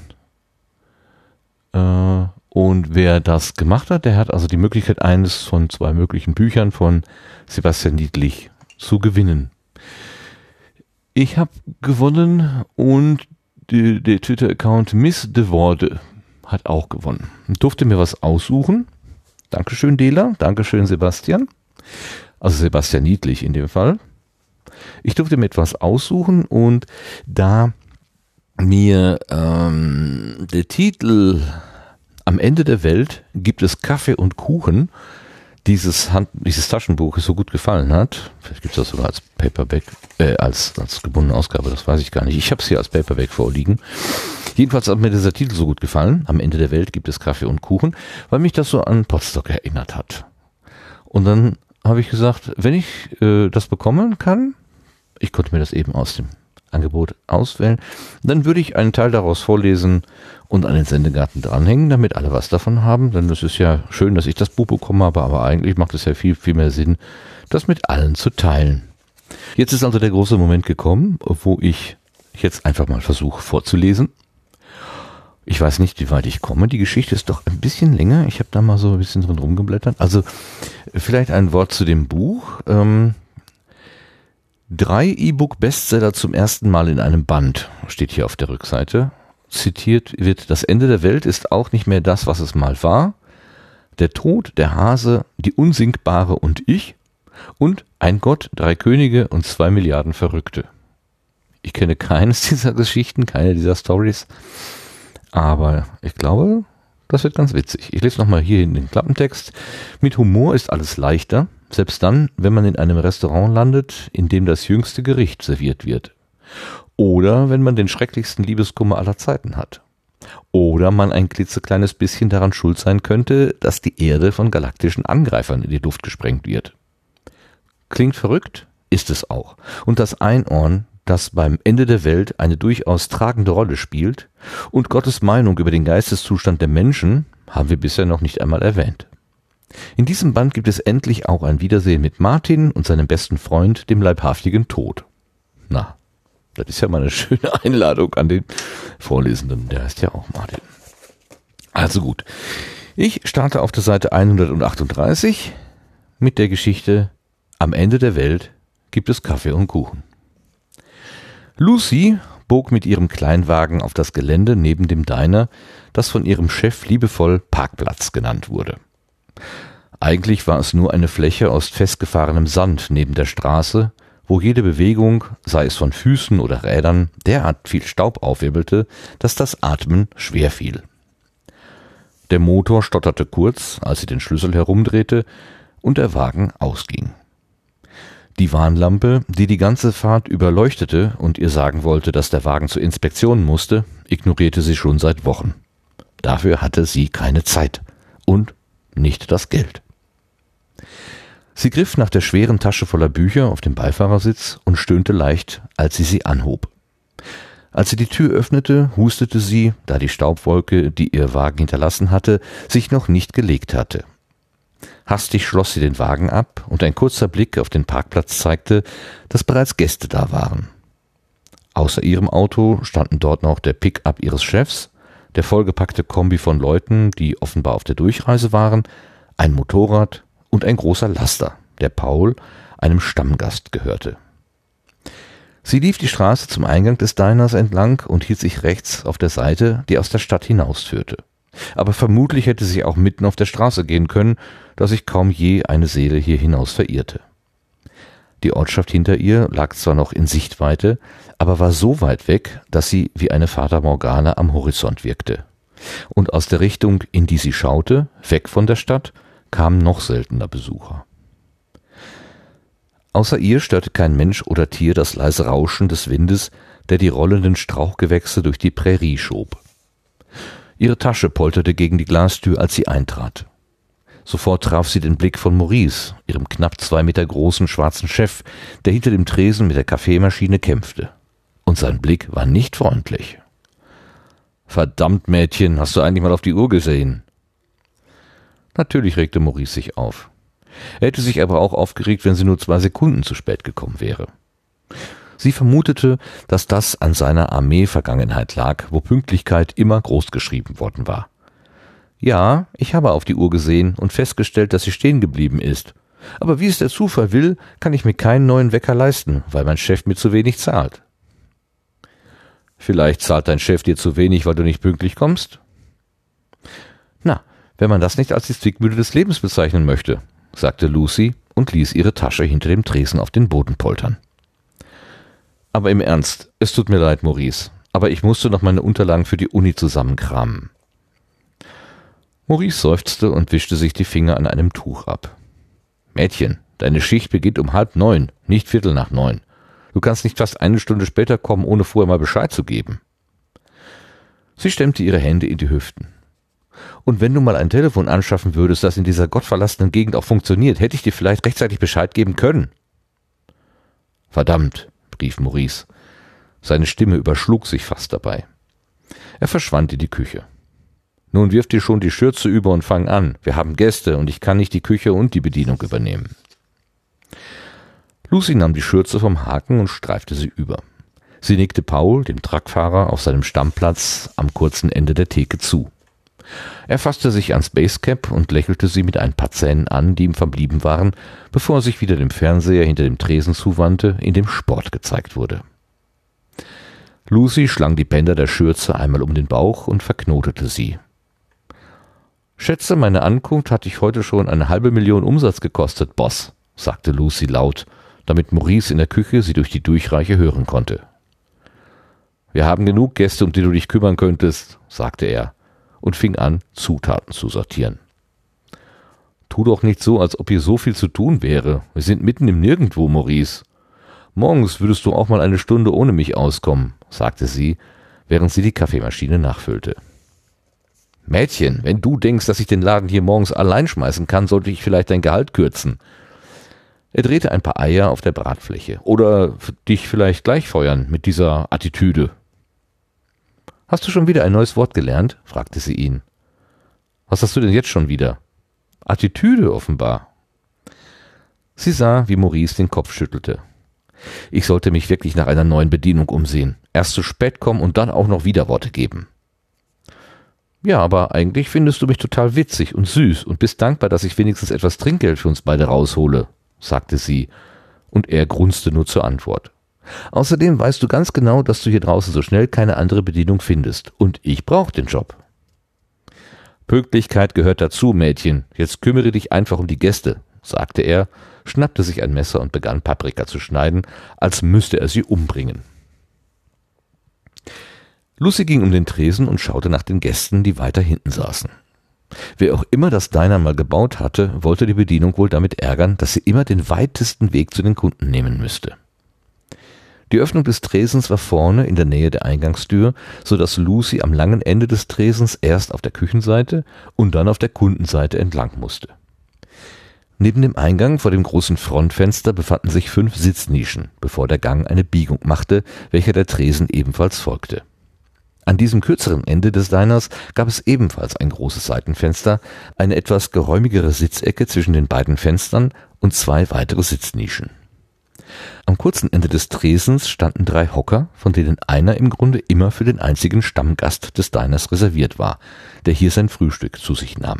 Und wer das gemacht hat, der hat also die Möglichkeit, eines von 2 möglichen Büchern von Sebastian Niedlich zu gewinnen. Ich habe gewonnen und der Twitter-Account Miss de Worte hat auch gewonnen. Ich durfte mir was aussuchen. Dankeschön, Dela. Dankeschön, Sebastian. Also Sebastian Niedlich in dem Fall. Ich durfte mir etwas aussuchen und da mir der Titel Am Ende der Welt gibt es Kaffee und Kuchen dieses Taschenbuch so gut gefallen hat, vielleicht gibt es das sogar als Paperback, als gebundene Ausgabe, das weiß ich gar nicht. Ich habe es hier als Paperback vorliegen. Jedenfalls hat mir dieser Titel so gut gefallen, Am Ende der Welt gibt es Kaffee und Kuchen, weil mich das so an Potsdok erinnert hat. Und dann habe ich gesagt, wenn ich das bekommen kann, ich konnte mir das eben aus dem Angebot auswählen, dann würde ich einen Teil daraus vorlesen und an den Sendegarten dranhängen, damit alle was davon haben, denn es ist ja schön, dass ich das Buch bekommen habe, aber eigentlich macht es ja viel mehr Sinn, das mit allen zu teilen. Jetzt ist also der große Moment gekommen, wo ich jetzt einfach mal versuche vorzulesen. Ich weiß nicht, wie weit ich komme. Die Geschichte ist doch ein bisschen länger. Ich habe da mal so ein bisschen drin rumgeblättert. Also vielleicht ein Wort zu dem Buch. 3 E-Book-Bestseller zum ersten Mal in einem Band, steht hier auf der Rückseite. Zitiert wird: Das Ende der Welt ist auch nicht mehr das, was es mal war. Der Tod, der Hase, die Unsinkbare und ich und ein Gott, 3 Könige und 2 Milliarden Verrückte. Ich kenne keines dieser Geschichten, keine dieser Stories, aber ich glaube, das wird ganz witzig. Ich lese nochmal hier in den Klappentext. Mit Humor ist alles leichter, selbst dann, wenn man in einem Restaurant landet, in dem das jüngste Gericht serviert wird. Oder wenn man den schrecklichsten Liebeskummer aller Zeiten hat. Oder man ein klitzekleines bisschen daran schuld sein könnte, dass die Erde von galaktischen Angreifern in die Luft gesprengt wird. Klingt verrückt? Ist es auch. Und das Einhorn, das beim Ende der Welt eine durchaus tragende Rolle spielt, und Gottes Meinung über den Geisteszustand der Menschen, haben wir bisher noch nicht einmal erwähnt. In diesem Band gibt es endlich auch ein Wiedersehen mit Martin und seinem besten Freund, dem leibhaftigen Tod. Na, das ist ja mal eine schöne Einladung an den Vorlesenden. Der heißt ja auch Martin. Also gut. Ich starte auf der Seite 138 mit der Geschichte: Am Ende der Welt gibt es Kaffee und Kuchen. Lucy bog mit ihrem Kleinwagen auf das Gelände neben dem Diner, das von ihrem Chef liebevoll Parkplatz genannt wurde. Eigentlich war es nur eine Fläche aus festgefahrenem Sand neben der Straße, wo jede Bewegung, sei es von Füßen oder Rädern, derart viel Staub aufwirbelte, dass das Atmen schwer fiel. Der Motor stotterte kurz, als sie den Schlüssel herumdrehte und der Wagen ausging. Die Warnlampe, die die ganze Fahrt über leuchtete und ihr sagen wollte, dass der Wagen zur Inspektion musste, ignorierte sie schon seit Wochen. Dafür hatte sie keine Zeit und nicht das Geld. Sie griff nach der schweren Tasche voller Bücher auf dem Beifahrersitz und stöhnte leicht, als sie anhob. Als sie die Tür öffnete, hustete sie, da die Staubwolke, die ihr Wagen hinterlassen hatte, sich noch nicht gelegt hatte. Hastig schloss sie den Wagen ab und ein kurzer Blick auf den Parkplatz zeigte, dass bereits Gäste da waren. Außer ihrem Auto standen dort noch der Pick-up ihres Chefs, der vollgepackte Kombi von Leuten, die offenbar auf der Durchreise waren, ein Motorrad und ein großer Laster, der Paul, einem Stammgast, gehörte. Sie lief die Straße zum Eingang des Diners entlang und hielt sich rechts auf der Seite, die aus der Stadt hinausführte. Aber vermutlich hätte sie auch mitten auf der Straße gehen können, da sich kaum je eine Seele hier hinaus verirrte. Die Ortschaft hinter ihr lag zwar noch in Sichtweite, aber war so weit weg, dass sie wie eine Fata Morgana am Horizont wirkte. Und aus der Richtung, in die sie schaute, weg von der Stadt, kamen noch seltener Besucher. Außer ihr störte kein Mensch oder Tier das leise Rauschen des Windes, der die rollenden Strauchgewächse durch die Prärie schob. Ihre Tasche polterte gegen die Glastür, als sie eintrat. Sofort traf sie den Blick von Maurice, ihrem knapp 2 Meter großen schwarzen Chef, der hinter dem Tresen mit der Kaffeemaschine kämpfte. Und sein Blick war nicht freundlich. »Verdammt, Mädchen, hast du eigentlich mal auf die Uhr gesehen?« Natürlich regte Maurice sich auf. Er hätte sich aber auch aufgeregt, wenn sie nur 2 Sekunden zu spät gekommen wäre. Sie vermutete, dass das an seiner Armee-Vergangenheit lag, wo Pünktlichkeit immer großgeschrieben worden war. Ja, ich habe auf die Uhr gesehen und festgestellt, dass sie stehen geblieben ist. Aber wie es der Zufall will, kann ich mir keinen neuen Wecker leisten, weil mein Chef mir zu wenig zahlt. Vielleicht zahlt dein Chef dir zu wenig, weil du nicht pünktlich kommst? Na, wenn man das nicht als die Zwickmühle des Lebens bezeichnen möchte, sagte Lucy und ließ ihre Tasche hinter dem Tresen auf den Boden poltern. Aber im Ernst, es tut mir leid, Maurice, aber ich musste noch meine Unterlagen für die Uni zusammenkramen. Maurice seufzte und wischte sich die Finger an einem Tuch ab. Mädchen, deine Schicht beginnt um 8:30, nicht 8:15. Du kannst nicht fast 1 Stunde später kommen, ohne vorher mal Bescheid zu geben. Sie stemmte ihre Hände in die Hüften. Und wenn du mal ein Telefon anschaffen würdest, das in dieser gottverlassenen Gegend auch funktioniert, hätte ich dir vielleicht rechtzeitig Bescheid geben können. Verdammt, rief Maurice. Seine Stimme überschlug sich fast dabei. Er verschwand in die Küche. Nun wirf dir schon die Schürze über und fang an. Wir haben Gäste und ich kann nicht die Küche und die Bedienung übernehmen. Lucy nahm die Schürze vom Haken und streifte sie über. Sie nickte Paul, dem Truckfahrer, auf seinem Stammplatz am kurzen Ende der Theke zu. Er fasste sich ans Basecap und lächelte sie mit ein paar Zähnen an, die ihm verblieben waren, bevor er sich wieder dem Fernseher hinter dem Tresen zuwandte, in dem Sport gezeigt wurde. Lucy schlang die Bänder der Schürze einmal um den Bauch und verknotete sie. »Schätze, meine Ankunft hat dich heute schon 500.000 Umsatz gekostet, Boss«, sagte Lucy laut, damit Maurice in der Küche sie durch die Durchreiche hören konnte. »Wir haben genug Gäste, um die du dich kümmern könntest«, sagte er und fing an, Zutaten zu sortieren. »Tu doch nicht so, als ob hier so viel zu tun wäre. Wir sind mitten im Nirgendwo, Maurice. Morgens würdest du auch mal eine Stunde ohne mich auskommen«, sagte sie, während sie die Kaffeemaschine nachfüllte. »Mädchen, wenn du denkst, dass ich den Laden hier morgens allein schmeißen kann, sollte ich vielleicht dein Gehalt kürzen.« Er drehte ein paar Eier auf der Bratfläche. »Oder dich vielleicht gleich feuern mit dieser Attitüde.« »Hast du schon wieder ein neues Wort gelernt?« fragte sie ihn. »Was hast du denn jetzt schon wieder?« »Attitüde offenbar.« Sie sah, wie Maurice den Kopf schüttelte. »Ich sollte mich wirklich nach einer neuen Bedienung umsehen. Erst zu spät kommen und dann auch noch Widerworte geben.« »Ja, aber eigentlich findest du mich total witzig und süß und bist dankbar, dass ich wenigstens etwas Trinkgeld für uns beide raushole«, sagte sie, und er grunzte nur zur Antwort. »Außerdem weißt du ganz genau, dass du hier draußen so schnell keine andere Bedienung findest. Und ich brauche den Job.« »Pünktlichkeit gehört dazu, Mädchen. Jetzt kümmere dich einfach um die Gäste«, sagte er, schnappte sich ein Messer und begann Paprika zu schneiden, als müsste er sie umbringen. Lucy ging um den Tresen und schaute nach den Gästen, die weiter hinten saßen. Wer auch immer das Diner mal gebaut hatte, wollte die Bedienung wohl damit ärgern, dass sie immer den weitesten Weg zu den Kunden nehmen müsste. Die Öffnung des Tresens war vorne in der Nähe der Eingangstür, so dass Lucy am langen Ende des Tresens erst auf der Küchenseite und dann auf der Kundenseite entlang musste. Neben dem Eingang vor dem großen Frontfenster befanden sich 5 Sitznischen, bevor der Gang eine Biegung machte, welcher der Tresen ebenfalls folgte. An diesem kürzeren Ende des Diners gab es ebenfalls ein großes Seitenfenster, eine etwas geräumigere Sitzecke zwischen den beiden Fenstern und 2 weitere Sitznischen. Am kurzen Ende des Tresens standen 3 Hocker, von denen einer im Grunde immer für den einzigen Stammgast des Diners reserviert war, der hier sein Frühstück zu sich nahm.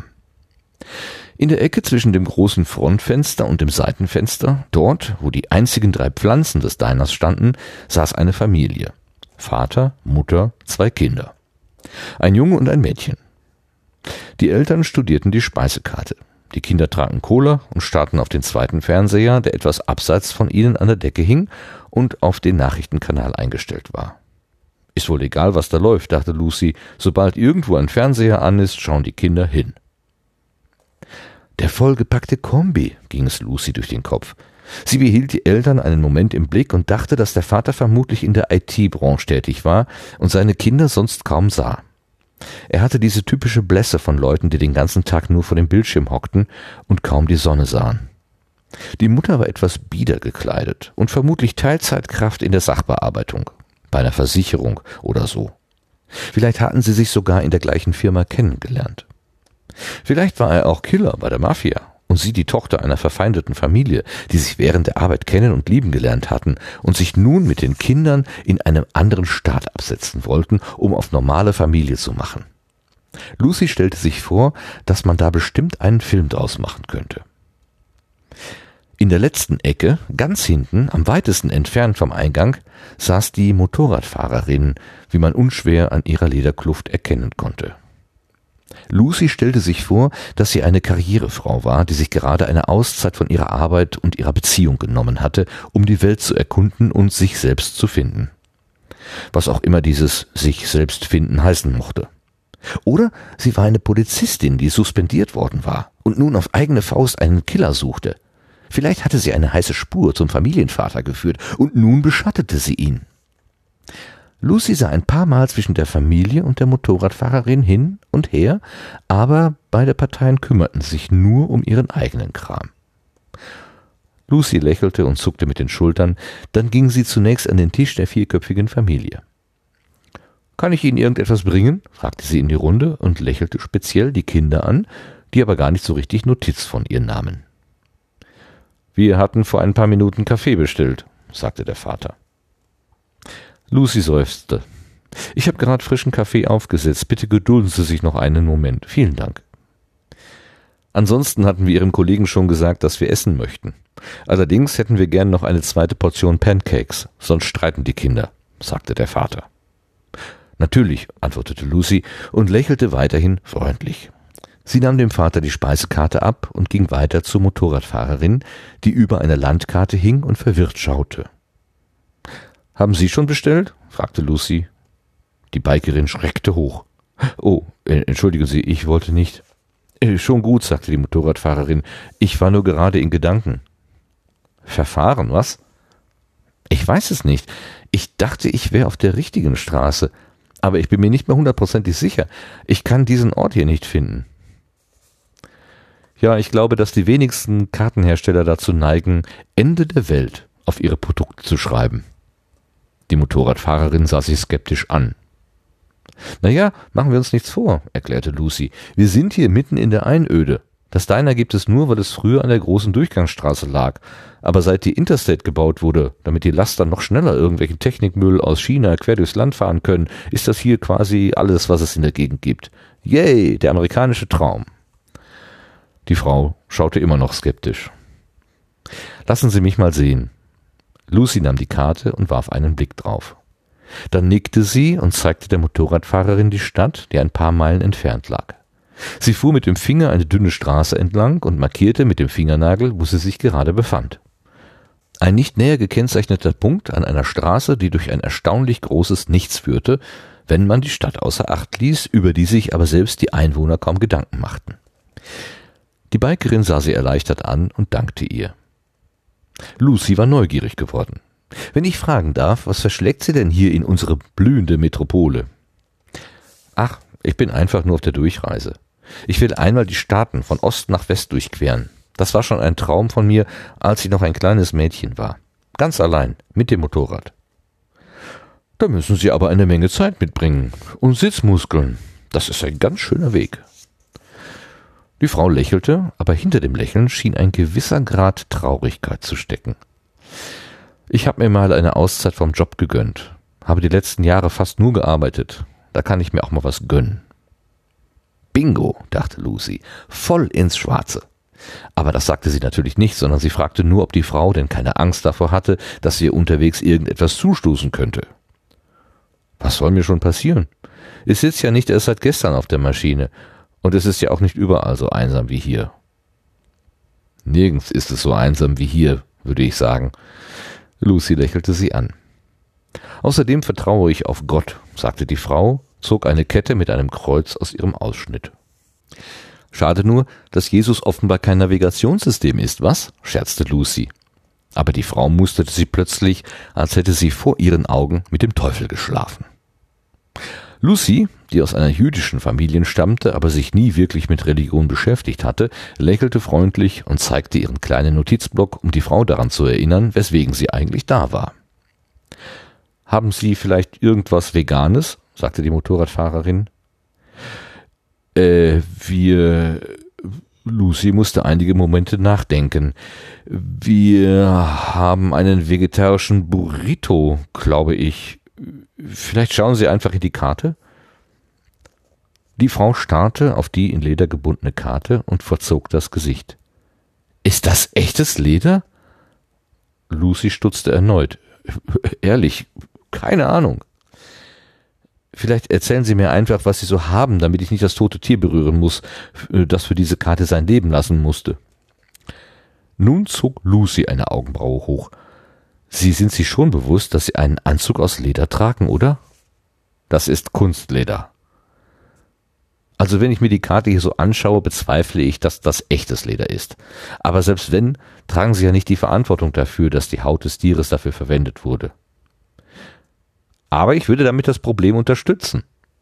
In der Ecke zwischen dem großen Frontfenster und dem Seitenfenster, dort, wo die einzigen 3 Pflanzen des Diners standen, saß eine Familie. Vater, Mutter, 2 Kinder. Ein Junge und ein Mädchen. Die Eltern studierten die Speisekarte. Die Kinder tranken Cola und starrten auf den zweiten Fernseher, der etwas abseits von ihnen an der Decke hing und auf den Nachrichtenkanal eingestellt war. Ist wohl egal, was da läuft, dachte Lucy. Sobald irgendwo ein Fernseher an ist, schauen die Kinder hin. Der vollgepackte Kombi, ging es Lucy durch den Kopf. Sie behielt die Eltern einen Moment im Blick und dachte, dass der Vater vermutlich in der IT-Branche tätig war und seine Kinder sonst kaum sah. Er hatte diese typische Blässe von Leuten, die den ganzen Tag nur vor dem Bildschirm hockten und kaum die Sonne sahen. Die Mutter war etwas bieder gekleidet und vermutlich Teilzeitkraft in der Sachbearbeitung, bei einer Versicherung oder so. Vielleicht hatten sie sich sogar in der gleichen Firma kennengelernt. Vielleicht war er auch Killer bei der Mafia und sie die Tochter einer verfeindeten Familie, die sich während der Arbeit kennen und lieben gelernt hatten und sich nun mit den Kindern in einem anderen Staat absetzen wollten, um auf normale Familie zu machen. Lucy stellte sich vor, dass man da bestimmt einen Film draus machen könnte. In der letzten Ecke, ganz hinten, am weitesten entfernt vom Eingang, saß die Motorradfahrerin, wie man unschwer an ihrer Lederkluft erkennen konnte. Lucy stellte sich vor, dass sie eine Karrierefrau war, die sich gerade eine Auszeit von ihrer Arbeit und ihrer Beziehung genommen hatte, um die Welt zu erkunden und sich selbst zu finden. Was auch immer dieses sich selbst finden heißen mochte. Oder sie war eine Polizistin, die suspendiert worden war und nun auf eigene Faust einen Killer suchte. Vielleicht hatte sie eine heiße Spur zum Familienvater geführt und nun beschattete sie ihn. Lucy sah ein paar Mal zwischen der Familie und der Motorradfahrerin hin und her, aber beide Parteien kümmerten sich nur um ihren eigenen Kram. Lucy lächelte und zuckte mit den Schultern, dann ging sie zunächst an den Tisch der 4-köpfigen Familie. »Kann ich Ihnen irgendetwas bringen?« fragte sie in die Runde und lächelte speziell die Kinder an, die aber gar nicht so richtig Notiz von ihr nahmen. »Wir hatten vor ein paar Minuten Kaffee bestellt«, sagte der Vater. Lucy seufzte. Ich habe gerade frischen Kaffee aufgesetzt. Bitte gedulden Sie sich noch einen Moment. Vielen Dank. Ansonsten hatten wir Ihrem Kollegen schon gesagt, dass wir essen möchten. Allerdings hätten wir gern noch eine zweite Portion Pancakes, sonst streiten die Kinder, sagte der Vater. Natürlich, antwortete Lucy und lächelte weiterhin freundlich. Sie nahm dem Vater die Speisekarte ab und ging weiter zur Motorradfahrerin, die über einer Landkarte hing und verwirrt schaute. »Haben Sie schon bestellt?« fragte Lucy. Die Bikerin schreckte hoch. »Oh, entschuldigen Sie, ich wollte nicht.« »Schon gut«, sagte die Motorradfahrerin. »Ich war nur gerade in Gedanken.« »Verfahren, was?« »Ich weiß es nicht. Ich dachte, ich wäre auf der richtigen Straße. Aber ich bin mir nicht mehr 100% sicher. Ich kann diesen Ort hier nicht finden.« Ja, ich glaube, dass die wenigsten Kartenhersteller dazu neigen, Ende der Welt auf ihre Produkte zu schreiben. Die Motorradfahrerin sah sie skeptisch an. »Naja, machen wir uns nichts vor«, erklärte Lucy. »Wir sind hier mitten in der Einöde. Das Diner gibt es nur, weil es früher an der großen Durchgangsstraße lag. Aber seit die Interstate gebaut wurde, damit die Laster noch schneller irgendwelchen Technikmüll aus China quer durchs Land fahren können, ist das hier quasi alles, was es in der Gegend gibt. Yay, der amerikanische Traum.« Die Frau schaute immer noch skeptisch. »Lassen Sie mich mal sehen.« Lucy nahm die Karte und warf einen Blick drauf. Dann nickte sie und zeigte der Motorradfahrerin die Stadt, die ein paar Meilen entfernt lag. Sie fuhr mit dem Finger eine dünne Straße entlang und markierte mit dem Fingernagel, wo sie sich gerade befand. Ein nicht näher gekennzeichneter Punkt an einer Straße, die durch ein erstaunlich großes Nichts führte, wenn man die Stadt außer Acht ließ, über die sich aber selbst die Einwohner kaum Gedanken machten. Die Bikerin sah sie erleichtert an und dankte ihr. Lucy war neugierig geworden. »Wenn ich fragen darf, was verschlägt Sie denn hier in unsere blühende Metropole?« »Ach, ich bin einfach nur auf der Durchreise. Ich will einmal die Staaten von Ost nach West durchqueren. Das war schon ein Traum von mir, als ich noch ein kleines Mädchen war. Ganz allein, mit dem Motorrad.« »Da müssen Sie aber eine Menge Zeit mitbringen und Sitzmuskeln. Das ist ein ganz schöner Weg.« Die Frau lächelte, aber hinter dem Lächeln schien ein gewisser Grad Traurigkeit zu stecken. »Ich habe mir mal eine Auszeit vom Job gegönnt, habe die letzten Jahre fast nur gearbeitet. Da kann ich mir auch mal was gönnen.« »Bingo«, dachte Lucy, voll ins Schwarze. Aber das sagte sie natürlich nicht, sondern sie fragte nur, ob die Frau denn keine Angst davor hatte, dass ihr unterwegs irgendetwas zustoßen könnte. »Was soll mir schon passieren? Ich sitze ja nicht erst seit gestern auf der Maschine und es ist ja auch nicht überall so einsam wie hier.« »Nirgends ist es so einsam wie hier, würde ich sagen.« Lucy lächelte sie an. »Außerdem vertraue ich auf Gott«, sagte die Frau, zog eine Kette mit einem Kreuz aus ihrem Ausschnitt. »Schade nur, dass Jesus offenbar kein Navigationssystem ist, was?« scherzte Lucy. Aber die Frau musterte sie plötzlich, als hätte sie vor ihren Augen mit dem Teufel geschlafen. Lucy, die aus einer jüdischen Familie stammte, aber sich nie wirklich mit Religion beschäftigt hatte, lächelte freundlich und zeigte ihren kleinen Notizblock, um die Frau daran zu erinnern, weswegen sie eigentlich da war. »Haben Sie vielleicht irgendwas Veganes?« sagte die Motorradfahrerin. Lucy musste einige Momente nachdenken. »Wir haben einen vegetarischen Burrito, glaube ich. Vielleicht schauen Sie einfach in die Karte?« Die Frau starrte auf die in Leder gebundene Karte und verzog das Gesicht. »Ist das echtes Leder?« Lucy stutzte erneut. »Ehrlich, keine Ahnung.« »Vielleicht erzählen Sie mir einfach, was Sie so haben, damit ich nicht das tote Tier berühren muss, das für diese Karte sein Leben lassen musste.« Nun zog Lucy eine Augenbraue hoch. »Sie sind sich schon bewusst, dass Sie einen Anzug aus Leder tragen, oder?« »Das ist Kunstleder.« »Also wenn ich mir die Karte hier so anschaue, bezweifle ich, dass das echtes Leder ist. Aber selbst wenn, tragen Sie ja nicht die Verantwortung dafür, dass die Haut des Tieres dafür verwendet wurde.« »Aber ich würde damit das Problem unterstützen.«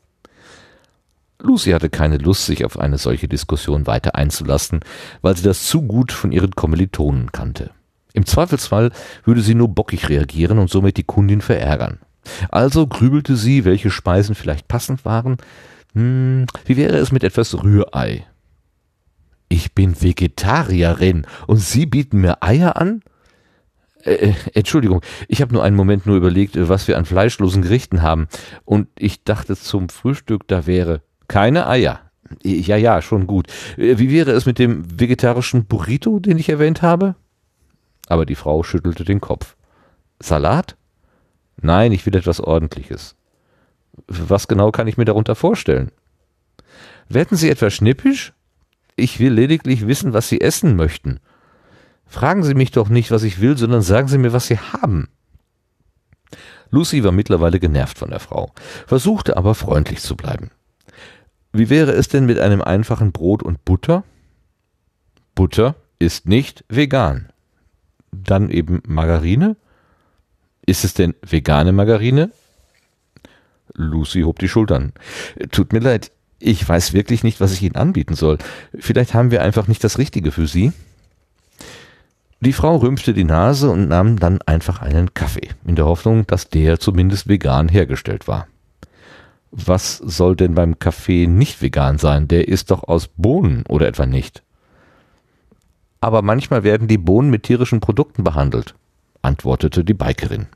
Lucy hatte keine Lust, sich auf eine solche Diskussion weiter einzulassen, weil sie das zu gut von ihren Kommilitonen kannte. Im Zweifelsfall würde sie nur bockig reagieren und somit die Kundin verärgern. Also grübelte sie, welche Speisen vielleicht passend waren. Wie wäre es mit etwas Rührei? »Ich bin Vegetarierin und Sie bieten mir Eier an?« Entschuldigung, ich habe nur einen Moment nur überlegt, was wir an fleischlosen Gerichten haben. Und ich dachte zum Frühstück, da wäre keine Eier. Ja, schon gut. Wie wäre es mit dem vegetarischen Burrito, den ich erwähnt habe? Aber die Frau schüttelte den Kopf. Salat? Nein, ich will etwas Ordentliches. Was genau kann ich mir darunter vorstellen? Werden Sie etwa schnippisch? Ich will lediglich wissen, was Sie essen möchten. Fragen Sie mich doch nicht, was ich will, sondern sagen Sie mir, was Sie haben. Lucy war mittlerweile genervt von der Frau, versuchte aber freundlich zu bleiben. Wie wäre es denn mit einem einfachen Brot und Butter? Butter ist nicht vegan. Dann eben Margarine? Ist es denn vegane Margarine? Lucy hob die Schultern. Tut mir leid, ich weiß wirklich nicht, was ich Ihnen anbieten soll. Vielleicht haben wir einfach nicht das Richtige für Sie. Die Frau rümpfte die Nase und nahm dann einfach einen Kaffee, in der Hoffnung, dass der zumindest vegan hergestellt war. Was soll denn beim Kaffee nicht vegan sein? Der ist doch aus Bohnen, oder etwa nicht? Aber manchmal werden die Bohnen mit tierischen Produkten behandelt, antwortete die Bikerin.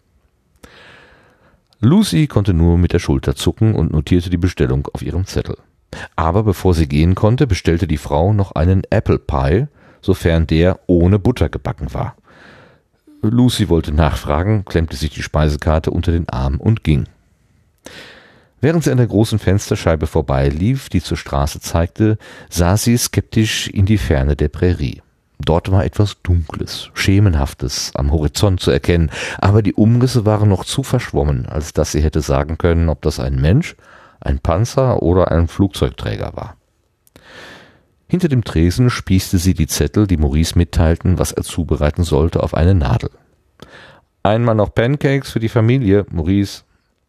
Lucy konnte nur mit der Schulter zucken und notierte die Bestellung auf ihrem Zettel. Aber bevor sie gehen konnte, bestellte die Frau noch einen Apple Pie, sofern der ohne Butter gebacken war. Lucy wollte nachfragen, klemmte sich die Speisekarte unter den Arm und ging. Während sie an der großen Fensterscheibe vorbeilief, die zur Straße zeigte, sah sie skeptisch in die Ferne der Prärie. Dort war etwas Dunkles, Schemenhaftes am Horizont zu erkennen, aber die Umrisse waren noch zu verschwommen, als dass sie hätte sagen können, ob das ein Mensch, ein Panzer oder ein Flugzeugträger war. Hinter dem Tresen spießte sie die Zettel, die Maurice mitteilten, was er zubereiten sollte, auf eine Nadel. Einmal noch Pancakes für die Familie, Maurice.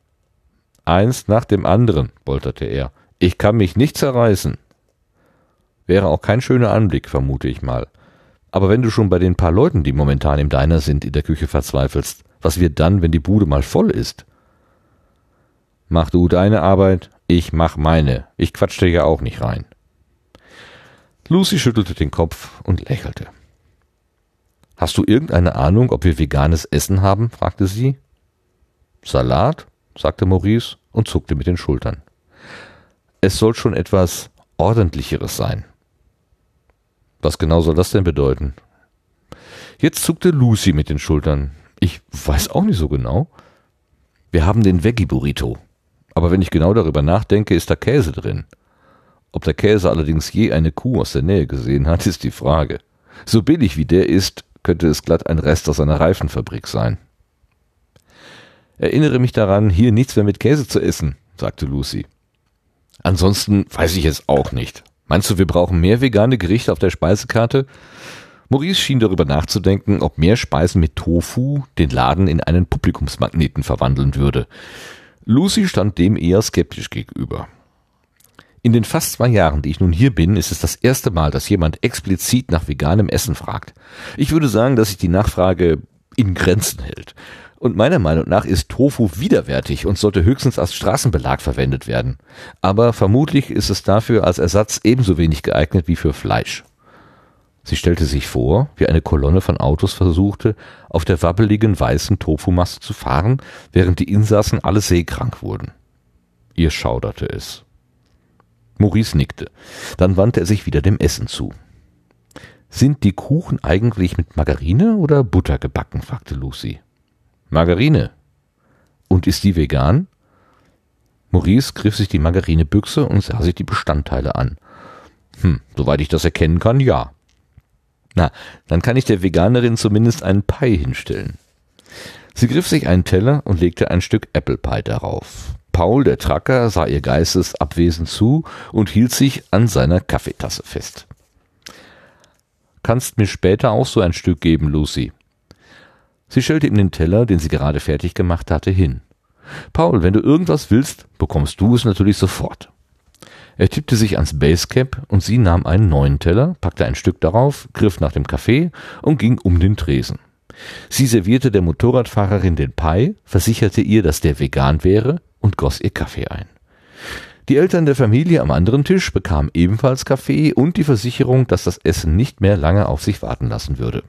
Eins nach dem anderen, polterte er. Ich kann mich nicht zerreißen. Wäre auch kein schöner Anblick, vermute ich mal. Aber wenn du schon bei den paar Leuten, die momentan im Diner sind, in der Küche verzweifelst, was wird dann, wenn die Bude mal voll ist? Mach du deine Arbeit, ich mach meine. Ich quatsch dir ja auch nicht rein. Lucy schüttelte den Kopf und lächelte. Hast du irgendeine Ahnung, ob wir veganes Essen haben? Fragte sie. Salat? Sagte Maurice und zuckte mit den Schultern. Es soll schon etwas Ordentlicheres sein. Was genau soll das denn bedeuten? Jetzt zuckte Lucy mit den Schultern. Ich weiß auch nicht so genau. Wir haben den Veggie-Burrito. Aber wenn ich genau darüber nachdenke, ist da Käse drin. Ob der Käse allerdings je eine Kuh aus der Nähe gesehen hat, ist die Frage. So billig wie der ist, könnte es glatt ein Rest aus einer Reifenfabrik sein. Erinnere mich daran, hier nichts mehr mit Käse zu essen, sagte Lucy. Ansonsten weiß ich es auch nicht. Meinst du, wir brauchen mehr vegane Gerichte auf der Speisekarte? Maurice schien darüber nachzudenken, ob mehr Speisen mit Tofu den Laden in einen Publikumsmagneten verwandeln würde. Lucy stand dem eher skeptisch gegenüber. In den fast 2 Jahren, die ich nun hier bin, ist es das erste Mal, dass jemand explizit nach veganem Essen fragt. Ich würde sagen, dass sich die Nachfrage in Grenzen hält. Und meiner Meinung nach ist Tofu widerwärtig und sollte höchstens als Straßenbelag verwendet werden. Aber vermutlich ist es dafür als Ersatz ebenso wenig geeignet wie für Fleisch. Sie stellte sich vor, wie eine Kolonne von Autos versuchte, auf der wabbeligen weißen Tofumasse zu fahren, während die Insassen alle seekrank wurden. Ihr schauderte es. Maurice nickte. Dann wandte er sich wieder dem Essen zu. Sind die Kuchen eigentlich mit Margarine oder Butter gebacken? Fragte Lucy. Margarine. Und ist die vegan? Maurice griff sich die Margarinebüchse und sah sich die Bestandteile an. Soweit ich das erkennen kann, ja. Na, dann kann ich der Veganerin zumindest einen Pie hinstellen. Sie griff sich einen Teller und legte ein Stück Apple Pie darauf. Paul, der Tracker, sah ihr geistesabwesend zu und hielt sich an seiner Kaffeetasse fest. Kannst mir später auch so ein Stück geben, Lucy. Sie stellte ihm den Teller, den sie gerade fertig gemacht hatte, hin. Paul, wenn du irgendwas willst, bekommst du es natürlich sofort. Er tippte sich ans Basecap und sie nahm einen neuen Teller, packte ein Stück darauf, griff nach dem Kaffee und ging um den Tresen. Sie servierte der Motorradfahrerin den Pie, versicherte ihr, dass der vegan wäre und goss ihr Kaffee ein. Die Eltern der Familie am anderen Tisch bekamen ebenfalls Kaffee und die Versicherung, dass das Essen nicht mehr lange auf sich warten lassen würde.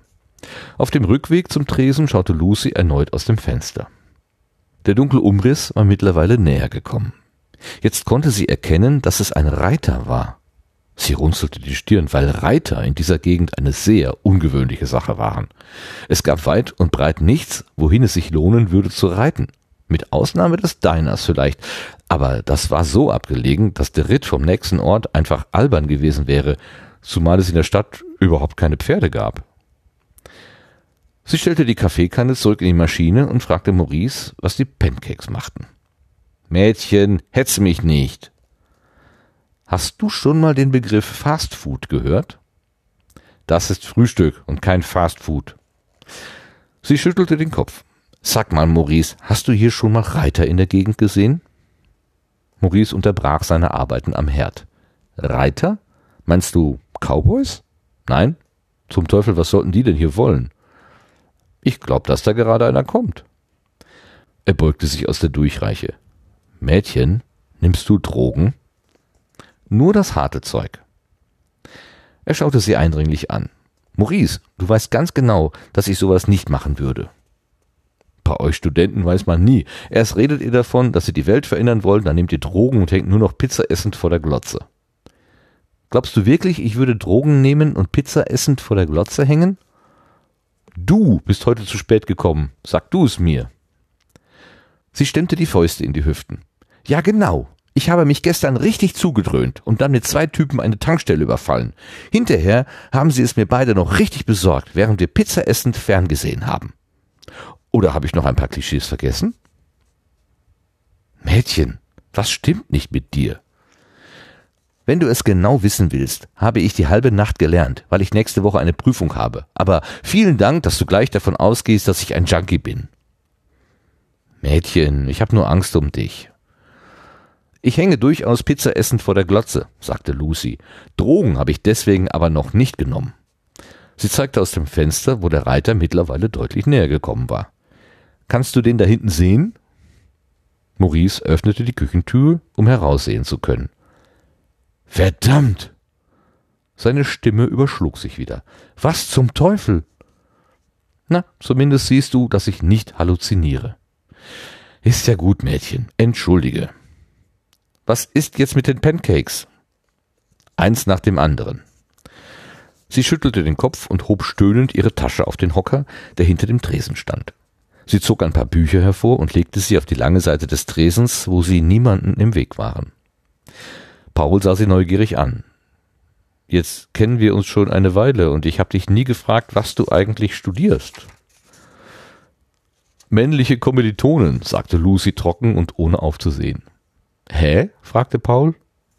Auf dem Rückweg zum Tresen schaute Lucy erneut aus dem Fenster. Der dunkle Umriss war mittlerweile näher gekommen. Jetzt konnte sie erkennen, dass es ein Reiter war. Sie runzelte die Stirn, weil Reiter in dieser Gegend eine sehr ungewöhnliche Sache waren. Es gab weit und breit nichts, wohin es sich lohnen würde zu reiten. Mit Ausnahme des Diners vielleicht. Aber das war so abgelegen, dass der Ritt vom nächsten Ort einfach albern gewesen wäre, zumal es in der Stadt überhaupt keine Pferde gab. Sie stellte die Kaffeekanne zurück in die Maschine und fragte Maurice, was die Pancakes machten. »Mädchen, hetz mich nicht!« »Hast du schon mal den Begriff Fast Food gehört?« »Das ist Frühstück und kein Fast Food.« Sie schüttelte den Kopf. »Sag mal, Maurice, hast du hier schon mal Reiter in der Gegend gesehen?« Maurice unterbrach seine Arbeiten am Herd. »Reiter? Meinst du Cowboys?« »Nein. Zum Teufel, was sollten die denn hier wollen?« »Ich glaube, dass da gerade einer kommt.« Er beugte sich aus der Durchreiche. »Mädchen, nimmst du Drogen?« »Nur das harte Zeug.« Er schaute sie eindringlich an. »Maurice, du weißt ganz genau, dass ich sowas nicht machen würde.« »Bei euch Studenten weiß man nie. Erst redet ihr davon, dass ihr die Welt verändern wollt, dann nehmt ihr Drogen und hängt nur noch Pizza essend vor der Glotze.« »Glaubst du wirklich, ich würde Drogen nehmen und Pizza essend vor der Glotze hängen?« »Du bist heute zu spät gekommen. Sag du es mir.« Sie stemmte die Fäuste in die Hüften. »Ja, genau. Ich habe mich gestern richtig zugedröhnt und dann mit 2 Typen eine Tankstelle überfallen. Hinterher haben sie es mir beide noch richtig besorgt, während wir Pizza essend ferngesehen haben. Oder habe ich noch ein paar Klischees vergessen?« »Mädchen, was stimmt nicht mit dir?« »Wenn du es genau wissen willst, habe ich die halbe Nacht gelernt, weil ich nächste Woche eine Prüfung habe. Aber vielen Dank, dass du gleich davon ausgehst, dass ich ein Junkie bin.« »Mädchen, ich habe nur Angst um dich.« »Ich hänge durchaus Pizza essend vor der Glotze«, sagte Lucy. »Drogen habe ich deswegen aber noch nicht genommen.« Sie zeigte aus dem Fenster, wo der Reiter mittlerweile deutlich näher gekommen war. »Kannst du den da hinten sehen?« Maurice öffnete die Küchentür, um heraussehen zu können. »Verdammt!« Seine Stimme überschlug sich wieder. »Was zum Teufel?« »Na, zumindest siehst du, dass ich nicht halluziniere.« »Ist ja gut, Mädchen. Entschuldige.« »Was ist jetzt mit den Pancakes?« »Eins nach dem anderen.« Sie schüttelte den Kopf und hob stöhnend ihre Tasche auf den Hocker, der hinter dem Tresen stand. Sie zog ein paar Bücher hervor und legte sie auf die lange Seite des Tresens, wo sie niemanden im Weg waren. Paul sah sie neugierig an. »Jetzt kennen wir uns schon eine Weile und ich habe dich nie gefragt, was du eigentlich studierst.« »Männliche Kommilitonen«, sagte Lucy trocken und ohne aufzusehen. »Hä?« fragte Paul.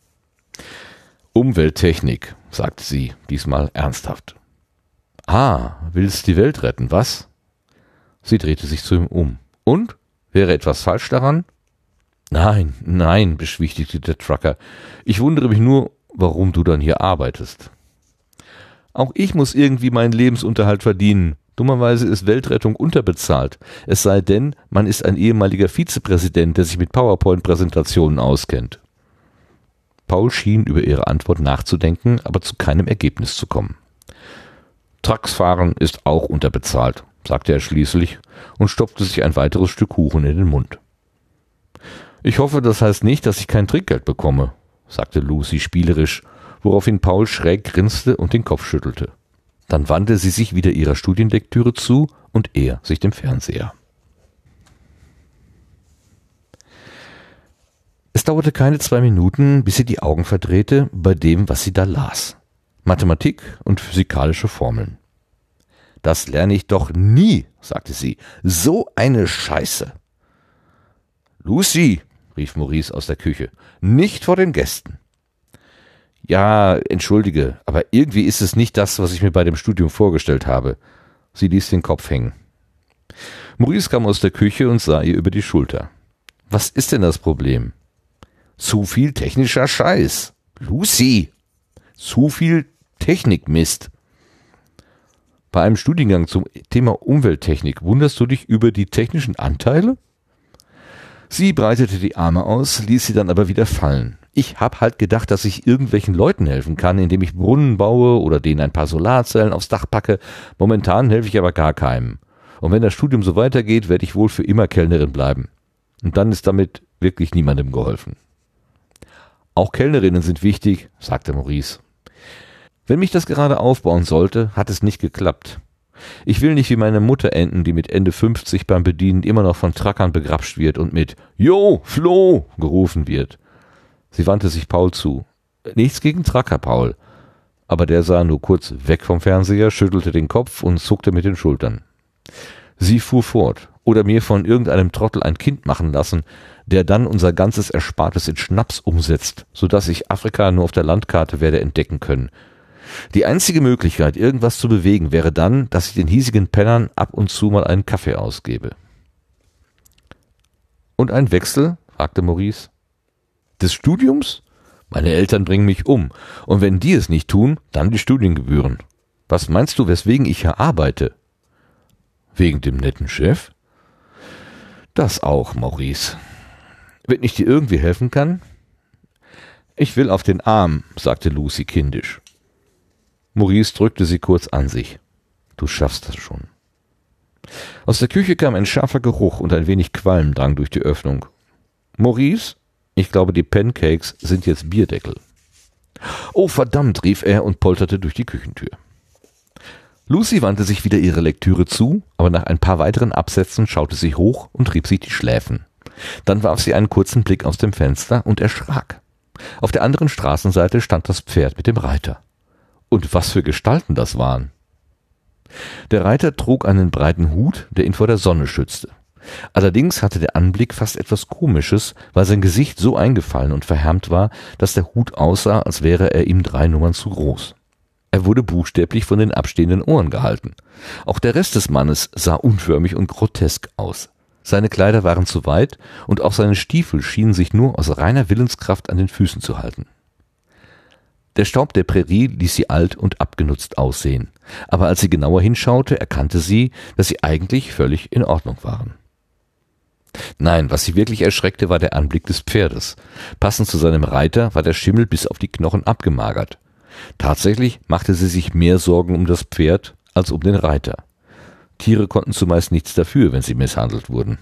»Umwelttechnik«, sagte sie, diesmal ernsthaft. »Ah, willst die Welt retten, was?« Sie drehte sich zu ihm um. »Und? Wäre etwas falsch daran?« »Nein, nein«, beschwichtigte der Trucker. »Ich wundere mich nur, warum du dann hier arbeitest.« »Auch ich muss irgendwie meinen Lebensunterhalt verdienen. Dummerweise ist Weltrettung unterbezahlt. Es sei denn, man ist ein ehemaliger Vizepräsident, der sich mit PowerPoint-Präsentationen auskennt.« Paul schien über ihre Antwort nachzudenken, aber zu keinem Ergebnis zu kommen. »Trucks fahren ist auch unterbezahlt«, sagte er schließlich und stopfte sich ein weiteres Stück Kuchen in den Mund. »Ich hoffe, das heißt nicht, dass ich kein Trinkgeld bekomme«, sagte Lucy spielerisch, woraufhin Paul schräg grinste und den Kopf schüttelte. Dann wandte sie sich wieder ihrer Studienlektüre zu und er sich dem Fernseher. Es dauerte keine 2 Minuten, bis sie die Augen verdrehte bei dem, was sie da las. Mathematik und physikalische Formeln. »Das lerne ich doch nie«, sagte sie. »So eine Scheiße.« »Lucy«, rief Maurice aus der Küche, »nicht vor den Gästen.« »Ja, entschuldige, aber irgendwie ist es nicht das, was ich mir bei dem Studium vorgestellt habe.« Sie ließ den Kopf hängen. Maurice kam aus der Küche und sah ihr über die Schulter. »Was ist denn das Problem?« »Zu viel technischer Scheiß.« »Lucy!« »Zu viel Technikmist.« »Bei einem Studiengang zum Thema Umwelttechnik wunderst du dich über die technischen Anteile?« Sie breitete die Arme aus, ließ sie dann aber wieder fallen. Ich habe halt gedacht, dass ich irgendwelchen Leuten helfen kann, indem ich Brunnen baue oder denen ein paar Solarzellen aufs Dach packe. Momentan helfe ich aber gar keinem. Und wenn das Studium so weitergeht, werde ich wohl für immer Kellnerin bleiben. Und dann ist damit wirklich niemandem geholfen. Auch Kellnerinnen sind wichtig, sagte Maurice. Wenn mich das gerade aufbauen sollte, hat es nicht geklappt. Ich will nicht wie meine Mutter enden, die mit Ende 50 beim Bedienen immer noch von Trackern begrapscht wird und mit »Jo, Flo« gerufen wird. Sie wandte sich Paul zu. Nichts gegen Tracker, Paul. Aber der sah nur kurz weg vom Fernseher, schüttelte den Kopf und zuckte mit den Schultern. Sie fuhr fort. Oder mir von irgendeinem Trottel ein Kind machen lassen, der dann unser ganzes Erspartes in Schnaps umsetzt, sodass ich Afrika nur auf der Landkarte werde entdecken können. Die einzige Möglichkeit, irgendwas zu bewegen, wäre dann, dass ich den hiesigen Pennern ab und zu mal einen Kaffee ausgebe. Und ein Wechsel? Fragte Maurice. Des Studiums? Meine Eltern bringen mich um. Und wenn die es nicht tun, dann die Studiengebühren. Was meinst du, weswegen ich hier arbeite? Wegen dem netten Chef? Das auch, Maurice. Wenn ich dir irgendwie helfen kann? Ich will auf den Arm, sagte Lucy kindisch. Maurice drückte sie kurz an sich. Du schaffst das schon. Aus der Küche kam ein scharfer Geruch und ein wenig Qualm drang durch die Öffnung. Maurice? Ich glaube, die Pancakes sind jetzt Bierdeckel. Oh, verdammt, rief er und polterte durch die Küchentür. Lucy wandte sich wieder ihre Lektüre zu, aber nach ein paar weiteren Absätzen schaute sie hoch und rieb sich die Schläfen. Dann warf sie einen kurzen Blick aus dem Fenster und erschrak. Auf der anderen Straßenseite stand das Pferd mit dem Reiter. Und was für Gestalten das waren. Der Reiter trug einen breiten Hut, der ihn vor der Sonne schützte. Allerdings hatte der Anblick fast etwas Komisches, weil sein Gesicht so eingefallen und verhärmt war, dass der Hut aussah, als wäre er ihm 3 Nummern zu groß. Er wurde buchstäblich von den abstehenden Ohren gehalten. Auch der Rest des Mannes sah unförmig und grotesk aus. Seine Kleider waren zu weit und auch seine Stiefel schienen sich nur aus reiner Willenskraft an den Füßen zu halten. Der Staub der Prärie ließ sie alt und abgenutzt aussehen, aber als sie genauer hinschaute, erkannte sie, dass sie eigentlich völlig in Ordnung waren. Nein, was sie wirklich erschreckte, war der Anblick des Pferdes. Passend zu seinem Reiter war der Schimmel bis auf die Knochen abgemagert. Tatsächlich machte sie sich mehr Sorgen um das Pferd als um den Reiter. Tiere konnten zumeist nichts dafür, wenn sie misshandelt wurden.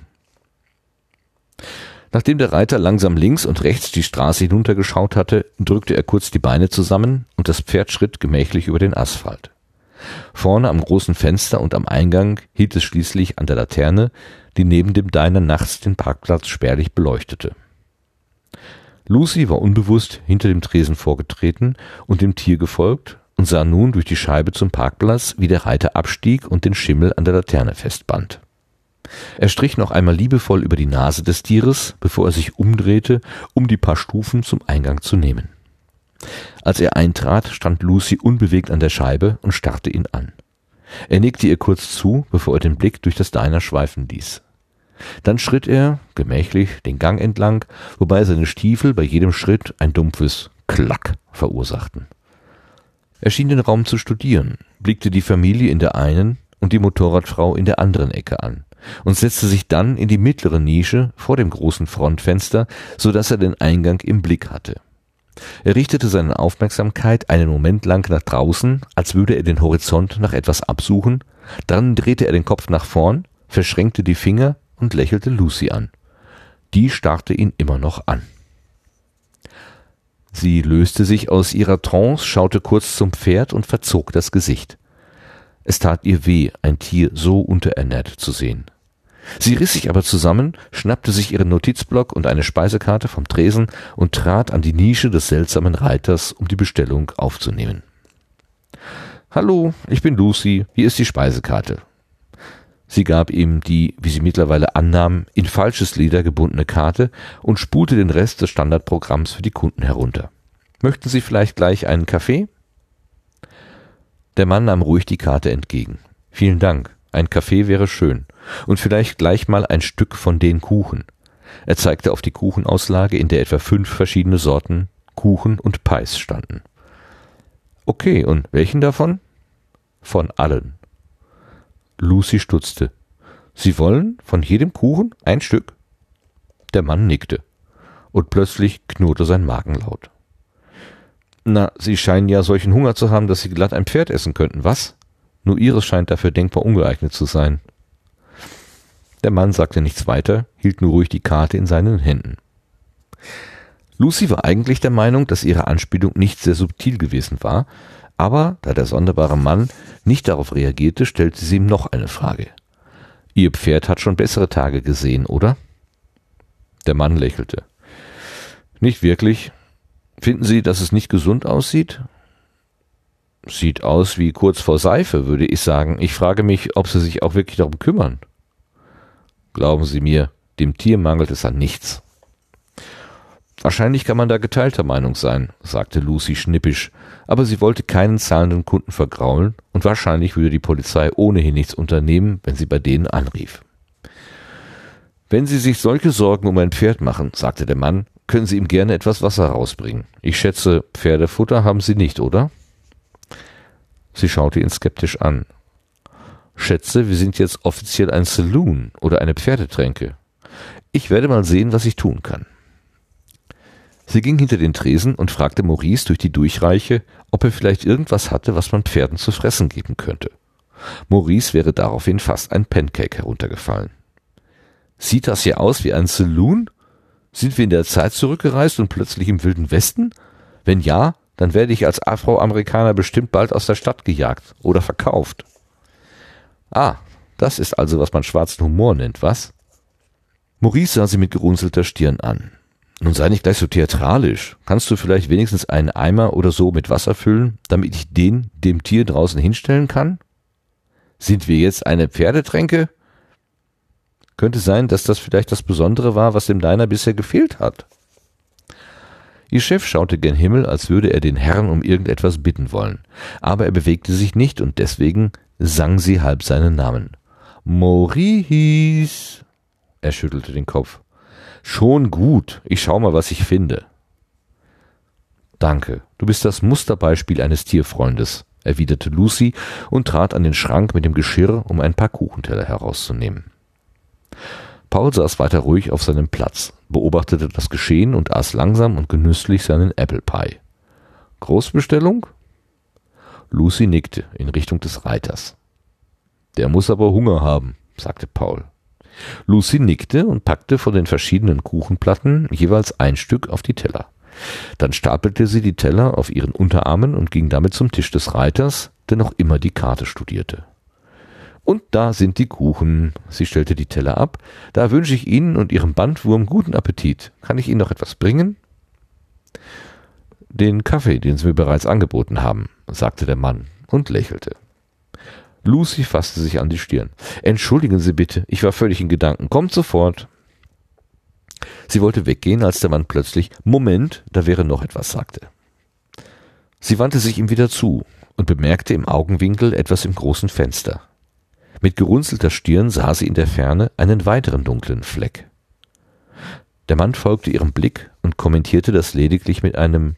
Nachdem der Reiter langsam links und rechts die Straße hinuntergeschaut hatte, drückte er kurz die Beine zusammen und das Pferd schritt gemächlich über den Asphalt. Vorne am großen Fenster und am Eingang hielt es schließlich an der Laterne, die neben dem Diner nachts den Parkplatz spärlich beleuchtete. Lucy war unbewusst hinter dem Tresen vorgetreten und dem Tier gefolgt und sah nun durch die Scheibe zum Parkplatz, wie der Reiter abstieg und den Schimmel an der Laterne festband. Er strich noch einmal liebevoll über die Nase des Tieres, bevor er sich umdrehte, um die paar Stufen zum Eingang zu nehmen. Als er eintrat, stand Lucy unbewegt an der Scheibe und starrte ihn an. Er nickte ihr kurz zu, bevor er den Blick durch das Diner schweifen ließ. Dann schritt er, gemächlich, den Gang entlang, wobei seine Stiefel bei jedem Schritt ein dumpfes Klack verursachten. Er schien den Raum zu studieren, blickte die Familie in der einen und die Motorradfrau in der anderen Ecke an und setzte sich dann in die mittlere Nische vor dem großen Frontfenster, so dass er den Eingang im Blick hatte. Er richtete seine Aufmerksamkeit einen Moment lang nach draußen, als würde er den Horizont nach etwas absuchen, dann drehte er den Kopf nach vorn, verschränkte die Finger und lächelte Lucy an. Die starrte ihn immer noch an. Sie löste sich aus ihrer Trance, schaute kurz zum Pferd und verzog das Gesicht. Es tat ihr weh, ein Tier so unterernährt zu sehen. Sie riss sich aber zusammen, schnappte sich ihren Notizblock und eine Speisekarte vom Tresen und trat an die Nische des seltsamen Reiters, um die Bestellung aufzunehmen. »Hallo, ich bin Lucy, hier ist die Speisekarte.« Sie gab ihm die, wie sie mittlerweile annahm, in falsches Leder gebundene Karte und spulte den Rest des Standardprogramms für die Kunden herunter. »Möchten Sie vielleicht gleich einen Kaffee?« Der Mann nahm ruhig die Karte entgegen. »Vielen Dank, ein Kaffee wäre schön. Und vielleicht gleich mal ein Stück von den Kuchen.« Er zeigte auf die Kuchenauslage, in der etwa 5 verschiedene Sorten Kuchen und Pies standen. »Okay, und welchen davon?« »Von allen.« Lucy stutzte. »Sie wollen von jedem Kuchen ein Stück?« Der Mann nickte. und plötzlich knurrte sein Magen laut. Na, Sie scheinen ja solchen Hunger zu haben, dass Sie glatt ein Pferd essen könnten, was? Nur Ihres scheint dafür denkbar ungeeignet zu sein. Der Mann sagte nichts weiter, hielt nur ruhig die Karte in seinen Händen. Lucy war eigentlich der Meinung, dass ihre Anspielung nicht sehr subtil gewesen war, aber da der sonderbare Mann nicht darauf reagierte, stellte sie ihm noch eine Frage. Ihr Pferd hat schon bessere Tage gesehen, oder? Der Mann lächelte. Nicht wirklich. Finden Sie, dass es nicht gesund aussieht? Sieht aus wie kurz vor Seife, würde ich sagen. Ich frage mich, ob Sie sich auch wirklich darum kümmern. Glauben Sie mir, dem Tier mangelt es an nichts. Wahrscheinlich kann man da geteilter Meinung sein, sagte Lucy schnippisch, aber sie wollte keinen zahlenden Kunden vergraulen und wahrscheinlich würde die Polizei ohnehin nichts unternehmen, wenn sie bei denen anrief. Wenn Sie sich solche Sorgen um ein Pferd machen, sagte der Mann, können Sie ihm gerne etwas Wasser rausbringen. Ich schätze, Pferdefutter haben Sie nicht, oder? Sie schaute ihn skeptisch an. Schätze, wir sind jetzt offiziell ein Saloon oder eine Pferdetränke. Ich werde mal sehen, was ich tun kann. Sie ging hinter den Tresen und fragte Maurice durch die Durchreiche, ob er vielleicht irgendwas hatte, was man Pferden zu fressen geben könnte. Maurice wäre daraufhin fast ein Pancake heruntergefallen. Sieht das hier aus wie ein Saloon? Sind wir in der Zeit zurückgereist und plötzlich im Wilden Westen? Wenn ja, dann werde ich als Afroamerikaner bestimmt bald aus der Stadt gejagt oder verkauft. Ah, das ist also, was man schwarzen Humor nennt, was? Maurice sah sie mit gerunzelter Stirn an. Nun sei nicht gleich so theatralisch. Kannst du vielleicht wenigstens einen Eimer oder so mit Wasser füllen, damit ich den dem Tier draußen hinstellen kann? Sind wir jetzt eine Pferdetränke? Könnte sein, dass das vielleicht das Besondere war, was dem Diner bisher gefehlt hat. Ihr Chef schaute gen Himmel, als würde er den Herrn um irgendetwas bitten wollen. Aber er bewegte sich nicht und deswegen sang sie halb seinen Namen. Maurice! Er schüttelte den Kopf. Schon gut, ich schau mal, was ich finde. Danke, du bist das Musterbeispiel eines Tierfreundes, erwiderte Lucy und trat an den Schrank mit dem Geschirr, um ein paar Kuchenteller herauszunehmen. Paul saß weiter ruhig auf seinem Platz, beobachtete das Geschehen und aß langsam und genüsslich seinen Apple Pie. Großbestellung? Lucy nickte in Richtung des Reiters. Der muss aber Hunger haben, sagte Paul. Lucy nickte und packte von den verschiedenen Kuchenplatten jeweils ein Stück auf die Teller. Dann stapelte sie die Teller auf ihren Unterarmen und ging damit zum Tisch des Reiters, der noch immer die Karte studierte. Und da sind die Kuchen. Sie stellte die Teller ab. Da wünsche ich Ihnen und Ihrem Bandwurm guten Appetit. Kann ich Ihnen noch etwas bringen? Den Kaffee, den Sie mir bereits angeboten haben, sagte der Mann und lächelte. Lucy fasste sich an die Stirn. Entschuldigen Sie bitte, ich war völlig in Gedanken. Kommt sofort. Sie wollte weggehen, als der Mann plötzlich, Moment, da wäre noch etwas, sagte. Sie wandte sich ihm wieder zu und bemerkte im Augenwinkel etwas im großen Fenster. Mit gerunzelter Stirn sah sie in der Ferne einen weiteren dunklen Fleck. Der Mann folgte ihrem Blick und kommentierte das lediglich mit einem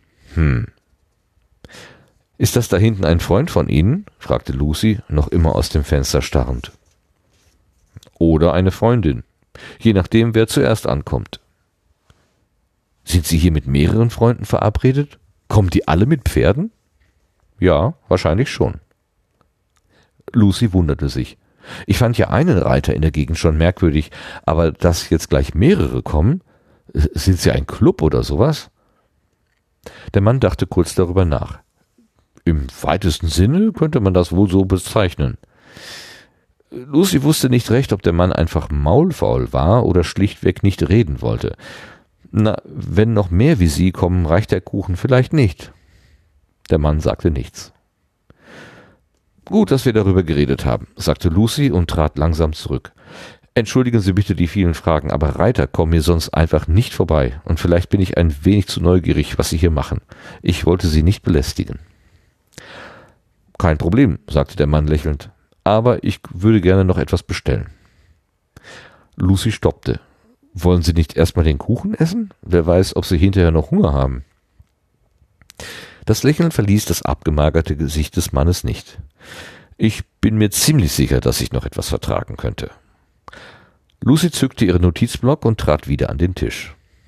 Ist das da hinten ein Freund von Ihnen? Fragte Lucy, noch immer aus dem Fenster starrend. Oder eine Freundin, je nachdem, wer zuerst ankommt. Sind Sie hier mit mehreren Freunden verabredet? Kommen die alle mit Pferden? Ja, wahrscheinlich schon. Lucy wunderte sich. Ich fand ja einen Reiter in der Gegend schon merkwürdig, aber dass jetzt gleich mehrere kommen, sind Sie ein Club oder sowas? Der Mann dachte kurz darüber nach. Im weitesten Sinne könnte man das wohl so bezeichnen. Lucy wusste nicht recht, ob der Mann einfach maulfaul war oder schlichtweg nicht reden wollte. Na, wenn noch mehr wie Sie kommen, reicht der Kuchen vielleicht nicht. Der Mann sagte nichts. Gut, dass wir darüber geredet haben, sagte Lucy und trat langsam zurück. Entschuldigen Sie bitte die vielen Fragen, aber Reiter kommen mir sonst einfach nicht vorbei und vielleicht bin ich ein wenig zu neugierig, was Sie hier machen. Ich wollte Sie nicht belästigen. Kein Problem, sagte der Mann lächelnd, aber ich würde gerne noch etwas bestellen. Lucy stoppte. Wollen Sie nicht erstmal den Kuchen essen? Wer weiß, ob Sie hinterher noch Hunger haben. Das Lächeln verließ das abgemagerte Gesicht des Mannes nicht. Ich bin mir ziemlich sicher, dass ich noch etwas vertragen könnte. Lucy zückte ihren Notizblock und trat wieder an den Tisch.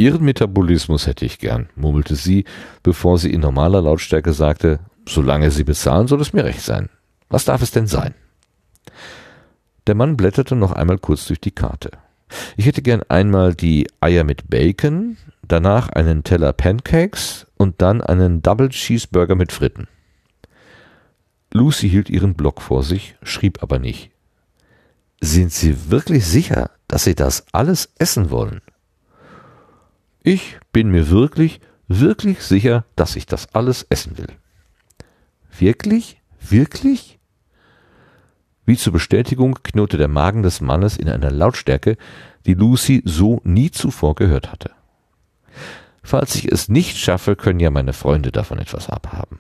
Ihren Metabolismus hätte ich gern, murmelte sie, bevor sie in normaler Lautstärke sagte, solange Sie bezahlen, soll es mir recht sein. Was darf es denn sein? Der Mann blätterte noch einmal kurz durch die Karte. Ich hätte gern einmal die Eier mit Bacon, danach einen Teller Pancakes und dann einen Double Cheeseburger mit Fritten. Lucy hielt ihren Block vor sich, schrieb aber nicht. Sind Sie wirklich sicher, dass Sie das alles essen wollen? Ich bin mir wirklich, wirklich sicher, dass ich das alles essen will. Wirklich? Wirklich? Wie zur Bestätigung knurrte der Magen des Mannes in einer Lautstärke, die Lucy so nie zuvor gehört hatte. Falls ich es nicht schaffe, können ja meine Freunde davon etwas abhaben.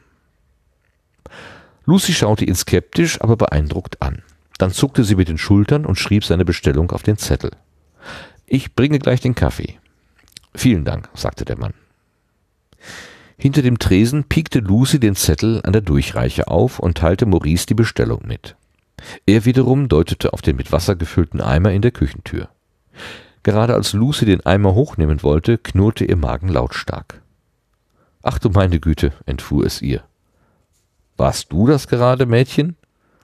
Lucy schaute ihn skeptisch, aber beeindruckt an. Dann zuckte sie mit den Schultern und schrieb seine Bestellung auf den Zettel. Ich bringe gleich den Kaffee. Vielen Dank, sagte der Mann. Hinter dem Tresen piekte Lucy den Zettel an der Durchreiche auf und teilte Maurice die Bestellung mit. Er wiederum deutete auf den mit Wasser gefüllten Eimer in der Küchentür. Gerade als Lucy den Eimer hochnehmen wollte, knurrte ihr Magen lautstark. »Ach du meine Güte«, entfuhr es ihr. »Warst du das gerade, Mädchen?«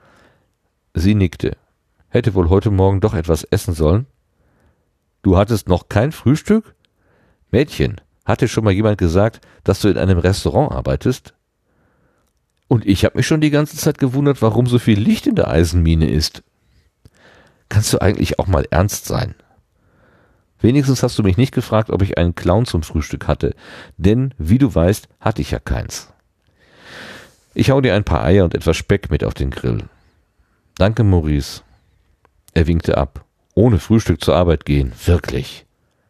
Sie nickte. »Hätte wohl heute Morgen doch etwas essen sollen?« »Du hattest noch kein Frühstück?« »Mädchen, hat dir schon mal jemand gesagt, dass du in einem Restaurant arbeitest?« »Und ich habe mich schon die ganze Zeit gewundert, warum so viel Licht in der Eisenmine ist.« »Kannst du eigentlich auch mal ernst sein?« »Wenigstens hast du mich nicht gefragt, ob ich einen Clown zum Frühstück hatte, denn, wie du weißt, hatte ich ja keins. Ich hau dir ein paar Eier und etwas Speck mit auf den Grill.« »Danke, Maurice.« Er winkte ab. »Ohne Frühstück zur Arbeit gehen, wirklich.«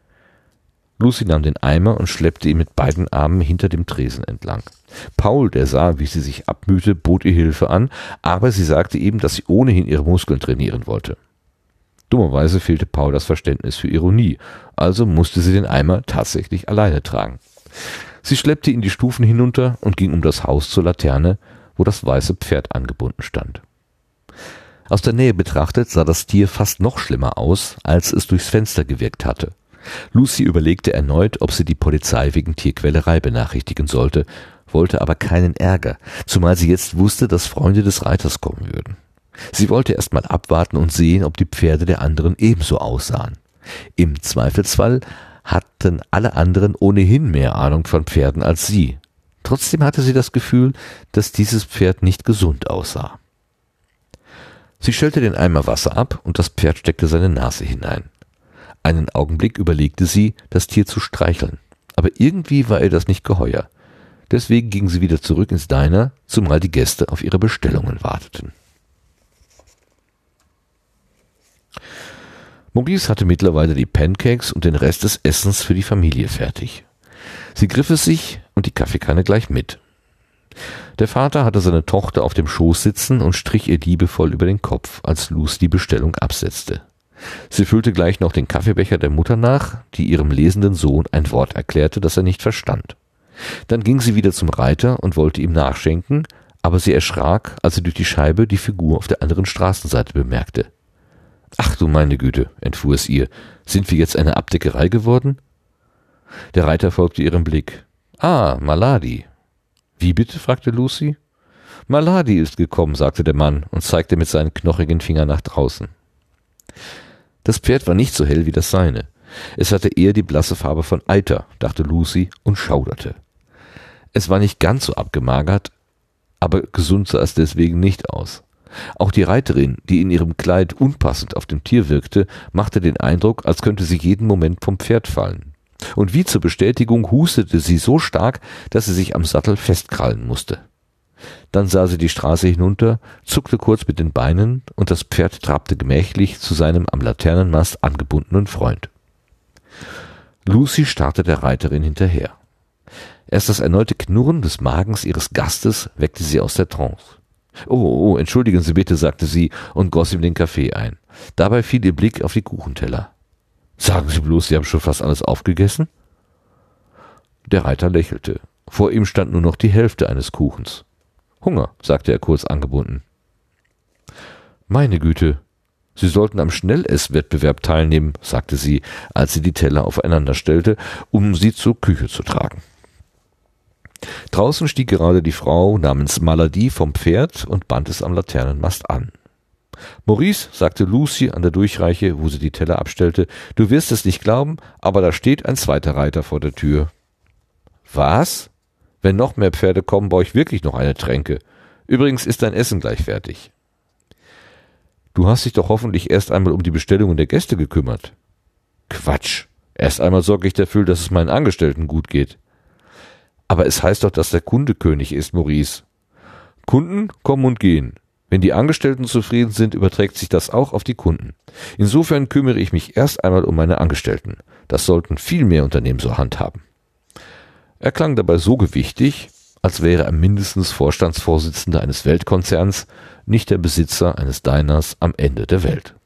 Lucy nahm den Eimer und schleppte ihn mit beiden Armen hinter dem Tresen entlang. Paul, der sah, wie sie sich abmühte, bot ihr Hilfe an, aber sie sagte ihm, dass sie ohnehin ihre Muskeln trainieren wollte. Dummerweise fehlte Paul das Verständnis für Ironie, also musste sie den Eimer tatsächlich alleine tragen. Sie schleppte ihn die Stufen hinunter und ging um das Haus zur Laterne, wo das weiße Pferd angebunden stand. Aus der Nähe betrachtet sah das Tier fast noch schlimmer aus, als es durchs Fenster gewirkt hatte. Lucy überlegte erneut, ob sie die Polizei wegen Tierquälerei benachrichtigen sollte, wollte aber keinen Ärger, zumal sie jetzt wusste, dass Freunde des Reiters kommen würden. Sie wollte erst mal abwarten und sehen, ob die Pferde der anderen ebenso aussahen. Im Zweifelsfall hatten alle anderen ohnehin mehr Ahnung von Pferden als sie. Trotzdem hatte sie das Gefühl, dass dieses Pferd nicht gesund aussah. Sie stellte den Eimer Wasser ab und das Pferd steckte seine Nase hinein. Einen Augenblick überlegte sie, das Tier zu streicheln, aber irgendwie war ihr das nicht geheuer. Deswegen ging sie wieder zurück ins Diner, zumal die Gäste auf ihre Bestellungen warteten. Maurice hatte mittlerweile die Pancakes und den Rest des Essens für die Familie fertig. Sie griff es sich und die Kaffeekanne gleich mit. Der Vater hatte seine Tochter auf dem Schoß sitzen und strich ihr liebevoll über den Kopf, als Lucy die Bestellung absetzte. Sie füllte gleich noch den Kaffeebecher der Mutter nach, die ihrem lesenden Sohn ein Wort erklärte, das er nicht verstand. Dann ging sie wieder zum Reiter und wollte ihm nachschenken, aber sie erschrak, als sie durch die Scheibe die Figur auf der anderen Straßenseite bemerkte. »Ach du meine Güte«, entfuhr es ihr, »sind wir jetzt eine Abdeckerei geworden?« Der Reiter folgte ihrem Blick. »Ah, Maladi.« »Wie bitte?« fragte Lucy. »Maladi ist gekommen«, sagte der Mann und zeigte mit seinen knochigen Fingern nach draußen. Das Pferd war nicht so hell wie das seine. Es hatte eher die blasse Farbe von Eiter, dachte Lucy und schauderte. Es war nicht ganz so abgemagert, aber gesund sah es deswegen nicht aus. Auch die Reiterin, die in ihrem Kleid unpassend auf dem Tier wirkte, machte den Eindruck, als könnte sie jeden Moment vom Pferd fallen. Und wie zur Bestätigung hustete sie so stark, dass sie sich am Sattel festkrallen musste. Dann sah sie die Straße hinunter, zuckte kurz mit den Beinen und das Pferd trabte gemächlich zu seinem am Laternenmast angebundenen Freund. Lucy starrte der Reiterin hinterher. Erst das erneute Knurren des Magens ihres Gastes weckte sie aus der Trance. »Oh, entschuldigen Sie bitte«, sagte sie und goss ihm den Kaffee ein. Dabei fiel ihr Blick auf die Kuchenteller. »Sagen Sie bloß, Sie haben schon fast alles aufgegessen?« Der Reiter lächelte. Vor ihm stand nur noch die Hälfte eines Kuchens. »Hunger«, sagte er kurz angebunden. »Meine Güte, Sie sollten am Schnellesswettbewerb teilnehmen, sagte sie, als sie die Teller aufeinander stellte, um sie zur Küche zu tragen. Draußen stieg gerade die Frau namens Maladie vom Pferd und band es am Laternenmast an. Maurice, sagte Lucy an der Durchreiche, wo sie die Teller abstellte, du wirst es nicht glauben, aber da steht ein zweiter Reiter vor der Tür. Was? Wenn noch mehr Pferde kommen, baue ich wirklich noch eine Tränke. Übrigens ist dein Essen gleich fertig. Du hast dich doch hoffentlich erst einmal um die Bestellungen der Gäste gekümmert. Quatsch. Erst einmal sorge ich dafür, dass es meinen Angestellten gut geht. Aber es heißt doch, dass der Kunde König ist, Maurice. Kunden kommen und gehen. Wenn die Angestellten zufrieden sind, überträgt sich das auch auf die Kunden. Insofern kümmere ich mich erst einmal um meine Angestellten. Das sollten viel mehr Unternehmen so handhaben. Er klang dabei so gewichtig, als wäre er mindestens Vorstandsvorsitzender eines Weltkonzerns, nicht der Besitzer eines Diners am Ende der Welt.